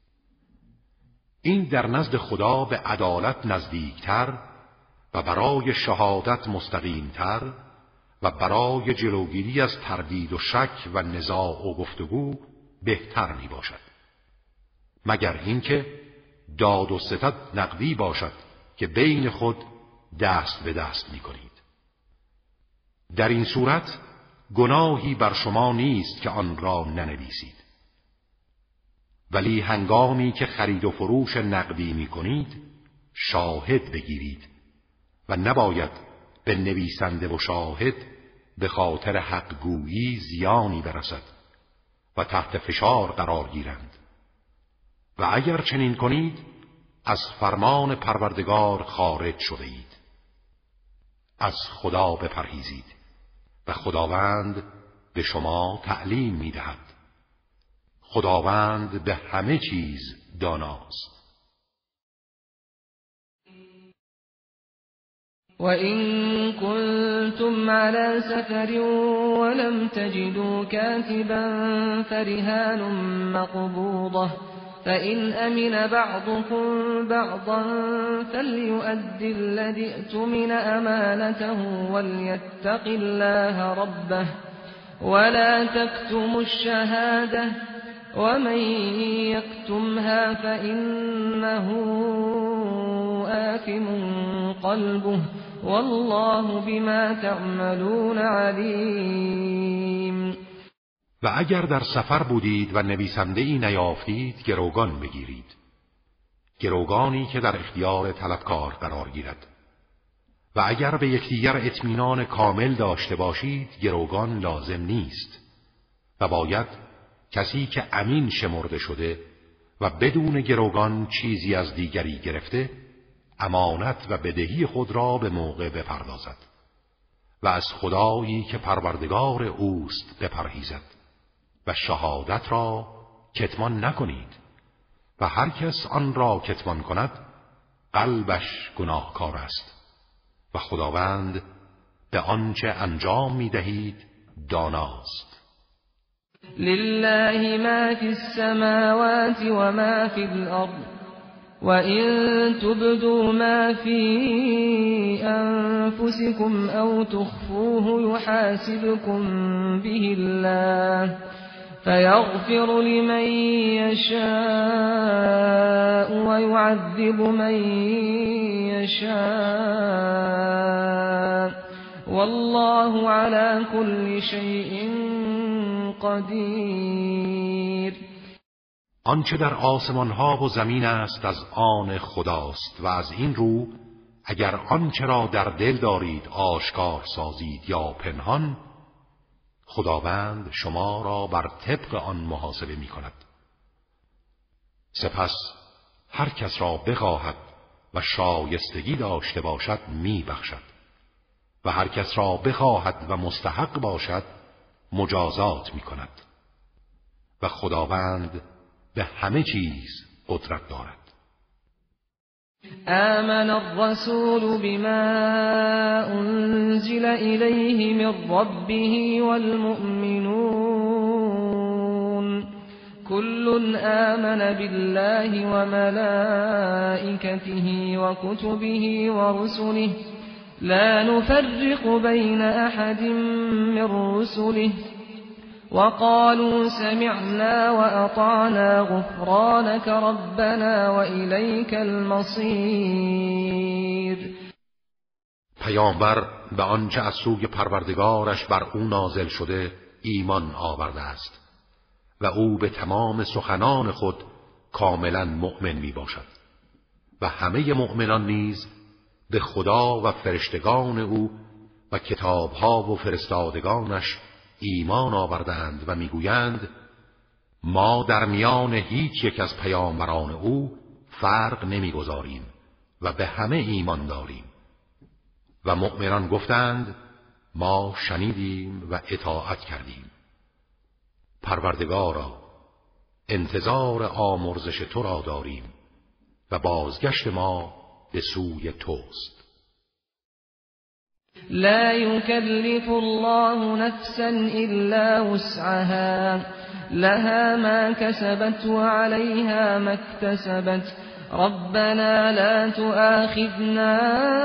این در نزد خدا به عدالت نزدیکتر و برای شهادت مستقیمتر و برای جلوگیری از تردید و شک و نزاع و گفتگو بهتر می باشد، مگر اینکه داد و ستد نقدی باشد که بین خود دست به دست می کنید. در این صورت گناهی بر شما نیست که آن را ننویسید. ولی هنگامی که خرید و فروش نقدی می کنید شاهد بگیرید و نباید به نویسنده و شاهد به خاطر حق گویی زیانی برسد و تحت فشار قرار گیرند. و اگر چنین کنید از فرمان پروردگار خارج شده اید. از خدا بپرهیزید و خداوند به شما تعلیم می دهد. خداوند به همه چیز داناست. وَإِن كُنتُمْ عَلَى سَفَرٍ وَلَمْ تَجِدُوا كَاتِبًا فَرِهَانٌ مَّقْبُوضَةٌ فَإِنْ أَمِنَ بَعْضُكُمْ بَعْضًا فَلْيُؤَدِّ الَّذِي اؤْتُمِنَ أَمَانَتَهُ وَلْيَتَّقِ اللَّهَ رَبَّهُ وَلَا تَكْتُمُوا الشَّهَادَةَ وَمَن يَكْتُمْهَا فَإِنَّهُ آثِمٌ قَلْبُهُ والله بما تعملون علیم. و اگر در سفر بودید و نویسنده ای نیافتید گروگان بگیرید، گروگانی که در اختیار طلبکار قرار گیرد. و اگر به یکدیگر اطمینان کامل داشته باشید گروگان لازم نیست و باید کسی که امین شمرده شده و بدون گروگان چیزی از دیگری گرفته امانت و بدهی خود را به موقع بپردازد و از خدایی که پروردگار اوست بپرهیزد و شهادت را کتمان نکنید و هر کس آن را کتمان کند قلبش گناهکار است و خداوند به آنچه انجام می دهید داناست. لله ما فی السماوات و ما فی الارض وَإِن تُبْدُوا مَا فِي أَنفُسِكُمْ أَوْ تُخْفُوهُ يُحَاسِبْكُم بِهِ اللَّهُ فَيَغْفِرُ لِمَن يَشَاءُ وَيُعَذِّبُ مَن يَشَاءُ وَاللَّهُ عَلَى كُلِّ شَيْءٍ قَدِيرٌ. آنچه در آسمان ها و زمین است از آن خداست و از این رو اگر آنچه را در دل دارید آشکار سازید یا پنهان خداوند شما را بر طبق آن محاسبه می کند. سپس هر کس را بخواهد و شایستگی داشته باشد می بخشد و هر کس را بخواهد و مستحق باشد مجازات می کند و خداوند به همه چیز قدرت دارد. آمن الرسول بما انزل إليه من ربه والمؤمنون كل آمن بالله وملائكته وكتبه ورسله لا نفرق بين أحد من رسله وقالوا سمعنا وأطعنا غفرانك ربنا وإليك المصير. پیامبر به آنچه از سوی پروردگارش بر او نازل شده ایمان آورده است و او به تمام سخنان خود کاملا مؤمن می باشد و همه مؤمنان نیز به خدا و فرشتگان او و کتابها و فرستادگانش ایمان آوردند و میگویند ما در میان هیچ یک از پیامبران او فرق نمیگذاریم و به همه ایمان داریم. و مؤمنان گفتند ما شنیدیم و اطاعت کردیم. پروردگارا انتظار آمرزش تو را داریم و بازگشت ما به سوی توست. لا يكلف الله نفسا إلا وسعها لها ما كسبت وعليها ما اكتسبت ربنا لا تؤاخذنا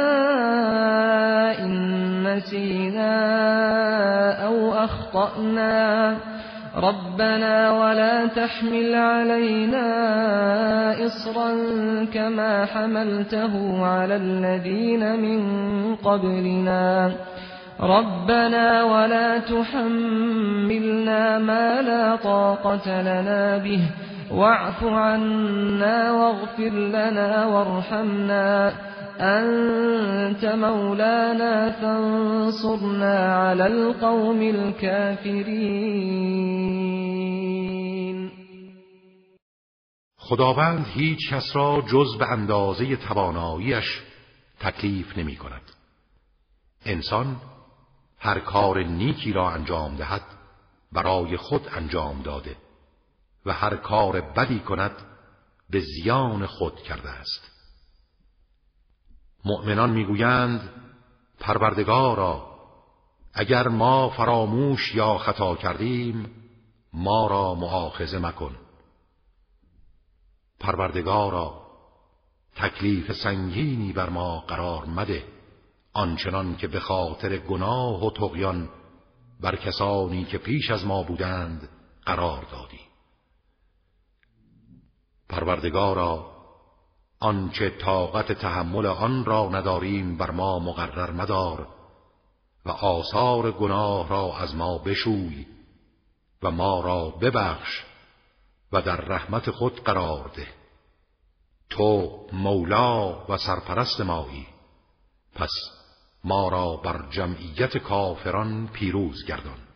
إن نسينا أو أخطأنا ربنا ولا تحمل علينا إصرا كما حملته على الذين من قبلنا ربنا ولا تحملنا ما لا طاقة لنا به واعف عنا واغفر لنا وارحمنا أنت مولانا فانصرنا على القوم الكافرين. خداوند هیچ کس را جز به اندازه تواناییش تکلیف نمی کند. انسان هر کار نیکی را انجام دهد برای خود انجام داده و هر کار بدی کند به زیان خود کرده است. مؤمنان میگویند پروردگارا اگر ما فراموش یا خطا کردیم ما را مؤاخذه مکن. پروردگارا تکلیف سنگینی بر ما قرار مده آنچنان که به خاطر گناه و طغیان بر کسانی که پیش از ما بودند قرار دادی. پروردگارا آنچه طاقت تحمل آن را نداریم بر ما مقرر مدار و آثار گناه را از ما بشوی و ما را ببخش و در رحمت خود قرار ده. تو مولا و سرپرست مایی، پس ما را بر جمعیت کافران پیروز گردان.